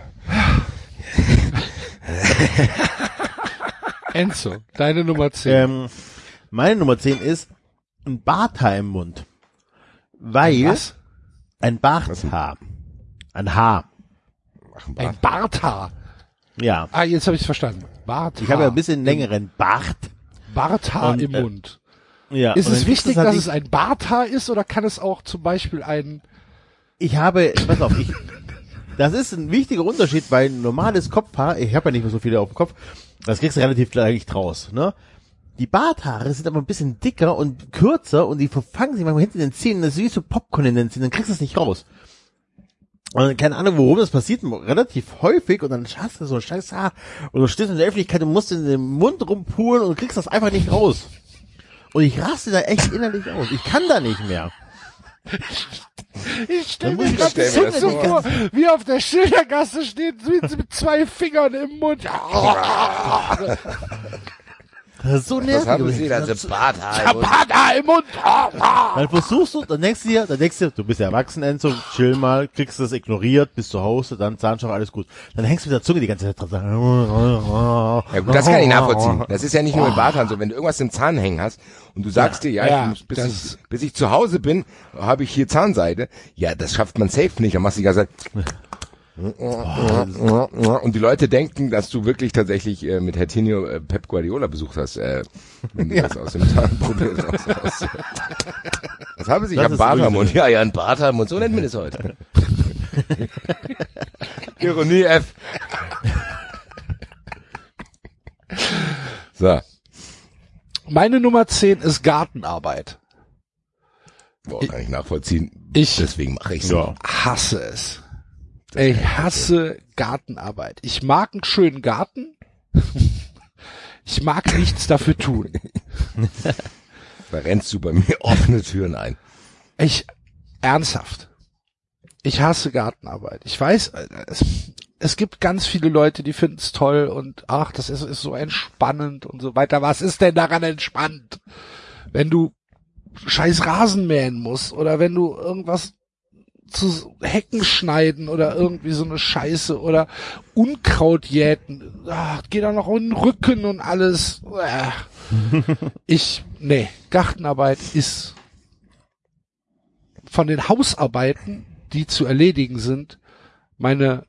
Enzo, deine Nummer zehn. Ähm, meine Nummer zehn ist ein Barthaar im Mund. Weil Was? ein Barthaar. Ein Haar. Ach, ein Ein Bart. Barthaar. Ja. Ah, jetzt habe ich es verstanden. Barthaar. Ich habe ja ein bisschen längeren Bart. Barthaar Und, im äh, Mund. Ja. Ist und es dann gibt's wichtig, halt dass nicht- es ein Barthaar ist oder kann es auch zum Beispiel ein... Ich habe, pass auf, ich, das ist ein wichtiger Unterschied, weil ein normales Kopfhaar, ich habe ja nicht mehr so viele auf dem Kopf, das kriegst du relativ leicht raus, ne? Die Barthaare sind aber ein bisschen dicker und kürzer und die verfangen sich manchmal hinten in den Zähnen, das ist wie so Popcorn in den Zähnen, dann kriegst du es nicht raus. Und keine Ahnung, warum das passiert, relativ häufig und dann hast du so ein scheiß Haar und du stehst in der Öffentlichkeit und musst in den Mund rumpulen und kriegst das einfach nicht raus. Und ich raste da echt innerlich aus. Ich kann da nicht mehr. Ich stelle Dann muss mir ich gerade das so stellen, so vor, wie auf der Schildergasse steht, mit, mit zwei Fingern im Mund. Das ist so nervig. Was haben Sie da? Dann- So Barthaar. Tabata im Mund. Dann versuchst du, dann denkst du dir, dann denkst du, dir, du bist ja erwachsen, Enzo, chill mal, kriegst das ignoriert, bist zu Hause, dann Zahnstocher, alles gut. Dann hängst du mit der Zunge die ganze Zeit dran. Ja gut, das kann ich nachvollziehen. Das ist ja nicht nur mit Barthaaren so. Wenn du irgendwas im Zahn hängen hast und du sagst dir, ja, Ja, ich muss, bis, das- ich, bis ich zu Hause bin, habe ich hier Zahnseide. Ja, das schafft man safe nicht. Dann machst du die ganze Zeit. Und die Leute denken, dass du wirklich tatsächlich äh, mit Hertinho äh, Pep Guardiola besucht hast, äh, wenn du das aus dem Zahn probierst. Aus, aus. Was haben Sie? Ich Das habe ist Barthaar im böse. Mund. Ja, ja, ein Barthaar im Mund. So nennt man das heute. Ironie F. So. Meine Nummer zehn ist Gartenarbeit. Boah, kann ich nachvollziehen. Ich- Deswegen mache ich Ja. Hasse es. Ich hasse Gartenarbeit. Ich mag einen schönen Garten. Ich mag nichts dafür tun. Da rennst du bei mir offene Türen ein. Ich, ernsthaft. Ich hasse Gartenarbeit. Ich weiß, äh, es, es gibt ganz viele Leute, die finden es toll und ach, das ist, ist so entspannend und so weiter. Was ist denn daran entspannt? Wenn du scheiß Rasen mähen musst oder wenn du irgendwas zu Hecken schneiden oder irgendwie so eine Scheiße oder Unkraut jäten. Ach, geht auch noch in den Rücken und alles. Ich, nee, Gartenarbeit ist von den Hausarbeiten, die zu erledigen sind, meine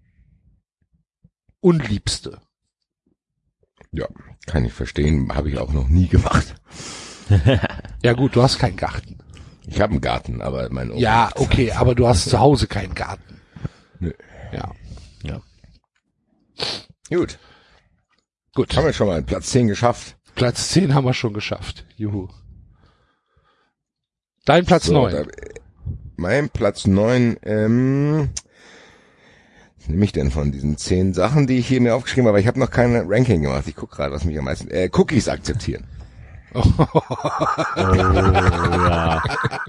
unliebste. Ja, kann ich verstehen. Habe ich auch noch nie gemacht. Ja gut, du hast keinen Garten. Ich habe einen Garten, aber mein Opa Ja, okay, aber du hast zu Hause keinen Garten. Nö. Ja, Ja. Gut, gut. haben wir schon mal Platz zehn geschafft. Platz zehn haben wir schon geschafft. Juhu. Dein Platz So, neun. da, mein Platz neun, ähm, was nehme ich denn von diesen zehn Sachen, die ich hier mir aufgeschrieben habe? Aber ich habe noch keine Ranking gemacht. Ich gucke gerade, was mich am meisten... Äh, Cookies akzeptieren. Oh, ja.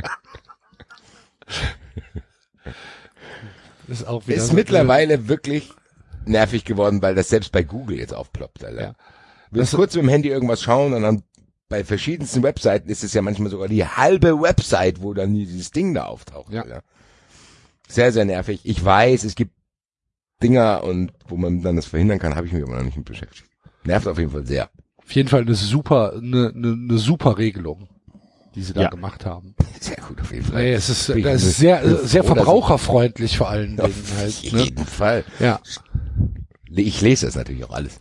Ist auch wieder Ist so- mittlerweile wirklich nervig geworden, weil das selbst bei Google jetzt aufploppt, Alter. Ja. Willst kurz mit dem Handy irgendwas schauen und dann bei verschiedensten Webseiten ist es ja manchmal sogar die halbe Website, wo dann dieses Ding da auftaucht. Ja. Alter. Sehr, sehr nervig. Ich weiß, es gibt Dinger und wo man dann das verhindern kann, habe ich mich aber noch nicht mit beschäftigt. Nervt auf jeden Fall sehr. Auf jeden Fall eine super, eine, eine, eine super Regelung, die sie da Ja. gemacht haben. Sehr gut auf jeden Fall. Nee, es ist, Ich das bin ist sehr, froh, sehr dass ich- verbraucherfreundlich vor allen Dingen Auf halt. Ne? jeden Fall. Ja. Ich lese das natürlich auch alles.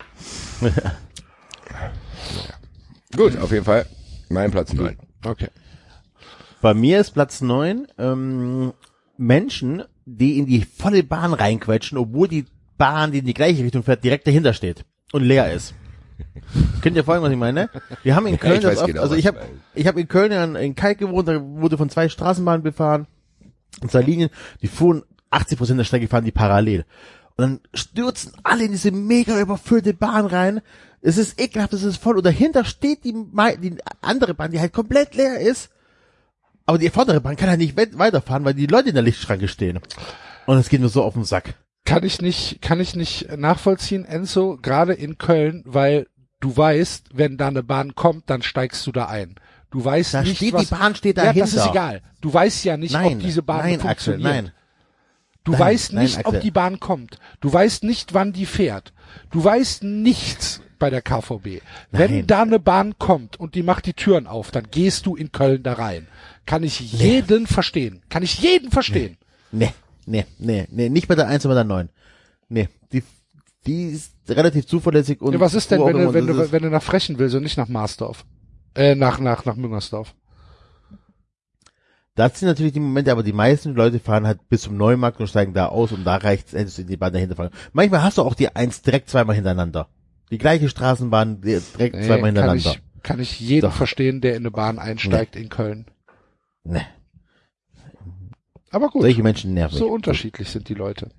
Gut, auf jeden Fall. Mein Platz neun. Okay. Bei mir ist Platz neun ähm, Menschen, die in die volle Bahn reinquetschen, obwohl die Bahn, die in die gleiche Richtung fährt, direkt dahinter steht und leer ist. Könnt ihr folgen, was ich meine? Wir haben in Ja, Köln ich das weiß oft, genau, also was ich du habe meinst. ich habe in Köln in, in Kalk gewohnt, da wurde von zwei Straßenbahnen befahren, zwei Linien, die fuhren achtzig Prozent der Strecke fahren die parallel. Und dann stürzen alle in diese mega überfüllte Bahn rein. Es ist ekelhaft, es ist voll. Und dahinter steht die, mei- die andere Bahn, die halt komplett leer ist. Aber die vordere Bahn kann halt nicht we- weiterfahren, weil die Leute in der Lichtschranke stehen. Und es geht mir so auf den Sack. Kann ich nicht, kann ich nicht nachvollziehen, Enzo, gerade in Köln, weil du weißt, wenn da eine Bahn kommt, dann steigst du da ein. Du weißt Da nicht, steht was, die Bahn, steht ja, dahinter. das ist egal. Du weißt ja nicht, Nein, ob diese Bahn nein, Axel, funktioniert. nein. Du Nein, weißt nein, nicht, Axel. ob die Bahn kommt. Du weißt nicht, wann die fährt. Du weißt nichts bei der K V B. Wenn Nein. da eine Bahn kommt und die macht die Türen auf, dann gehst du in Köln da rein. Kann ich jeden verstehen. Kann ich jeden verstehen. Nee, nee, nee, nee, nicht bei der eins, aber bei der neun. Nee, die, die ist relativ zuverlässig und... Ja, was ist denn, wenn du, wenn das du, ist- wenn du nach Frechen willst und nicht nach Marsdorf? Äh, nach, nach, nach Müngersdorf. Das sind natürlich die Momente, aber die meisten Leute fahren halt bis zum Neumarkt und steigen da aus und da reicht's, hättest du in die Bahn dahinter fahren. Manchmal hast du auch die eins direkt zweimal hintereinander. Die gleiche Straßenbahn die direkt Nee, zweimal kann hintereinander. ich, kann ich jeden Doch. verstehen, der in eine Bahn einsteigt in Köln. Nee, Aber gut. solche Menschen nerven. So unterschiedlich sind die Leute.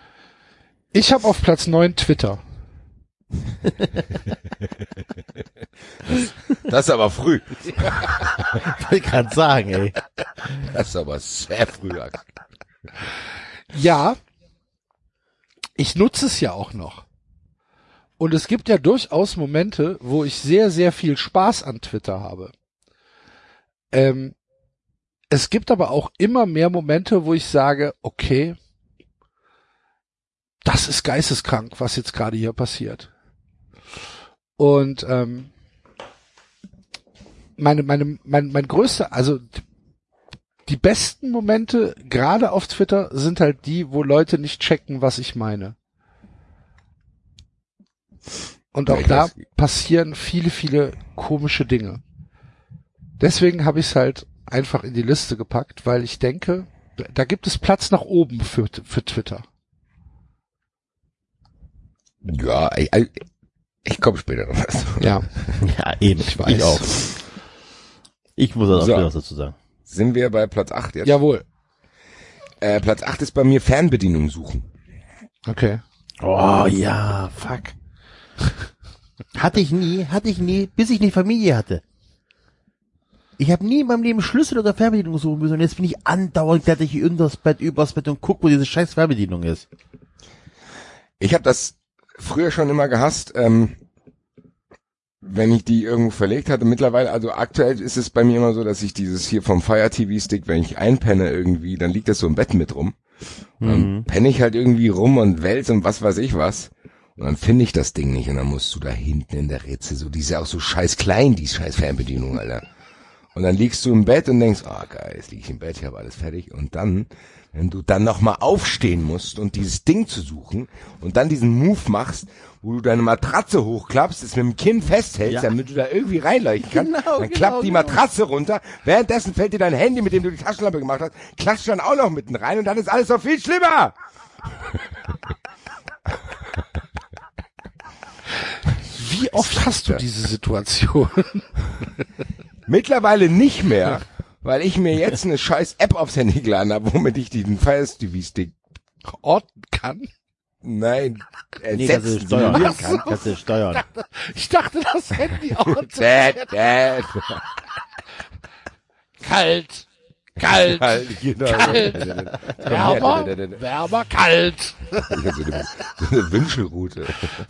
Ich habe auf Platz neun Twitter. Das ist aber früh. Wollte ich gerade sagen, ey. Das ist aber sehr früh. Ja, ich nutze es ja auch noch. Und es gibt ja durchaus Momente, wo ich sehr, sehr viel Spaß an Twitter habe. Ähm, es gibt aber auch immer mehr Momente, wo ich sage, okay, das ist geisteskrank, was jetzt gerade hier passiert. Und ähm, meine, meine, mein, mein größter, also die besten Momente, gerade auf Twitter, sind halt die, wo Leute nicht checken, was ich meine. Und auch Ja, da weiß. passieren viele, viele komische Dinge. Deswegen habe ich es halt einfach in die Liste gepackt, weil ich denke, da gibt es Platz nach oben für, für Twitter. Ja, ich, ich, ich komme später noch was. Ja. Ja, eben. Ich weiß. Ich auch. Ich muss auch So. was dazu sagen. Sind wir bei Platz acht jetzt? Jawohl. Äh, Platz acht ist bei mir Fernbedienung suchen. Okay. Oh ja, fuck. Hatte ich nie, hatte ich nie, bis ich eine Familie hatte. Ich habe nie in meinem Leben Schlüssel oder Fernbedienung suchen müssen und jetzt bin ich andauernd fertig unters Bett, übers Bett und guck, wo diese scheiß Fernbedienung ist. Ich habe das früher schon immer gehasst, ähm, wenn ich die irgendwo verlegt hatte. Mittlerweile, also aktuell ist es bei mir immer so, dass ich dieses hier vom Fire T V Stick, wenn ich einpenne irgendwie, dann liegt das so im Bett mit rum. Und dann Mhm. penne ich halt irgendwie rum und wälz und was weiß ich was. Und dann finde ich das Ding nicht und dann musst du da hinten in der Ritze, so, die ist ja auch so scheiß klein, die scheiß Fernbedienung, Alter. Und dann liegst du im Bett und denkst, ah, geil, jetzt lieg ich im Bett, ich habe alles fertig. Und dann, wenn du dann nochmal aufstehen musst und dieses Ding zu suchen und dann diesen Move machst, wo du deine Matratze hochklappst, es mit dem Kinn festhältst, Ja. damit du da irgendwie reinleuchten kannst, Genau, dann genau, klappt die genau. Matratze runter, währenddessen fällt dir dein Handy, mit dem du die Taschenlampe gemacht hast, klatscht dann auch noch mitten rein und dann ist alles noch viel schlimmer. Wie oft hast du diese Situation? Mittlerweile nicht mehr, weil ich mir jetzt eine scheiß App aufs Handy geladen habe, womit ich diesen Fire T V Stick, Orten kann? nein, Nee, kannst du ersetzen, steuern. simulieren Ach so. kann. Kannst du steuern. Ich dachte, das Handy orten. Dad, Dad. Kalt, kalt, Halt, genau. Kalt. wärmer, wärmer, kalt. So eine, so eine Wünschelroute.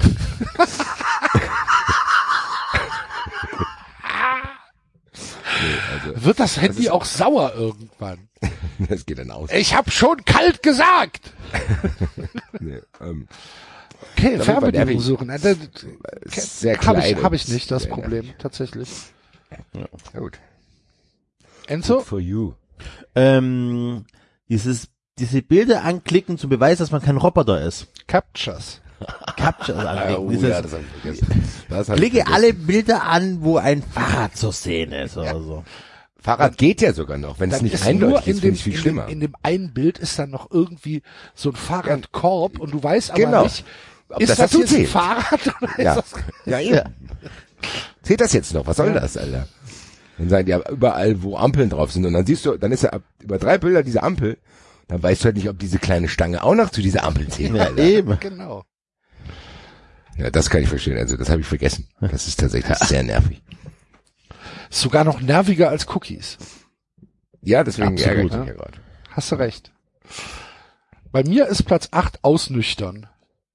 Nee, also, Wird das Handy ist- auch sauer irgendwann? das geht dann aus. Ich hab schon kalt gesagt. Nee, ähm, Okay, Damit Fernbedienung war der suchen. Äh, das- ist sehr Habe klein. ich, hab ich und nicht, das sehr Problem, nervig. tatsächlich. Ja, gut. Enzo? Good for you. Ähm, dieses, diese Bilder anklicken zum Beweis, dass man kein Roboter ist. Captures. Captures Ah, anklicken. oh, Dieses, ja, das hab ich vergessen. Das hab ich klicke vergessen. alle Bilder an, wo ein Fahrrad zu sehen ist oder so. Fahrrad geht ja sogar noch, wenn es Dann nicht ist eindeutig nur ist, in finde dem, ich viel in, schlimmer. dem, in dem einen Bild ist dann noch irgendwie so ein Fahrradkorb und du weißt aber Genau. nicht, Ob ist das das, dazu jetzt ein zählt? Fahrrad oder Ja. ist das... Ja, eben. Zählt das jetzt noch? Was soll Ja. das, Alter? Dann sagen die ja überall, wo Ampeln drauf sind. Und dann siehst du, dann ist ja ab- über drei Bilder diese Ampel. Dann weißt du halt nicht, ob diese kleine Stange auch noch zu dieser Ampel zählt. Ja, Alter. eben. Genau. Ja, das kann ich verstehen. Also das habe ich vergessen. Das ist tatsächlich sehr nervig. Ist sogar noch nerviger als Cookies. Ja, deswegen Absolut, ärgere ich ja. mich ja gerade. Hast du recht. Bei mir ist Platz acht ausnüchtern.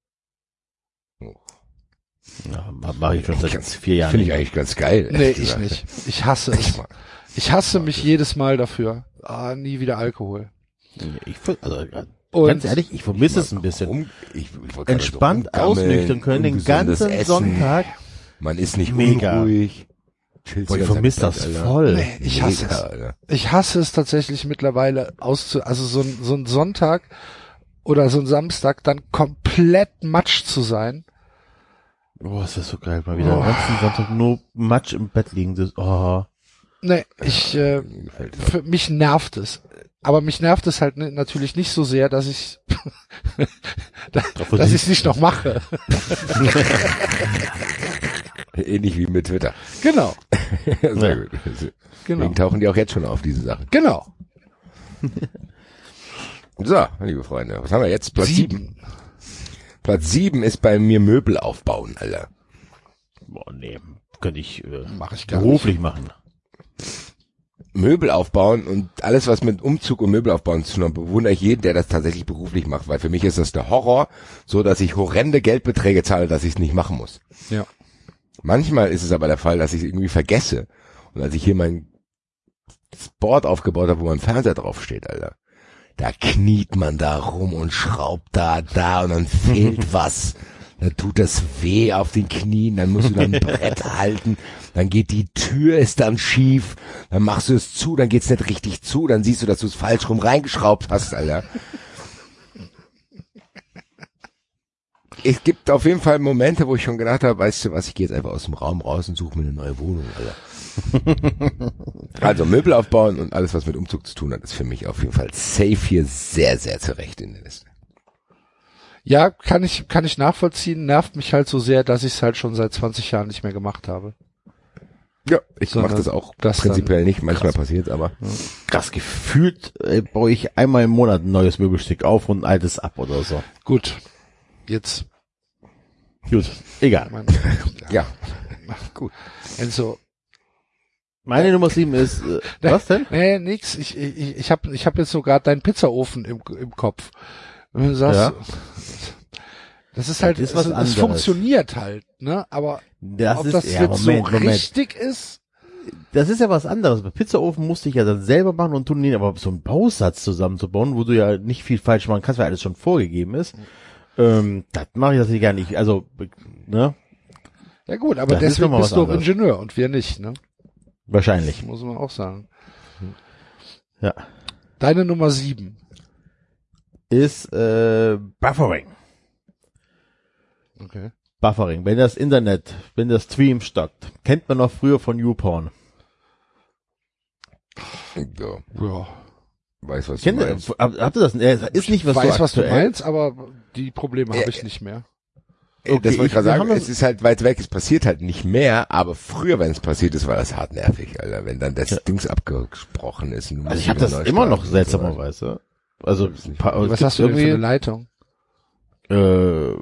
Ja, mache ich schon seit Ganz- vier Jahren. Finde ich nicht. eigentlich ganz geil. Nee, ehrlich ich gesagt. nicht. Ich hasse es. Ich hasse mich jedes Mal dafür. Ah, nie wieder Alkohol. Ich, ver- also, Und ganz ehrlich, ich vermisse es ein bisschen. Warum? Ich, ich wollte gerade Entspannt so rumgammeln, ausnüchtern können den ungesundes ganzen Essen. Sonntag. Man ist nicht Mega. unruhig. Chillst Boah, die ich ganze vermisse Zeit das im Bett, Alter. voll. Nee, ich hasse Mega, es. Alter. Ich hasse es tatsächlich mittlerweile auszu, also so ein, so ein Sonntag oder so ein Samstag dann komplett matsch zu sein. Oh, das ist so geil. Mal wieder Oh. den ganzen Sonntag nur Matsch im Bett liegen. Das, oh. Nee, ich, äh, Mir gefällt das. für mich nervt es. Aber mich nervt es halt ne, natürlich nicht so sehr, dass ich, da, dass ich es nicht noch mache. Ähnlich wie mit Twitter. Genau, Sehr Ja. gut. genau, Deswegen tauchen die auch jetzt schon auf, diese Sachen. genau. So, liebe Freunde, was haben wir jetzt? Platz sieben. Sieben. Platz sieben ist bei mir Möbel aufbauen, Alter. Boah, nee. könnte ich, äh, Mach ich gar beruflich machen. Möbel aufbauen und alles, was mit Umzug und Möbel aufbauen zu tun hat, bewundere ich jeden, der das tatsächlich beruflich macht, weil für mich ist das der Horror, so dass ich horrende Geldbeträge zahle, dass ich es nicht machen muss. Ja. Manchmal ist es aber der Fall, dass ich es irgendwie vergesse. Und als ich hier mein Board aufgebaut habe, wo mein Fernseher draufsteht, Alter, da kniet man da rum und schraubt da, da und dann fehlt was. Dann tut das weh auf den Knien, dann musst du dann ein Brett halten, dann geht die Tür, ist dann schief, dann machst du es zu, dann geht's nicht richtig zu, dann siehst du, dass du es falsch rum reingeschraubt hast, Alter. Es gibt auf jeden Fall Momente, wo ich schon gedacht habe, weißt du was, ich gehe jetzt einfach aus dem Raum raus und suche mir eine neue Wohnung, Alter. Also Möbel aufbauen und alles, was mit Umzug zu tun hat, ist für mich auf jeden Fall safe hier sehr, sehr zurecht in der Liste. Ja, kann ich, kann ich nachvollziehen, nervt mich halt so sehr, dass ich es halt schon seit zwanzig Jahren nicht mehr gemacht habe. Ja, ich Sondern mache das auch das prinzipiell dann- nicht, manchmal krass. passiert aber. Krass, gefühlt äh, baue ich einmal im Monat ein neues Möbelstück auf und ein altes ab oder so. Gut. Jetzt, Gut, egal. mein, Ja, gut. Enzo, Meine Nummer sieben ist, äh, was denn? nee, nix, ich, ich, ich hab, ich hab jetzt so gerade deinen Pizzaofen im, im Kopf. Und du sagst, Ja. das ist halt, Das ist es, was es anderes. funktioniert halt, ne, aber Das ob ist, das ja, jetzt Moment, so Moment. richtig ist, Das ist ja was anderes. Bei Pizzaofen musste ich ja dann selber machen und tun, aber so einen Bausatz zusammenzubauen, wo du ja nicht viel falsch machen kannst, weil alles schon vorgegeben ist, ähm, das mache ich tatsächlich gar nicht. Also, ne? ja gut, aber Das ist deswegen noch mal bist was du auch anderes. Ingenieur und wir nicht, ne, Wahrscheinlich. muss man auch sagen. Ja. Deine Nummer sieben. Ist, äh, Buffering. Okay. Buffering. Wenn das Internet, wenn der Stream stockt, kennt man noch früher von YouPorn. ja, Oh. weiß, was du Kennt ihr, meinst. hab- habt ihr das? Äh, Ist nicht was weiß, so was du aktuell. meinst, aber die Probleme habe ich nicht mehr. Ey, das Okay, wollte ich gerade wir sagen, haben das- es ist halt weit weg, es passiert halt nicht mehr, aber früher, wenn es passiert ist, war das hart nervig, Alter, wenn dann das Ja. Dings abgesprochen ist. und du Also musst ich habe wieder das neu immer starten noch und so weiter. seltsamerweise. Also, pa- es Was gibt hast du denn für eine irgendwie, Leitung? äh,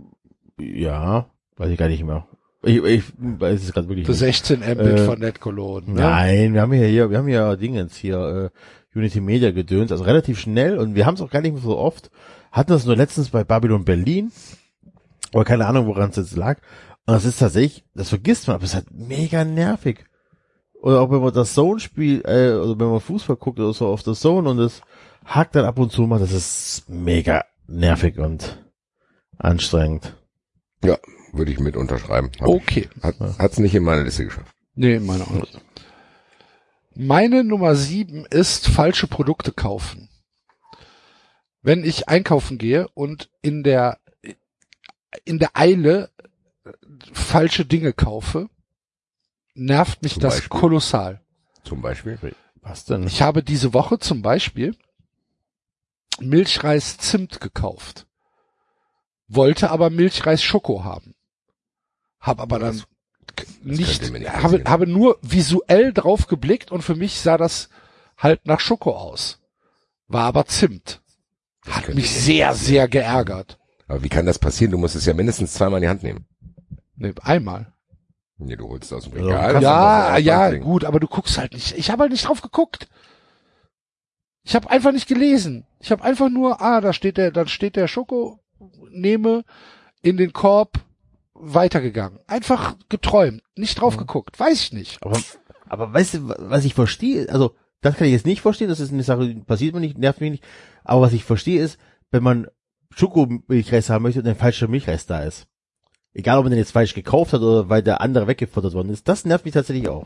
ja, weiß ich gar nicht mehr. Ich, ich weiß es gerade wirklich Für nicht. sechzehn Mbit Äh, von NetCologne, ne? Nein, wir haben ja hier, wir haben ja Dingens hier, äh, Unity Media gedöns, also relativ schnell und wir haben es auch gar nicht mehr so oft. Hatten das nur letztens bei Babylon Berlin, aber keine Ahnung, woran es jetzt lag. Und das ist tatsächlich, das vergisst man, aber es ist halt mega nervig. Oder auch wenn man das Zone spielt, äh, oder wenn man Fußball guckt oder so auf der Zone und es hakt dann ab und zu mal, das ist mega nervig und anstrengend. Ja, würde ich mit unterschreiben. Hab Okay. ich, hat, hat's nicht in meine Liste geschafft. Nee, meine auch nicht. Meine Nummer sieben ist falsche Produkte kaufen. Wenn ich einkaufen gehe und in der in der Eile falsche Dinge kaufe, nervt mich Zum das Beispiel? kolossal. Zum Beispiel. Was denn? Ich habe diese Woche zum Beispiel Milchreis Zimt gekauft, wollte aber Milchreis Schoko haben, habe aber dann k- nicht, könnte mir nicht habe, passieren. habe nur visuell drauf geblickt und für mich sah das halt nach Schoko aus, war aber Zimt. Hat könnte mich mir nicht sehr, passieren. sehr geärgert. Aber wie kann das passieren? Du musst es ja mindestens zweimal in die Hand nehmen. Nee, einmal. Nee, du holst es aus dem Ja, Regal. kannst Ja, das ist ja, Ding. gut, aber du guckst halt nicht. Ich habe halt nicht drauf geguckt. Ich habe einfach nicht gelesen. Ich habe einfach nur, ah, da steht der, dann steht der Schoko, nehme in den Korb, weitergegangen. Einfach geträumt, nicht drauf geguckt, weiß ich nicht. Aber, aber weißt du, was ich verstehe, also das kann ich jetzt nicht verstehen, das ist eine Sache, die passiert mir nicht, nervt mich nicht, aber was ich verstehe ist, wenn man Schokomilchreis haben möchte und ein falscher Milchreis da ist. Egal, ob man den jetzt falsch gekauft hat oder weil der andere weggefuttert worden ist, das nervt mich tatsächlich auch.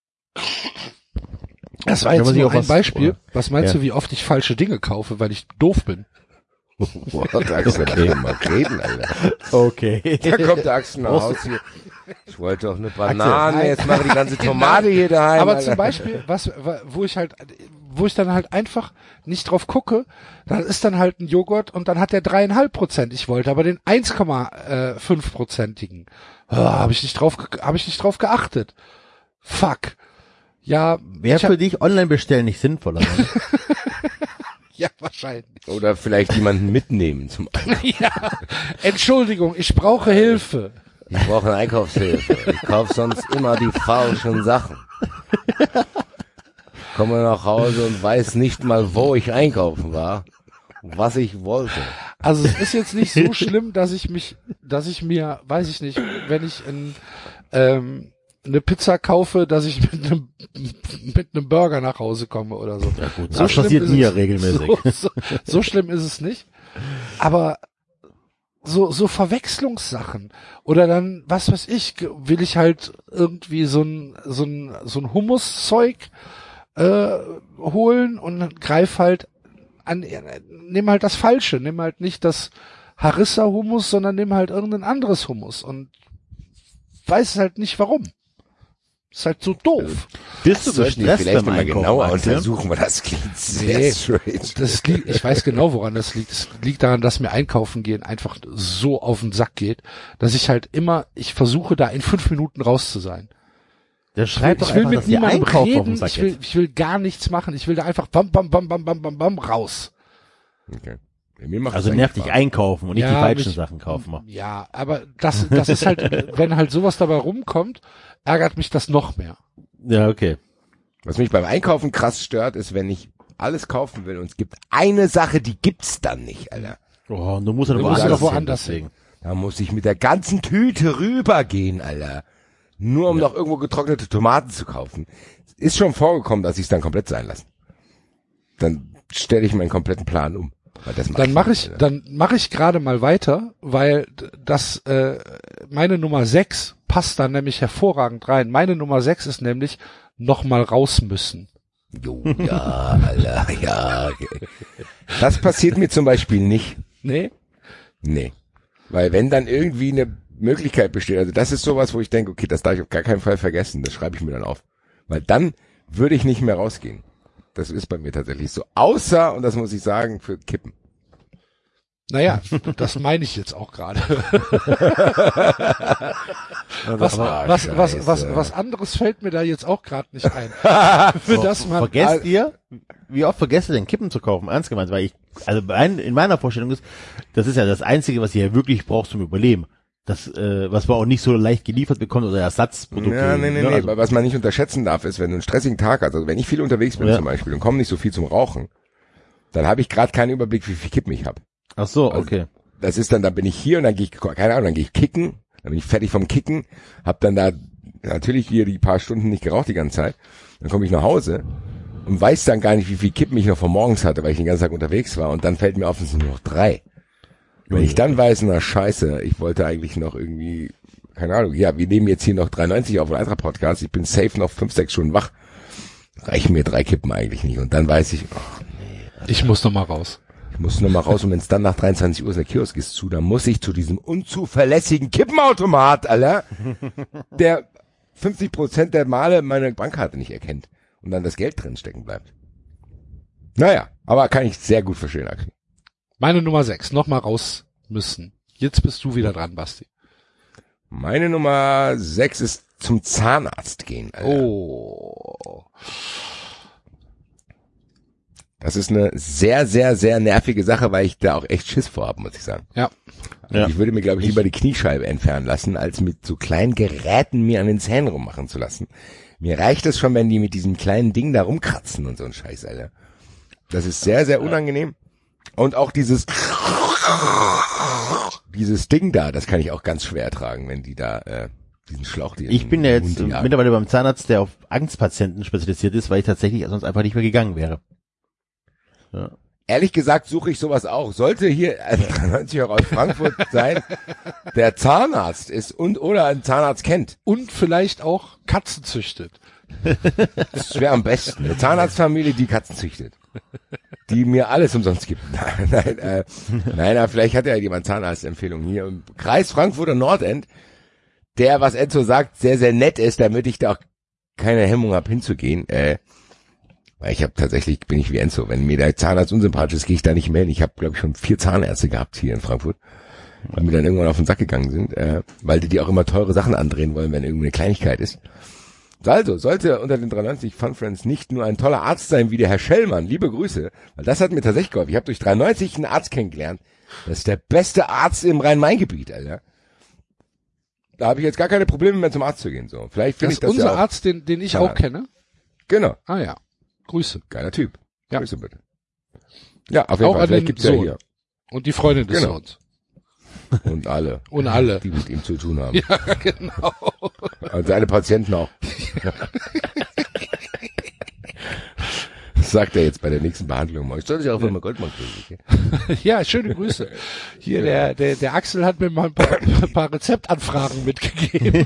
Das war Wenn jetzt man sich nur auch ein was- Beispiel. oder- Was meinst Ja. du, wie oft ich falsche Dinge kaufe, weil ich doof bin? Boah, der Axel, da können wir mal reden, Alter. Okay. Da kommt der Axel nach Brauchst Hause hier. Ich wollte doch eine Banane, Axel, jetzt mache ich die ganze Tomate hier daheim. Aber Alter. zum Beispiel, was, wo ich halt, wo ich dann halt einfach nicht drauf gucke, dann ist dann halt ein Joghurt und dann hat der dreieinhalb Prozent. Ich wollte aber den eins Komma fünf Prozentigen. Oh, habe ich nicht drauf, ge- habe ich nicht drauf geachtet. Fuck. Ja, Wäre ich hab- für dich online bestellen nicht sinnvoller. Ne? ja, wahrscheinlich. Oder vielleicht jemanden mitnehmen zum Ja, Entschuldigung, ich brauche Hilfe. Ich brauche eine Einkaufshilfe. Ich kaufe sonst immer die falschen Sachen. Komme nach Hause und weiß nicht mal, wo ich einkaufen war, was ich wollte. Also es ist jetzt nicht so schlimm, dass ich mich, dass ich mir, weiß ich nicht, wenn ich in, ähm, eine Pizza kaufe, dass ich mit einem mit einem Burger nach Hause komme oder so. Ja gut, so das passiert mir es, regelmäßig. So, so, so schlimm ist es nicht. Aber so so Verwechslungssachen oder dann was weiß ich, will ich halt irgendwie so ein so ein so ein Hummuszeug äh, holen und greif halt an, nimm halt das Falsche, nimm halt nicht das Harissa Hummus, sondern nimm halt irgendein anderes Hummus und weiß halt nicht warum. Ist halt so doof. Bist du Sollten wir gestresst vielleicht beim mal Einkaufen, genauer Axel? untersuchen, weil das klingt sehr Nee, strange. das liegt, ich weiß genau, woran das liegt. Es liegt daran, dass mir Einkaufen gehen einfach so auf den Sack geht, dass ich halt immer, ich versuche da in fünf Minuten raus zu sein. Der schreibt ich doch will einfach, mit dass der niemandem Einkauf auf reden, dem Sack ich will, ist. ich will gar nichts machen, ich will da einfach bam, bam, bam, bam, bam, bam, bam, raus. Okay. Mir macht Also das nervt eigentlich dich Spaß. einkaufen und nicht Ja, die falschen mich- Sachen kaufen. Ja, aber das, das ist halt, wenn halt sowas dabei rumkommt, ärgert mich das noch mehr. Ja, okay. Was mich beim Einkaufen krass stört, ist, wenn ich alles kaufen will und es gibt eine Sache, die gibt's dann nicht, Alter. Oh, und du musst ja Du noch musst woanders, doch woanders hin, deswegen. Da muss ich mit der ganzen Tüte rübergehen, Alter. Nur um noch irgendwo getrocknete Tomaten zu kaufen. Ist schon vorgekommen, dass ich es dann komplett sein lasse. Dann stelle ich meinen kompletten Plan um. Weil das mach Dann mache nicht, ich, Alter. dann mache ich gerade mal weiter, weil d- das äh, meine Nummer sechs passt da nämlich hervorragend rein. Meine Nummer sechs ist nämlich noch mal raus müssen. Jo, ja, Alter, ja. Okay. Das passiert mir zum Beispiel nicht. Nee? Nee. Weil wenn dann irgendwie eine Möglichkeit besteht, also das ist sowas, wo ich denke, okay, das darf ich auf gar keinen Fall vergessen, das schreibe ich mir dann auf. Weil dann würde ich nicht mehr rausgehen. Das ist bei mir tatsächlich so. Außer, und das muss ich sagen, für Kippen. Naja, das meine ich jetzt auch gerade. was, Ah, was, was, Scheiße. was, was anderes fällt mir da jetzt auch gerade nicht ein. Für das man, Vergesst ihr, wie oft vergesst ihr denn Kippen zu kaufen? Ernst gemeint, weil ich, also mein, in meiner Vorstellung ist, das ist ja das Einzige, was ihr ja wirklich braucht zum Überleben. Das, äh, was man auch nicht so leicht geliefert bekommt oder Ersatzprodukte. Ja, nee, nee, ne? nee. Also, Aber was man nicht unterschätzen darf, ist, wenn du einen stressigen Tag hast, also wenn ich viel unterwegs bin Ja. zum Beispiel und komme nicht so viel zum Rauchen, dann habe ich gerade keinen Überblick, wie viel Kippen ich habe. ach so, Also, okay. Das ist dann, dann bin ich hier und dann gehe ich, keine Ahnung, dann gehe ich kicken, dann bin ich fertig vom Kicken, hab dann da natürlich hier die paar Stunden nicht geraucht die ganze Zeit, dann komme ich nach Hause und weiß dann gar nicht, wie viel Kippen ich noch von morgens hatte, weil ich den ganzen Tag unterwegs war und dann fällt mir auf, es sind nur noch drei. Wenn ich dann weiß, na scheiße, ich wollte eigentlich noch irgendwie, keine Ahnung, ja, wir nehmen jetzt hier noch drei neunzig auf den Eintracht Podcast, ich bin safe noch fünf, sechs Stunden wach, reichen mir drei Kippen eigentlich nicht und dann weiß ich, oh, ich muss noch mal raus. ich muss nur mal raus und wenn es dann nach dreiundzwanzig Uhr ist, der Kiosk ist zu, dann muss ich zu diesem unzuverlässigen Kippenautomat, Alter, der fünfzig Prozent der Male meine Bankkarte nicht erkennt und dann das Geld drin stecken bleibt. Naja, aber kann ich sehr gut verstehen, Axel. Meine Nummer sechs, noch mal raus müssen. Jetzt bist du wieder dran, Basti. Meine Nummer sechs ist zum Zahnarzt gehen, Alter. Oh. Das ist eine sehr, sehr, sehr nervige Sache, weil ich da auch echt Schiss vor habe, muss ich sagen. Ja. Also Ja. ich würde mir, glaube ich, lieber die Kniescheibe entfernen lassen, als mit so kleinen Geräten mir an den Zähnen rummachen zu lassen. Mir reicht es schon, wenn die mit diesem kleinen Ding da rumkratzen und so ein Scheiß, Alter. Das ist sehr, sehr unangenehm. Und auch dieses dieses Ding da, das kann ich auch ganz schwer ertragen, wenn die da äh, diesen Schlauch die Ich in bin ja den jetzt Mund jagen. mittlerweile beim Zahnarzt, der auf Angstpatienten spezialisiert ist, weil ich tatsächlich sonst einfach nicht mehr gegangen wäre. Ja. Ehrlich gesagt suche ich sowas auch. Sollte hier ein dreiundneunziger aus Frankfurt sein, der Zahnarzt ist und oder einen Zahnarzt kennt. Und vielleicht auch Katzen züchtet. Das wäre am besten. Eine Zahnarztfamilie, die Katzen züchtet. Die mir alles umsonst gibt. Nein, nein, äh, nein, aber vielleicht hat ja jemand Zahnarztempfehlungen hier im Kreis Frankfurter Nordend, der, was Enzo sagt, sehr, sehr nett ist, damit ich da auch keine Hemmung habe hinzugehen. Äh, weil ich habe tatsächlich, bin ich wie Enzo, wenn mir der Zahnarzt unsympathisch ist, gehe ich da nicht mehr hin. Ich habe, glaube ich, schon vier Zahnärzte gehabt hier in Frankfurt, die mir dann irgendwann auf den Sack gegangen sind, äh, weil die, die auch immer teure Sachen andrehen wollen, wenn irgendeine Kleinigkeit ist. Also, sollte unter den dreiundneunzig Fun Friends nicht nur ein toller Arzt sein wie der Herr Schellmann, liebe Grüße, weil das hat mir tatsächlich geholfen. Ich habe durch dreiundneunzig einen Arzt kennengelernt. Das ist der beste Arzt im Rhein-Main-Gebiet, Alter. da habe ich jetzt gar keine Probleme mehr zum Arzt zu gehen. So, vielleicht finde Das ich ist das unser ja auch, Arzt, den, den ich Ja. auch kenne. Genau, Ah ja, Grüße. geiler Typ. Ja. Grüße bitte. Ja, auf jeden Auch Fall. an Vielleicht den gibt's ja Sohn. hier Und die Freundin des Genau. Sohns. und alle, Und alle. die mit ihm zu tun haben. Ja, genau. Und seine Patienten auch. Das sagt er jetzt bei der nächsten Behandlung mal. Ich soll dich auch mal Goldmann kriegen. Okay? Ja, schöne Grüße. Hier, der, der, der Axel hat mir mal ein paar, ein paar Rezeptanfragen mitgegeben.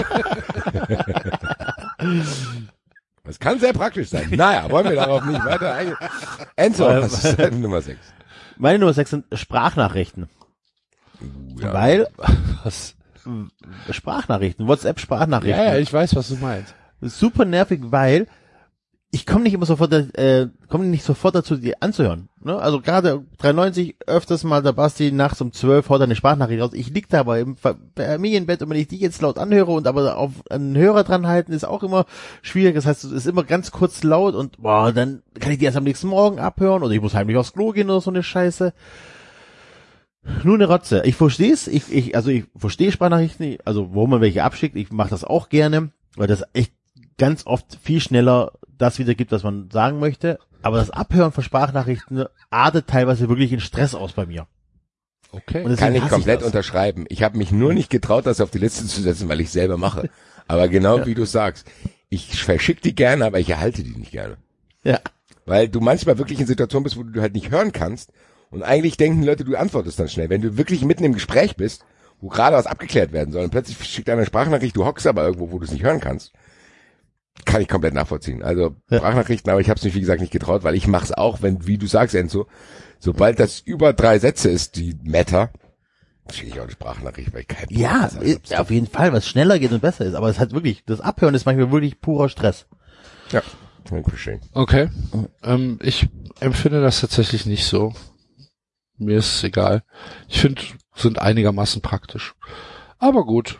Das kann sehr praktisch sein. Naja, wollen wir darauf nicht weiter eingehen. Enzo, was ist deine Nummer sechs? Meine Nummer sechs sind Sprachnachrichten. Ja. Weil, Was? Sprachnachrichten, WhatsApp-Sprachnachrichten. Ja, ja, ich weiß, was du meinst. Super nervig, weil ich komme nicht immer sofort, äh, komme nicht sofort dazu, die anzuhören. Ne? Also gerade dreiundneunzig öfters mal der Basti nachts um zwölf haut eine Sprachnachricht raus. Ich lieg da aber im Familienbett und wenn ich die jetzt laut anhöre und aber auf einen Hörer dran halten, ist auch immer schwierig. Das heißt, es ist immer ganz kurz laut und boah, dann kann ich die erst am nächsten Morgen abhören oder ich muss heimlich aufs Klo gehen oder so eine Scheiße. Nur eine Rotze. Ich verstehe es, ich, ich, also ich verstehe Sprachnachrichten, also wo man welche abschickt, ich mache das auch gerne, weil das echt ganz oft viel schneller das wiedergibt, was man sagen möchte. Aber das Abhören von Sprachnachrichten artet teilweise wirklich in Stress aus bei mir. Okay. Und deswegen Kann ich hasse komplett das. unterschreiben. Ich habe mich nur nicht getraut, das auf die Liste zu setzen, weil ich selber mache. Aber genau Ja. wie du sagst, ich verschicke die gerne, aber ich erhalte die nicht gerne. Ja. Weil du manchmal wirklich in Situationen bist, wo du halt nicht hören kannst. Und eigentlich denken Leute, du antwortest dann schnell. Wenn du wirklich mitten im Gespräch bist, wo gerade was abgeklärt werden soll und plötzlich schickt einer eine Sprachnachricht, du hockst aber irgendwo, wo du es nicht hören kannst, kann ich komplett nachvollziehen. Also Ja. Sprachnachrichten, aber ich habe es mich, wie gesagt, nicht getraut, weil ich mache es auch, wenn, wie du sagst, Enzo, sobald das über drei Sätze ist, die Meta, schicke ich auch eine Sprachnachricht, weil ich keinen Bock Ja, habe. Also, ist, auf jeden Fall, was schneller geht und besser ist. Aber es hat wirklich, das Abhören ist manchmal wirklich purer Stress. ja, kann ich verstehen. Okay. Ähm, ich empfinde das tatsächlich nicht so. Mir ist es egal. Ich finde, sind einigermaßen praktisch. Aber gut.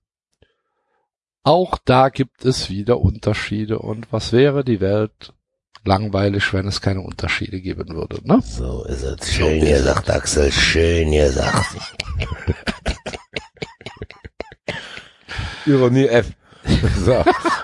Auch da gibt es wieder Unterschiede. Und was wäre die Welt langweilig, wenn es keine Unterschiede geben würde, ne? So ist es. Schön gesagt, Axel, schön gesagt. Ironie F. So.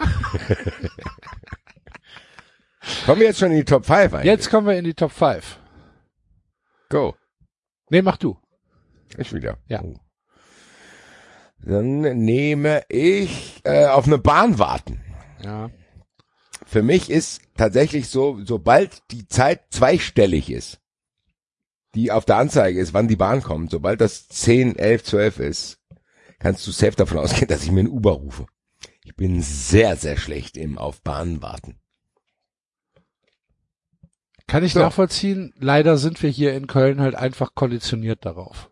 Kommen wir jetzt schon in die Top fünf eigentlich? Jetzt kommen wir in die Top fünf. Go. Nee, mach du. Ich wieder. Ja. Oh. Dann nehme ich äh, auf eine Bahn warten. Ja. Für mich ist tatsächlich so, sobald die Zeit zweistellig ist, die auf der Anzeige ist, wann die Bahn kommt, sobald das zehn, elf, zwölf ist, kannst du safe davon ausgehen, dass ich mir ein Uber rufe. Ich bin sehr, sehr schlecht im auf Bahnen warten. Kann ich So. nachvollziehen. Leider sind wir hier in Köln halt einfach konditioniert darauf.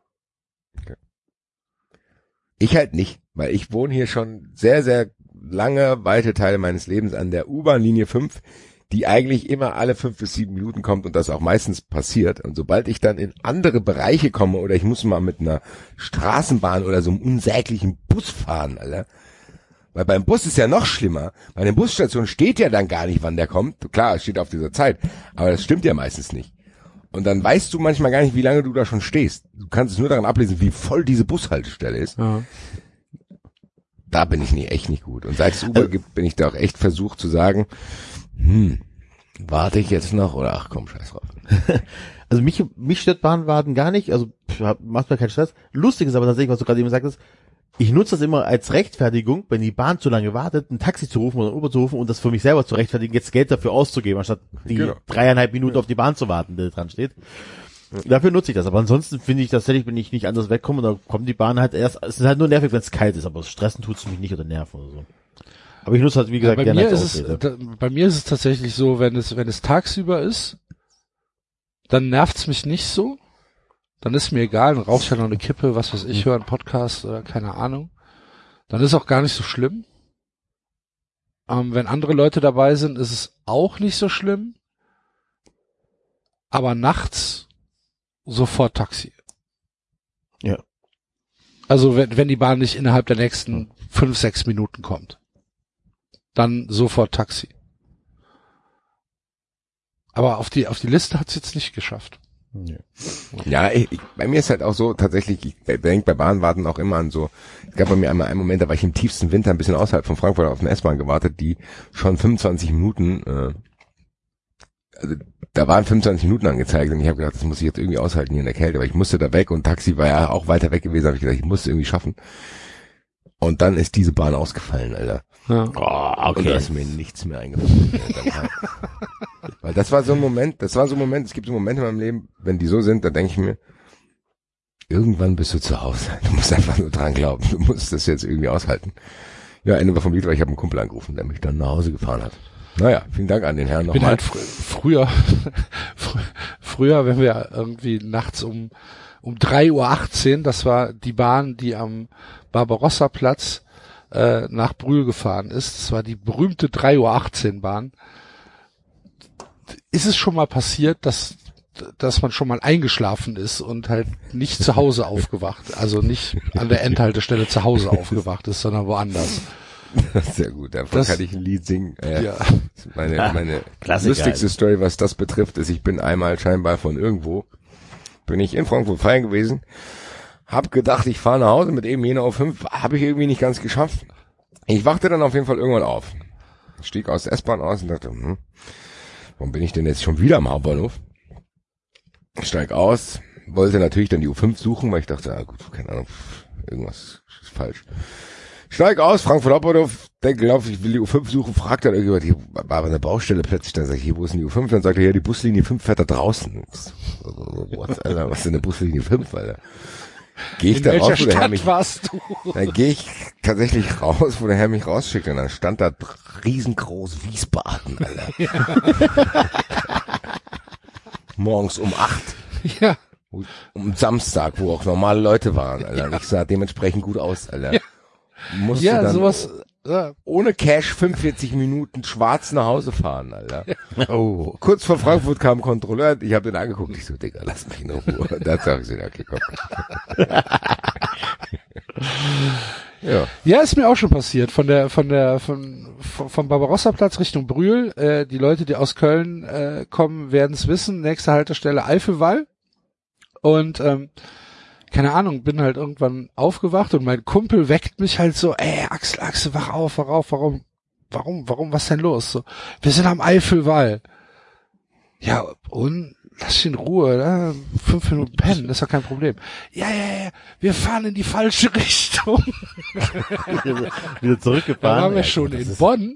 Ich halt nicht, weil ich wohne hier schon sehr, sehr lange, weite Teile meines Lebens an der U-Bahn-Linie fünf, die eigentlich immer alle fünf bis sieben Minuten kommt und das auch meistens passiert. Und sobald ich dann in andere Bereiche komme oder ich muss mal mit einer Straßenbahn oder so einem unsäglichen Bus fahren, Alter. Weil beim Bus ist ja noch schlimmer. Bei den Busstationen steht ja dann gar nicht, wann der kommt. Klar, es steht auf dieser Zeit, aber das stimmt ja meistens nicht. Und dann weißt du manchmal gar nicht, wie lange du da schon stehst. Du kannst es nur daran ablesen, wie voll diese Bushaltestelle ist. Ja. Da bin ich nie, echt nicht gut. Und seit es Uber gibt, bin ich da auch echt versucht zu sagen, hm, warte ich jetzt noch oder ach komm, scheiß drauf. Also mich, mich stört Bahnwarten gar nicht, also pff, macht mir keinen Stress. Lustig ist aber tatsächlich, was du gerade eben sagtest, ich nutze das immer als Rechtfertigung, wenn die Bahn zu lange wartet, ein Taxi zu rufen oder ein Uber zu rufen und das für mich selber zu rechtfertigen, jetzt Geld dafür auszugeben, anstatt die Genau. dreieinhalb Minuten auf die Bahn zu warten, die dran steht. Dafür nutze ich das, aber ansonsten finde ich tatsächlich, wenn ich nicht anders wegkomme, dann kommt die Bahn halt erst, es ist halt nur nervig, wenn es kalt ist, aber stressen tut es mich nicht oder nerven oder so. Aber ich nutze halt, wie gesagt, bei gerne mir als ist es, Ausrede. da, bei mir ist es tatsächlich so, wenn es, wenn es tagsüber ist, dann nervt's mich nicht so. Dann ist mir egal, dann rauche ich ja noch eine Kippe, was weiß ich, höre einen Podcast oder keine Ahnung. Dann ist auch gar nicht so schlimm. Ähm, wenn andere Leute dabei sind, ist es auch nicht so schlimm. Aber nachts sofort Taxi. Ja. Also wenn, wenn die Bahn nicht innerhalb der nächsten fünf, sechs Minuten kommt, dann sofort Taxi. Aber auf die, auf die Liste hat's jetzt nicht geschafft. Ja, ich, ich, bei mir ist halt auch so, tatsächlich, ich denke bei Bahnwarten auch immer an so, es gab bei mir einmal einen Moment, da war ich im tiefsten Winter ein bisschen außerhalb von Frankfurt auf eine S-Bahn gewartet, die schon fünfundzwanzig Minuten, äh, also da waren fünfundzwanzig Minuten angezeigt und ich habe gedacht, das muss ich jetzt irgendwie aushalten hier in der Kälte, weil ich musste da weg und Taxi war ja auch weiter weg gewesen, habe ich gedacht, ich muss es irgendwie schaffen. Und dann ist diese Bahn ausgefallen, Alter. Ja. Oh, Und da ist mir nichts mehr eingefallen. Dann halt. Weil das war so ein Moment, das war so ein Moment, es gibt so Momente in meinem Leben, wenn die so sind, dann denke ich mir, irgendwann bist du zu Hause. Du musst einfach nur dran glauben. Du musst das jetzt irgendwie aushalten. Ja, Ende vom Lied war, ich habe einen Kumpel angerufen, der mich dann nach Hause gefahren hat. Naja, vielen Dank an den Herrn Ich bin nochmal. halt fr früher, fr früher, wenn wir irgendwie nachts um um drei Uhr achtzehn, das war die Bahn, die am Barbarossa-Platz äh, nach Brühl gefahren ist. Das war die berühmte drei Uhr achtzehn Bahn. Ist es schon mal passiert, dass dass man schon mal eingeschlafen ist und halt nicht zu Hause aufgewacht, also nicht an der Endhaltestelle zu Hause aufgewacht ist, sondern woanders? Sehr gut, davon Das- kann ich ein Lied singen. Äh, Ja. Meine, meine Klassiker, lustigste Story, was das betrifft, ist, ich bin einmal scheinbar von irgendwo, bin ich in Frankfurt feiern gewesen, hab gedacht, ich fahre nach Hause mit eben jener auf fünf, habe ich irgendwie nicht ganz geschafft. Ich wachte dann auf jeden Fall irgendwann auf, stieg aus der S-Bahn aus und dachte, hm, warum bin ich denn jetzt schon wieder am Hauptbahnhof? Steig aus, wollte natürlich dann die U fünf suchen, weil ich dachte, ah gut, keine Ahnung, irgendwas ist falsch. Steig aus, Frankfurt Hauptbahnhof, denke, lauf, ich will die U fünf suchen, fragt dann irgendjemand, hier war aber eine Baustelle plötzlich, dann sag ich, hier, wo ist denn die U fünf? Dann sagt er, ja, die Buslinie fünf fährt da draußen. What, Alter, was ist denn eine Buslinie fünf, Alter? Geh ich In da welcher raus, wo der Herr Stadt mich, warst du? dann gehe ich tatsächlich raus, wo der Herr mich rausschickt und dann stand da riesengroß Wiesbaden, Alter. Morgens um acht. Ja. Um Samstag, wo auch normale Leute waren, Alter. Und ich sah dementsprechend gut aus, Alter. Ja. Musste Ja, dann sowas, ja. ohne Cash fünfundvierzig Minuten schwarz nach Hause fahren, Alter. Oh. Kurz vor Frankfurt kam ein Kontrolleur, ich habe den angeguckt, ich so, Digga, lass mich in Ruhe. Da sag ich so, ja, okay, komm. Ja. Ja, ist mir auch schon passiert. Von der, von der, von, von, vom Barbarossa-Platz Richtung Brühl. Äh, die Leute, die aus Köln äh, kommen, werden es wissen. Nächste Haltestelle Eifelwall. Und ähm, keine Ahnung, bin halt irgendwann aufgewacht und mein Kumpel weckt mich halt so, ey, Axel, Axel, wach auf, wach auf, warum, warum, warum, was denn los? So, wir sind am Eifelwall. Ja, und lass dich in Ruhe, ne? Fünf Minuten pennen, ist doch kein Problem. Ja, ja, ja, wir fahren in die falsche Richtung. Wieder zurückgefahren. Da waren wir Ja, schon das in ist- Bonn,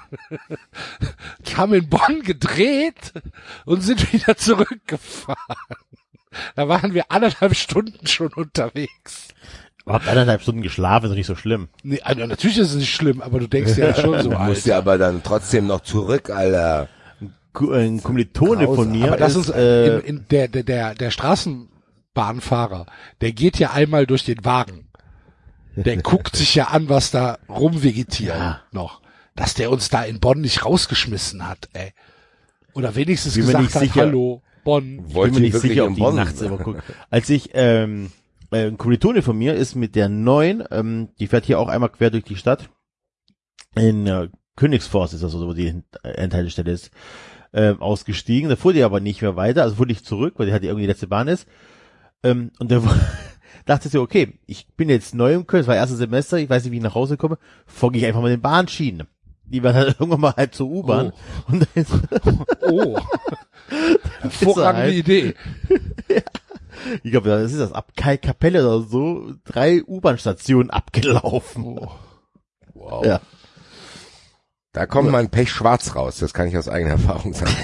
haben in Bonn gedreht und sind wieder zurückgefahren. Da waren wir anderthalb Stunden schon unterwegs. Habt eineinhalb Stunden geschlafen, ist doch nicht so schlimm. Nee, also natürlich ist es nicht schlimm, aber du denkst ja schon so, Du musst ja Alter. aber dann trotzdem noch zurück, Alter. Ku- Ein Kommilitone von mir Aber das ist, ist, äh, in, in der, der, der, der Straßenbahnfahrer, der geht ja einmal durch den Wagen. Der guckt sich ja an, was da rumvegetiert Ja. noch. Dass der uns da in Bonn nicht rausgeschmissen hat, ey. Oder wenigstens Bin mir gesagt nicht hat, sicher. hallo, Bonn. ich bin Wollt mir ihr nicht wirklich sicher, in ob die Bonn? nachts immer gucken. Als ich, ähm, äh, ein Kommilitone von mir ist mit der neuen, ähm, die fährt hier auch einmal quer durch die Stadt. In äh, Königsforst ist das so, wo die Endhaltestelle ist, ähm, ausgestiegen. Da fuhr die aber nicht mehr weiter, also fuhr ich zurück, weil die halt irgendwie die letzte Bahn ist. Ähm, und der dachte so, okay, ich bin jetzt neu im Köln, das war erstes Semester, ich weiß nicht, wie ich nach Hause komme, folge ich einfach mal den Bahnschienen. Die waren halt irgendwann mal halt zur U-Bahn. Und dann ist, Oh. Hervorragende halt- Idee. ich glaube, das ist das ab Kai Kapelle oder so, drei U-Bahn-Stationen abgelaufen. Oh. Wow. Ja. Da kommt mein Pech schwarz raus, das kann ich aus eigener Erfahrung sagen.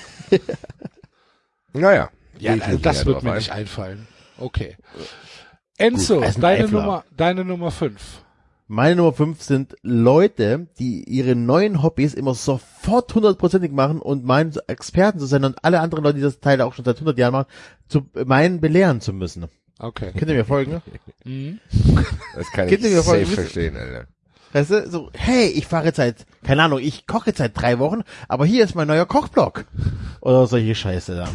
Naja. Ja, gehe ich nicht das näher wird drauf mir ein. nicht einfallen. Okay. Enzo, Gut, er ist ein deine Eifler. Nummer, deine Nummer fünf. Meine Nummer fünf sind Leute, die ihre neuen Hobbys immer sofort hundertprozentig machen und meinen, Experten zu sein und alle anderen Leute, die das Teil auch schon seit hundert Jahren machen, zu meinen belehren zu müssen. Okay. Könnt ihr mir folgen? Mhm. Das kann Geht ich mir voll- safe verstehen, Alter. Weißt du, so, hey, ich fahre jetzt seit, keine Ahnung, ich koche jetzt seit drei Wochen, aber hier ist mein neuer Kochblock. Oder solche Scheiße da.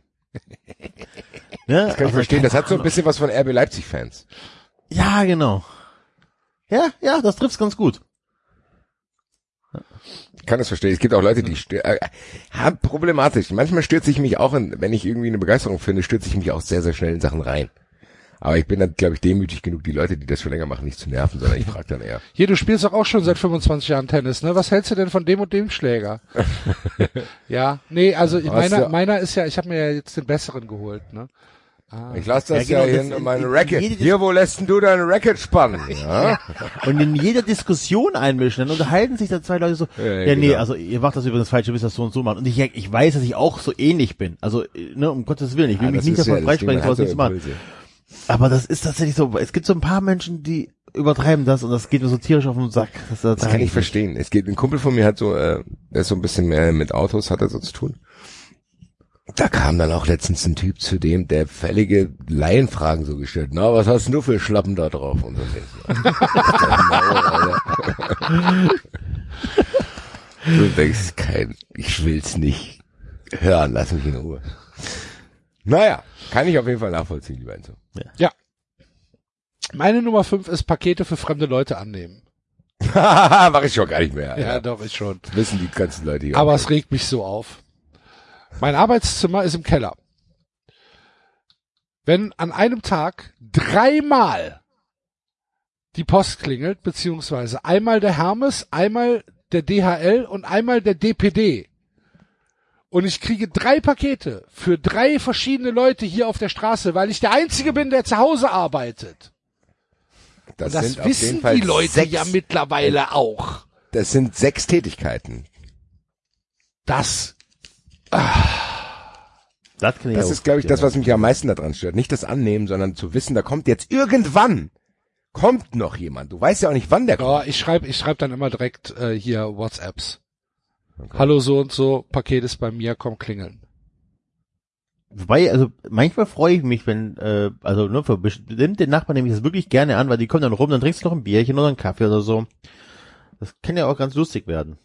Ne? Das kann ich verstehen, das hat so ein bisschen was von R B Leipzig-Fans. Ja, genau. Ja, ja, das trifft's ganz gut. Ich kann das verstehen. Es gibt auch Leute, die stö- äh, haben problematisch. Manchmal stürze ich mich auch in, wenn ich irgendwie eine Begeisterung finde, stürze ich mich auch sehr, sehr schnell in Sachen rein. Aber ich bin dann, glaube ich, demütig genug, die Leute, die das schon länger machen, nicht zu nerven, sondern ich frage dann eher. Hier, du spielst doch auch schon seit fünfundzwanzig Jahren Tennis, ne? Was hältst du denn von dem und dem Schläger? Ja, nee, also ich, Was meiner, ja- meiner ist ja, ich habe mir ja jetzt den besseren geholt, ne? Ah. Ich lasse das Ja, ja, genau, hier das in meine in- in Racket. jede Dis- Hier, wo lässt denn du deine Racket spannen? Ja? Und in jeder Diskussion einmischen, dann unterhalten sich da zwei Leute so, Ja, ja, ja, nee, genau. also ihr macht das übrigens falsch, ihr müsst das so und so machen. Und ich, ich weiß, dass ich auch so ähnlich bin. Also, ne, um Gottes Willen, ich will Ja, mich das nicht ist ja davon das Ding, freisprechen, man sowas hat nicht so zu machen. Impulse. Aber das ist tatsächlich so, es gibt so ein paar Menschen, die übertreiben das und das geht mir so tierisch auf den Sack. Das, das, Das kann ich verstehen. Es geht, ein Kumpel von mir hat so, äh, der ist so ein bisschen mehr mit Autos, hat er so zu tun. Da kam dann auch letztens ein Typ zu dem, der völlige Laienfragen so gestellt. Na, was hast denn du für Schlappen da drauf? Und so denkst du, du denkst, kein, ich will's nicht hören, lass mich in Ruhe. Naja, kann ich auf jeden Fall nachvollziehen, lieber Enzo. Ja. Meine Nummer fünf ist Pakete für fremde Leute annehmen. Mach ich schon gar nicht mehr. Ja, Ja, doch, ist schon. Das wissen die ganzen Leute hier. Aber auch. es regt mich so auf. Mein Arbeitszimmer ist im Keller. Wenn an einem Tag dreimal die Post klingelt, beziehungsweise einmal der Hermes, einmal der D H L und einmal der D P D, und ich kriege drei Pakete für drei verschiedene Leute hier auf der Straße, weil ich der Einzige bin, der zu Hause arbeitet. das, Und das sind auf jeden wissen Fall die Leute sechs, ja mittlerweile auch. Das sind sechs Tätigkeiten. Das, Das, kann ich Das auch ist, glaube ich, das, verstehen, was mich am meisten daran stört. Nicht das Annehmen, sondern zu wissen, da kommt jetzt irgendwann, kommt noch jemand. Du weißt ja auch nicht, wann der kommt. ja, ich schreibe ich schreib dann immer direkt äh, hier WhatsApps. Hallo so und so, Paket ist bei mir, komm klingeln. Wobei, also manchmal freue ich mich, wenn, äh, also nur für bestimmte Nachbarn nehme ich das wirklich gerne an, weil die kommen dann rum, dann trinkst du noch ein Bierchen oder einen Kaffee oder so. Das kann ja auch ganz lustig werden.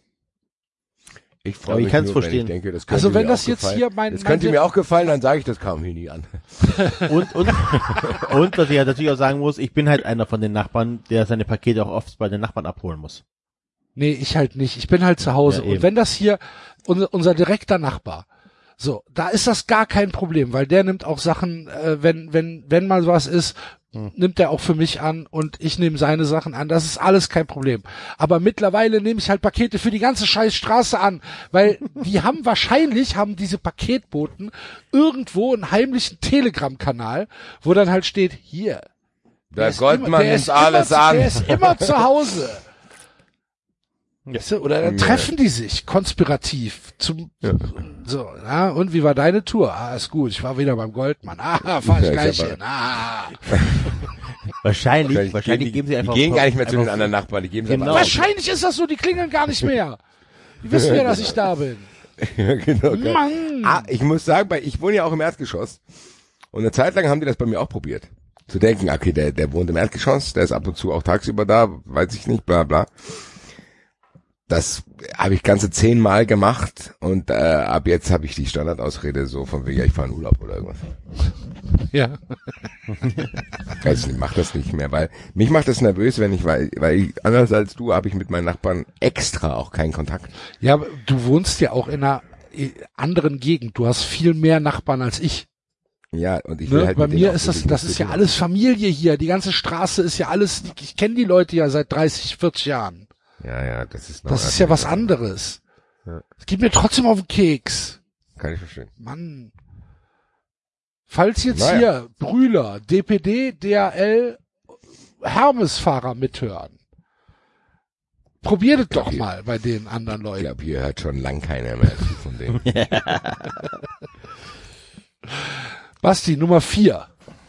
Ich Aber freue ich mich kann's nur, verstehen. wenn ich denke, das könnte Also wenn mir das auch jetzt gefallen. hier mein- Das könnte mein- mir auch gefallen, dann sage ich, das kam hier nie an. Und, und, und, was ich ja natürlich auch sagen muss, ich bin halt einer von den Nachbarn, der seine Pakete auch oft bei den Nachbarn abholen muss. Nee, ich halt nicht. Ich bin halt zu Hause. Ja, eben. Und wenn das hier unser, unser direkter Nachbar, so, da ist das gar kein Problem, weil der nimmt auch Sachen, äh, wenn, wenn, wenn mal was ist, Hm. nimmt er auch für mich an und ich nehme seine Sachen an. Das ist alles kein Problem. Aber mittlerweile nehme ich halt Pakete für die ganze scheiß Straße an, weil die haben wahrscheinlich, haben diese Paketboten irgendwo einen heimlichen Telegram-Kanal, wo dann halt steht, hier. Der ist Goldmann immer- der nimmt ist alles immer, an. Der ist immer zu Hause. Weißt du, oder dann Ja. treffen die sich konspirativ zum, so, ja, und wie war deine Tour? Ah, ist gut, ich war wieder beim Goldmann. Ah, fahr ich Ja, ich gleich hab- hin. Ah. Wahrscheinlich, wahrscheinlich geben sie einfach. Die gehen gar nicht mehr zu den einfach- anderen Nachbarn, die geben es Genau. einfach Wahrscheinlich ist das so, die klingeln gar nicht mehr. Die wissen ja, dass ich da bin. Ja, genau. geil. Mann. Ah, ich muss sagen, bei, ich wohne ja auch im Erdgeschoss. Und eine Zeit lang haben die das bei mir auch probiert. Zu denken, okay, der, der wohnt im Erdgeschoss, der ist ab und zu auch tagsüber da, weiß ich nicht, bla bla. Das habe ich ganze zehnmal gemacht und äh, ab jetzt habe ich die Standardausrede so von wegen, ja, ich fahre in Urlaub oder irgendwas. Ja. Also ich mach das nicht mehr, weil mich macht das nervös, wenn ich, weil, weil ich, anders als du, habe ich mit meinen Nachbarn extra auch keinen Kontakt. Ja, aber du wohnst ja auch in einer äh, anderen Gegend. Du hast viel mehr Nachbarn als ich. Ja, und ich will Ne? halt Bei mit denen mir auch ist das, wirklich das nichts ist zu ja tun alles Familie hier. Die ganze Straße ist ja alles, ich kenne die Leute ja seit dreißig, vierzig Jahren. haben. Ja, ja, das ist noch Das ist ja was anderes. Ja. Es geht mir trotzdem auf den Keks. Kann ich verstehen. Mann. Falls jetzt Naja. hier Brühler, D P D, D H L, Hermes-Fahrer mithören, probiert es doch hier- mal bei den anderen Ich Leuten. glaube, hier hört schon lang keiner mehr zu von denen. Basti, Nummer vier.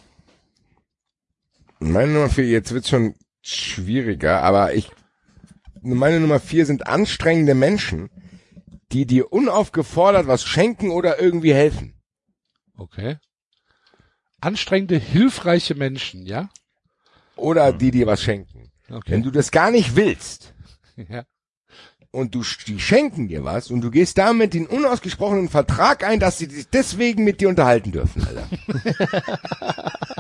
Meine Nummer vier, jetzt wird's schon schwieriger, aber ich, meine Nummer vier sind anstrengende Menschen, die dir unaufgefordert was schenken oder irgendwie helfen. Okay. Anstrengende, hilfreiche Menschen, ja? Oder die dir was schenken. Okay. Wenn du das gar nicht willst Ja. und du, die schenken dir was und du gehst damit den unausgesprochenen Vertrag ein, dass sie sich deswegen mit dir unterhalten dürfen, Alter.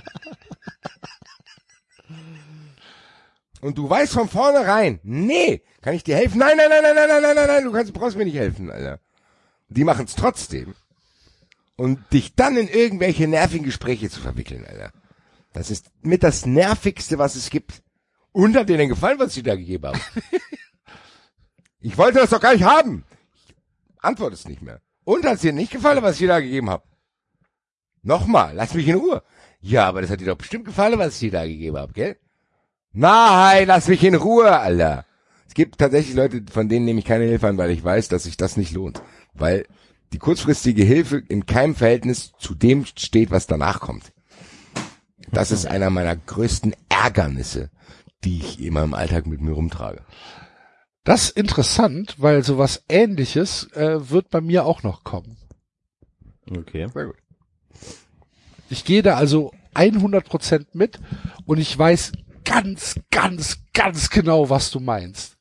Und du weißt von vornherein, nee, Kann ich dir helfen? Nein, nein, nein, nein, nein, nein, nein, nein, du kannst, brauchst mir nicht helfen, Alter. Die machen es trotzdem. Und dich dann in irgendwelche nervigen Gespräche zu verwickeln, Alter. Das ist mit das Nervigste, was es gibt. Und hat dir denn gefallen, was ich dir da gegeben habe? Ich wollte das doch gar nicht haben. Antwortest nicht mehr. Und hat es dir nicht gefallen, was ich dir da gegeben habe? Nochmal, lass mich in Ruhe. Ja, aber das hat dir doch bestimmt gefallen, was ich dir da gegeben habe, gell? Nein, lass mich in Ruhe, Alter. Es gibt tatsächlich Leute, von denen nehme ich keine Hilfe an, weil ich weiß, dass sich das nicht lohnt. Weil die kurzfristige Hilfe in keinem Verhältnis zu dem steht, was danach kommt. Das ist einer meiner größten Ärgernisse, die ich immer im Alltag mit mir rumtrage. Das ist interessant, weil sowas Ähnliches äh, wird bei mir auch noch kommen. Okay. Sehr gut. Ich gehe da also hundert Prozent mit und ich weiß ganz, ganz, ganz genau, was du meinst.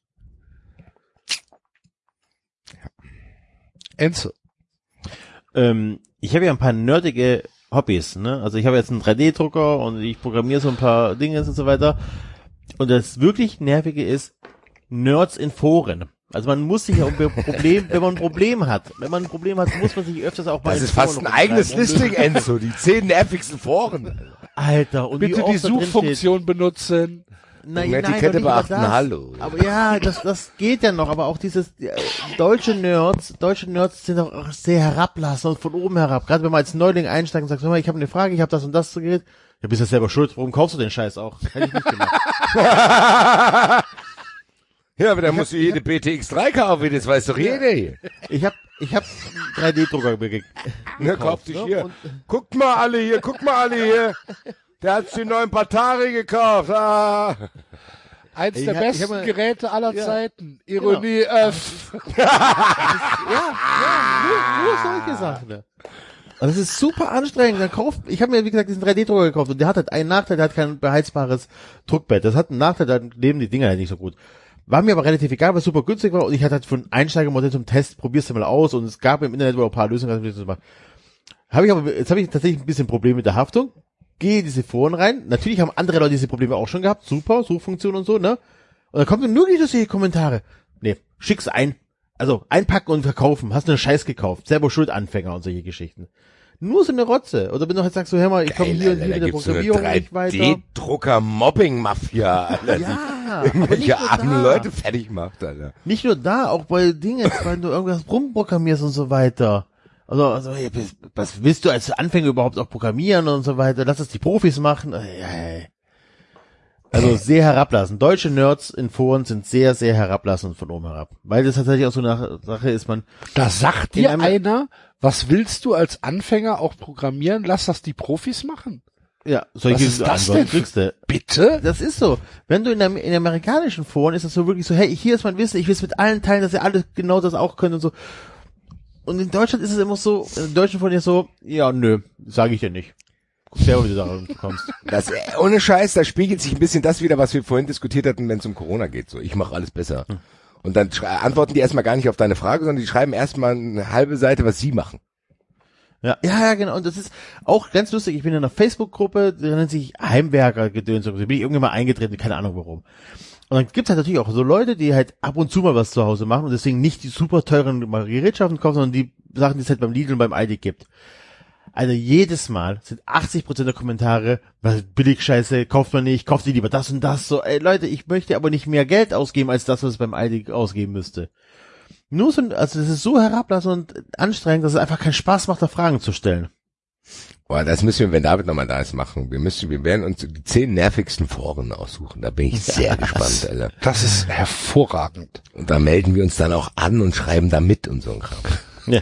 Enzo. Ähm, ich habe ja ein paar nerdige Hobbys, ne? Also ich habe jetzt einen drei D Drucker und ich programmiere so ein paar Dinge und so weiter. Und das wirklich Nervige ist Nerds in Foren. Also man muss sich ja um Problem, wenn man ein Problem hat, wenn man ein Problem hat, muss man sich öfters auch mal Das in ist fast Foren ein eigenes rumtreiben. Listing, Enzo. Die zehn nervigsten Foren. Alter, und Bitte wie oft die da drin Suchfunktion benutzen. Nein, Um nein, Etikette doch nicht beachten, nur das. hallo. Aber ja, das, das geht ja noch, aber auch dieses, äh, deutsche Nerds, deutsche Nerds sind auch sehr herablassend und von oben herab. Gerade wenn man als Neuling einsteigt und sagt, hör mal, ich habe eine Frage, ich habe das und das zu geredet. Ja, bist ja selber schuld, warum kaufst du den Scheiß auch? Hätte ich nicht gemacht. Ja, aber dann musst du jede B T X drei kaufen, das weiß doch jeder hier. Ich hab, ich hab einen drei D Drucker gekauft. Ne, kauf dich ne? hier. Und- Guckt mal alle hier, guckt mal alle hier. Der hat die neuen Batari gekauft. Ah. Eins Ich der hab- ich besten hab mal- Geräte aller Ja. Zeiten. Ironie F. Ja, ja, nur, nur solche Sachen. Ne? Und das ist super anstrengend. Dann kauft, ich habe mir, wie gesagt, diesen drei D Drucker gekauft und der hat halt einen Nachteil, der hat kein beheizbares Druckbett. Das hat einen Nachteil, da leben die Dinger halt nicht so gut. War mir aber relativ egal, weil es super günstig war und ich hatte halt von Einsteigermodell zum Test, probier's mal aus und es gab im Internet wohl ein paar Lösungen, das machen. Habe ich aber, jetzt habe ich tatsächlich ein bisschen Probleme mit der Haftung. Gehe in diese Foren rein. Natürlich haben andere Leute diese Probleme auch schon gehabt. Super, Suchfunktion und so, ne? Und dann kommt nur nicht solche Kommentare. Nee, schick's ein. Also, einpacken und verkaufen. Hast du einen Scheiß gekauft. Selber Schuld, Anfänger und solche Geschichten. Nur so eine Rotze. Oder wenn du halt sagst, so, hör mal, ich komme hier und hier mit der Programmierung nicht weiter. drei D-Drucker-Mobbing-Mafia, Alter. Ja, aber nicht Irgendwelche nur armen da. Leute fertig macht, Alter. Nicht nur da, auch bei Dingen, wenn du irgendwas rumprogrammierst und so weiter. Also, also, hey, was willst du als Anfänger überhaupt auch programmieren und so weiter? Lass es die Profis machen. Also sehr herablassend. Deutsche Nerds in Foren sind sehr, sehr herablassend von oben herab. Weil das tatsächlich auch so eine Sache ist, man, Da sagt In dir einem- einer, was willst du als Anfänger auch programmieren? Lass das die Profis machen. ja, solche Was ist das Antworten denn für- kriegst du. Bitte? Das ist so. Wenn du in, der, in amerikanischen Foren ist das so wirklich so, hey, hier ist mein Wissen, ich will es mit allen teilen, dass ihr alle genau das auch können und so. Und in Deutschland ist es immer so, in deutschen Foren ist so, ja, nö, sage ich dir nicht. Guck selber, wie du da kommst. Das, äh, ohne Scheiß, da spiegelt sich ein bisschen das wieder, was wir vorhin diskutiert hatten, wenn es um Corona geht. So, ich mache alles besser. Hm. Und dann schrei- antworten die erstmal gar nicht auf deine Frage, sondern die schreiben erstmal eine halbe Seite, was sie machen. Ja, ja, ja, genau. Und das ist auch ganz lustig. Ich bin in einer Facebook-Gruppe, die nennt sich Heimwerker-Gedöns. Da bin ich irgendwann mal eingetreten, keine Ahnung warum. Und dann gibt's halt natürlich auch so Leute, die halt ab und zu mal was zu Hause machen und deswegen nicht die super teuren Gerätschaften kaufen, sondern die Sachen, die es halt beim Lidl und beim Aldi gibt. Also jedes Mal sind achtzig Prozent der Kommentare, was Billigscheiße, kauft man nicht, kauft ihr lieber das und das. So, ey Leute, ich möchte aber nicht mehr Geld ausgeben, als das, was es beim Aldi ausgeben müsste. Nur so, also das ist so herablassend und anstrengend, dass es einfach keinen Spaß macht, da Fragen zu stellen. Boah, das müssen wir, wenn David nochmal da ist, machen. Wir müssen, wir werden uns die zehn nervigsten Foren aussuchen. Da bin ich sehr gespannt, Alter. Das ist hervorragend. Und da melden wir uns dann auch an und schreiben da mit und so ein Kram. Ja.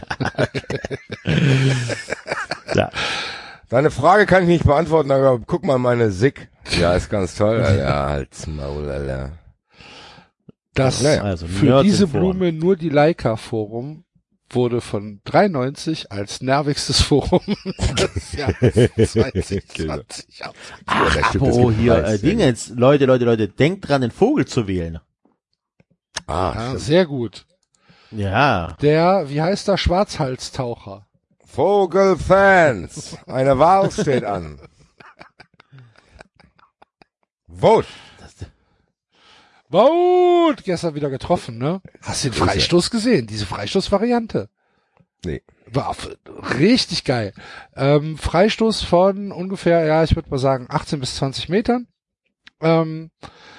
Ja. Deine Frage kann ich nicht beantworten, aber guck mal meine Sick. Ja, ist ganz toll, Alter. Ja, halt's Maul, Alter. Das Naja, also für Nerds diese im Forum. Blume nur die Leica-Forum wurde von dreiundneunzig als nervigstes Forum des Jahres zwanzig zwanzig Ja, Ach, da stimmt, das apropos gibt hier, Preis, äh, Ding jetzt, Leute, Leute, Leute, denkt dran, den Vogel zu wählen. Ah, Ja, stimmt. sehr gut. Ja. Der, wie heißt der, Schwarzhalstaucher? Vogelfans. Eine Wahl steht an. Vote. Wout! Gestern wieder getroffen, ne? Hast du den Freistoß gesehen? Diese Freistoßvariante? Nee. War richtig geil. Ähm, Freistoß von ungefähr, ja, ich würde mal sagen, achtzehn bis zwanzig Metern. Ähm,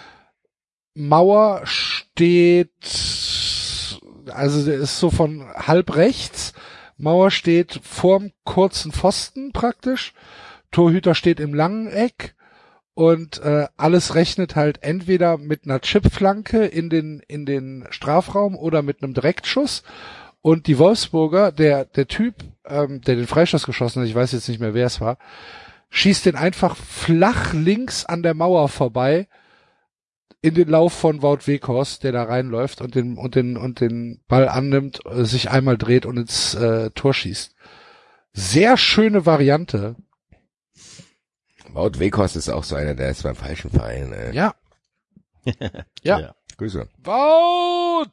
Mauer steht, also der ist so von halb rechts. Mauer steht vorm kurzen Pfosten praktisch. Torhüter steht im langen Eck. Und äh, alles rechnet halt entweder mit einer Chipflanke in den in den Strafraum oder mit einem Direktschuss. Und die Wolfsburger, der der Typ, ähm, der den Freistoß geschossen hat, ich weiß jetzt nicht mehr, wer es war, schießt den einfach flach links an der Mauer vorbei in den Lauf von Wout Weghorst, der da reinläuft und den und den und den Ball annimmt, äh, sich einmal dreht und ins äh, Tor schießt. Sehr schöne Variante. Wout Weghorst ist auch so einer, der ist beim falschen Verein. Ey. Ja. ja. Ja. Grüße. Wout!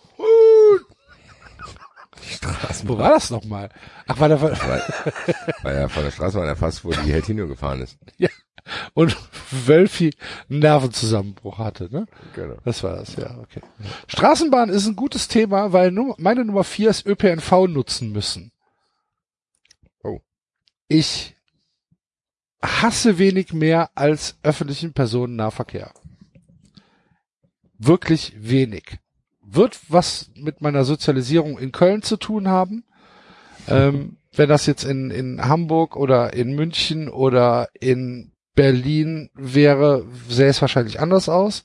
Wo war das nochmal? Ach, war der war, War ja von der Straßenbahn erfasst, wo die Heltinho gefahren ist. ja. Und Wölfi einen Nervenzusammenbruch hatte, ne? Genau. Das war das, ja, okay. Straßenbahn ist ein gutes Thema, weil Num- meine Nummer vier ist Ö P N V nutzen müssen. Oh. Ich hasse wenig mehr als öffentlichen Personennahverkehr. Wirklich wenig. Wird was mit meiner Sozialisierung in Köln zu tun haben. Ähm, wenn das jetzt in, in Hamburg oder in München oder in Berlin wäre, sähe es wahrscheinlich anders aus.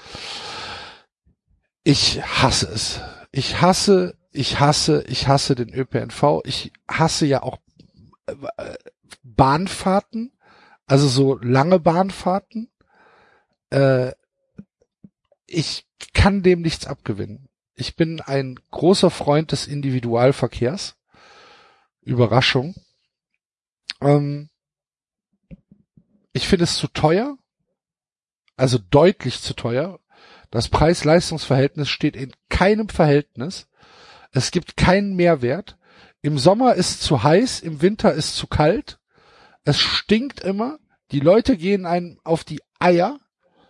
Ich hasse es. Ich hasse, ich hasse, ich hasse den Ö P N V. Ich hasse ja auch äh, Bahnfahrten. Also so lange Bahnfahrten. Äh, ich kann dem nichts abgewinnen. Ich bin ein großer Freund des Individualverkehrs. Überraschung. Ähm, ich finde es zu teuer. Also deutlich zu teuer. Das Preis-Leistungs-Verhältnis steht in keinem Verhältnis. Es gibt keinen Mehrwert. Im Sommer ist zu heiß, im Winter ist zu kalt. Es stinkt immer. Die Leute gehen einem auf die Eier.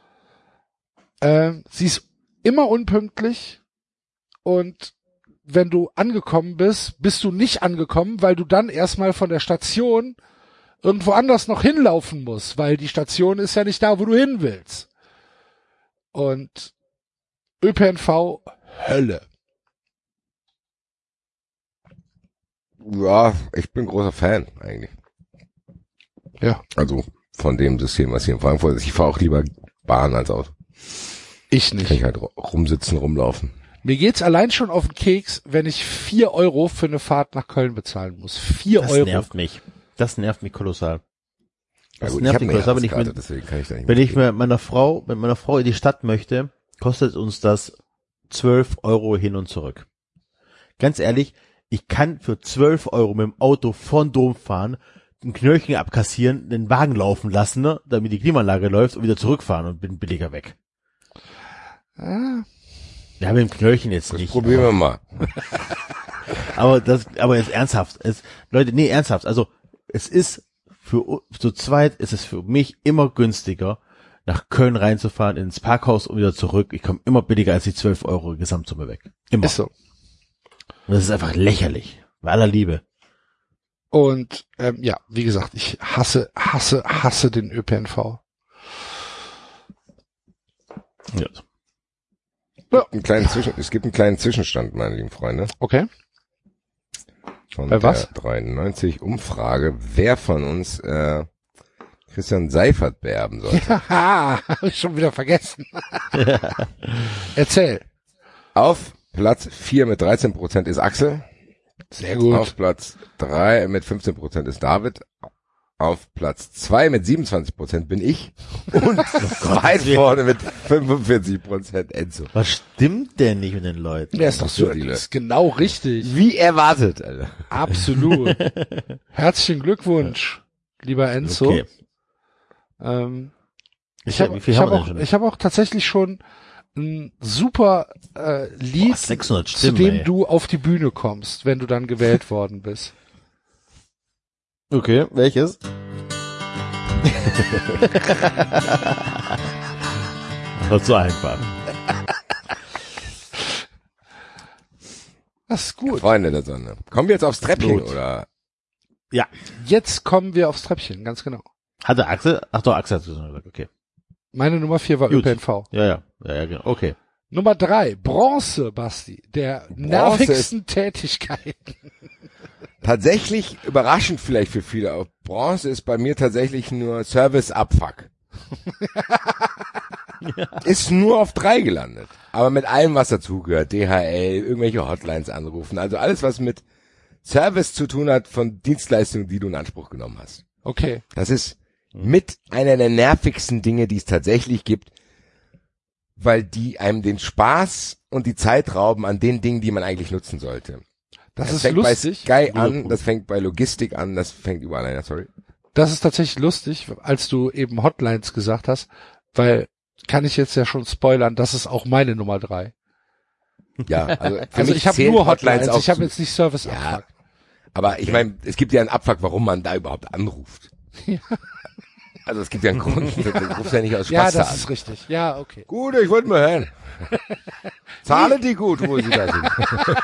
Äh, sie ist immer unpünktlich. Und wenn du angekommen bist, bist du nicht angekommen, weil du dann erstmal von der Station irgendwo anders noch hinlaufen musst, weil die Station ist ja nicht da, wo du hin willst. Und Ö P N V, Hölle. Ja, ich bin großer Fan eigentlich. Ja. Also von dem System, was hier in Frankfurt ist. Ich fahre auch lieber Bahn als Auto. Ich Kann nicht. ich halt rumsitzen, rumlaufen. Mir geht's allein schon auf den Keks, wenn ich vier Euro für eine Fahrt nach Köln bezahlen muss. Vier Das Euro. nervt mich. Das nervt mich kolossal. Ja, Das gut, nervt ich mich habe kolossal, eine wenn ich Jahreskarte, mit, deswegen kann ich da nicht wenn ich mitgehen. mit meiner Frau, mit meiner Frau in die Stadt möchte, kostet uns das zwölf Euro hin und zurück. Ganz ehrlich, ich kann für zwölf Euro mit dem Auto von Dom fahren, ein Knöllchen abkassieren, den Wagen laufen lassen, ne, damit die Klimaanlage läuft und wieder zurückfahren und bin billiger weg. Ah, Ja, mit dem Knöllchen jetzt Das nicht. probieren wir mal. Aber das, aber jetzt ernsthaft. Es, Leute, nee, ernsthaft. Also, es ist für, zu zweit ist es für mich immer günstiger, nach Köln reinzufahren, ins Parkhaus und wieder zurück. Ich komme immer billiger als die zwölf Euro Gesamtsumme weg. Immer. ist so. Und das ist einfach lächerlich. Bei aller Liebe. Und ähm, ja, wie gesagt, ich hasse, hasse, hasse den Ö P N V. Ja. Einen kleinen Zwischen, es gibt einen kleinen Zwischenstand, meine lieben Freunde. Okay. Von Bei was? der dreiundneunzig Umfrage, wer von uns äh, Christian Seifert beerben sollte. Haha, hab ich schon wieder vergessen. Erzähl. Auf Platz vier mit dreizehn Prozent ist Axel. Sehr gut. Auf Platz drei mit fünfzehn Prozent ist David. Auf Platz zwei mit siebenundzwanzig Prozent bin ich. Und weit vorne mit fünfundvierzig Prozent Enzo. Was stimmt denn nicht mit den Leuten? Der ist doch so, Viele. das ist genau richtig. Wie erwartet, Alter. Absolut. Herzlichen Glückwunsch, lieber Enzo. Okay. Ähm, ich Ja, habe wie viel ich haben hab wir denn auch, schon? ich hab auch tatsächlich schon ein super äh, Lied, Boah, sechshundert zu Stimmen, dem ey. du auf die Bühne kommst, wenn du dann gewählt worden bist. Okay, welches? War zu einfach. Das ist gut. Freunde der Sonne. Kommen wir jetzt aufs Treppchen, Gut. oder? Ja. Jetzt kommen wir aufs Treppchen, ganz genau. Hatte Axel? Ach doch, Axel hat es gesagt, okay. Meine Nummer vier war Gut. Ö P N V. Ja, ja, ja, ja, genau. Okay. Nummer drei, Bronze, Basti. Der nervigsten Tätigkeiten. Tatsächlich, überraschend vielleicht für viele, aber Bronze ist bei mir tatsächlich nur Service-Abfuck. Ist nur auf drei gelandet. Aber mit allem, was dazugehört. D H L, irgendwelche Hotlines anrufen. Also alles, was mit Service zu tun hat von Dienstleistungen, die du in Anspruch genommen hast. Okay. Das ist mit einer der nervigsten Dinge, die es tatsächlich gibt, weil die einem den Spaß und die Zeit rauben an den Dingen, die man eigentlich nutzen sollte. Das, Das ist fängt lustig. bei Sky an, das fängt bei Logistik an, das fängt überall an, sorry. Das ist tatsächlich lustig, als du eben Hotlines gesagt hast, weil kann ich jetzt ja schon spoilern, das ist auch meine Nummer drei. Ja, also, für Also mich ich habe zählen nur Hotlines, auch ich habe zu- jetzt nicht Service Ja, Abfuck. aber ich meine, es gibt ja einen Abfuck, warum man da überhaupt anruft. Ja. Also es gibt ja einen Grund, du rufst ja nicht aus Ja, Spaß da das an. ist richtig. Ja, okay. Gut, ich wollte mal hören. Zahle die gut, wo sie da sind.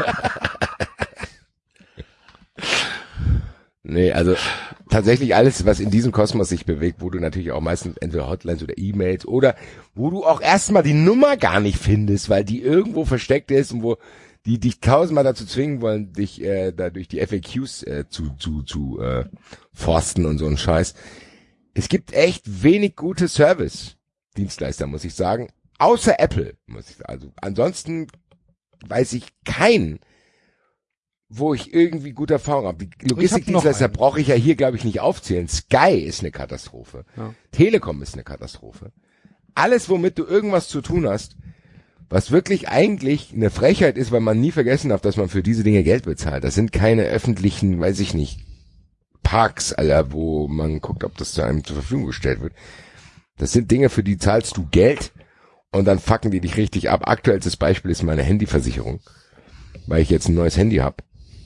Nee, also tatsächlich alles, was in diesem Kosmos sich bewegt, wo du natürlich auch meistens entweder Hotlines oder E-Mails oder wo du auch erstmal die Nummer gar nicht findest, weil die irgendwo versteckt ist und wo die dich tausendmal dazu zwingen wollen, dich äh, da durch die F A Qs äh, zu zu zu äh, forsten und so ein Scheiß. Es gibt echt wenig gute Service-Dienstleister, muss ich sagen, außer Apple, muss ich sagen. Also ansonsten weiß ich keinen, wo ich irgendwie gute Erfahrung habe. Die Logistikdienstleister brauche ich ja hier, glaube ich, nicht aufzählen. Sky ist eine Katastrophe. Ja. Telekom ist eine Katastrophe. Alles, womit du irgendwas zu tun hast, was wirklich eigentlich eine Frechheit ist, weil man nie vergessen darf, dass man für diese Dinge Geld bezahlt. Das sind keine öffentlichen, weiß ich nicht, Parks, Alter, wo man guckt, ob das zu einem zur Verfügung gestellt wird. Das sind Dinge, für die zahlst du Geld und dann fucken die dich richtig ab. Aktuelles Beispiel ist meine Handyversicherung, weil ich jetzt ein neues Handy habe.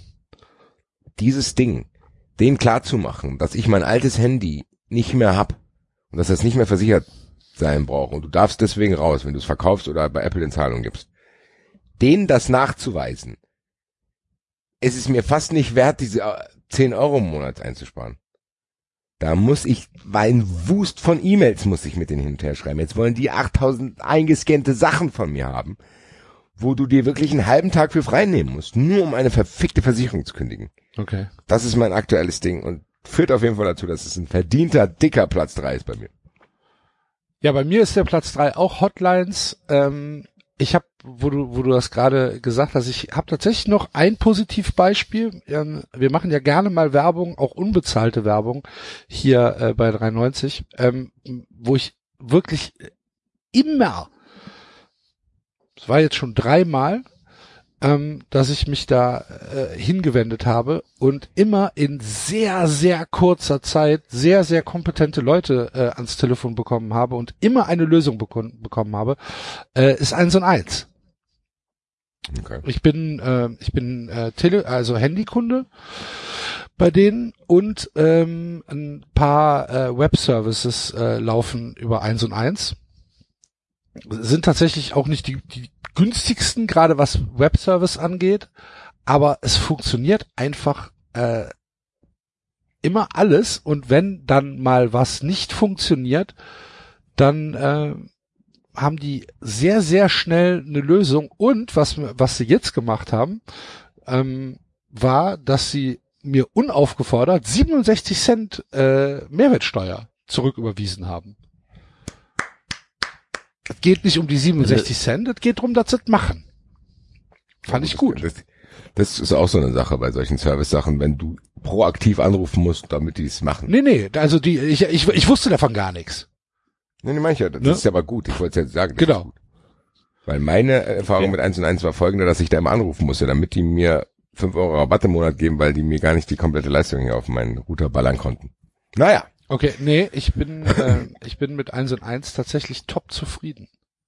Dieses Ding, denen klarzumachen, dass ich mein altes Handy nicht mehr hab und dass das nicht mehr versichert sein braucht und du darfst deswegen raus, wenn du es verkaufst oder bei Apple in Zahlung gibst, denen das nachzuweisen, es ist mir fast nicht wert, diese zehn Euro im Monat einzusparen. Da muss ich, weil ein Wust von E-Mails muss ich mit denen hin und her schreiben. Jetzt wollen die achttausend eingescannte Sachen von mir haben, wo du dir wirklich einen halben Tag für frei nehmen musst, nur um eine verfickte Versicherung zu kündigen. Okay. Das ist mein aktuelles Ding und führt auf jeden Fall dazu, dass es ein verdienter, dicker Platz drei ist bei mir. Ja, bei mir ist der Platz drei auch Hotlines. Ähm, ich habe, wo du, wo du das gerade gesagt hast, ich habe tatsächlich noch ein Positivbeispiel. Ähm, wir machen ja gerne mal Werbung, auch unbezahlte Werbung hier äh, bei dreiundneunzig, ähm, wo ich wirklich immer, es war jetzt schon dreimal, ähm, dass ich mich da äh, hingewendet habe und immer in sehr, sehr kurzer Zeit sehr, sehr kompetente Leute äh, ans Telefon bekommen habe und immer eine Lösung bekon- bekommen habe, äh, ist eins und eins. Okay. Ich bin, äh, ich bin äh, Tele, also Handykunde bei denen und ähm, ein paar äh, Web-Services äh, laufen über eins und eins. Sind tatsächlich auch nicht die, die günstigsten, gerade was Web-Service angeht, aber es funktioniert einfach äh, immer alles und wenn dann mal was nicht funktioniert, dann äh, haben die sehr, sehr schnell eine Lösung und was, was sie jetzt gemacht haben, ähm, war, dass sie mir unaufgefordert siebenundsechzig Cent äh, Mehrwertsteuer zurücküberwiesen haben. Es geht nicht um die siebenundsechzig Cent, es geht darum, dass sie es machen. Fand ich gut. Das, das ist auch so eine Sache bei solchen Service-Sachen, wenn du proaktiv anrufen musst, damit die es machen. Nee, nee, also die, ich, ich, ich wusste davon gar nichts. Nee, nee, manche, das Ne? ist ja aber gut. Ich wollte es jetzt sagen. Das Genau. ist gut. Weil meine Erfahrung Ja. mit eins und eins war folgende, dass ich da immer anrufen musste, damit die mir fünf Euro Rabatt im Monat geben, weil die mir gar nicht die komplette Leistung hier auf meinen Router ballern konnten. Naja. Okay, nee, ich bin, äh, ich bin mit eins und eins tatsächlich top zufrieden.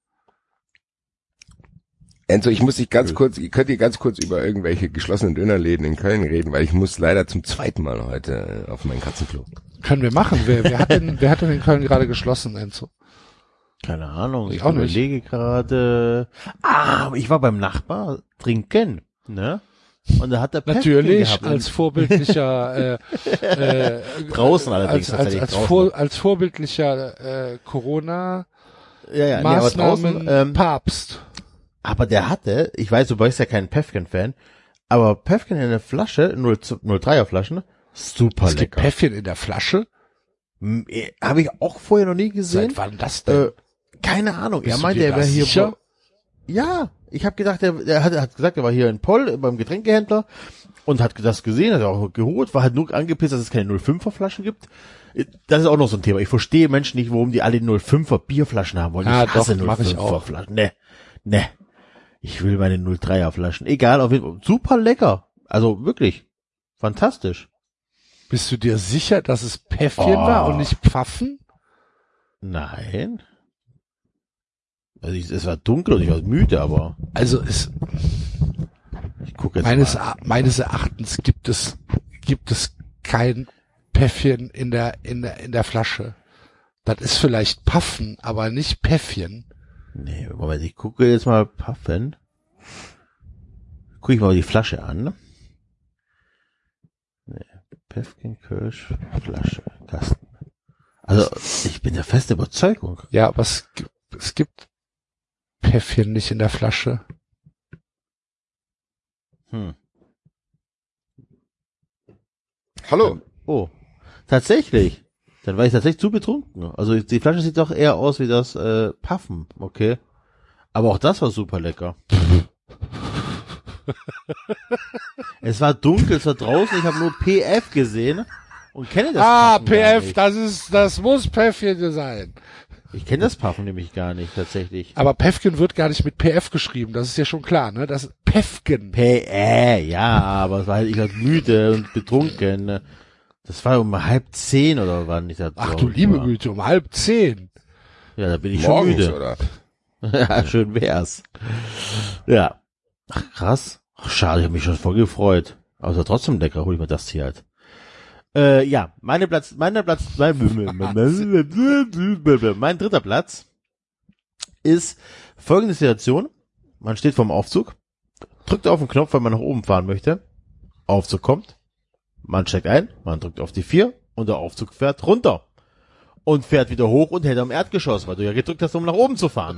Enzo, ich muss dich ganz kurz, ihr könnt ihr ganz kurz über irgendwelche geschlossenen Dönerläden in Köln reden, weil ich muss leider zum zweiten Mal heute auf mein Katzenklo. Können wir machen. Wer, wer hat denn, wer hat denn in Köln gerade geschlossen, Enzo? Keine Ahnung, Ich ich auch nicht. überlege gerade. Ah, ich war beim Nachbar trinken, ne? Und da hat er Päffchen Natürlich, gehabt. als vorbildlicher, äh, äh, draußen allerdings. als, als, als, draußen. vor, als vorbildlicher, äh, Corona, ja, ja, nee, aber Maßnahmen, draußen, ähm, Papst. aber der hatte, ich weiß, du bist ja kein Päffchen-Fan, aber Päffchen in der Flasche, null Komma drei er Flaschen, super Es gibt lecker. Päffchen in der Flasche. Habe ich auch vorher noch nie gesehen. Seit wann das denn? Äh, keine Ahnung. Bist er du meinte, dir er da wäre hier. sicher? Ja, ich habe gedacht, er, er, hat, er hat gesagt, er war hier in Poll beim Getränkehändler und hat das gesehen, hat auch geholt, war halt nur angepisst, dass es keine null Komma fünfer Flaschen gibt. Das ist auch noch so ein Thema. Ich verstehe Menschen nicht, warum die alle null Komma fünfer Bierflaschen haben wollen. Ja, ich hasse doch, mach ich null Komma fünfer auch. Flaschen. Ne, ne. Ich will meine null Komma drei er Flaschen. Egal, auf jeden Fall. Super lecker. Also wirklich. Fantastisch. Bist du dir sicher, dass es Päffchen Oh. war und nicht Pfaffen? Nein. Also ich, es war dunkel und ich war müde, aber Also es, ich gucke jetzt meines, mal. meines Erachtens gibt es, gibt es kein Päffchen in der, in der, in der Flasche. Das ist vielleicht Paffen, aber nicht Päffchen. Nee, Moment, ich gucke jetzt mal Puffen. Gucke ich mal die Flasche an. Nee, Päffchen, Kirsch, Flasche, Kasten. Also, ich bin der festen Überzeugung. Ja, aber es gibt, es gibt Päffchen nicht in der Flasche. Hm. Hallo. Oh, tatsächlich. Dann war ich tatsächlich zu betrunken. Also die Flasche sieht doch eher aus wie das äh, Puffen, okay. Aber auch das war super lecker. Es war dunkel, es war draußen, ich habe nur P F gesehen und kenne das Ah, Puffen gar P F, nicht. das ist, das muss Päffchen sein. Ich kenne das Puffen nämlich gar nicht, tatsächlich. Aber Päffchen wird gar nicht mit P F geschrieben, das ist ja schon klar, ne? Das ist Päffgen. P äh, ja, aber es war halt, ich war müde und betrunken. Das war um halb zehn oder wann ich da Ach glaub du ich, liebe war. Güte, um halb zehn. Ja, da bin ich Morgens, schon müde. oder? Ja, schön wär's. Ja. Ach, krass. Ach, schade, ich habe mich schon voll gefreut. Aber es war trotzdem lecker, hol ich mir das hier halt. Äh, ja, meine Platz, meiner Platz, mein, mein dritter Platz ist folgende Situation. Man steht vorm Aufzug, drückt auf den Knopf, wenn man nach oben fahren möchte. Aufzug kommt, man steigt ein, man drückt auf die vier und der Aufzug fährt runter. Und fährt wieder hoch und hält am Erdgeschoss, weil du ja gedrückt hast, um nach oben zu fahren.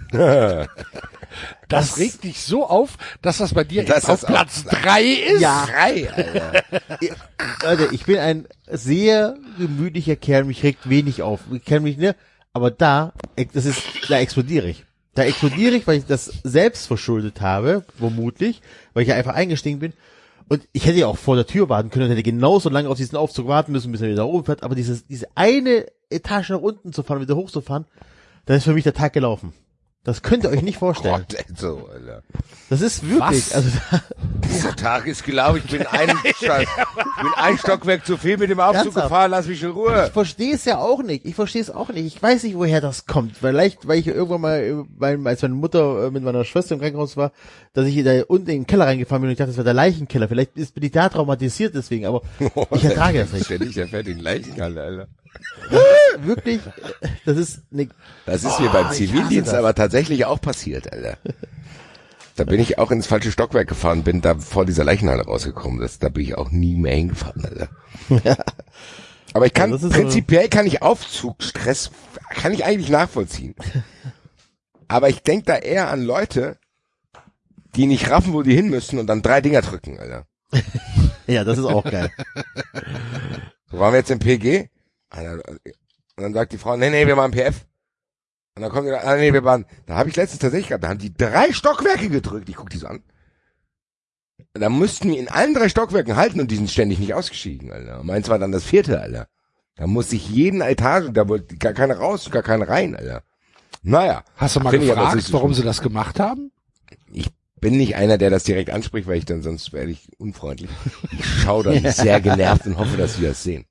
Das regt dich so auf, dass das bei dir Das jetzt auf ist Platz drei ist? Ja. Drei, Alter. Leute, ich bin ein sehr gemütlicher Kerl, mich regt wenig auf. Ich kenne mich, ne? Aber da, das ist, da explodiere ich. Da explodiere ich, weil ich das selbst verschuldet habe, womöglich, weil ich ja einfach eingestiegen bin. Und ich hätte ja auch vor der Tür warten können und hätte genauso lange auf diesen Aufzug warten müssen, bis er wieder nach oben fährt. Aber dieses, diese eine Etage nach unten zu fahren und wieder hochzufahren, da ist für mich der Tag gelaufen. Das könnt ihr euch nicht vorstellen. Gott, ey, so, Alter. Das ist wirklich, Was? also da, Dieser Tag ist gelaufen. Ich bin ein, ich bin ein Stockwerk zu viel mit dem Aufzug Ernsthaft? gefahren. Lass mich in Ruhe. ich verstehe es ja auch nicht. Ich verstehe es auch nicht. Ich weiß nicht, woher das kommt. Vielleicht, weil ich irgendwann mal, äh, mein, als meine Mutter äh, mit meiner Schwester im Krankenhaus war, dass ich da unten in den Keller reingefahren bin und ich dachte, das war der Leichenkeller. Vielleicht ist, bin ich da traumatisiert deswegen, aber ich ertrage das nicht. Ständig, der fährt den Leichenhalle, Alter. Wirklich, das ist eine, Das ist mir beim ich Zivildienst hasse das. aber tatsächlich auch passiert, Alter. Da bin ich auch ins falsche Stockwerk gefahren, bin da vor dieser Leichenhalle rausgekommen. Das, da bin ich auch nie mehr hingefahren, Alter. Aber ich kann, Ja, das ist prinzipiell kann ich Aufzugstress, kann ich eigentlich nachvollziehen. Aber ich denk da eher an Leute, die nicht raffen, wo die hin müssen und dann drei Dinger drücken, Alter. ja, das ist auch geil. So waren wir jetzt im P G. Und dann sagt die Frau, nee, nee, wir machen P F. Und dann kommt die, ah, nee, wir waren, da habe ich letztens tatsächlich gehabt, da haben die drei Stockwerke gedrückt. Ich guck die so an. Da mussten wir in allen drei Stockwerken halten und die sind ständig nicht ausgestiegen, Alter. Meins war dann das vierte, Alter. Da musste ich jeden Etage, da wollte gar keiner raus, gar keiner rein, Alter. Naja. Hast du mal Finde ich aber gefragt, süß. warum sie das gemacht haben? Ich bin nicht einer, der das direkt anspricht, weil ich dann, sonst werde ich unfreundlich. Ich schaue dann sehr genervt und hoffe, dass sie das sehen.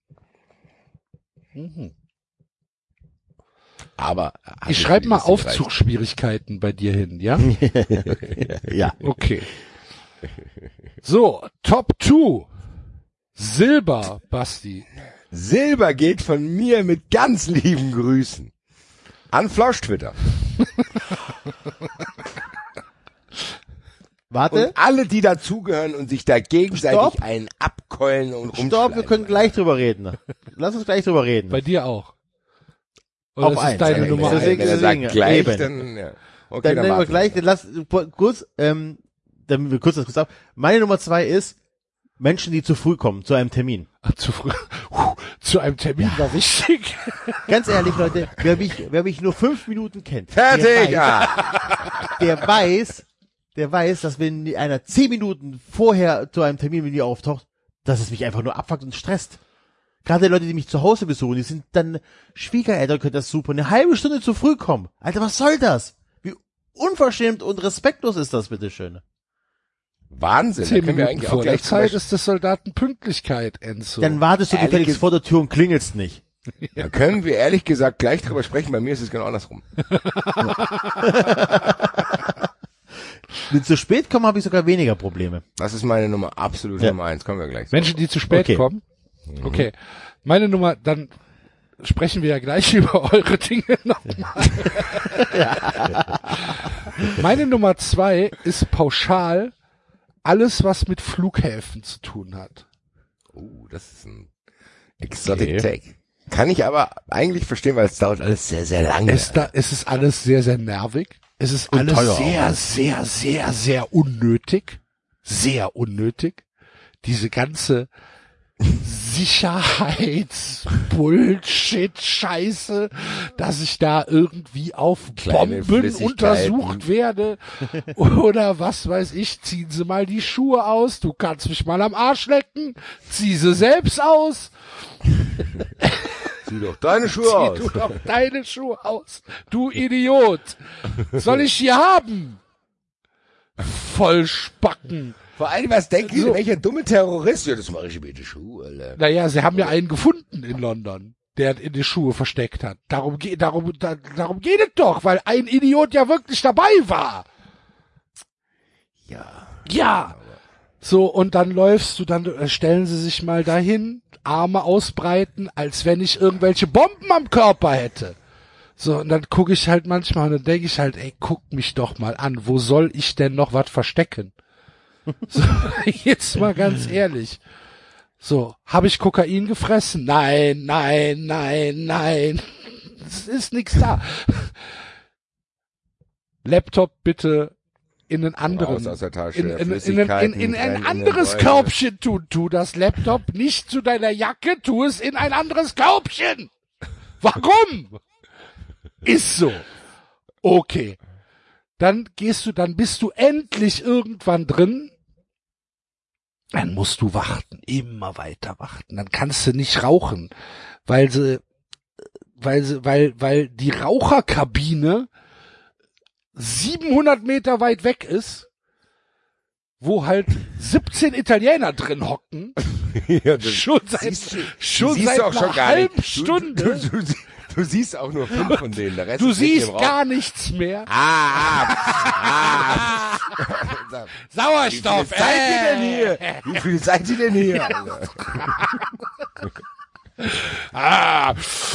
Aber also Ich schreibe mal das nicht reicht. Aufzugschwierigkeiten bei dir hin, ja? ja. Okay. So, Top zwei. Silber, Basti. Silber geht von mir mit ganz lieben Grüßen an Flausch Twitter. Warte. Und alle, die dazugehören und sich da gegenseitig Stopp. einen abkeulen und rumschlagen. Stopp, wir können gleich drüber reden. Lass uns gleich drüber reden. Bei dir auch. Oder Auf ist es eins. deine Wenn- Nummer wenn- eins? deswegen- Wenn er sagt deswegen, gleich, eben. dann, ja. Okay, dann dann nehmen wir warten gleich, lass kurz, ähm, damit wir kurz das kurz ab. Meine Nummer zwei ist Menschen, die zu früh kommen zu einem Termin. Ach, zu früh. Puh, zu einem Termin war wichtig. Ganz ehrlich, Leute, wer mich, wer mich nur fünf Minuten kennt, Fertig, der weiß, ja. der weiß, der weiß, dass wenn einer zehn Minuten vorher zu einem Termin mit mir auftaucht, dass es mich einfach nur abfuckt und stresst. Gerade die Leute, die mich zu Hause besuchen, die sind dann Schwiegereltern, können das super, eine halbe Stunde zu früh kommen. Alter, was soll das? Wie unverschämt und respektlos ist das, bitteschön. Wahnsinn. Da Zehn können wir Minuten eigentlich vor auch der gleich zum Zeit Beispiel, ist das Soldatenpünktlichkeit, Enzo. Dann wartest du Ehrlich gefälligst ges- vor der Tür und klingelst nicht. da können wir ehrlich gesagt gleich drüber sprechen. Bei mir ist es genau andersrum. Wenn zu spät kommen, habe ich sogar weniger Probleme. Das ist meine Nummer, absolut Ja. Nummer eins. Kommen wir gleich. Menschen, die zu spät Okay. kommen. Okay. Meine Nummer, dann sprechen wir ja gleich über eure Dinge nochmal. Meine Nummer zwei ist pauschal alles, was mit Flughäfen zu tun hat. Oh, das ist ein Exotic Okay. Take. Kann ich aber eigentlich verstehen, weil es dauert alles sehr, sehr lange. Es, da, es ist alles sehr, sehr nervig. Es ist alles teuer sehr, sehr, sehr, sehr unnötig. Sehr unnötig. Diese ganze Sicherheits-Bullshit-Scheiße, dass ich da irgendwie auf Kleine Bomben Flüssigkeiten. untersucht werde. Oder was weiß ich, ziehen Sie mal die Schuhe aus. Du kannst mich mal am Arsch lecken. Zieh sie selbst aus. Zieh doch deine Schuhe Zieh aus. du doch deine Schuhe aus. Du Idiot. Soll ich hier haben? Vollspacken. Vor allem, was denken Sie, So. welcher dumme Terrorist? Ja, das mache ich mit den Schuhen, Alter. Naja, sie haben ja einen gefunden in London, der in die Schuhe versteckt hat. Darum geht, darum, da, darum geht es doch, weil ein Idiot ja wirklich dabei war. Ja. Ja. So, und dann läufst du, dann äh, stellen sie sich mal dahin, Arme ausbreiten, als wenn ich irgendwelche Bomben am Körper hätte. So, und dann gucke ich halt manchmal und dann denke ich halt, ey, guck mich doch mal an, wo soll ich denn noch was verstecken? So, jetzt mal ganz ehrlich. So, habe ich Kokain gefressen? Nein, nein, nein, nein. Es ist nichts da. Laptop bitte in einen anderen, Raus aus der Tasche, in, in, in, in, in, Flüssigkeiten in rein in ein den anderes Beutel. Körbchen tu, tu das Laptop nicht zu deiner Jacke, tu es in ein anderes Körbchen. Warum? Ist so. Okay. Dann gehst du, dann bist du endlich irgendwann drin. Dann musst du warten, immer weiter warten. Dann kannst du nicht rauchen, weil sie, weil sie, weil, weil die Raucherkabine siebenhundert Meter weit weg ist, wo halt siebzehn Italiener drin hocken. Ja, das Schon seit, siehst du- schon siehst seit du auch einer schon gar halben nicht. Stunde. Du, du, du, du siehst auch nur fünf von denen. Der Rest Du ist mitten siehst im Raum. gar nichts mehr. Ah, ah, ah. Sauerstoff, Wie viel seid ihr denn äh. hier? Wie viel seid ihr denn hier? Alter? Ah.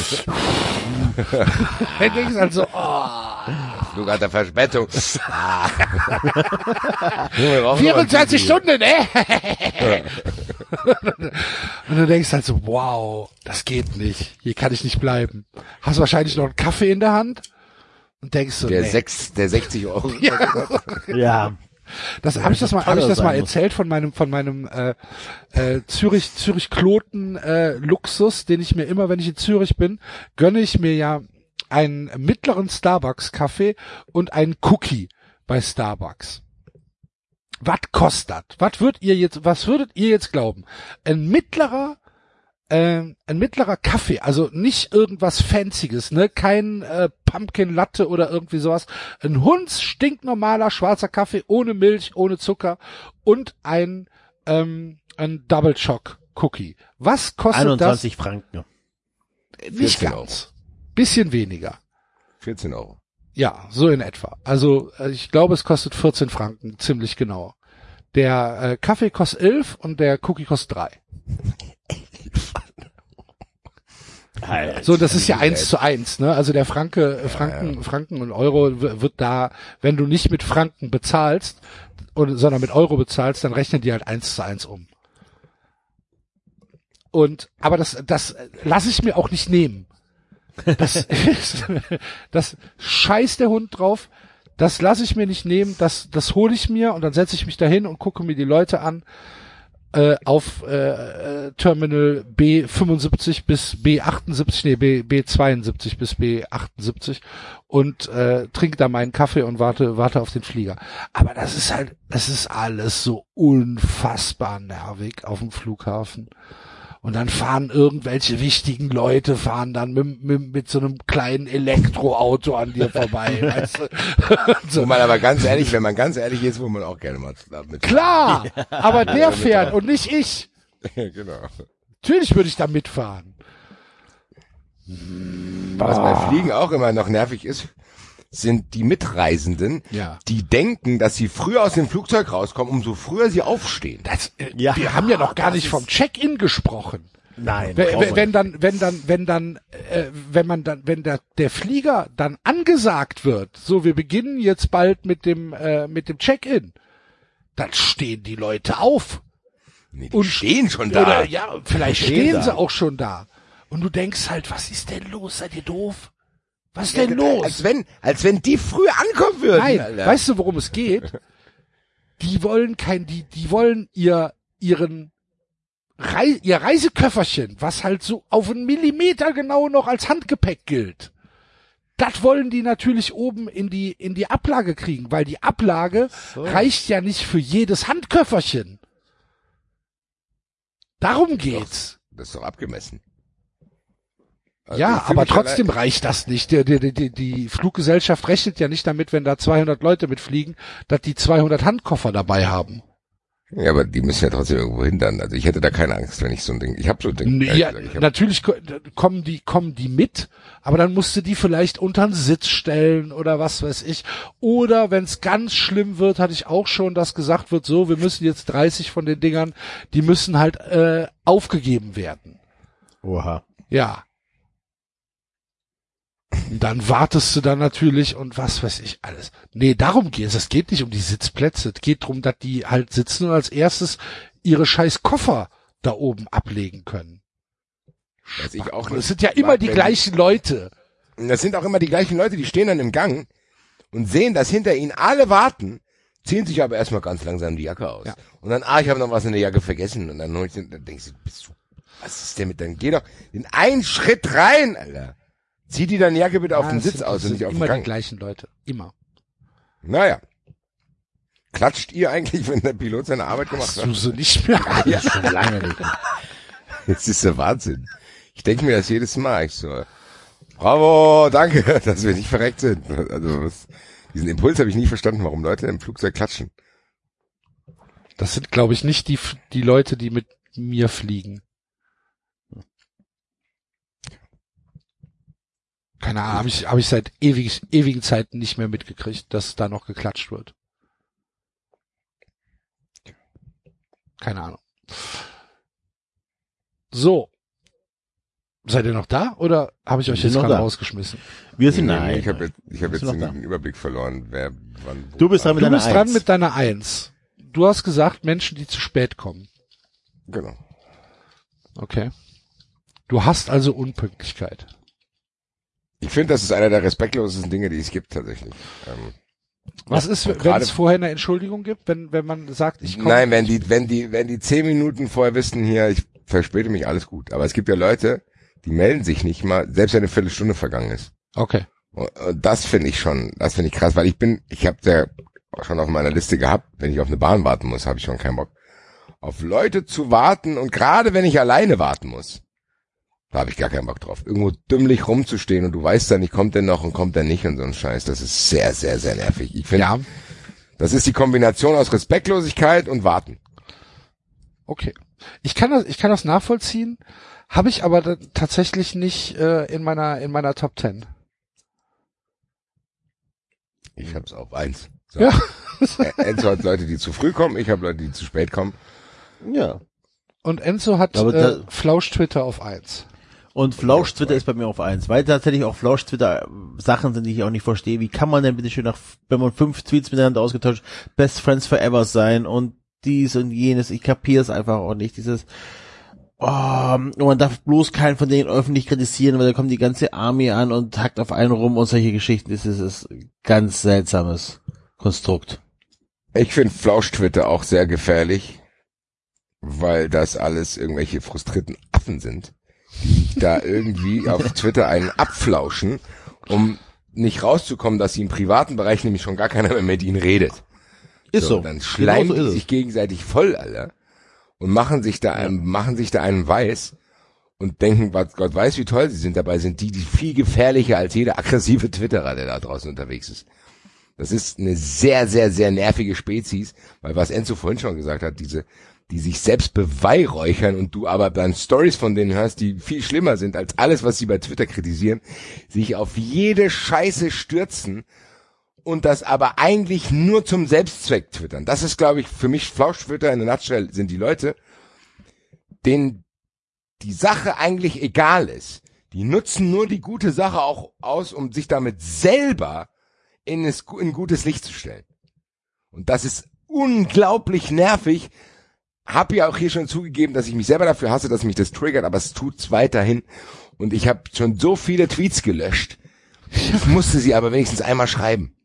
Dann denkst du halt so, oh, Flug hat der Verspätung. Ah. Junge, wir brauchen vierundzwanzig noch ein Stunden, äh? Und du denkst halt so, wow, das geht nicht. Hier kann ich nicht bleiben. Hast wahrscheinlich noch einen Kaffee in der Hand und denkst so, Der nee. sechs, der sechzig Euro. Ja. Ja. Das habe ich das mal, habe ich teuer das mal sein muss. erzählt von meinem von meinem äh, äh, Zürich Zürich Kloten äh, Luxus, den ich mir immer, wenn ich in Zürich bin, gönne ich mir ja einen mittleren Starbucks Kaffee und einen Cookie bei Starbucks. Was kostet? Was würdet ihr jetzt? Was würdet ihr jetzt glauben? Ein mittlerer äh, ein mittlerer Kaffee, also nicht irgendwas Fancyes, ne, kein äh, Pumpkin Latte oder irgendwie sowas, ein Hunds stinknormaler schwarzer Kaffee ohne Milch, ohne Zucker und ein ähm, ein Double Choc Cookie. Was kostet einundzwanzig Franken. das? Nicht vierzehn ganz, bisschen weniger. vierzehn Euro. Ja, so in etwa. Also äh, ich glaube, es kostet vierzehn Franken, ziemlich genau. Der äh, Kaffee kostet elf und der Cookie kostet drei. So, das ist ja eins zu eins, ne? Also der Franke, Franken, Franken und Euro w- wird da, wenn du nicht mit Franken bezahlst, und, sondern mit Euro bezahlst, dann rechnen die halt eins zu eins um. Und, aber das, das lasse ich mir auch nicht nehmen. Das ist, das scheißt der Hund drauf. Das lasse ich mir nicht nehmen. Das, das hole ich mir und dann setze ich mich dahin und gucke mir die Leute an, äh, auf, äh, Terminal B fünfundsiebzig bis B achtundsiebzig, nee, B, B zweiundsiebzig bis B achtundsiebzig und, äh, trinke da meinen Kaffee und warte, warte auf den Flieger. Aber das ist halt, das ist alles so unfassbar nervig auf dem Flughafen. Und dann fahren irgendwelche wichtigen Leute, fahren dann mit, mit, mit so einem kleinen Elektroauto an dir vorbei. Weißt du? So. Wo man aber ganz ehrlich, wenn man ganz ehrlich ist, wo man auch gerne mal mit. Klar, aber der fährt und nicht ich. Ja, genau. Natürlich würde ich da mitfahren. Was bei Fliegen auch immer noch nervig ist, sind die Mitreisenden, Ja. die denken, dass sie früher aus dem Flugzeug rauskommen, umso früher sie aufstehen. Das, äh, Ja, wir haben ja noch gar das nicht ist- vom Check-in gesprochen. Nein. Wenn, brauchen wir wenn dann, wenn dann, wenn dann, äh, wenn man dann, wenn der der Flieger dann angesagt wird, so wir beginnen jetzt bald mit dem äh, mit dem Check-in, dann stehen die Leute auf. Nee, die Und- stehen schon da. Oder ja, vielleicht Stehen stehen da. sie auch schon da. Und du denkst halt, was ist denn los? Seid ihr doof? Was ist Ja, denn Als los? wenn, als wenn die früh ankommen würden. Nein, Alter. weißt du, worum es geht? Die wollen kein, die, die wollen ihr, ihren, Rei ihr Reiseköfferchen, was halt so auf einen Millimeter genau noch als Handgepäck gilt. Das wollen die natürlich oben in die, in die Ablage kriegen, weil die Ablage reicht ja nicht für jedes Handköfferchen. Darum geht's. Das ist doch abgemessen. Also ich Ja, fühl aber mich trotzdem allein- reicht das nicht. Die, die, die, die Fluggesellschaft rechnet ja nicht damit, wenn da zweihundert Leute mitfliegen, dass die zweihundert Handkoffer dabei haben. Ja, aber die müssen ja trotzdem irgendwo hindern. Also ich hätte da keine Angst, wenn ich so ein Ding. Ich habe so ein Ding. Nee, ehrlich ja, gesagt. Ich hab, natürlich ko- kommen die, kommen die mit, aber dann musst du die vielleicht unter den Sitz stellen oder was weiß ich. Oder wenn es ganz schlimm wird, hatte ich auch schon, dass gesagt wird, so, wir müssen jetzt dreißig von den Dingern, die müssen halt äh, aufgegeben werden. Oha. Ja. Und dann wartest du dann natürlich und was weiß ich alles. Nee, darum geht's. Es geht nicht um die Sitzplätze. Es geht darum, dass die halt sitzen und als erstes ihre scheiß Koffer da oben ablegen können. weiß ich auch Und nicht. es sind ja immer die Wenn- gleichen Leute. Das sind auch immer die gleichen Leute, die stehen dann im Gang und sehen, dass hinter ihnen alle warten, ziehen sich aber erstmal ganz langsam die Jacke aus. Ja. Und dann, ah, ich habe noch was in der Jacke vergessen. Und dann, hol ich den- dann denkst du, bist du, was ist denn mit, dann geh doch in einen Schritt rein, Alter. Zieh die deine Jacke bitte auf Ja, den es Sitz sind, aus es und sind nicht auf den immer die Gang. gleichen Leute. Immer. Naja. Klatscht ihr eigentlich, wenn der Pilot seine Arbeit gemacht Hast hat? du sie nicht mehr? Ja. Schon lange nicht. Das ist der Wahnsinn. Ich denke mir das jedes Mal. Ich so, bravo, danke, dass wir nicht verreckt sind. Also was, diesen Impuls habe ich nie verstanden, warum Leute im Flugzeug klatschen. Das sind, glaube ich, nicht die, die Leute, die mit mir fliegen. Keine Ahnung, habe ich, hab ich seit ewig, ewigen Zeiten nicht mehr mitgekriegt, dass da noch geklatscht wird. Keine Ahnung. So. Seid ihr noch da oder habe ich euch Wir jetzt sind noch gerade da. rausgeschmissen? Wir sind Nee, nein. Ich habe jetzt, ich hab Bist jetzt du noch den da? Überblick verloren, wer wann wo Du bist dran war. mit Du deiner bist dran Eins. mit deiner Eins. Du hast gesagt, Menschen, die zu spät kommen. Genau. Okay. Du hast also Unpünktlichkeit. Ich finde, das ist einer der respektlosesten Dinge, die es gibt tatsächlich. Ähm, Was ist, und wenn gerade- es vorher eine Entschuldigung gibt, wenn, wenn man sagt, ich komme? Nein, wenn die, wenn die, wenn die zehn Minuten vorher wissen, hier, ich verspäte mich, alles gut. Aber es gibt ja Leute, die melden sich nicht mal, selbst wenn eine Viertelstunde vergangen ist. Okay. Und, und das finde ich schon, das finde ich krass, weil ich bin, ich habe ja schon auf meiner Liste gehabt, wenn ich auf eine Bahn warten muss, habe ich schon keinen Bock. Auf Leute zu warten und gerade wenn ich alleine warten muss, da habe ich gar keinen Bock drauf. Irgendwo dümmlich rumzustehen und du weißt dann nicht, kommt der noch und kommt der nicht und so ein Scheiß. Das ist sehr, sehr, sehr nervig. Ich finde, Ja. das ist die Kombination aus Respektlosigkeit und Warten. Okay. Ich kann das, ich kann das nachvollziehen, habe ich aber da tatsächlich nicht äh, in meiner in meiner Top Ten. Ich hab's auf eins. So. Ja. Enzo hat Leute, die zu früh kommen, ich habe Leute, die zu spät kommen. Ja. Und Enzo hat Aber äh, da- Flausch Twitter auf eins. Und Flausch-Twitter ist bei mir auf eins, weil tatsächlich auch Flausch-Twitter Sachen sind, die ich auch nicht verstehe. Wie kann man denn bitte schön nach, wenn man fünf Tweets miteinander ausgetauscht, Best Friends Forever sein und dies und jenes, ich kapiere es einfach auch nicht, dieses, oh, und man darf bloß keinen von denen öffentlich kritisieren, weil da kommt die ganze Army an und hackt auf einen rum und solche Geschichten, das ist, das ist ein ganz seltsames Konstrukt. Ich finde Flausch-Twitter auch sehr gefährlich, weil das alles irgendwelche frustrierten Affen sind, die da irgendwie auf Twitter einen abflauschen, um nicht rauszukommen, dass sie im privaten Bereich nämlich schon gar keiner mehr mit ihnen redet. Ist so. so. Dann schleimen Genau so die ist sich es. gegenseitig voll, Alter, und machen sich da einen, machen sich da einen weiß und denken, was Gott weiß, wie toll sie sind. Dabei sind die, die viel gefährlicher als jeder aggressive Twitterer, der da draußen unterwegs ist. Das ist eine sehr, sehr, sehr nervige Spezies, weil was Enzo vorhin schon gesagt hat, diese, die sich selbst beweihräuchern und du aber dann Stories von denen hörst, die viel schlimmer sind als alles, was sie bei Twitter kritisieren, sich auf jede Scheiße stürzen und das aber eigentlich nur zum Selbstzweck twittern. Das ist, glaube ich, für mich Flausch-Twitter in der Nutshell sind die Leute, denen die Sache eigentlich egal ist. Die nutzen nur die gute Sache auch aus, um sich damit selber in ein gutes Licht zu stellen. Und das ist unglaublich nervig. Hab ja auch hier schon zugegeben, dass ich mich selber dafür hasse, dass mich das triggert, aber es tut's weiterhin. Und ich habe schon so viele Tweets gelöscht. Ich musste sie aber wenigstens einmal schreiben.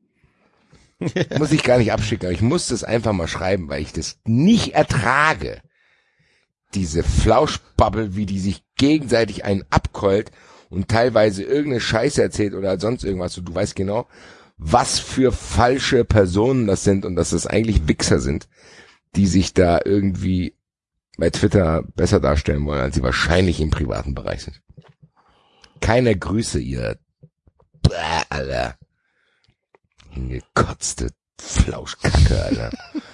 Muss ich gar nicht abschicken, aber ich musste es einfach mal schreiben, weil ich das nicht ertrage. Diese Flauschbubble, wie die sich gegenseitig einen abkeult und teilweise irgendeine Scheiße erzählt oder sonst irgendwas. Und du weißt genau, was für falsche Personen das sind und dass das eigentlich Wichser sind, die sich da irgendwie bei Twitter besser darstellen wollen, als sie wahrscheinlich im privaten Bereich sind. Keine Grüße, ihr Bäh, Alter. Hingekotzte Flauschkacke, Alter.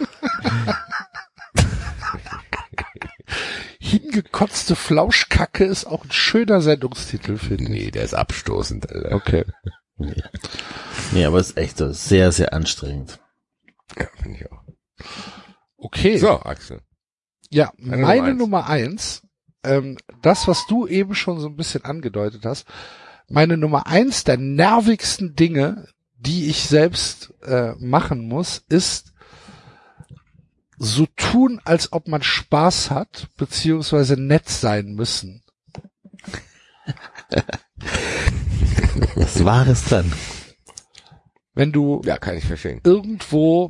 Hingekotzte Flauschkacke ist auch ein schöner Sendungstitel, finde ich. Nee, der ist abstoßend, Alter. Okay. Nee. nee, aber es ist echt so sehr, sehr anstrengend. Ja, finde ich auch. Okay. So, Axel. Ja, Meine meine Nummer Nummer eins, ähm, das, was du eben schon so ein bisschen angedeutet hast, meine Nummer eins der nervigsten Dinge, die ich selbst äh, machen muss, ist so tun, als ob man Spaß hat, beziehungsweise nett sein müssen. Was war es dann? Wenn du Ja, kann ich verstehen. irgendwo,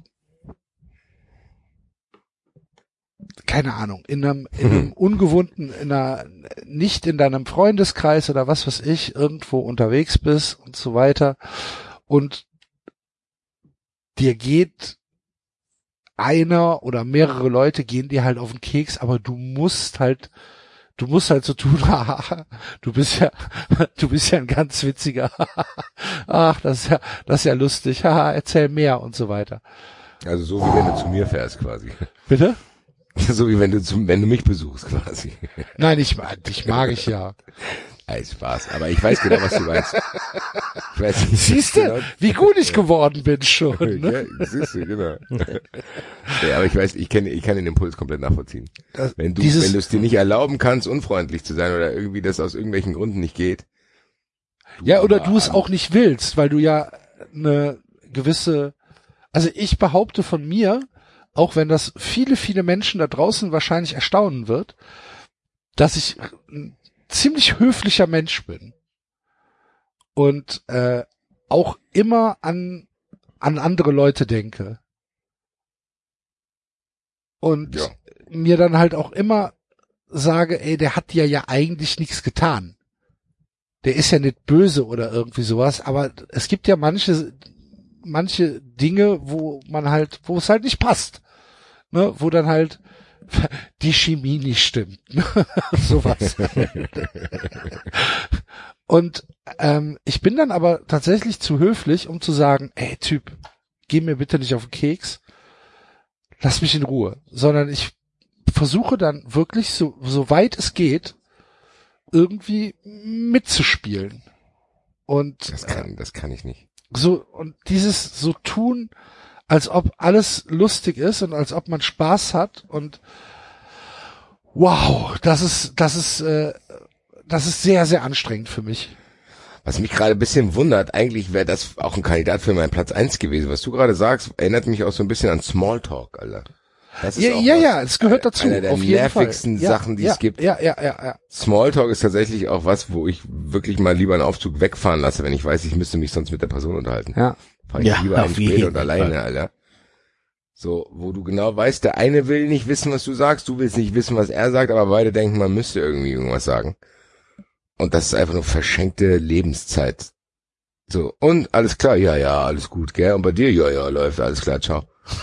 keine Ahnung, in einem, in einem ungewohnten, in einer, nicht in deinem Freundeskreis oder was weiß ich, irgendwo unterwegs bist und so weiter und dir geht einer oder mehrere Leute gehen dir halt auf den Keks, aber du musst halt, du musst halt so tun, haha, du bist ja, du bist ja ein ganz witziger, ach, das ist ja, das ist ja lustig, haha, erzähl mehr und so weiter. Also so wie wenn du zu mir fährst quasi. Bitte? So wie wenn du zum, wenn du mich besuchst quasi. Nein, ich mag, dich mag ich ja. Ey, Spaß, aber ich weiß genau, was du meinst. Ich weiß nicht, Siehst du, genau. wie gut ich geworden bin schon, ne? Ja, siehst du, genau. Ja, aber ich weiß, ich kenne, ich kann den Impuls komplett nachvollziehen. Das, Wenn du, dieses, wenn du es dir nicht erlauben kannst, unfreundlich zu sein oder irgendwie das aus irgendwelchen Gründen nicht geht. ja, oder aber du es an- auch nicht willst, weil du ja eine gewisse, also ich behaupte von mir, auch wenn das viele, viele Menschen da draußen wahrscheinlich erstaunen wird, dass ich ein ziemlich höflicher Mensch bin. Und äh, auch immer an an andere Leute denke. Und Ja. mir dann halt auch immer sage, ey, der hat dir ja eigentlich nichts getan. Der ist ja nicht böse oder irgendwie sowas, aber es gibt ja manche manche Dinge, wo man halt, wo es halt nicht passt. Ne, wo dann halt die Chemie nicht stimmt. Ne? Sowas. Und ähm, ich bin dann aber tatsächlich zu höflich, um zu sagen, ey Typ, geh mir bitte nicht auf den Keks, lass mich in Ruhe. Sondern ich versuche dann wirklich, so, so weit es geht, irgendwie mitzuspielen. Und Das kann, das kann ich nicht. so, und dieses so tun, als ob alles lustig ist und als ob man Spaß hat und wow, das ist, das ist, äh, das ist sehr, sehr anstrengend für mich. Was mich gerade ein bisschen wundert, eigentlich wäre das auch ein Kandidat für meinen Platz eins gewesen. Was du gerade sagst, erinnert mich auch so ein bisschen an Smalltalk, Alter. Das ist Ja, auch ja, was, ja, es gehört dazu. Einer der auf jeden Fall. nervigsten Ja, Sachen, die ja, es gibt. Ja, ja, ja, ja. Smalltalk ist tatsächlich auch was, wo ich wirklich mal lieber einen Aufzug wegfahren lasse, wenn ich weiß, ich müsste mich sonst mit der Person unterhalten. Ja. Fahr ich Ja, lieber einen auf später jeden und alleine, Fall. Alter. So, wo du genau weißt, der eine will nicht wissen, was du sagst, du willst nicht wissen, was er sagt, aber beide denken, man müsste irgendwie irgendwas sagen. Und das ist einfach nur verschenkte Lebenszeit. So, und alles klar, ja, ja, alles gut, gell? Und bei dir, ja, ja, läuft, alles klar, ciao.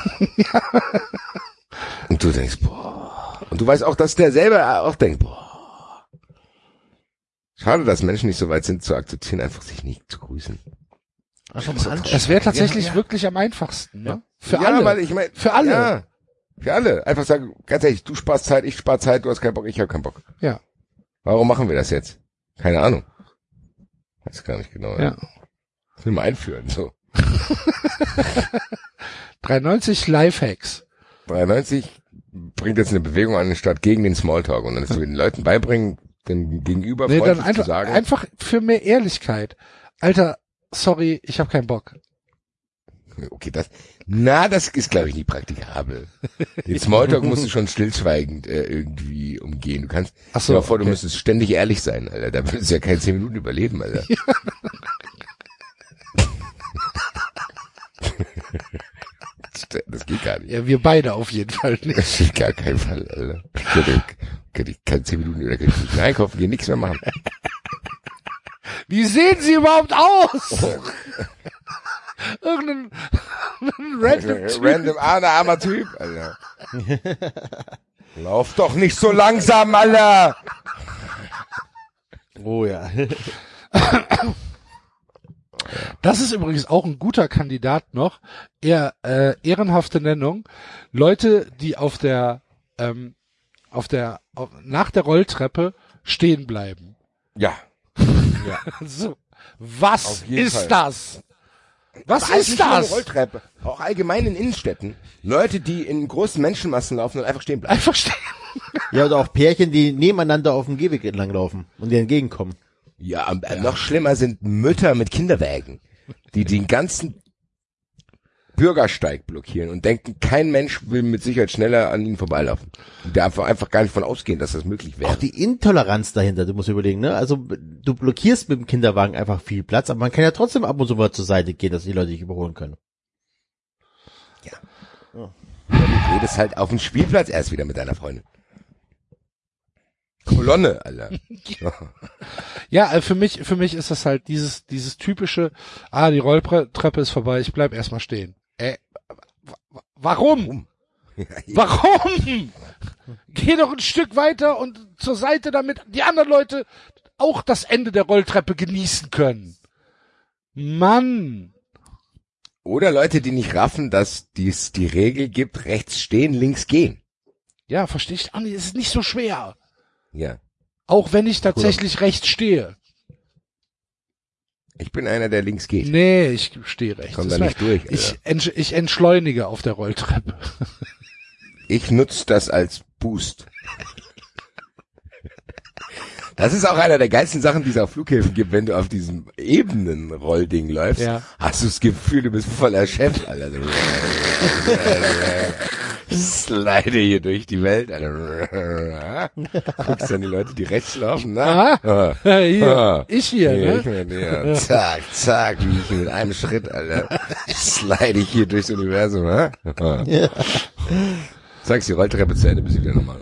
Und du denkst, boah. Und du weißt auch, dass der selber auch denkt, boah. Schade, dass Menschen nicht so weit sind, zu akzeptieren, einfach sich nicht zu grüßen. Einfach mal anschauen. Das wäre tatsächlich Ja, ja. wirklich am einfachsten, ne? Für ja, alle. weil ich mein, Für alle. Ja, für alle. Einfach sagen, ganz ehrlich, du sparst Zeit, ich spar Zeit, du hast keinen Bock, ich hab keinen Bock. Ja. Warum machen wir das jetzt? Keine Ahnung. Weiß gar nicht genau. Ja. Das will mal einführen, so. dreiundneunzig Lifehacks. dreiundneunzig bringt jetzt eine Bewegung an, statt gegen den Smalltalk. Und dann dass wir den Leuten beibringen, dem Gegenüber Nee, dann freundlich einfach, zu sagen. einfach für mehr Ehrlichkeit. Alter, sorry, ich habe keinen Bock. Okay, das, na, das ist, glaube ich, nicht praktikabel. Den Smalltalk musst du schon stillschweigend äh, irgendwie umgehen. Du kannst, Ach stell so, dir vor, du okay. müsstest ständig ehrlich sein, Alter. Da würdest du ja keine zehn Minuten überleben, Alter. Ja. Das geht gar nicht. Ja, wir beide auf jeden Fall nicht. Das geht gar keinen Fall, Alter. Ich könnte, könnte ich keine zehn Minuten, da könnte ich nicht mehr einkaufen gehen, nichts mehr machen. Wie sehen Sie überhaupt aus? Irgendein random Typ. Random, armer, armer Typ, Alter. Lauf doch nicht so langsam, Alter. Oh ja. Das ist übrigens auch ein guter Kandidat noch. Eher äh, ehrenhafte Nennung. Leute, die auf der ähm, auf der auf, nach der Rolltreppe stehen bleiben. Ja. Ja. So, was Auf jeden ist Fall. das? Was Aber ist nicht nur eine das? Rolltreppe. Auch allgemein in Innenstädten. Leute, die in großen Menschenmassen laufen und einfach stehen bleiben. Einfach stehen. Ja, oder auch Pärchen, die nebeneinander auf dem Gehweg entlanglaufen und dir entgegenkommen. Ja, äh, noch schlimmer sind Mütter mit Kinderwägen, die den ganzen Bürgersteig blockieren und denken, kein Mensch will mit Sicherheit schneller an ihnen vorbeilaufen. Und der einfach, einfach gar nicht von ausgehen, dass das möglich wäre. Auch die Intoleranz dahinter, du musst überlegen, ne? Also du blockierst mit dem Kinderwagen einfach viel Platz, aber man kann ja trotzdem ab und zu mal zur Seite gehen, dass die Leute dich überholen können. Du redest halt auf dem Spielplatz erst wieder mit deiner Freundin. Kolonne, Alter. Ja, äh, für mich, für mich ist das halt dieses, dieses typische, ah, die Rolltreppe ist vorbei, ich bleib erstmal stehen. Äh, w- warum? Warum? Geh doch ein Stück weiter und zur Seite, damit die anderen Leute auch das Ende der Rolltreppe genießen können. Mann. Oder Leute, die nicht raffen, dass dies die Regel gibt, rechts stehen, links gehen. Ja, verstehe ich auch nicht, es ist nicht so schwer. Ja. Auch wenn ich tatsächlich rechts stehe. Ich bin einer, der links geht. Nee, ich stehe rechts. Komm Das da war- nicht durch, Alter. ich, entsch ich entschleunige auf der Rolltreppe. Ich nutze das als Boost. Das ist auch einer der geilsten Sachen, die es auf Flughäfen gibt, wenn du auf diesem ebenen Rollding läufst. Ja. Hast du das Gefühl, du bist voller Chef, Alter. Slide hier durch die Welt, Alter. Guckst dann die Leute, die rechts laufen, ne? Aha. Ah. Hier, Ah. ich hier, Hier, ne? ich bin hier. Zack, zack, wie ich mit einem Schritt, Alter. Slide ich hier durchs Universum, hä? Ah. Ja. Sagst die Rolltreppe zu Ende, bis ich wieder nochmal.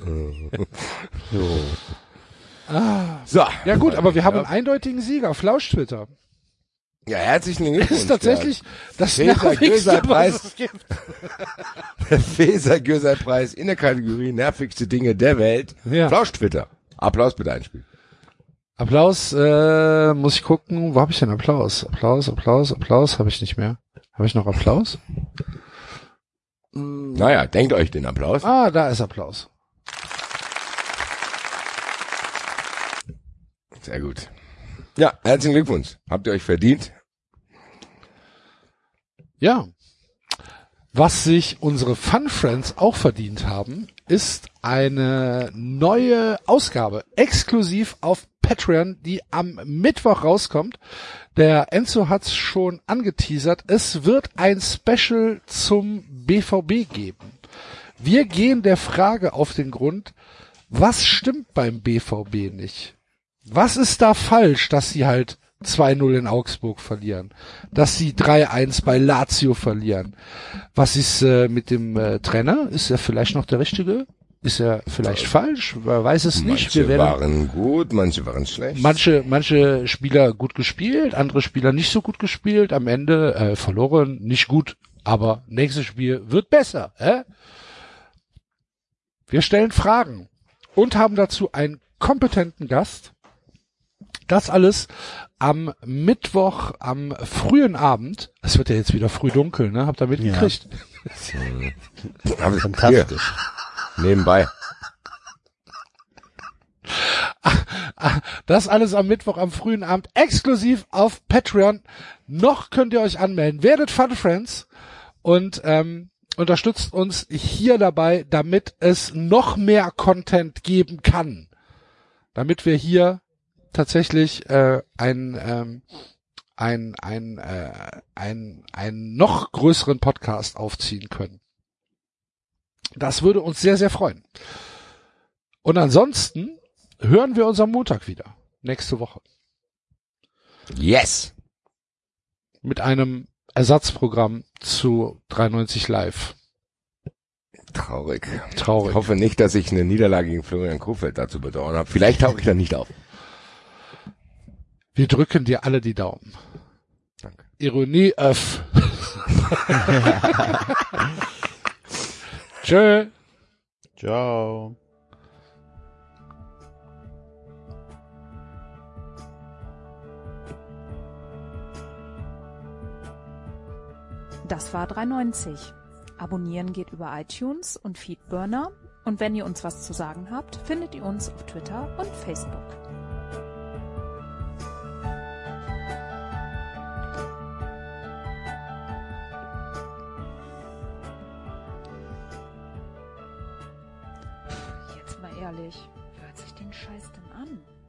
So. Ja gut, aber wir haben einen eindeutigen Sieger, Flausch-Twitter. Ja, herzlichen Glückwunsch. Das ist tatsächlich das Feser nervigste, was Göser-Preis. es gibt. Der Feser-Göser-Preis in der Kategorie nervigste Dinge der Welt. Ja. Flausch-Twitter. Applaus bitte einspielen. Applaus, äh, muss ich gucken, wo habe ich denn Applaus? Applaus, Applaus, Applaus, habe ich nicht mehr. Habe ich noch Applaus? Naja, denkt euch den Applaus. Ah, da ist Applaus. Sehr gut. Ja, herzlichen Glückwunsch. Habt ihr euch verdient? Ja. Was sich unsere Fun Friends auch verdient haben, ist eine neue Ausgabe, exklusiv auf Patreon, die am Mittwoch rauskommt. Der Enzo hat's schon angeteasert. Es wird ein Special zum B V B geben. Wir gehen der Frage auf den Grund, was stimmt beim B V B nicht? Was ist da falsch, dass sie halt zwei null in Augsburg verlieren? Dass sie drei eins bei Lazio verlieren? Was ist äh, mit dem äh, Trainer? Ist er vielleicht noch der Richtige? Ist er vielleicht falsch? Man weiß es nicht. Manche Wir werden, waren gut, manche waren schlecht. manche, manche Spieler gut gespielt, andere Spieler nicht so gut gespielt. Am Ende äh, verloren, nicht gut, aber nächstes Spiel wird besser. Hä? Wir stellen Fragen und haben dazu einen kompetenten Gast. Das alles am Mittwoch, am frühen Abend. Es wird ja jetzt wieder früh dunkel, ne? Habt ihr mitgekriegt? Ja. Aber Fantastisch. Hier, nebenbei. Das alles am Mittwoch, am frühen Abend, exklusiv auf Patreon. Noch könnt ihr euch anmelden. Werdet Fun Friends und ähm, unterstützt uns hier dabei, damit es noch mehr Content geben kann. Damit wir hier tatsächlich äh, ein ähm, ein ein äh, ein einen noch größeren Podcast aufziehen können. Das würde uns sehr sehr freuen. Und ansonsten hören wir uns am Montag wieder, nächste Woche, Yes. mit einem Ersatzprogramm zu dreiundneunzig Live. Traurig. Traurig. Ich hoffe nicht, dass ich eine Niederlage gegen Florian Kohfeldt dazu bedauern habe. Vielleicht tauche ich dann nicht auf. Wir drücken dir alle die Daumen. Danke. Ironie öff. Tschö. Ciao. Das war dreiundneunzig. Abonnieren geht über iTunes und Feedburner. Und wenn ihr uns was zu sagen habt, findet ihr uns auf Twitter und Facebook. Jetzt mal ehrlich, wer hört sich den Scheiß denn an?